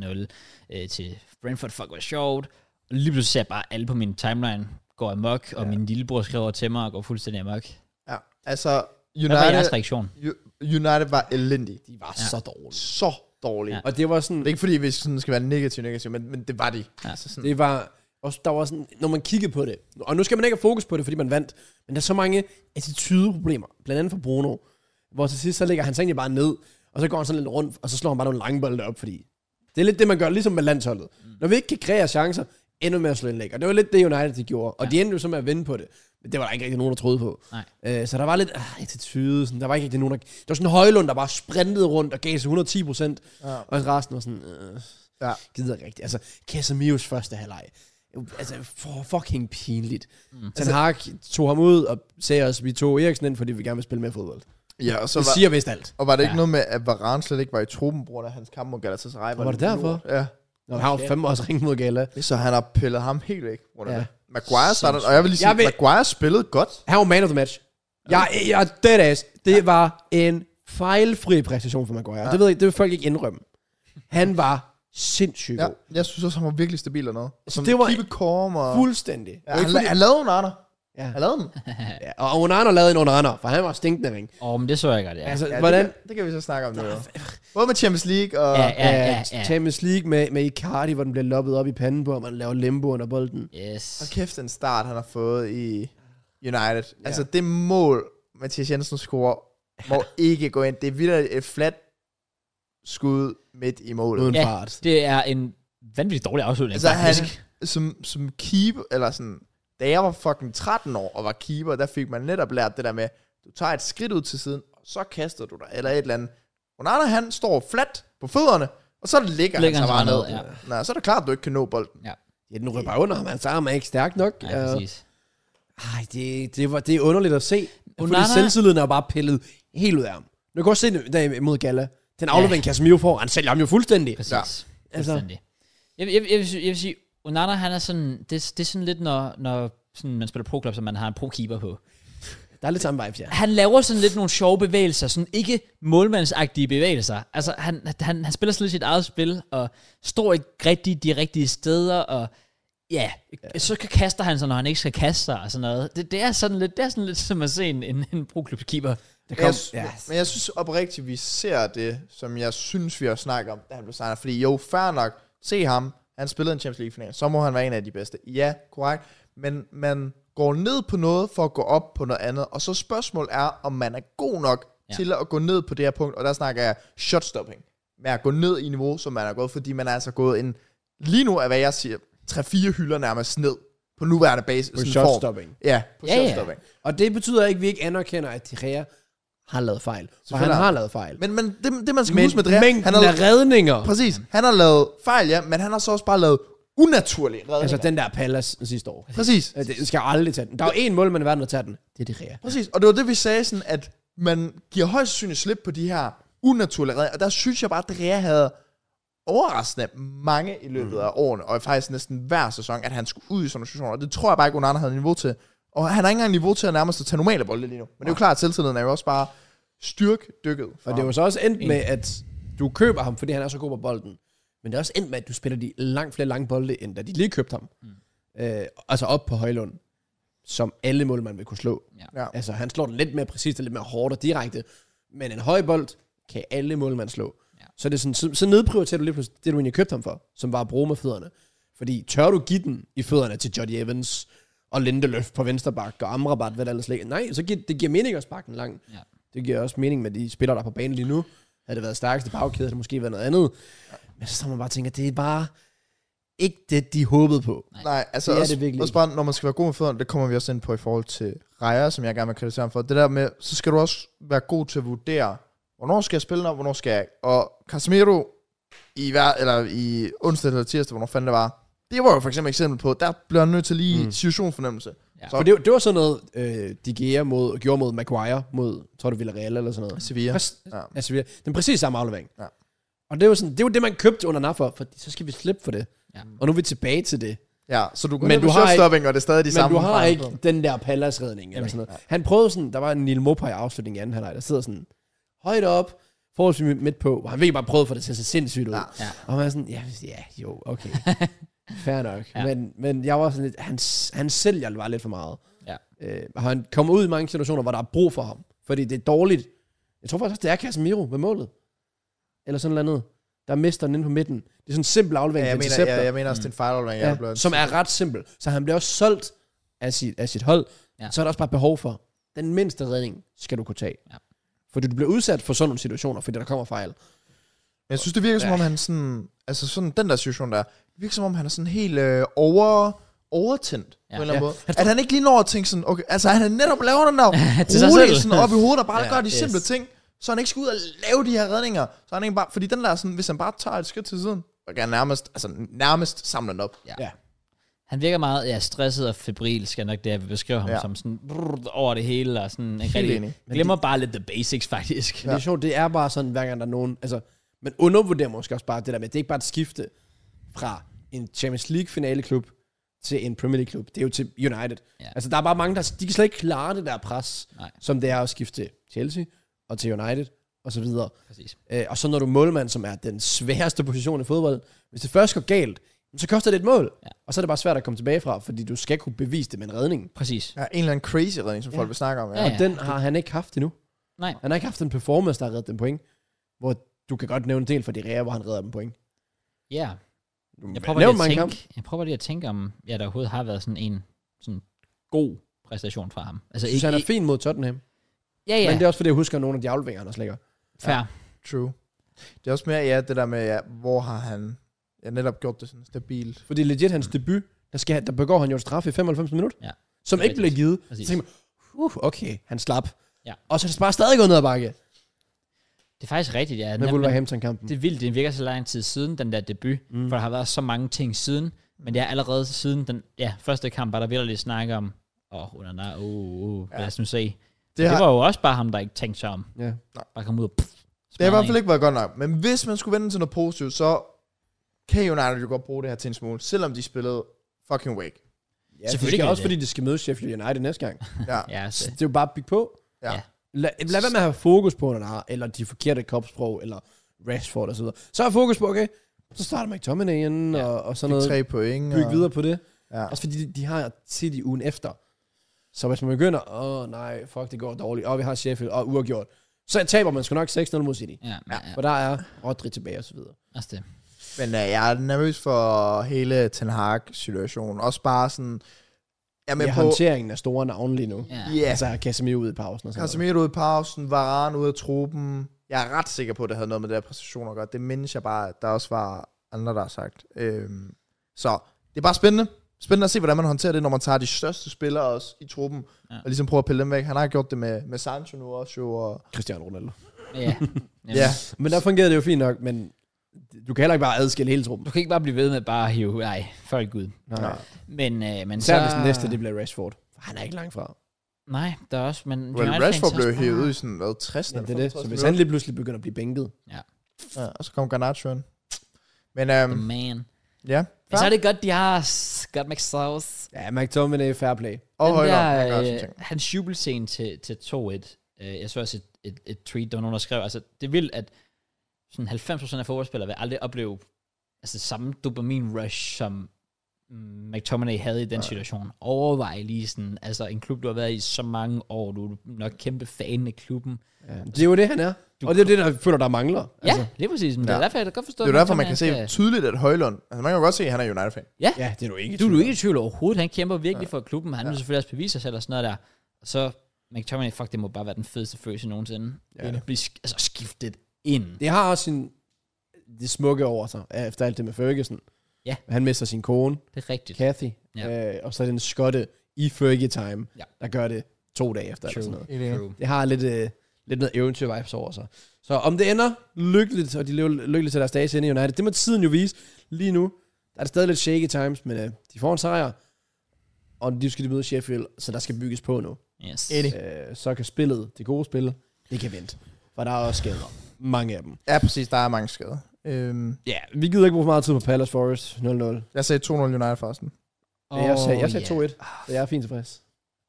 1-0 til Brentford. Fuck, var sjovt. Og lige pludselig ser jeg bare alle på min timeline går amok, og min lillebror skriver til mig og går fuldstændig amok. Ja, altså... Hvad var jeres reaktion? United var elendige. De var så dårlige. Så dårlige. Ja. Og det var sådan... Det er ikke fordi, vi sådan skal være negativ, men det var de. Ja. Altså sådan. Det var... Også, der var sådan... Når man kiggede på det... Og nu skal man ikke have fokus på det, fordi man vandt. Men der er så mange attitudeproblemer. Blandt andet for Bruno. Hvor til sidst, så ligger han sig egentlig bare ned. Og så går han sådan lidt rundt, og så slår han bare nogle langbolde op, fordi... Det er lidt det, man gør, ligesom med landsholdet. Når vi ikke kan kreere chancer, endnu mere slå indlæg. Og det var lidt det, United de gjorde. Og de endte jo så med at vinde på det. Men det var der ikke rigtig nogen, der troede på. Så der var lidt attitude. Sådan, der var ikke rigtig nogen, der... Det var sådan Højlund, der bare sprintede rundt og gav sig 110%. Og resten var sådan... gider rigtigt. Altså, Casemirs første halvleg. Altså, for fucking pinligt. Ten Hag tog ham ud og sagde os, vi tog Eriksen ind, fordi vi gerne vil spille med fodbold. Ja, og så det siger vist alt. Og var det ikke noget med, at Varane slet ikke var i truppen, på grund af hans kamp mod Galatasaray? Var det derfor? Ja. Nå, han har jo 5 års ring mod Gala. Så han har pillet ham helt væk. Maguire startede, og jeg vil lige sige, Maguire spillede godt. Han var man of the match. Jeg dead ass. Det var en fejlfri præstation for Maguire. Det ved jeg, det vil folk ikke indrømme. Han var sindssygt god. Jeg synes også, han var virkelig stabil og noget. Så det var og... fuldstændig. Ja, han lavede en andre. Ja. Han lavede den. Ja, og Onana lavede en under, for han var stinkende ring. Men det så jeg godt, ja. Altså, hvordan... det kan vi så snakke om nu. Både med Champions League og... Champions League med Icardi, hvor den bliver loppet op i panden på, og man laver limbo under bolden. Yes. Og kæft den start, han har fået i United. Altså det mål, Mathias Jensen scorer, må ikke gå ind. Det er vildt et flat skud midt i målet. Uden fart. Det er en vanvittigt dårlig afslutning. Altså han, som keeper, eller sådan... Da jeg var fucking 13 år og var keeper, der fik man netop lært det der med, du tager et skridt ud til siden, og så kaster du dig, eller et eller andet. Onana, han står flat på fødderne, og så ligger han så bare ned. Ja. Nå, så er det klart, at du ikke kan nå bolden. Ja, den ryger bare under ham. Hans arm er ikke stærk nok. Ja, præcis. Det er underligt at se. Fordi selvtilliden er bare pillet helt ud af ham. Nu kan også se det mod Gala. Den aflevering Casemiro får, han sælger ham jo fuldstændig. Præcis. Ja. Fuldstændig. Jeg vil sige, Onana, han er sådan, det er sådan lidt, når sådan, man spiller pro-club, så man har en pro-keeper på. Der er lidt samme vibes, ja. Han laver sådan lidt nogle sjove bevægelser, sådan ikke målmandsagtige bevægelser. Altså, han spiller sådan lidt sit eget spil, og står ikke rigtig de rigtige steder, og så kaster han sig, når han ikke skal kaste sig, og sådan noget. Det er sådan lidt som at se en pro-klubskeeper. Men jeg synes oprigtigt, vi ser det, som jeg synes, vi har snakket om, da han blev signet. Fordi jo, fair nok, se ham, han spillede en Champions League-final, så må han være en af de bedste. Ja, korrekt. Men man går ned på noget for at gå op på noget andet, og så spørgsmålet er, om man er god nok til at gå ned på det her punkt, og der snakker jeg shotstopping, med at gå ned i niveau, som man er gået, fordi man er altså gået en, lige nu er hvad jeg siger, 3-4 hylder nærmest ned på nuværende base. På shotstopping. Ja, på shotstopping. Og det betyder ikke, at vi ikke anerkender, at De Gea har lavet fejl. For han har lavet fejl. Men det man skal huske med Drea, han har lavet redninger. Præcis. Han har lavet fejl, ja, men han har så også bare lavet unaturlige redninger. Altså den der Palace sidste år. Præcis. Det skal aldrig tage den. Der er jo én målmand i verden, der tager den. Det er De Gea. Præcis. Og det var det, vi sagde sådan, at man giver højst sandsynligt slip på de her unaturlige redninger. Og der synes jeg bare, at De Gea havde overraskende mange i løbet af årene, og faktisk næsten hver sæson, at han skulle ud i sådan nogle situationer. Og det tror jeg bare ikke, Onana havde niveau til. Og han har ikke engang niveau til at nærmest at tage normale bolde lige nu. Men det er jo klart, at selvtilliden er jo også bare styrkedykket. Og det er jo så også endt med, at du køber ham, fordi han er så god på bolden. Men det er også endt med, at du spiller de langt flere lange bolde, end da de lige købte ham. Altså op på Højlund, som alle målmænd vil kunne slå. Ja. Altså han slår den lidt mere præcist, lidt mere hårdt og direkte. Men en høj bold kan alle målmænd slå. Ja. Så det er sådan, så nedprioriterer du lige pludselig det, du egentlig købte ham for, som var at bruge med fødderne. Fordi tør du give den i fødderne til Jody Evans og Lindeløf på venstre bak og Amrabat, hvad der ellers ligger? Nej, så det giver mening at sparke den lang. Ja. Det giver også mening med de spillere, der er på banen lige nu. Havde det været stærkeste bagkæde, havde det måske været noget andet. Men så står man bare og tænker, det er bare ikke det, de håbede på. Nej, altså det er også bare, når man skal være god med fødderne, det kommer vi også ind på i forhold til Raja, som jeg gerne vil kritisere ham for. Det der med, så skal du også være god til at vurdere, hvornår skal jeg spille, og hvornår skal jeg ikke. Og Casemiro i onsdag eller tirsdag, hvornår fanden det var, det var jo for eksempel et eksempel på, der blev han nødt til lige situationsfornemmelse. Ja. Så det var sådan noget, De Gea gjorde mod Maguire, mod, tror du, Villarreal eller sådan noget. Sevilla. Sevilla. Den præcis samme aflevering. Ja. Og det var det, man købte under Naffer, for så skal vi slippe for det. Ja. Og nu er vi tilbage til det. Ja, så du kan shotstopping, og det er stadig de samme. Men du har ikke den der Pallas-redning eller sådan noget. Ja. Han prøvede sådan, der var en Neil Maupay afslutning i anden halvleg, der sidder sådan højt op, forholdsvis midt på, og han virkelig bare prøvede for det til at se sindssygt ud. Ja. Og man er sådan, okay. Fair nok. Ja. Men jeg var sådan lidt, han sælger bare lidt for meget. Ja. Han kommer ud i mange situationer, hvor der er brug for ham. Fordi det er dårligt. Jeg tror faktisk også, det er Casemiro ved målet. Eller sådan noget andet. Der mister den inde på midten. Det er sådan en simpel aflevering. Jeg mener også, det er en fejlaflevering. Ja, som er ret simpel. Så han bliver også solgt af sit hold. Ja. Så er der også bare behov for, den mindste redning skal du kunne tage. Ja. Fordi du bliver udsat for sådan nogle situationer, fordi der kommer fejl. Jeg synes, det virker som om han sådan, altså sådan den der situation der, det virker som om han er sådan helt overtændt på en eller anden måde. At han ikke lige når at tænke sådan, okay, altså han netop laver den der roligt sådan op i hovedet og bare gør de simple ting, så han ikke skal ud og lave de her redninger. Så han ikke bare, fordi den der sådan, hvis han bare tager et skridt til siden, så kan han nærmest samle den op. Ja. Han virker meget stresset og febril, skal nok det, jeg vil beskrive ham som sådan over det hele, og sådan rigtig glemmer bare lidt the basics, faktisk. Men det er sjovt, det er bare sådan, hver gang der er nogen, altså, man undervurderer måske også bare det der med, det er ikke bare et skifte fra en Champions League finaleklub til en Premier League klub, det er jo til United. Ja. Altså, der er bare mange, de kan slet ikke klare det der pres, som det er at skifte til Chelsea og til United, og så videre. Præcis. Og så når du er målmand, som er den sværeste position i fodbold, hvis det først går galt, så koster det et mål. Ja. Og så er det bare svært at komme tilbage fra, fordi du skal kunne bevise det med en redning. Præcis. Ja, en eller anden crazy redning, som folk vil snakke om. Ja. Og den har han ikke haft endnu. Nej. Han har ikke haft en performance, der har reddet dem point. Hvor du kan godt nævne en del for de rære, hvor han redder dem point. Ja. Jeg prøver lige at tænke om, der overhovedet har været sådan en sådan god præstation fra ham. Altså, ikke, han er fin mod Tottenham. Ja. Men det er også fordi, jeg husker nogle af de afleveringer, han også lægger. Fair. Ja. True. Det er også mere, det der med, hvor har han netop gjort det sådan stabilt. Fordi legit hans debut, der begår han jo straf i 95 minutter, som ikke blev givet. Så tænker man, okay, han slap. Ja. Og så er det bare stadig gået ned ad bakke. Det er faktisk rigtigt, ja. Med Wolverhampton-kampen. Det er vildt, det virker så lang tid siden, den der debut, for der har været så mange ting siden, men det er allerede siden den første kamp, var der virkelig snakke om, lad os nu se. Det var jo også bare ham, der ikke tænkte sig om. Ja. Bare kom ud og det har i hvert fald ikke været godt nok. Men hvis man skulle vende til noget positivt, så kan United jo godt bruge det her til en smule, selvom de spillede fucking Wake. Ja, selvfølgelig også fordi de skal møde Sheffield United næste gang. Så det er jo bare at bygge på. Ja. Lad være med at have fokus på, når der er, eller de forkerte kopsprog, eller Rashford og så videre. Så har fokus på, okay, så starter McTominay igen, og sådan noget. 3 point. Bygge videre på det. Ja. Også fordi de har City ugen efter. Så hvis man begynder, nej, fuck, det går dårligt, vi har Sheffield, uafgjort. Så taber man sgu nok 6-0 mod City. Ja. For der er Rodri tilbage og så videre. Også det. Men jeg er nervøs for hele Ten Hag-situationen. Også bare sådan... håndteringen af store navne lige nu. Altså Casemiro ud i pausen. Casemiro ud i pausen, Varane ud af truppen. Jeg er ret sikker på, at det havde noget med det der præstation at gøre. Det mindes jeg bare, at der også var andre, der har sagt. Så det er bare spændende. Spændende at se, hvordan man håndterer det, når man tager de største spillere også i truppen, og ligesom prøver at pille dem væk. Han har gjort det med Sancho nu også, og Cristiano Ronaldo. Ja. Men der fungerede det jo fint nok, men du kan heller ikke bare adskille hele truppen. Du kan ikke bare blive ved med bare at hive, folk ud. Nej. Men så... hvis den næste, det bliver Rashford. Han er ikke langt fra. Nej, der er også, men... Rashford blev hævet ud i sådan, 60. Ja, det er det. Så hvis han lige pludselig begynder at blive bænket. Ja, og så kommer Garnacho ind. Men Man. ja. Men så er det godt, de har Scott McSauce. Ja, McTominay fair play. Og Den Højlund, han gør der, også ting. hans jubelscene til 2-1. Jeg så også et tweet, der var nogen, der skrev, altså det vil, at sådan 90% af fodboldspillere vil aldrig opleve altså samme dopamin-rush, som McTominay havde i den situation. Overvej lige sådan, altså en klub, du har været i så mange år, du er nok kæmpe fan af klubben. Ja, det er jo det, han er. Og det er det, der føler, der mangler. Ja, det er præcis. Men det er derfor, jeg kan godt forstå, Det er jo derfor, man McTominay kan se tydeligt, at Højlund, altså man kan jo godt se, at han er United-fan. Ja, det er du ikke. Du er ikke i tvivl overhovedet. Han kæmper virkelig for klubben. Han vil selvfølgelig også bevise sig selv og sådan noget der. Så McTominay, fuck, det må bare være den fedeste følelse nogensinde. Ja. At blive skiftet ind. Det har også det smukke over sig, efter alt det med Ferguson. Ja. Han mister sin kone, Det er rigtigt. Kathy, og så er den skotte i Fergie-time, Ja. der gør det 2 dage efter. Eller sådan noget. True. Det har lidt noget eventyr-vibes over sig. Så om det ender lykkeligt, og de lever lykkeligt til deres dages ende i United, det må tiden jo vise. Lige nu der er det stadig lidt shaky times, men de får en sejr, og de skal møde Sheffield, så der skal bygges på nu. Yes. Så kan det gode spil, det kan vente. For der er også skader. Mange af dem. Ja, præcis. Der er mange skader. Ja, vi gider ikke bruge for meget tid på Palace Forest 0-0. Jeg sagde 2-0 United forresten. Jeg sagde 2-1, så jeg er fint tilfreds.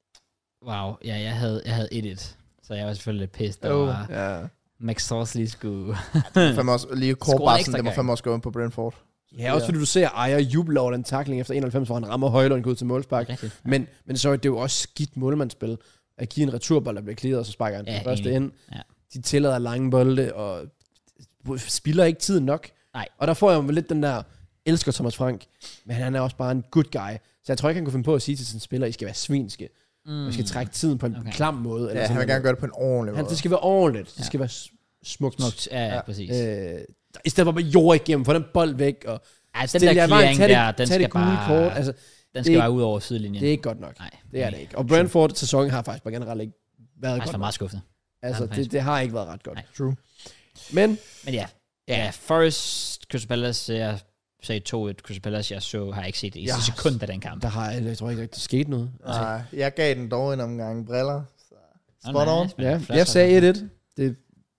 Wow, ja, jeg havde 1-1. Så jeg var selvfølgelig lidt pissed. Der var Ja. McSauce lige skulle... Fandme også, lige Score en Korbarsen, ekstra det må gang. fandme også gå ind på Brentford. Ja, også fordi du ser Ejer juble over den tackling efter 91, hvor han rammer Højlund ud til målspark. Rigtigt. Men så er det jo også skidt målmandsspil. At give en returbold, der bliver clearet, og så sparker han den første ind. Ja. De tillader lange bolde, og spilder ikke tiden nok. Nej. Og der får jeg jo lidt den der, elsker Thomas Frank, men han er også bare en good guy. Så jeg tror ikke, han kunne finde på at sige til sine spillere, I skal være svinske. I skal trække tiden på en klam måde. Eller Ja, han vil gerne gøre det på en ordentlig måde. Det skal være ordentligt. Det skal være smukt. Ja, præcis. I stedet for bare jord igennem, få den bold væk, og Altså, den der clearing der, den skal bare... kort. Altså, Den skal bare ud over sidelinjen. det er ikke godt nok. Nej. Det er det ikke. Og Brentford sæsonen har faktisk på generelt ikke været Jeg er godt nok. meget skuffet. Altså, det har ikke været ret godt. Nej. True. Men Men ja, Forest, Crystal Palace, jeg sagde 2-1, Crystal Palace, har jeg ikke set det i sekund af den kamp. der har, jeg tror ikke, der skete noget. Altså, Nej, jeg gav den dog en omgang briller. Så spot on. ja, jeg sagde 1-1. Det,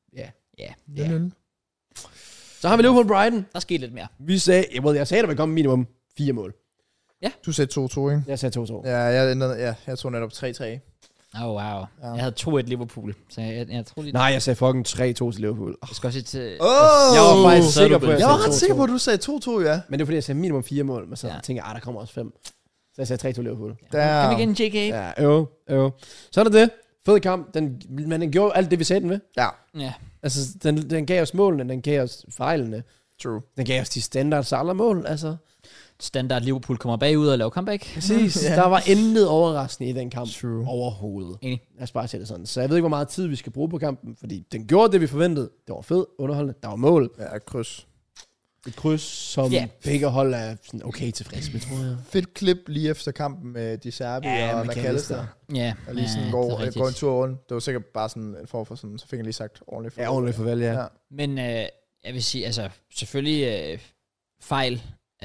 Ja. så har vi Liverpool Brighton. Der skete lidt mere. Vi sagde, jeg sagde, der vil komme minimum 4 mål. Du sagde 2-2, ikke? Jeg sagde 2-2. Ja, jeg tog netop 3-3. Wow. Ja. Jeg havde 2-1 Liverpool, så jeg tror lige... Nej, jeg sagde fucking 3-2 til Liverpool. Jeg skal også sige til... Jeg var faktisk så er sikker du på, at Jeg jeg var sagde ret sikker på, 2-2. at du sagde 2-2, ja. Men det var fordi, jeg sagde minimum 4 mål. Men så Ja. tænkte jeg, der kommer også 5. Så jeg sagde 3-2 Liverpool. Der. Kom igen, JK. Ja, jo. Så er det. Fed kamp. Men den gjorde alt det, vi sagde den ved. Ja, Ja. Altså, den gav os målene, den gav os fejlene. true. Den gav os de standard Salah-mål, altså. Standard Liverpool kommer bagud og laver comeback. Præcis. Ja. Der var intet overraskende i den kamp. True. Overhovedet. Enig. Lad os bare sige det sådan. Så jeg ved ikke, hvor meget tid vi skal bruge på kampen, fordi den gjorde det, vi forventede. Det var fed, underholdende. Der var mål. Ja, kryds. Et kryds, som begge hold er sådan okay tilfreds med, tror jeg. Fedt klip lige efter kampen med Di Serbi og McAllister. Ja. Og lige sådan det er går rigtigt. en tur rundt. Det var sikkert bare sådan en form for sådan, så fik jeg lige sagt ordentligt Ja, ordentligt farvel, ja. Ja. Men jeg vil sige, altså selvfølgelig fejl.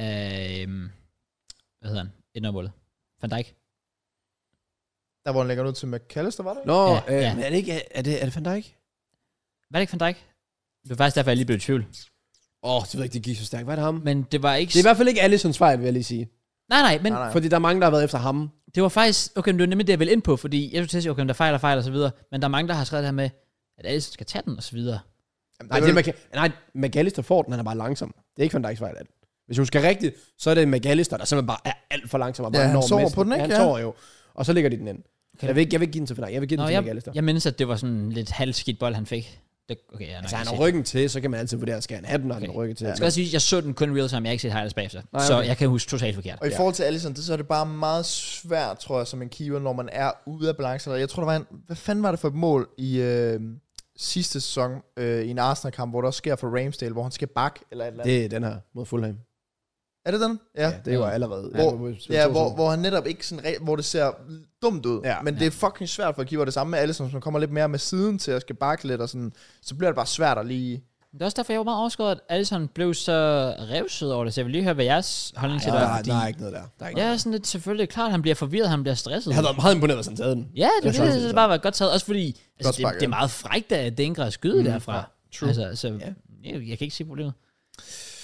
Hvad hedder han? Indmålet. Van Dijk. Der var en længere ud til McAllister, var det? Nå, Ja. men er det ikke, er det Van Dijk? Var det ikke Van Dijk? Det var faktisk derfor, jeg lige blev i tvivl. Det ved jeg ikke, det gik så stærkt. Var det ham? Men det var ikke... Det er i hvert fald ikke Alissons fejl, vil jeg lige sige. Nej, men Nej. Fordi der er mange, der har været efter ham. det var faktisk... Okay, men det var nemlig det, jeg ville ind på, fordi jeg skulle til at sige, okay, der fejl og så videre, men der er mange, der har skrevet det her med, at Alisson skal tage den og så videre. Nej, McAllister får den, han er bare langsom. Det er ikke Van Dijks fejl, at hvis hun skal rigtigt, så er det McAllister, der simpelthen bare er alt for langsom. Og bare Ja, han når sover mesten. på den, ikke? Han Ja. sover jo. Og så ligger de den ind. Okay. Jeg vil ikke give den til Van Dijk. Jeg vil give den til McAllister. Jeg mindes, at det var sådan lidt halvskidt bold, han fik. Det, okay, jeg Altså, han har ryggen til, så kan man altid vurdere, skal han have den, når han har ryggen til. Jeg skal også sige, at jeg så den kun real time, jeg har ikke set highlights bagefter. Nej, Så okay. jeg kan huske totalt forkert. Og i forhold til Alisson, så er det bare meget svært, tror jeg, som en keeper, når man er ude af balance. Jeg tror, der var hvad fanden var det for et mål i sidste sæson i en Arsenal-kamp, hvor der også sker for Ramsdale, hvor han skal bakke eller et eller andet. Det er den her mod Fulham. Er det den? Ja. Det var allerede. Hvor han netop ikke sådan, hvor det ser dumt ud. Ja. Men det er fucking svært for at keeper. Det samme med Alisson, som kommer lidt mere med siden til at skal bakke lidt og sådan. Så bliver det bare svært at lige... Det er også derfor, jeg var meget overskåret, at Alisson blev så revset over det. Så jeg vil lige høre, hvad jeres holdning til det er. Der er ikke noget der. Der er ikke Jeg er sådan lidt selvfølgelig klart, han bliver forvirret, han bliver stresset. Jeg havde været meget imponeret, hvis han taget den. Ja, det sådan set det bare var godt taget. Også fordi altså, spark, det er meget frækt, at Dengra skyde derfra. True. Altså, jeg kan ikke se problemet.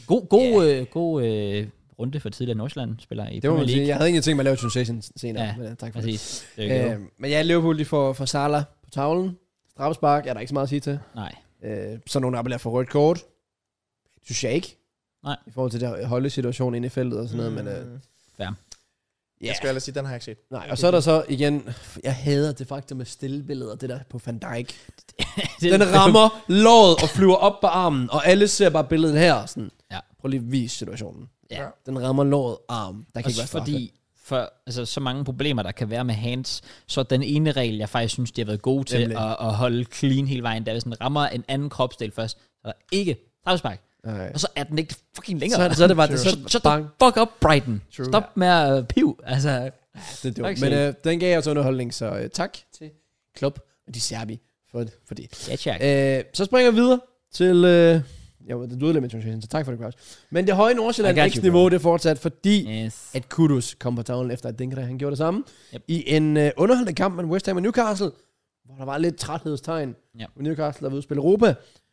God runde for tidligere Nordsjælland-spillere i Det må Premier man sige. League. Jeg havde ikke tænkt mig at lave sensation senere. Ja, Men, tak for præcis. det. Men ja, Liverpool, de får Salah på tavlen. Straffespark er der ikke så meget at sige til. Nej. Så nogle appellerer for rødt kort. Synes jeg ikke. Nej. I forhold til det holde situation inde i feltet og sådan noget. Men, fair. Jeg skal ellers sige, den har jeg ikke set. Nej, og så er der så igen, jeg hader det faktisk med stillebilleder, det der på Van Dijk. Den rammer låret og flyver op på armen, og alle ser bare billedet her. Sådan. Ja. Prøv lige at vise situationen. Ja. Den rammer låret arm. Der kan ikke være straffe. Fordi for så mange problemer, der kan være med hands, så den ene regel, jeg faktisk synes, de har været gode til at holde clean hele vejen, der hvis den rammer en anden kropsdel først, så er der ikke straffespark. Og så er den ikke fucking længere. Så er det bare så bang. Fuck up, Brighton. True. Stop med at piv. Altså, det er dumt. Men den gav os underholdning, så tak til klub og de serbi for det. Ja, check. Så springer vi videre til... det lyder lidt med transition, så tak for det, Klaus. Men det høje Nordsjælland X-niveau, det er fortsat, fordi at Kudus kom på tavlen efter, at Dinkra, han gjorde det samme. Yep. I en underholdende kamp med West Ham og Newcastle, hvor der var lidt træthedstegn. Yep. Newcastle der var ude at spille Europa.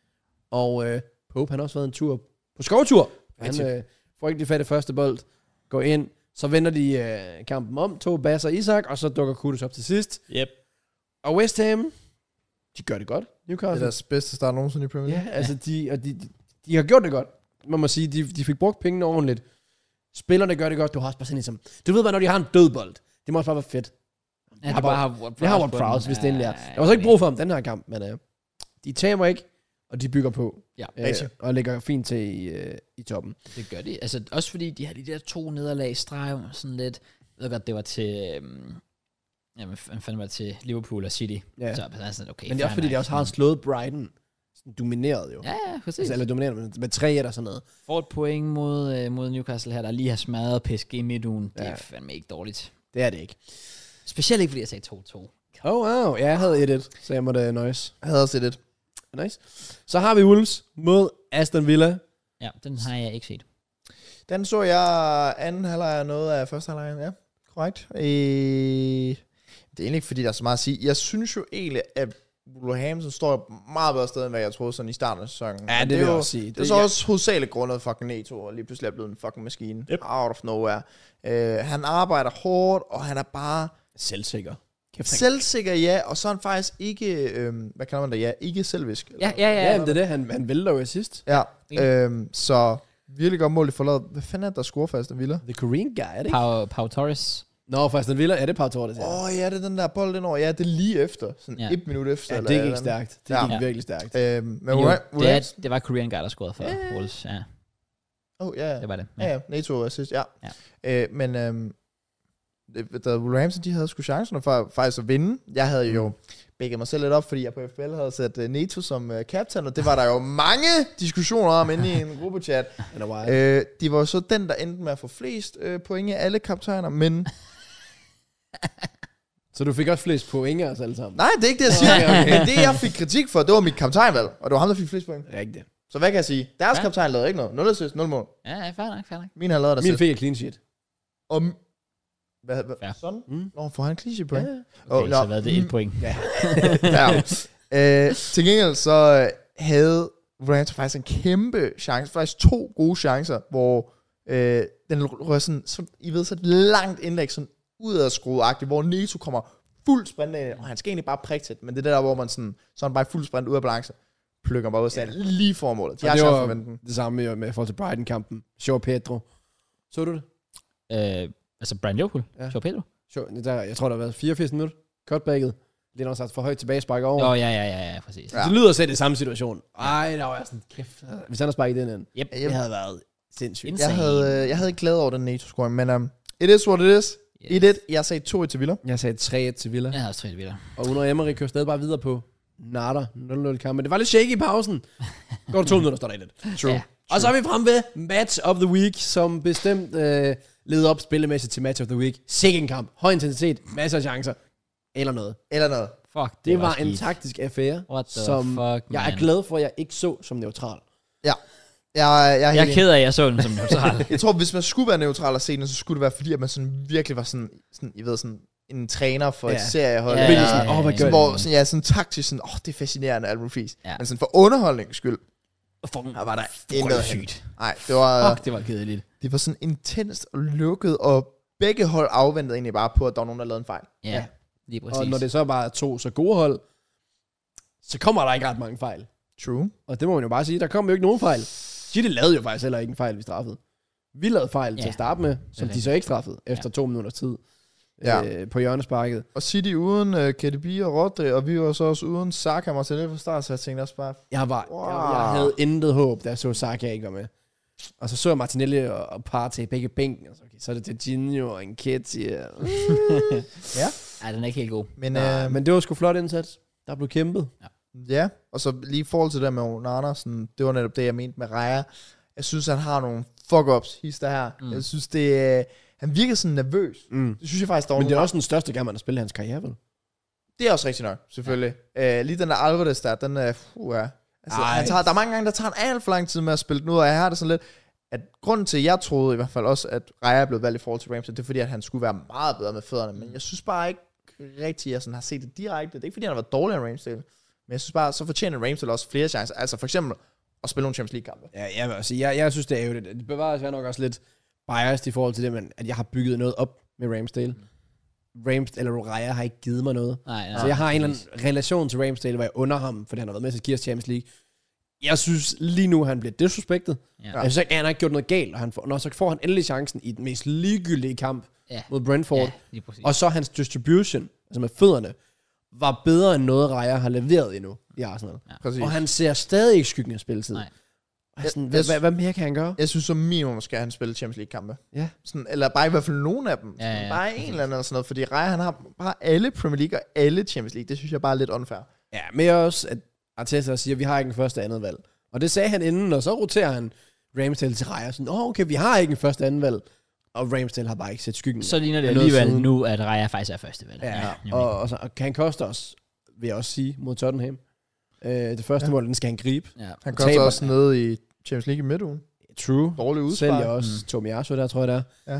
Og Pope, han har også været en tur på skovtur. Han får ikke de fatte første bold, går ind, så vender de kampen om, Bass og Isak, og så dukker Kudus op til sidst. Yep. Og West Ham, de gør det godt. Newcastle. Det er deres bedste start nogensinde i Premier League. Ja, altså de har gjort det godt. Man må sige, de fik brugt pengene ordentligt. Spillerne gør det godt. Du har også bare sådan ligesom... Du ved bare, når de har en død bold, det må også bare være fedt. Ja, det har Ward-Prowse, hvis det endelig er. Jeg var så ikke brug for ham den her kamp, men de taber ikke, og de bygger på. Ja, og ligger fint til i toppen. Det gør de. Altså også fordi de har de der 2 nederlag i streg, sådan lidt... Jeg ved godt, det var til... Jamen, fanden var det til Liverpool og City. Ja. Så er sådan, okay, men det er også fordi, de også har slået Brighton. Domineret jo. Ja, præcis. Altså, eller domineret med 3 eller sådan noget. Får et point mod Newcastle her, der lige har smadret PSG i midtugen. Det er fandme ikke dårligt. Det er det ikke. Specielt ikke, fordi jeg sagde 2-2. Wow. Ja, jeg havde 1-1, så jeg måtte nøjes. Jeg havde også 1-1. Nice. Så har vi Wolves mod Aston Villa. Ja, den har jeg ikke set. Den så jeg anden halvleg af noget af første halvleg. Ja, korrekt. Det er egentlig ikke, fordi der er så meget at sige. Jeg synes jo egentlig, at Wolverhampton står meget bedre sted, end hvad jeg troede sådan i starten af sæsonen. Ja, det vil jeg også sige. Det er så også hovedsageligt grundet fucking Neto, og lige pludselig er blevet en fucking maskine. Yep. Out of nowhere. Han arbejder hårdt, og han er bare... Selvsikker. Selvsikker, ja, og så er han faktisk ikke... hvad kalder man det? Ja, ikke selvisk. Ja, det er det. Han vælter jo sidst. Ja, så virkelig godt mål i forladet. Hvad fanden er det, der scorer for Aston Villa? The Korean guy, er det ikke? Pau Torres. Nå, for Aston Villa, er det Pau Torres? Ja, det er den der bold indover. Ja, det er lige efter. Sådan 1 minut efter. Ja, det gik stærkt. Det gik virkelig stærkt. Det var Korean guy, der scorede for Wolves, ja. Ja. Det var det. Ja, Neto assist, ja. Men Wolverhampton, de havde sgu chancerne for faktisk at vinde. Jeg havde jo bækket mig selv lidt op, fordi jeg på FPL havde sat Neto som captain, og det var der jo mange diskussioner om inde i en gruppechat. De var jo så den, der endte med at få flest point af alle kaptajner, men... Så du fik også flest point af os alle sammen? Nej, det er ikke det, jeg siger. Okay. Det, jeg fik kritik for, det var mit kaptajnvalg, og det var ham, der fik flest point. Rigtigt. Så hvad kan jeg sige? Deres kaptajn lavede ikke noget. 0 assist, 0 mål. Ja, fair nok. Min har lavet der Min fik et clean sheet. Hvad? Sådan? Nå, får han clean sheet point? Ja. Okay, så hvad det 1 point. Til gengæld så havde Wolverhampton faktisk en kæmpe chance, faktisk 2 gode chancer, hvor den rører sådan, I ved, så et langt indlæg, sådan udadskruet-agtigt, hvor Neto kommer fuldt sprint ind, og han skal egentlig bare prikke til, men det er der, hvor man sådan bare fuldt sprint ud af balance, plukker bare ud af stand, lige for målet. De det var det samme med forhold til Brighton-kampen. João Pedro. Så du det? Altså Brian Liverpool? Ja. João Pedro? Jeg tror, der har været 84 minutter. Cutbacket. Lidt også for højt tilbage, sparker over. Ja, præcis. Ja. Det lyder selv i samme situation. Ej, der var jeg sådan, kæft. Hvis han havde sparket den ind. Yep. Det havde været sindssygt. Jeg havde ikke glædet over den Neto-scoring, men it is what it is. Yes. 1-1. Jeg sagde 2-1 til Villa. Jeg sagde 3-1 til Villa. Jeg havde også 3-1 til Villa. Og Unai Emery kører stadig bare videre på Nada 0-0 kamp. Men det var lidt shaky i pausen. Går der 2 minutter, står der 1-1. True. Og så er vi fremme ved Match of the Week, som bestemt leder op spillemæssigt til Match of the Week. Sikke kamp. Høj intensitet. Masser af chancer. Eller noget. Fuck, det var en taktisk affære, som jeg er glad for, at jeg ikke så som neutral. Ja. Jeg er ked af, at jeg så den som neutral. Jeg tror, hvis man skulle være neutral og se den, så skulle det være, fordi at man sådan virkelig var sådan I ved, sådan en træner for et seriehold. Hvor sådan taktisk sådan, det er fascinerende, alt muligt. Men sådan for underholdningens skyld, Fucking, Der var der intet sygt. Nej, det var... Fuck, det var kedeligt. Det var sådan intenst og lukket, og begge hold afventede egentlig bare på, at der var nogen, der lavede en fejl. Ja, lige præcis. Og når det så bare er 2 så gode hold, så kommer der ikke ret mange fejl. True. Og det må man jo bare sige, der kom jo ikke nogen fejl. City lavede jo faktisk heller ikke en fejl, vi straffede. Vi lavede fejl til at starte med, som de så ikke straffede efter 2 minutters tid på hjørnesparket. Og City uden KDB og Rodri, og vi var så også uden Saka og Martinelli fra start, så jeg tænkte også bare... Jeg havde intet håb, da jeg så Saka ikke var med. Og så jeg Martinelli og Partey begge bænken, og så er det Jorginho og Nketiah. Ja. Ej, den er ikke helt god. Men det var sgu flot indsats. Der blev kæmpet. Ja, og så lige i forhold til det med Onana, sådan, det var netop det, jeg mente med Raya. Jeg synes, han har nogle fuck-ups, hister her. Jeg synes, han virker sådan nervøs. Det synes jeg faktisk, der var. Men det er også den største gang, man har spillet hans karriere, vel? Det er også rigtigt nok, selvfølgelig. Lige den der Alvarez der, den er... Altså, der er mange gange, der tager en alt for lang tid med at spille den ud, og jeg har det sådan lidt... At grunden til, at jeg troede i hvert fald også, at Raya er blevet valgt i forhold til Ramsey, det er fordi, at han skulle være meget bedre med fødderne. Men jeg synes bare ikke rigtigt, at jeg sådan har set det direkte. Det er ikke fordi, han har været dårligere end Ramsey. Men jeg synes bare, så fortjener Ramsey også flere chancer. Altså for eksempel at spille nogle Champions League-kampe. Ja, jeg vil sige, jeg synes, det er jo det bevares jeg nok også lidt biased i forhold til det, men at jeg har bygget noget op med Ramsdale. Eller Raya har ikke givet mig noget. Nej, så jeg har en eller anden relation til Ramsdale, hvor jeg under ham, fordi han har været med til at give os Champions League. Jeg synes lige nu, han bliver disrespektet. Ja. Jeg synes ikke, han har ikke gjort noget galt, og så får han endelig chancen i den mest ligegyldige kamp mod Brentford. Ja, og så hans distribution, altså med fødderne, var bedre end noget, Raya har leveret endnu i Arsenal. Ja. Og han ser stadig ikke skyggen af spilletid. Hvad mere kan han gøre? Jeg synes som minimum skal han spille Champions League-kampe. Ja. Sådan, eller bare i hvert fald nogen af dem. Ja. Bare en eller anden eller sådan noget. Fordi Raya, han har bare alle Premier League og alle Champions League. Det synes jeg bare er lidt unfair. Ja, men også, at Arteta siger, at vi har ikke en første og andet valg. Og det sagde han inden, og så roterer han Ramsdale til Raya. Sådan, okay, vi har ikke en første og anden valg. Og Ramsdale har bare ikke set skyggen. Så ligner det alligevel nu, at Raya faktisk er første valg. Ja. Og kan han koste os, vil jeg også sige, mod Tottenham. Det første mål, den skal han gribe. Ja. Han koster også nede i Champions League i midtugen. True. Dårlig udspark. Sælger også Tomiyasu der, tror jeg det er.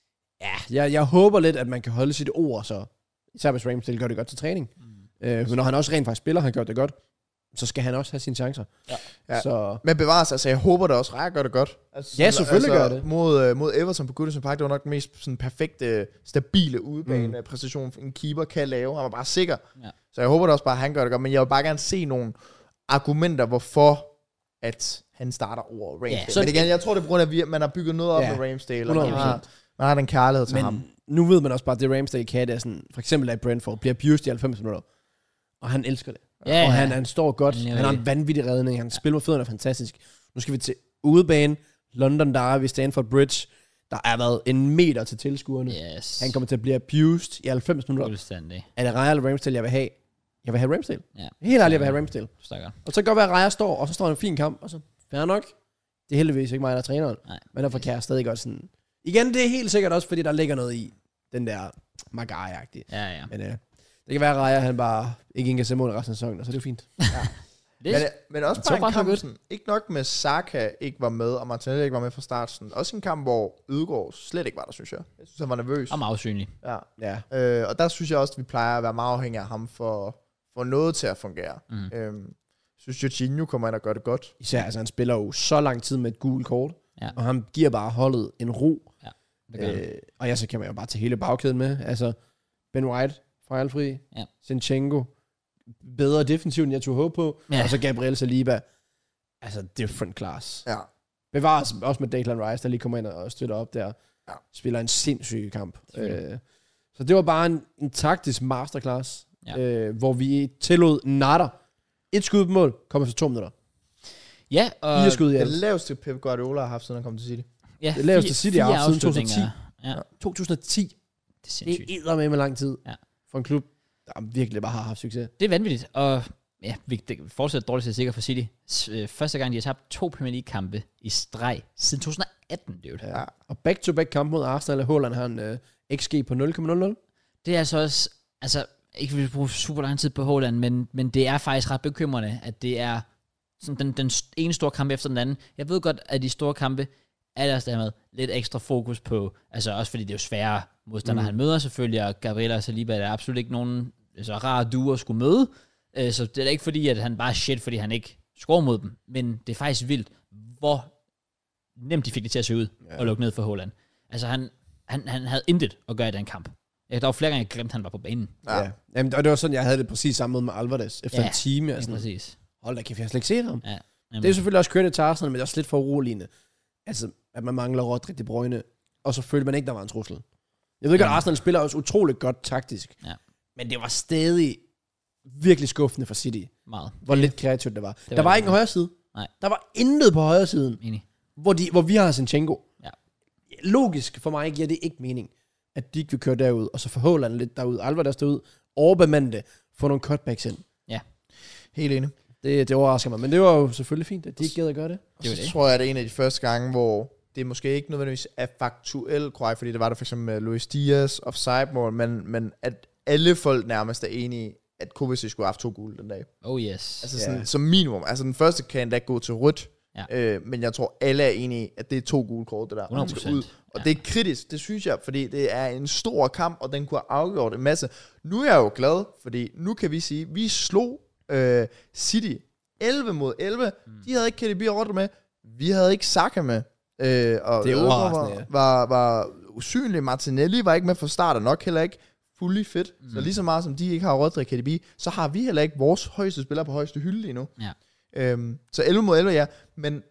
Ja, jeg håber lidt, at man kan holde sit ord, så især hvis Ramsdale gør det godt til træning. Men når han også rent faktisk spiller, han gør det godt, så skal han også have sine chancer. Ja. Så. Men bevares, altså jeg håber det også, Raya gør det godt. Altså, ja, selvfølgelig gør det. Mod Everton på Goodison Park, det var nok den mest sådan, perfekte, stabile udebane præstation, en keeper kan lave. Han var bare sikker. Ja. Så jeg håber det også bare, at han gør det godt. Men jeg vil bare gerne se nogle argumenter, hvorfor at han starter over Ramsdale. Ja, men igen, jeg tror det er på grund af, at man har bygget noget op med Ramsdale, og man har den kærlighed til ham. Nu ved man også bare, at det Ramsdale kan, det er sådan, for eksempel at Brentford bliver abused i 90 minutter. Og han elsker det. Ja, og han står godt. Han har en vanvittig redning. Han spiller med fødderne fantastisk. Nu skal vi til udebane. London Derby, Stamford Bridge. Der er været en meter til tilskuerne. Yes. Han kommer til at blive abused i 90 minutter. Fuldstændig. Er det Raya eller Ramsdale, jeg vil have? Jeg vil have Ramsdale. Ja. Helt ærligt, jeg vil have Ramsdale. Stakker. Og så kan det godt være, at Raya står, og så står han en fin kamp, og så fair nok. Det er heldigvis ikke mig, der er træneren. Nej. Men derfor kan jeg stadig godt sådan... Igen, det er helt sikkert også, fordi der ligger noget i den der Maguire-agtige. Ja. Men det kan være, at Raya, han bare ikke kan se mål resten af sæsonen, og så er det jo fint. Ja. men også bare en kamp, sådan, ikke nok med Saka ikke var med, og Martinelli ikke var med fra start. Sådan, også en kamp, hvor Ødegaard slet ikke var der, synes jeg. Jeg synes, han var nervøs. Og meget usynlig. Ja. Og der synes jeg også, at vi plejer at være meget afhængige af ham for noget til at fungere. Jeg synes, Jorginho kommer ind og gør det godt. Især, altså han spiller jo så lang tid med et gult kort, og han giver bare holdet en ro. Ja, og ja, så kan man jo bare tage hele bagkæden med. Altså, Ben White, fejlfri, Zinchenko, bedre defensivt, end jeg tog håb på, og så Gabriel Saliba, altså different class. Ja. Bevares også med Declan Rice, der lige kommer ind og støtter op der, spiller en sindssyg kamp. Så det var bare en taktisk masterclass, hvor vi tillod natter. Et skud på mål, kommer så 2 minutter. Ja, og 4 skud i alt. Det laveste Pep Guardiola har haft, siden han kom til City. Ja, det laveste City har haft siden 2010. Ja. 2010. Det er sindssygt. Det er med lang tid for en klub, der virkelig bare har haft succes. Det er vanvittigt, og ja, det fortsætter dårligt til sikkert for City. Første gang, de har tabt 2 Premier League-kampe i streg siden 2018, dude. Ja. Og back-to-back kamp mod Arsenal, og Haaland har en XG på 0,00. Det er altså også, altså, ikke vil bruge super lang tid på Haaland, men det er faktisk ret bekymrende, at det er sådan den ene store kamp efter den anden. Jeg ved godt, at de store kampe er der stadig med lidt ekstra fokus på, altså også fordi det er jo svære modstandere, han møder selvfølgelig, og Gabriel og Saliba er absolut ikke nogen så rar duo at skulle møde, så det er ikke fordi, at han bare er shit, fordi han ikke score mod dem, men det er faktisk vildt, hvor nemt de fik det til at se ud og lukke ned for Haaland. Altså, han havde intet at gøre i den kamp. Der var flere gange, jeg glemte, at han var på banen. Ja. Jamen, og det var sådan, jeg havde det præcis samme med Alvarez. Efter en time. Ja, præcis. Hold da, kan jeg slet ikke se ham. Ja, det er selvfølgelig også kørende til Arsenal, men det er også lidt for uroligende. Altså, at man mangler Rodri, De Bruyne, og så følte man ikke, der var en trussel. Jeg ved godt, at Arsenal spiller også utroligt godt taktisk. Ja. Men det var stadig virkelig skuffende for City. Meget. Hvor lidt kreativt det var. Der var ikke en højre side. Nej. Der var intet på højre siden. Enig. Hvor vi har Zinchenko. Ja. Logisk for mig giver det ikke mening, at de ikke vil køre derud, og så får Haaland lidt derud, Alvarez derud, overbemande det, få nogle cutbacks ind. Ja. Helt enig. Det overrasker mig, men det var jo selvfølgelig fint, at de ikke gad at gøre det. Så tror jeg, at det er en af de første gange, hvor det måske ikke nødvendigvis er faktuelt korrekt, fordi det var der for eksempel med Luis Diaz offside-mål, men at alle folk nærmest er enige, at Kovacic skulle have haft 2 gule den dag. Oh yes. Altså sådan, som minimum. Altså den første kan endda gå til rødt, men jeg tror, alle er enige, at det er 2 gule kort, det der. 100%. Ud. Og det er kritisk, det synes jeg, fordi det er en stor kamp, og den kunne have afgjort en masse. Nu er jeg jo glad, fordi nu kan vi sige, at vi slog City 11 mod 11. De havde ikke KDB og Rodri med. Vi havde ikke Saka med. Og det er overraskende, var usynlig. Martinelli var ikke med fra start, og nok heller ikke fully fit. Så lige så meget som de ikke har Rodri og KDB, så har vi heller ikke vores højeste spiller på højeste hylde lige nu. Ja. Så 11 mod 11, ja. Men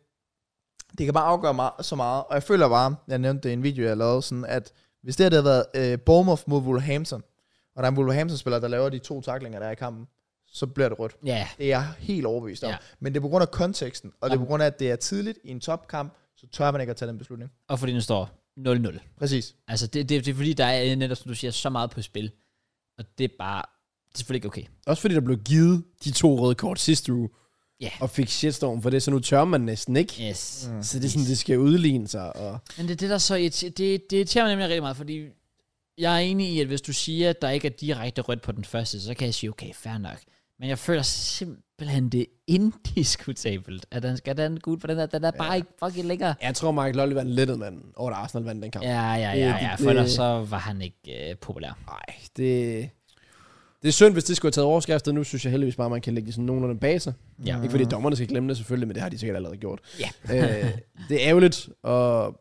det kan bare afgøre så meget. Og jeg føler bare, jeg nævnte det i en video, jeg lavede, sådan at hvis det havde været Bournemouth mod Wolverhampton, og der er en Wolverhampton-spiller, der laver de 2 tacklinger, der er i kampen, så bliver det rødt. Ja. Det er jeg helt overbevist om. Men det er på grund af konteksten, og det er på grund af, at det er tidligt i en topkamp, så tør man ikke at tage den beslutning. Og fordi den står 0-0. Præcis. Altså, det er fordi, der er netop, som du siger, så meget på spil. Og det er bare, det er selvfølgelig ikke okay. Også fordi der blev givet de 2 røde kort sidste uge, og fik shitstorm for det, så nu tør man næsten ikke. Yes. Så det er sådan, det skal udligne sig. Og men det er det, der så det irriterer mig nemlig rigtig meget, fordi jeg er enig i, at hvis du siger, at der ikke er direkte rødt på den første, så kan jeg sige, okay, fair nok. Men jeg føler simpelthen, det er indiskutabelt, at den skal den gud, for den er bare ikke fucking lækker. Jeg tror, Michael Ollie var en lettet mand over, at Arsenal vandt den kamp. Ja, for ellers så var han ikke populær. Nej, det er synd, hvis det skulle have taget overskriftet. Nu synes jeg heldigvis bare, man kan lægge sådan nogenlunde bag sig. Ja. Ikke fordi dommerne skal glemme det selvfølgelig, men det har de sikkert allerede gjort. Ja. Det er ærgerligt, og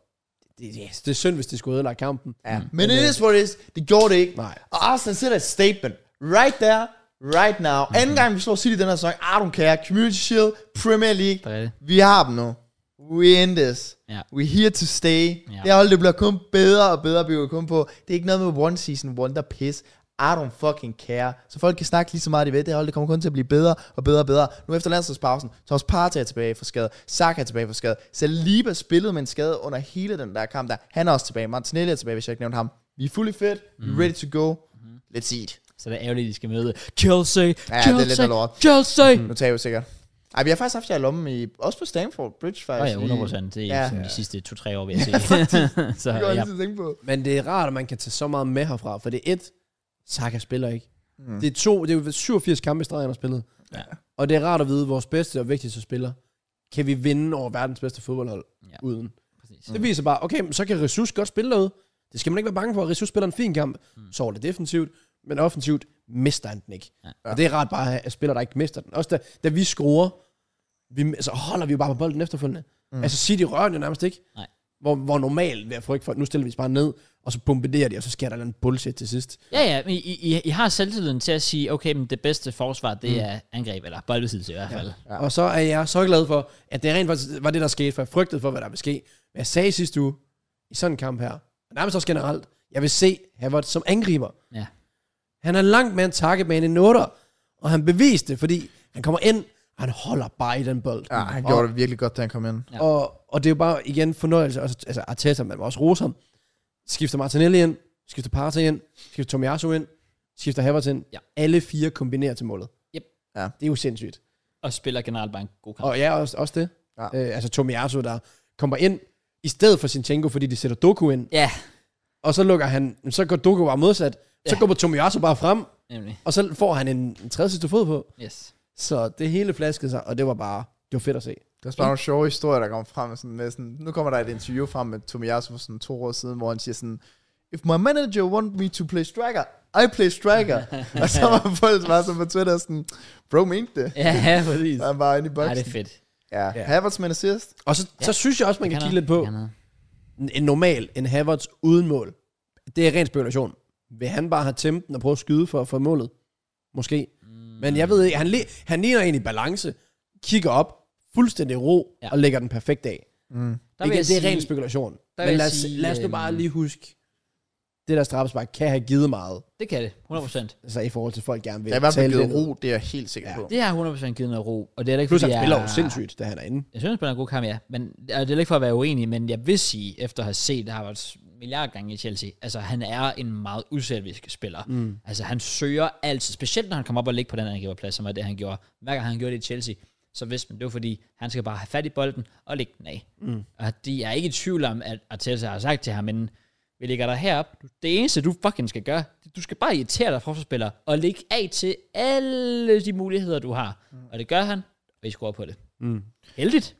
det er synd, hvis det skulle ødelægge kampen. Ja. Men it is what it is. Det gjorde det ikke. Nej. Og Arsenal sætter et statement. Right there, right now. Anden gang vi slår City den her sæson, I don't care. Community Shield, Premier League. Vi har dem nu. We in this. We here to stay. Det hold, det bliver kun bedre og bedre, vi kun på. Det er ikke noget med one season wonder piss. I don't fucking care. Så folk kan snakke lige så meget, de ved. Det hold, det kommer kun til at blive bedre og bedre og bedre. Nu efter landsholdspausen, så også Partey er tilbage for skade. Saka er tilbage for skade. Saliba spillede med en skade under hele den der kamp der. Han er også tilbage. Martinelli er tilbage, hvis jeg ikke nævnte ham. Vi er fully fit. We ready to go. Let's eat. Så det er ærgerligt, de skal møde Chelsea. Ja, Chelsea, det er lidt af lort. Chelsea. Nu tager vi sikkert. Ej, vi har faktisk haft jer i lommen også på Stamford Bridge faktisk. Ja, 100%. Det er de sidste 2-3 år, vil jeg sige. Så, det går jeg tænke på. Men det er rart, at man kan tage så meget med herfra, for det er Saka spiller ikke. Det er 2, det er jo 87 kampe i streg, han har spillet. Ja. Og det er rart at vide, at vores bedste og vigtigste spiller, kan vi vinde over verdens bedste fodboldhold uden. Præcis. Det viser bare, okay, så kan Jesus godt spille derude. Det skal man ikke være bange for. Jesus spiller en fin kamp, så er det defensivt, men offensivt mister han den ikke. Ja. Og det er rart bare, at spiller, der ikke mister den. Også da vi skruer, så holder vi jo bare på bolden efterfølgende. Altså City rører den jo nærmest ikke. Nej. Hvor normalt vil jeg frygt for, nu stiller vi bare ned, og så bombarderer de, og så sker der en bullshit til sidst. Ja, men I har selvtilliden til at sige, okay, men det bedste forsvar, det er angreb, eller boldbesiddelse i hvert fald. Ja. Og så er jeg så glad for, at det rent faktisk var det, der skete, for jeg frygtede for, hvad der ville ske. Men jeg sagde sidste uge, i sådan en kamp her, og nærmest også generelt, jeg vil se Havertz som angriber. Ja. Han er langt mere en targetman end 8'er, og han beviste det, fordi han kommer ind, og han holder bare i den bold. Ja, han gjorde det virkelig godt, da han kom ind. Ja. Og det er jo bare igen fornøjelse, altså Arteta, man må også rose ham. Skifter Martinelli ind, skifter Partey ind, skifter Tomiyasu ind, skifter Havertz ind. Ja. Alle 4 kombinerer til målet. Yep. Ja. Det er jo sindssygt. Og spiller generelt bare en god kamp. Og ja, også det. Ja. Altså Tomiyasu, der kommer ind, i stedet for Zinchenko, fordi de sætter Doku ind. Ja. Og så lukker han, så går Doku bare modsat. Så går Tomiyasu bare frem, og så får han en tredje sidste fod på. Yes. Så det hele flaskede sig, og det var fedt at se. Der er bare nogle sjove historier, der kommer frem med sådan, nu kommer der et interview frem med Tomiyasu for sådan 2 år siden, hvor han siger sådan, if my manager want me to play striker, I play striker. Og så var folk bare så på Twitter sådan, bro mente det. Ja, præcis. Så han bare inde i boksen. Ja, det er fedt. Ja, Havertz med en assist. Og så synes jeg også, man kan kigge lidt på en Havertz uden mål. Det er ren spekulation. Vil han bare have tempen og prøve at skyde for at få målet? Måske. Men jeg ved ikke, han ligner egentlig balance, kigger op, fuldstændig ro, og lægger den perfekt af. Det er ren spekulation. Men lad os nu bare lige huske, det der straffespark kan have givet meget. Det kan det, 100%. Altså i forhold til folk gerne vil. Det er i hvert fald givet ro, det er jeg helt sikker på. Det har 100% givet noget ro, og det er ikke plus fordi, han spiller jo sindssygt, da han er inde. Jeg synes, han spiller en god kamp, ja. Men det er ikke for at være uenig, men jeg vil sige, efter at have set, der har været milliarder gange i Chelsea, altså han er en meget uselvisk spiller. Altså han søger altid, specielt når han kommer op og ligger på den angriberplads, som er det, han gjorde. Hver gang han gjorde det i Chelsea, så vidste man, det var fordi, han skal bare have fat i bolden og lægge den af. Og de er ikke i tvivl om, at Arteta har sagt til ham, men vi lægger dig herop. Det eneste, du fucking skal gøre, du skal bare irritere dig forsvarsspiller og lægge af til alle de muligheder, du har. Og det gør han, og I scorer på det. Heldigt,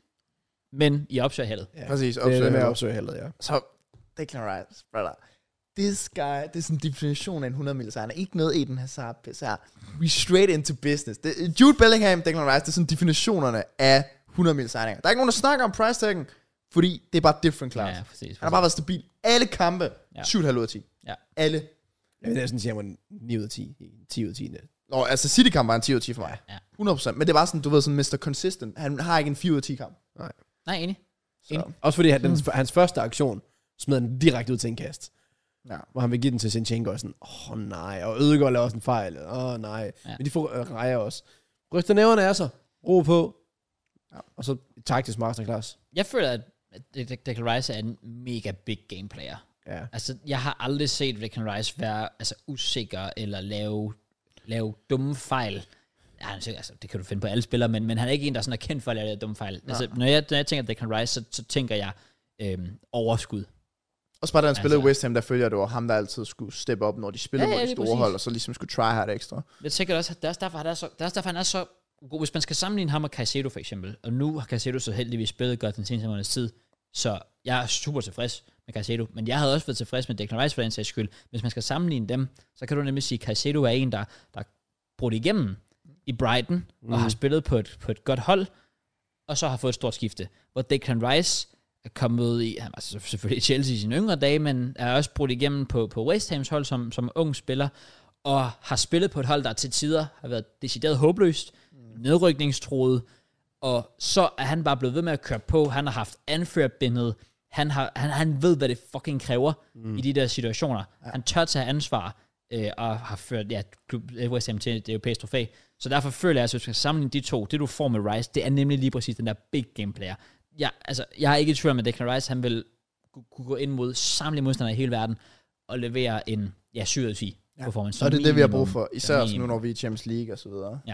men I opsøger heldet. Ja, præcis, opsøger heldet, ja. Så, Declan Rice, brother. This guy, det er sådan en definition af en 100 mil sejr. Ikke noget Eden Hazard pisse her. We straight into business. Jude Bellingham, Declan Rice, det er sådan definitionerne af 100 mil sejringer. Der er ikke nogen, der snakker om price taggen, fordi det er bare different class. Ja, præcis. Han har bare været stabil. Alle kampe, 7,5 ud af 10. Ja. Alle. Jeg vil sådan sige, at man 9 ud af 10. 10 ud af 10. Nå, altså City-kamp var en 10 ud af 10 for mig. Ja. 100%. Men det var sådan, du ved, sådan Mr. Consistent. Han har ikke en 4 ud af 10 kamp. Nej, enig. Også fordi hans første aktion smed den direkte ud til en kast. Ja. Hvor han vil give den til Zinchenko og sådan, nej. Og Ødegaard laver også en fejl. Nej. Ja. Men de får rejer også. Ryster næverne er så. Ro på. Ja. Og så taktisk masterclass. Jeg føler, at Declan Rice er en mega big gameplayer. Ja. Altså, jeg har aldrig set Declan Rice være usikker eller lave dumme fejl. Ja, altså, det kan du finde på alle spillere, men han er ikke en, der sådan er kendt for at lave dumme fejl. Altså, når jeg tænker Declan Rice, så tænker jeg overskud. Og så bare da han spillede West Ham, der følger det var ham, der altid skulle steppe op, når de spillede mod de store hold, og så ligesom skulle try hard ekstra. Jeg tænker også, at det er derfor, han er så god. Hvis man skal sammenligne ham og Caicedo for eksempel, og nu har Caicedo så heldigvis spillet godt den seneste måneds tid, så jeg er super tilfreds med Caicedo, men jeg havde også været tilfreds med Declan Rice for den sags skyld. Hvis man skal sammenligne dem, så kan du nemlig sige, at Caicedo er en, der brudt igennem i Brighton, og har spillet på et godt hold, og så har fået et stort skifte. Hvor Declan Rice er kommet i, han var selvfølgelig i Chelsea i sine yngre dage, men er også brudt igennem på West Hams hold som ung spiller, og har spillet på et hold, der til tider har været decideret håbløst, nedrykningstroet, og så er han bare blevet ved med at køre på. Han har haft anførbindet. Han ved, hvad det fucking kræver i de der situationer. Ja. Han tør tage ansvar, og har ført West Ham til det europæiske trofæ. Så derfor føler jeg, at hvis du skal sammenligne de to, det du får med Rice, det er nemlig lige præcis den der big game player. Jeg er ikke i tvivl med Declan Rice, han vil kunne gå ind mod samtlige modstandere i hele verden, og levere en 7 ud af 10 performance. Og det er det, vi har brug for, især også nu, når vi er i Champions League og så videre. Ja.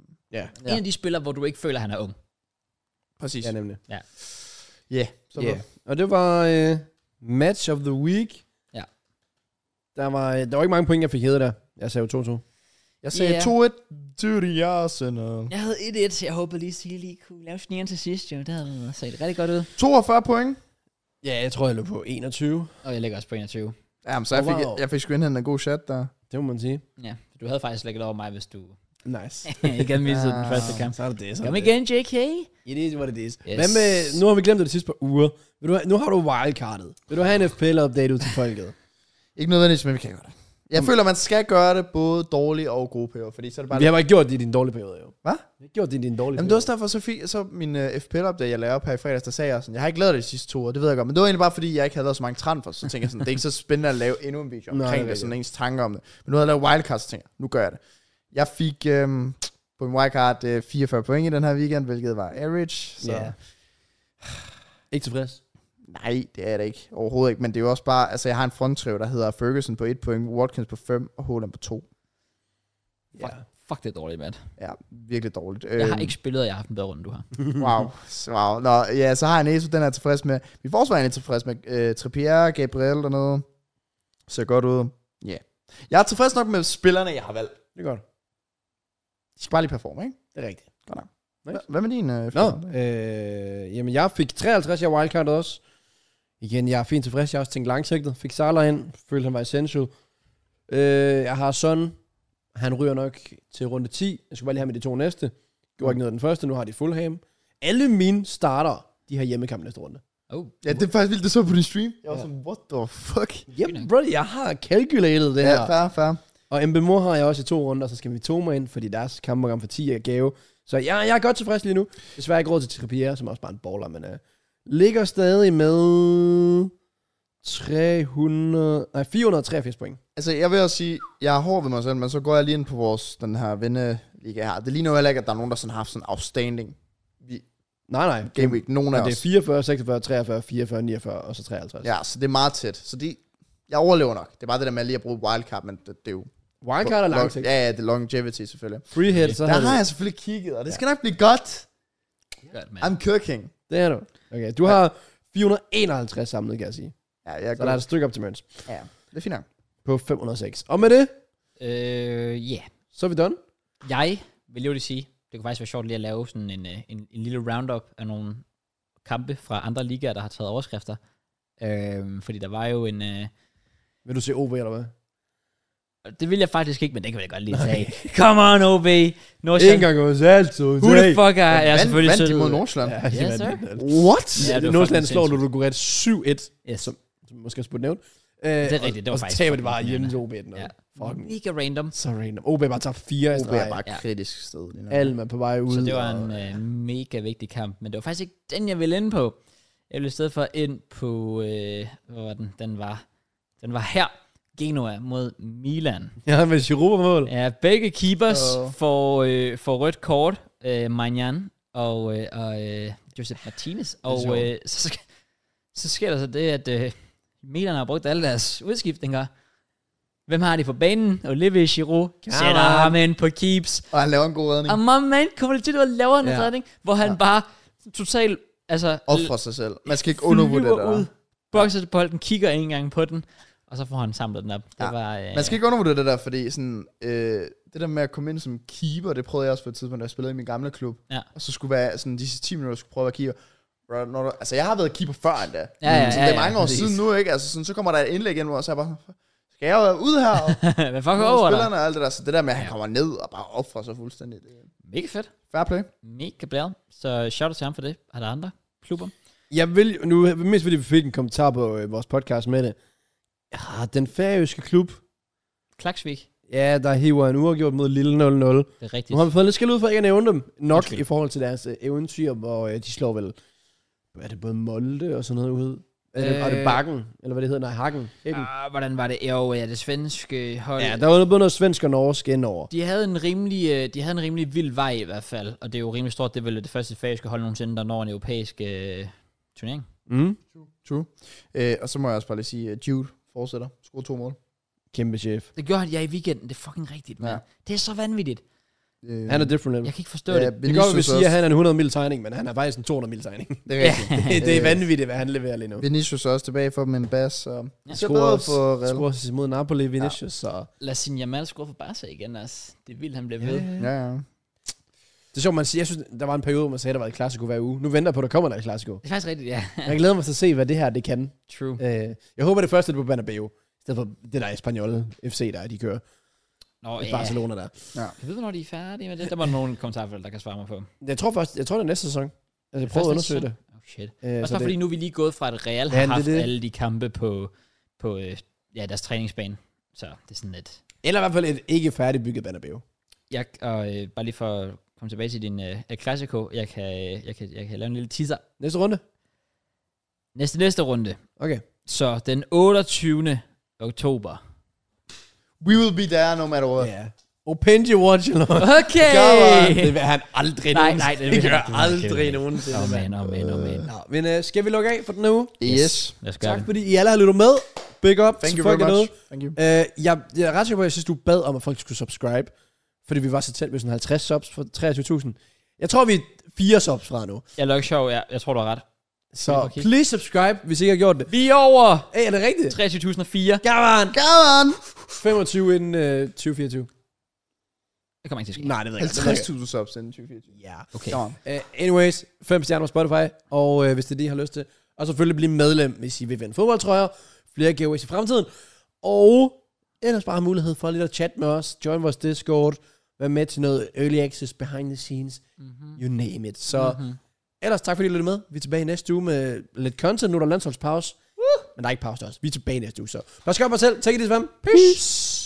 En af de spillere, hvor du ikke føler, han er ung. Præcis. Ja, nemlig. Ja. Og det var match of the week. Ja. Der var ikke mange point, jeg fik hævet der. Jeg sagde jo 2-2. Jeg sagde 2-1 to the Arsenal. Jeg havde 1-1, jeg håbede lige kunne lave snigeren til sidst. Jo. Det havde set rigtig godt ud. 42 point. Ja, jeg tror, jeg lå på 21. Og jeg ligger også på 21. Jamen, så jeg fik sgu indhentet en god chat der. Det må man sige. Ja, du havde faktisk lægget over mig, hvis du... Nice. ikke havde misset den første kamp. Så er det. Kom igen, JK. It is what it is. Yes. Hvad med, nu har vi glemt det de sidste par uger. Nu har du wildcardet. Vil du have en FPL-update ud til folket? Ikke nødvendigvis, men vi kan gøre det. Jeg føler, man skal gøre det både dårlige og gode perioder, fordi så er det bare... Vi har bare ikke gjort det i din dårlige periode, jo. Hvad? Vi har gjort det i din dårlige periode. Jamen det var derfor, så min FPL-update, jeg lavede op her i fredags, der sagde jeg sådan, jeg har ikke lavet det de sidste 2 år, det ved jeg godt, men det var egentlig bare, fordi jeg ikke havde lavet så mange transfers, så tænkte jeg sådan, det er ikke så spændende at lave endnu en video omkring det, sådan ens tanker om det. Men nu havde jeg lavet wildcard, så tænkte jeg, nu gør jeg det. Jeg fik på min wildcard 44 point i den her weekend, hvilket var average, så... Yeah. Ikke tilfreds? Nej, det er det ikke. Overhovedet ikke. Men det er jo også bare... Altså, jeg har en fronttræv, der hedder Ferguson på 1 point, Watkins på 5 og Haaland på 2. Ja. Fuck, det er dårligt, Matt. Ja, virkelig dårligt. Jeg har ikke spillet, og jeg har haft en bedre runde, du har. Wow. Nå, ja, så har jeg en Eso, den er tilfreds med. Vi forsvar er tilfreds med Trippier, Gabriel og noget. Ser godt ud. Ja. Yeah. Jeg er tilfreds nok med spillerne, jeg har valgt. Det er godt. De skal bare lige performe, ikke? Det er rigtigt. Godt nok. Hvad med din? Jamen, jeg fik 53, jeg wildcardede også. Igen, jeg er fint tilfreds. Jeg har også tænkt langsigtet. Fik Salah ind. Følte, han var essential. Jeg har Son. Han ryger nok til runde 10. Jeg skulle bare lige have med de 2 næste. Gjorde ikke noget af den første. Nu har de Fulham. Alle mine starter, de har hjemmekamp næste runde. Ja, det er faktisk vildt, det så på din stream. Jeg var sådan, what the fuck? Yep, bro, jeg har calculated det her. Ja, fair. Og Mbemo har jeg også i 2 runder, så skal vi 2 mig ind, fordi deres kampprogram for 10 er gave. Så jeg er godt tilfreds lige nu. Desværre ikke råd til Trippier, som er også bare en baller, men ligger stadig med 483 point. Altså, jeg vil også sige, jeg er hård ved mig selv, men så går jeg lige ind på den her venneliga her. Det ligner jo heller ikke, at der er nogen, der sådan har haft sådan outstanding Nej. Game week. Nogen af os. Det er 44, 46, 43, 44, 49 og så 53. Ja, så det er meget tæt. Så jeg overlever nok. Det er bare det der med lige at bruge wildcard, men det er jo... Wildcard er langt. Ja, det er longevity selvfølgelig. Free hit, så der har jeg selvfølgelig kigget, og det skal nok blive godt. I'm cooking. Det er du. Okay, du har 451 samlet, kan jeg sige. Ja, så der er et stykke op til Møns. Ja, det er fint nok. På 506. Og med det? Ja. Så er vi done. Jeg vil jo lige sige, det kunne faktisk være sjovt lige at lave sådan en lille roundup af nogle kampe fra andre ligaer, der har taget overskrifter. Fordi der var jo en... Vil du se OB eller hvad? Det vil jeg faktisk ikke, men det kan jeg godt lige tage. Come on, OB! Nordsjælland. En gang hos alt, så who the fuck er jeg selvfølgelig sødt. Vandt de mod Nordsjælland? Ja, yes, sir. What? Ja, Nordsjælland slår du går ret 7-1, yes. som måske også burde nævne. Det er rigtigt, det var og faktisk... Og så taber det bare hjemme til OB. Ja. Mega random. Så random. OB bare tager 4 OB er bare kritisk sted. Alm er på vej ud. Så det var en mega vigtig kamp, men det var faktisk ikke den, jeg ville ind på. Jeg ville i stedet for ind på... hvor var den? Den var her. Genoa mod Milan. Ja, med Giroud på mål. Ja, begge keepers får rødt kort. Magnan og Josep Martinez. Og så sker der så det, at Milan har brugt alle deres udskiftninger. Hvem har de på banen? Olivier Giroud sætter ham ind på keeps. Og han laver en god redning. Og man kommer til at lave en redning, hvor han bare totalt... Altså, offrer sig selv. Man skal ikke undervurdere det der. Bokser til bolden, kigger en gang på den, og så får han samlet den op. Det var, man skal ikke undervurdere det der, fordi sådan, det der med at komme ind som keeper, det prøvede jeg også på et tidspunkt, da jeg spillede i min gamle klub. Ja. Og så skulle være sådan, de sidste 10 minutter, skulle prøve at være keeper. Altså, jeg har været keeper før endda. Så det er mange år siden nu, ikke? Altså, sådan, så kommer der et indlæg ind, hvor så jeg bare, skal jeg være ude her? Og hvad fuck over spillerne og alt det der. Så det der med, at han kommer ned og bare offrer sig fuldstændig. Det mega fedt. Fair play. Mega blæret. Så shout out til ham for det. Er der andre klubber? Jeg vil, nu mest fordi vi fik en kommentar på vores podcast med det. Ja, den færøske klub. Klaksvik. Ja, der hiver en uafgjort mod Lille 0-0. Det er rigtigt. Nu har vi fået lidt skæld ud for ikke at nævne dem nok i forhold til deres eventyr, hvor de slår vel, er det både Molde og sådan noget ud? Er det Bakken? Eller hvad det hedder? Nej, Hakken. Hvordan var det? Jo, ja, det svenske hold. Ja, der var både noget svensk og norsk indover. De havde en rimelig vild vej i hvert fald, og det er jo rimelig stort. Det er vel det første færøske hold nogensinde, der når en europæisk turnering. True. Og så må jeg også bare lige sige, Jude fortsætter. Skruer 2 mål. Kæmpe chef. Det gjorde han i weekenden. Det er fucking rigtigt, mand. Det er så vanvittigt. Han er different level. Jeg kan ikke forstå det. Det går, vi sige, at han er en 100 mil tegning, men han er faktisk en 200 mil tegning. Det er rigtigt. Det er vanvittigt, hvad han leverer lige nu. Vinicius er også tilbage for dem en bas. Og Scorer mod Napoli, Vinicius. Så. Lasine Yamal scorer for Barca igen, altså. Det er vildt, han bliver ved. Ja. Det er sjovt, man siger, jeg synes, der var en periode, hvor man sagde, der var et klassiko hver uge. Nu venter jeg på, der kommer der et klassiko. Det er faktisk rigtigt, ja. Jeg glæder mig til at se, hvad det her, det kan. True. Jeg håber, det første er på Bernabeu. I stedet for det der Espanyol FC, der de kører. Barcelona der. Ja. Jeg ved, hvornår de er færdige med det. Der var nogen kommentarfelt, der kan svare mig på. Jeg tror det er næste sæson. Altså, jeg prøver at undersøge det. Oh shit. Også bare fordi nu er vi lige gået fra, at Real har haft alle de kampe på deres træningsbane. Så det er sådan lidt... Eller i hvert fald et ikke færdigbygget Bernabeu. Bare lige for at komme tilbage til din Clasico, jeg kan lave en lille teaser. Næste runde? Næste runde. Okay. Så den 28. oktober. We will be there no matter what. Yeah. Opinji watch. Okay. Det vil han aldrig nogensinde. Nej, det gør aldrig nogensinde. Man. Men skal vi lukke af for den her uge? Yes. Tak fordi I alle har lyttet med. Big up. Thank you very much. Thank you. Jeg er ret sikker på, at jeg synes, du bad om, at folk skulle subscribe. Fordi vi var så tæt med sådan 50 subs for 23.000. Jeg tror, vi er 4 subs fra nu. Jeg er nok sjov, jeg tror, du har ret. Så please subscribe, hvis I ikke har gjort det. Vi er over! Er det rigtigt? 23.004. Come on! 25 inden 2024. Det kommer ikke til at ske. Nej, det ved jeg ikke. 50.000 subs inden 2024. Ja. Okay. Anyways, 5 stjerner på Spotify. Og hvis det er det, I har lyst til, Og selvfølgelig blive medlem, hvis I vil vinde fodboldtrøjer. Flere giveaways i fremtiden. Og ellers bare have mulighed for lidt at chat med os. Join vores Discord. Være med til noget early access, behind the scenes. You name it. Så ellers tak fordi I lyttede med. Vi er tilbage næste uge med lidt content. Nu er der landsholdspause. Men der er ikke pause også. Vi er tilbage næste uge, så. Pas godt på jer selv. Take it easy, fam. Peace.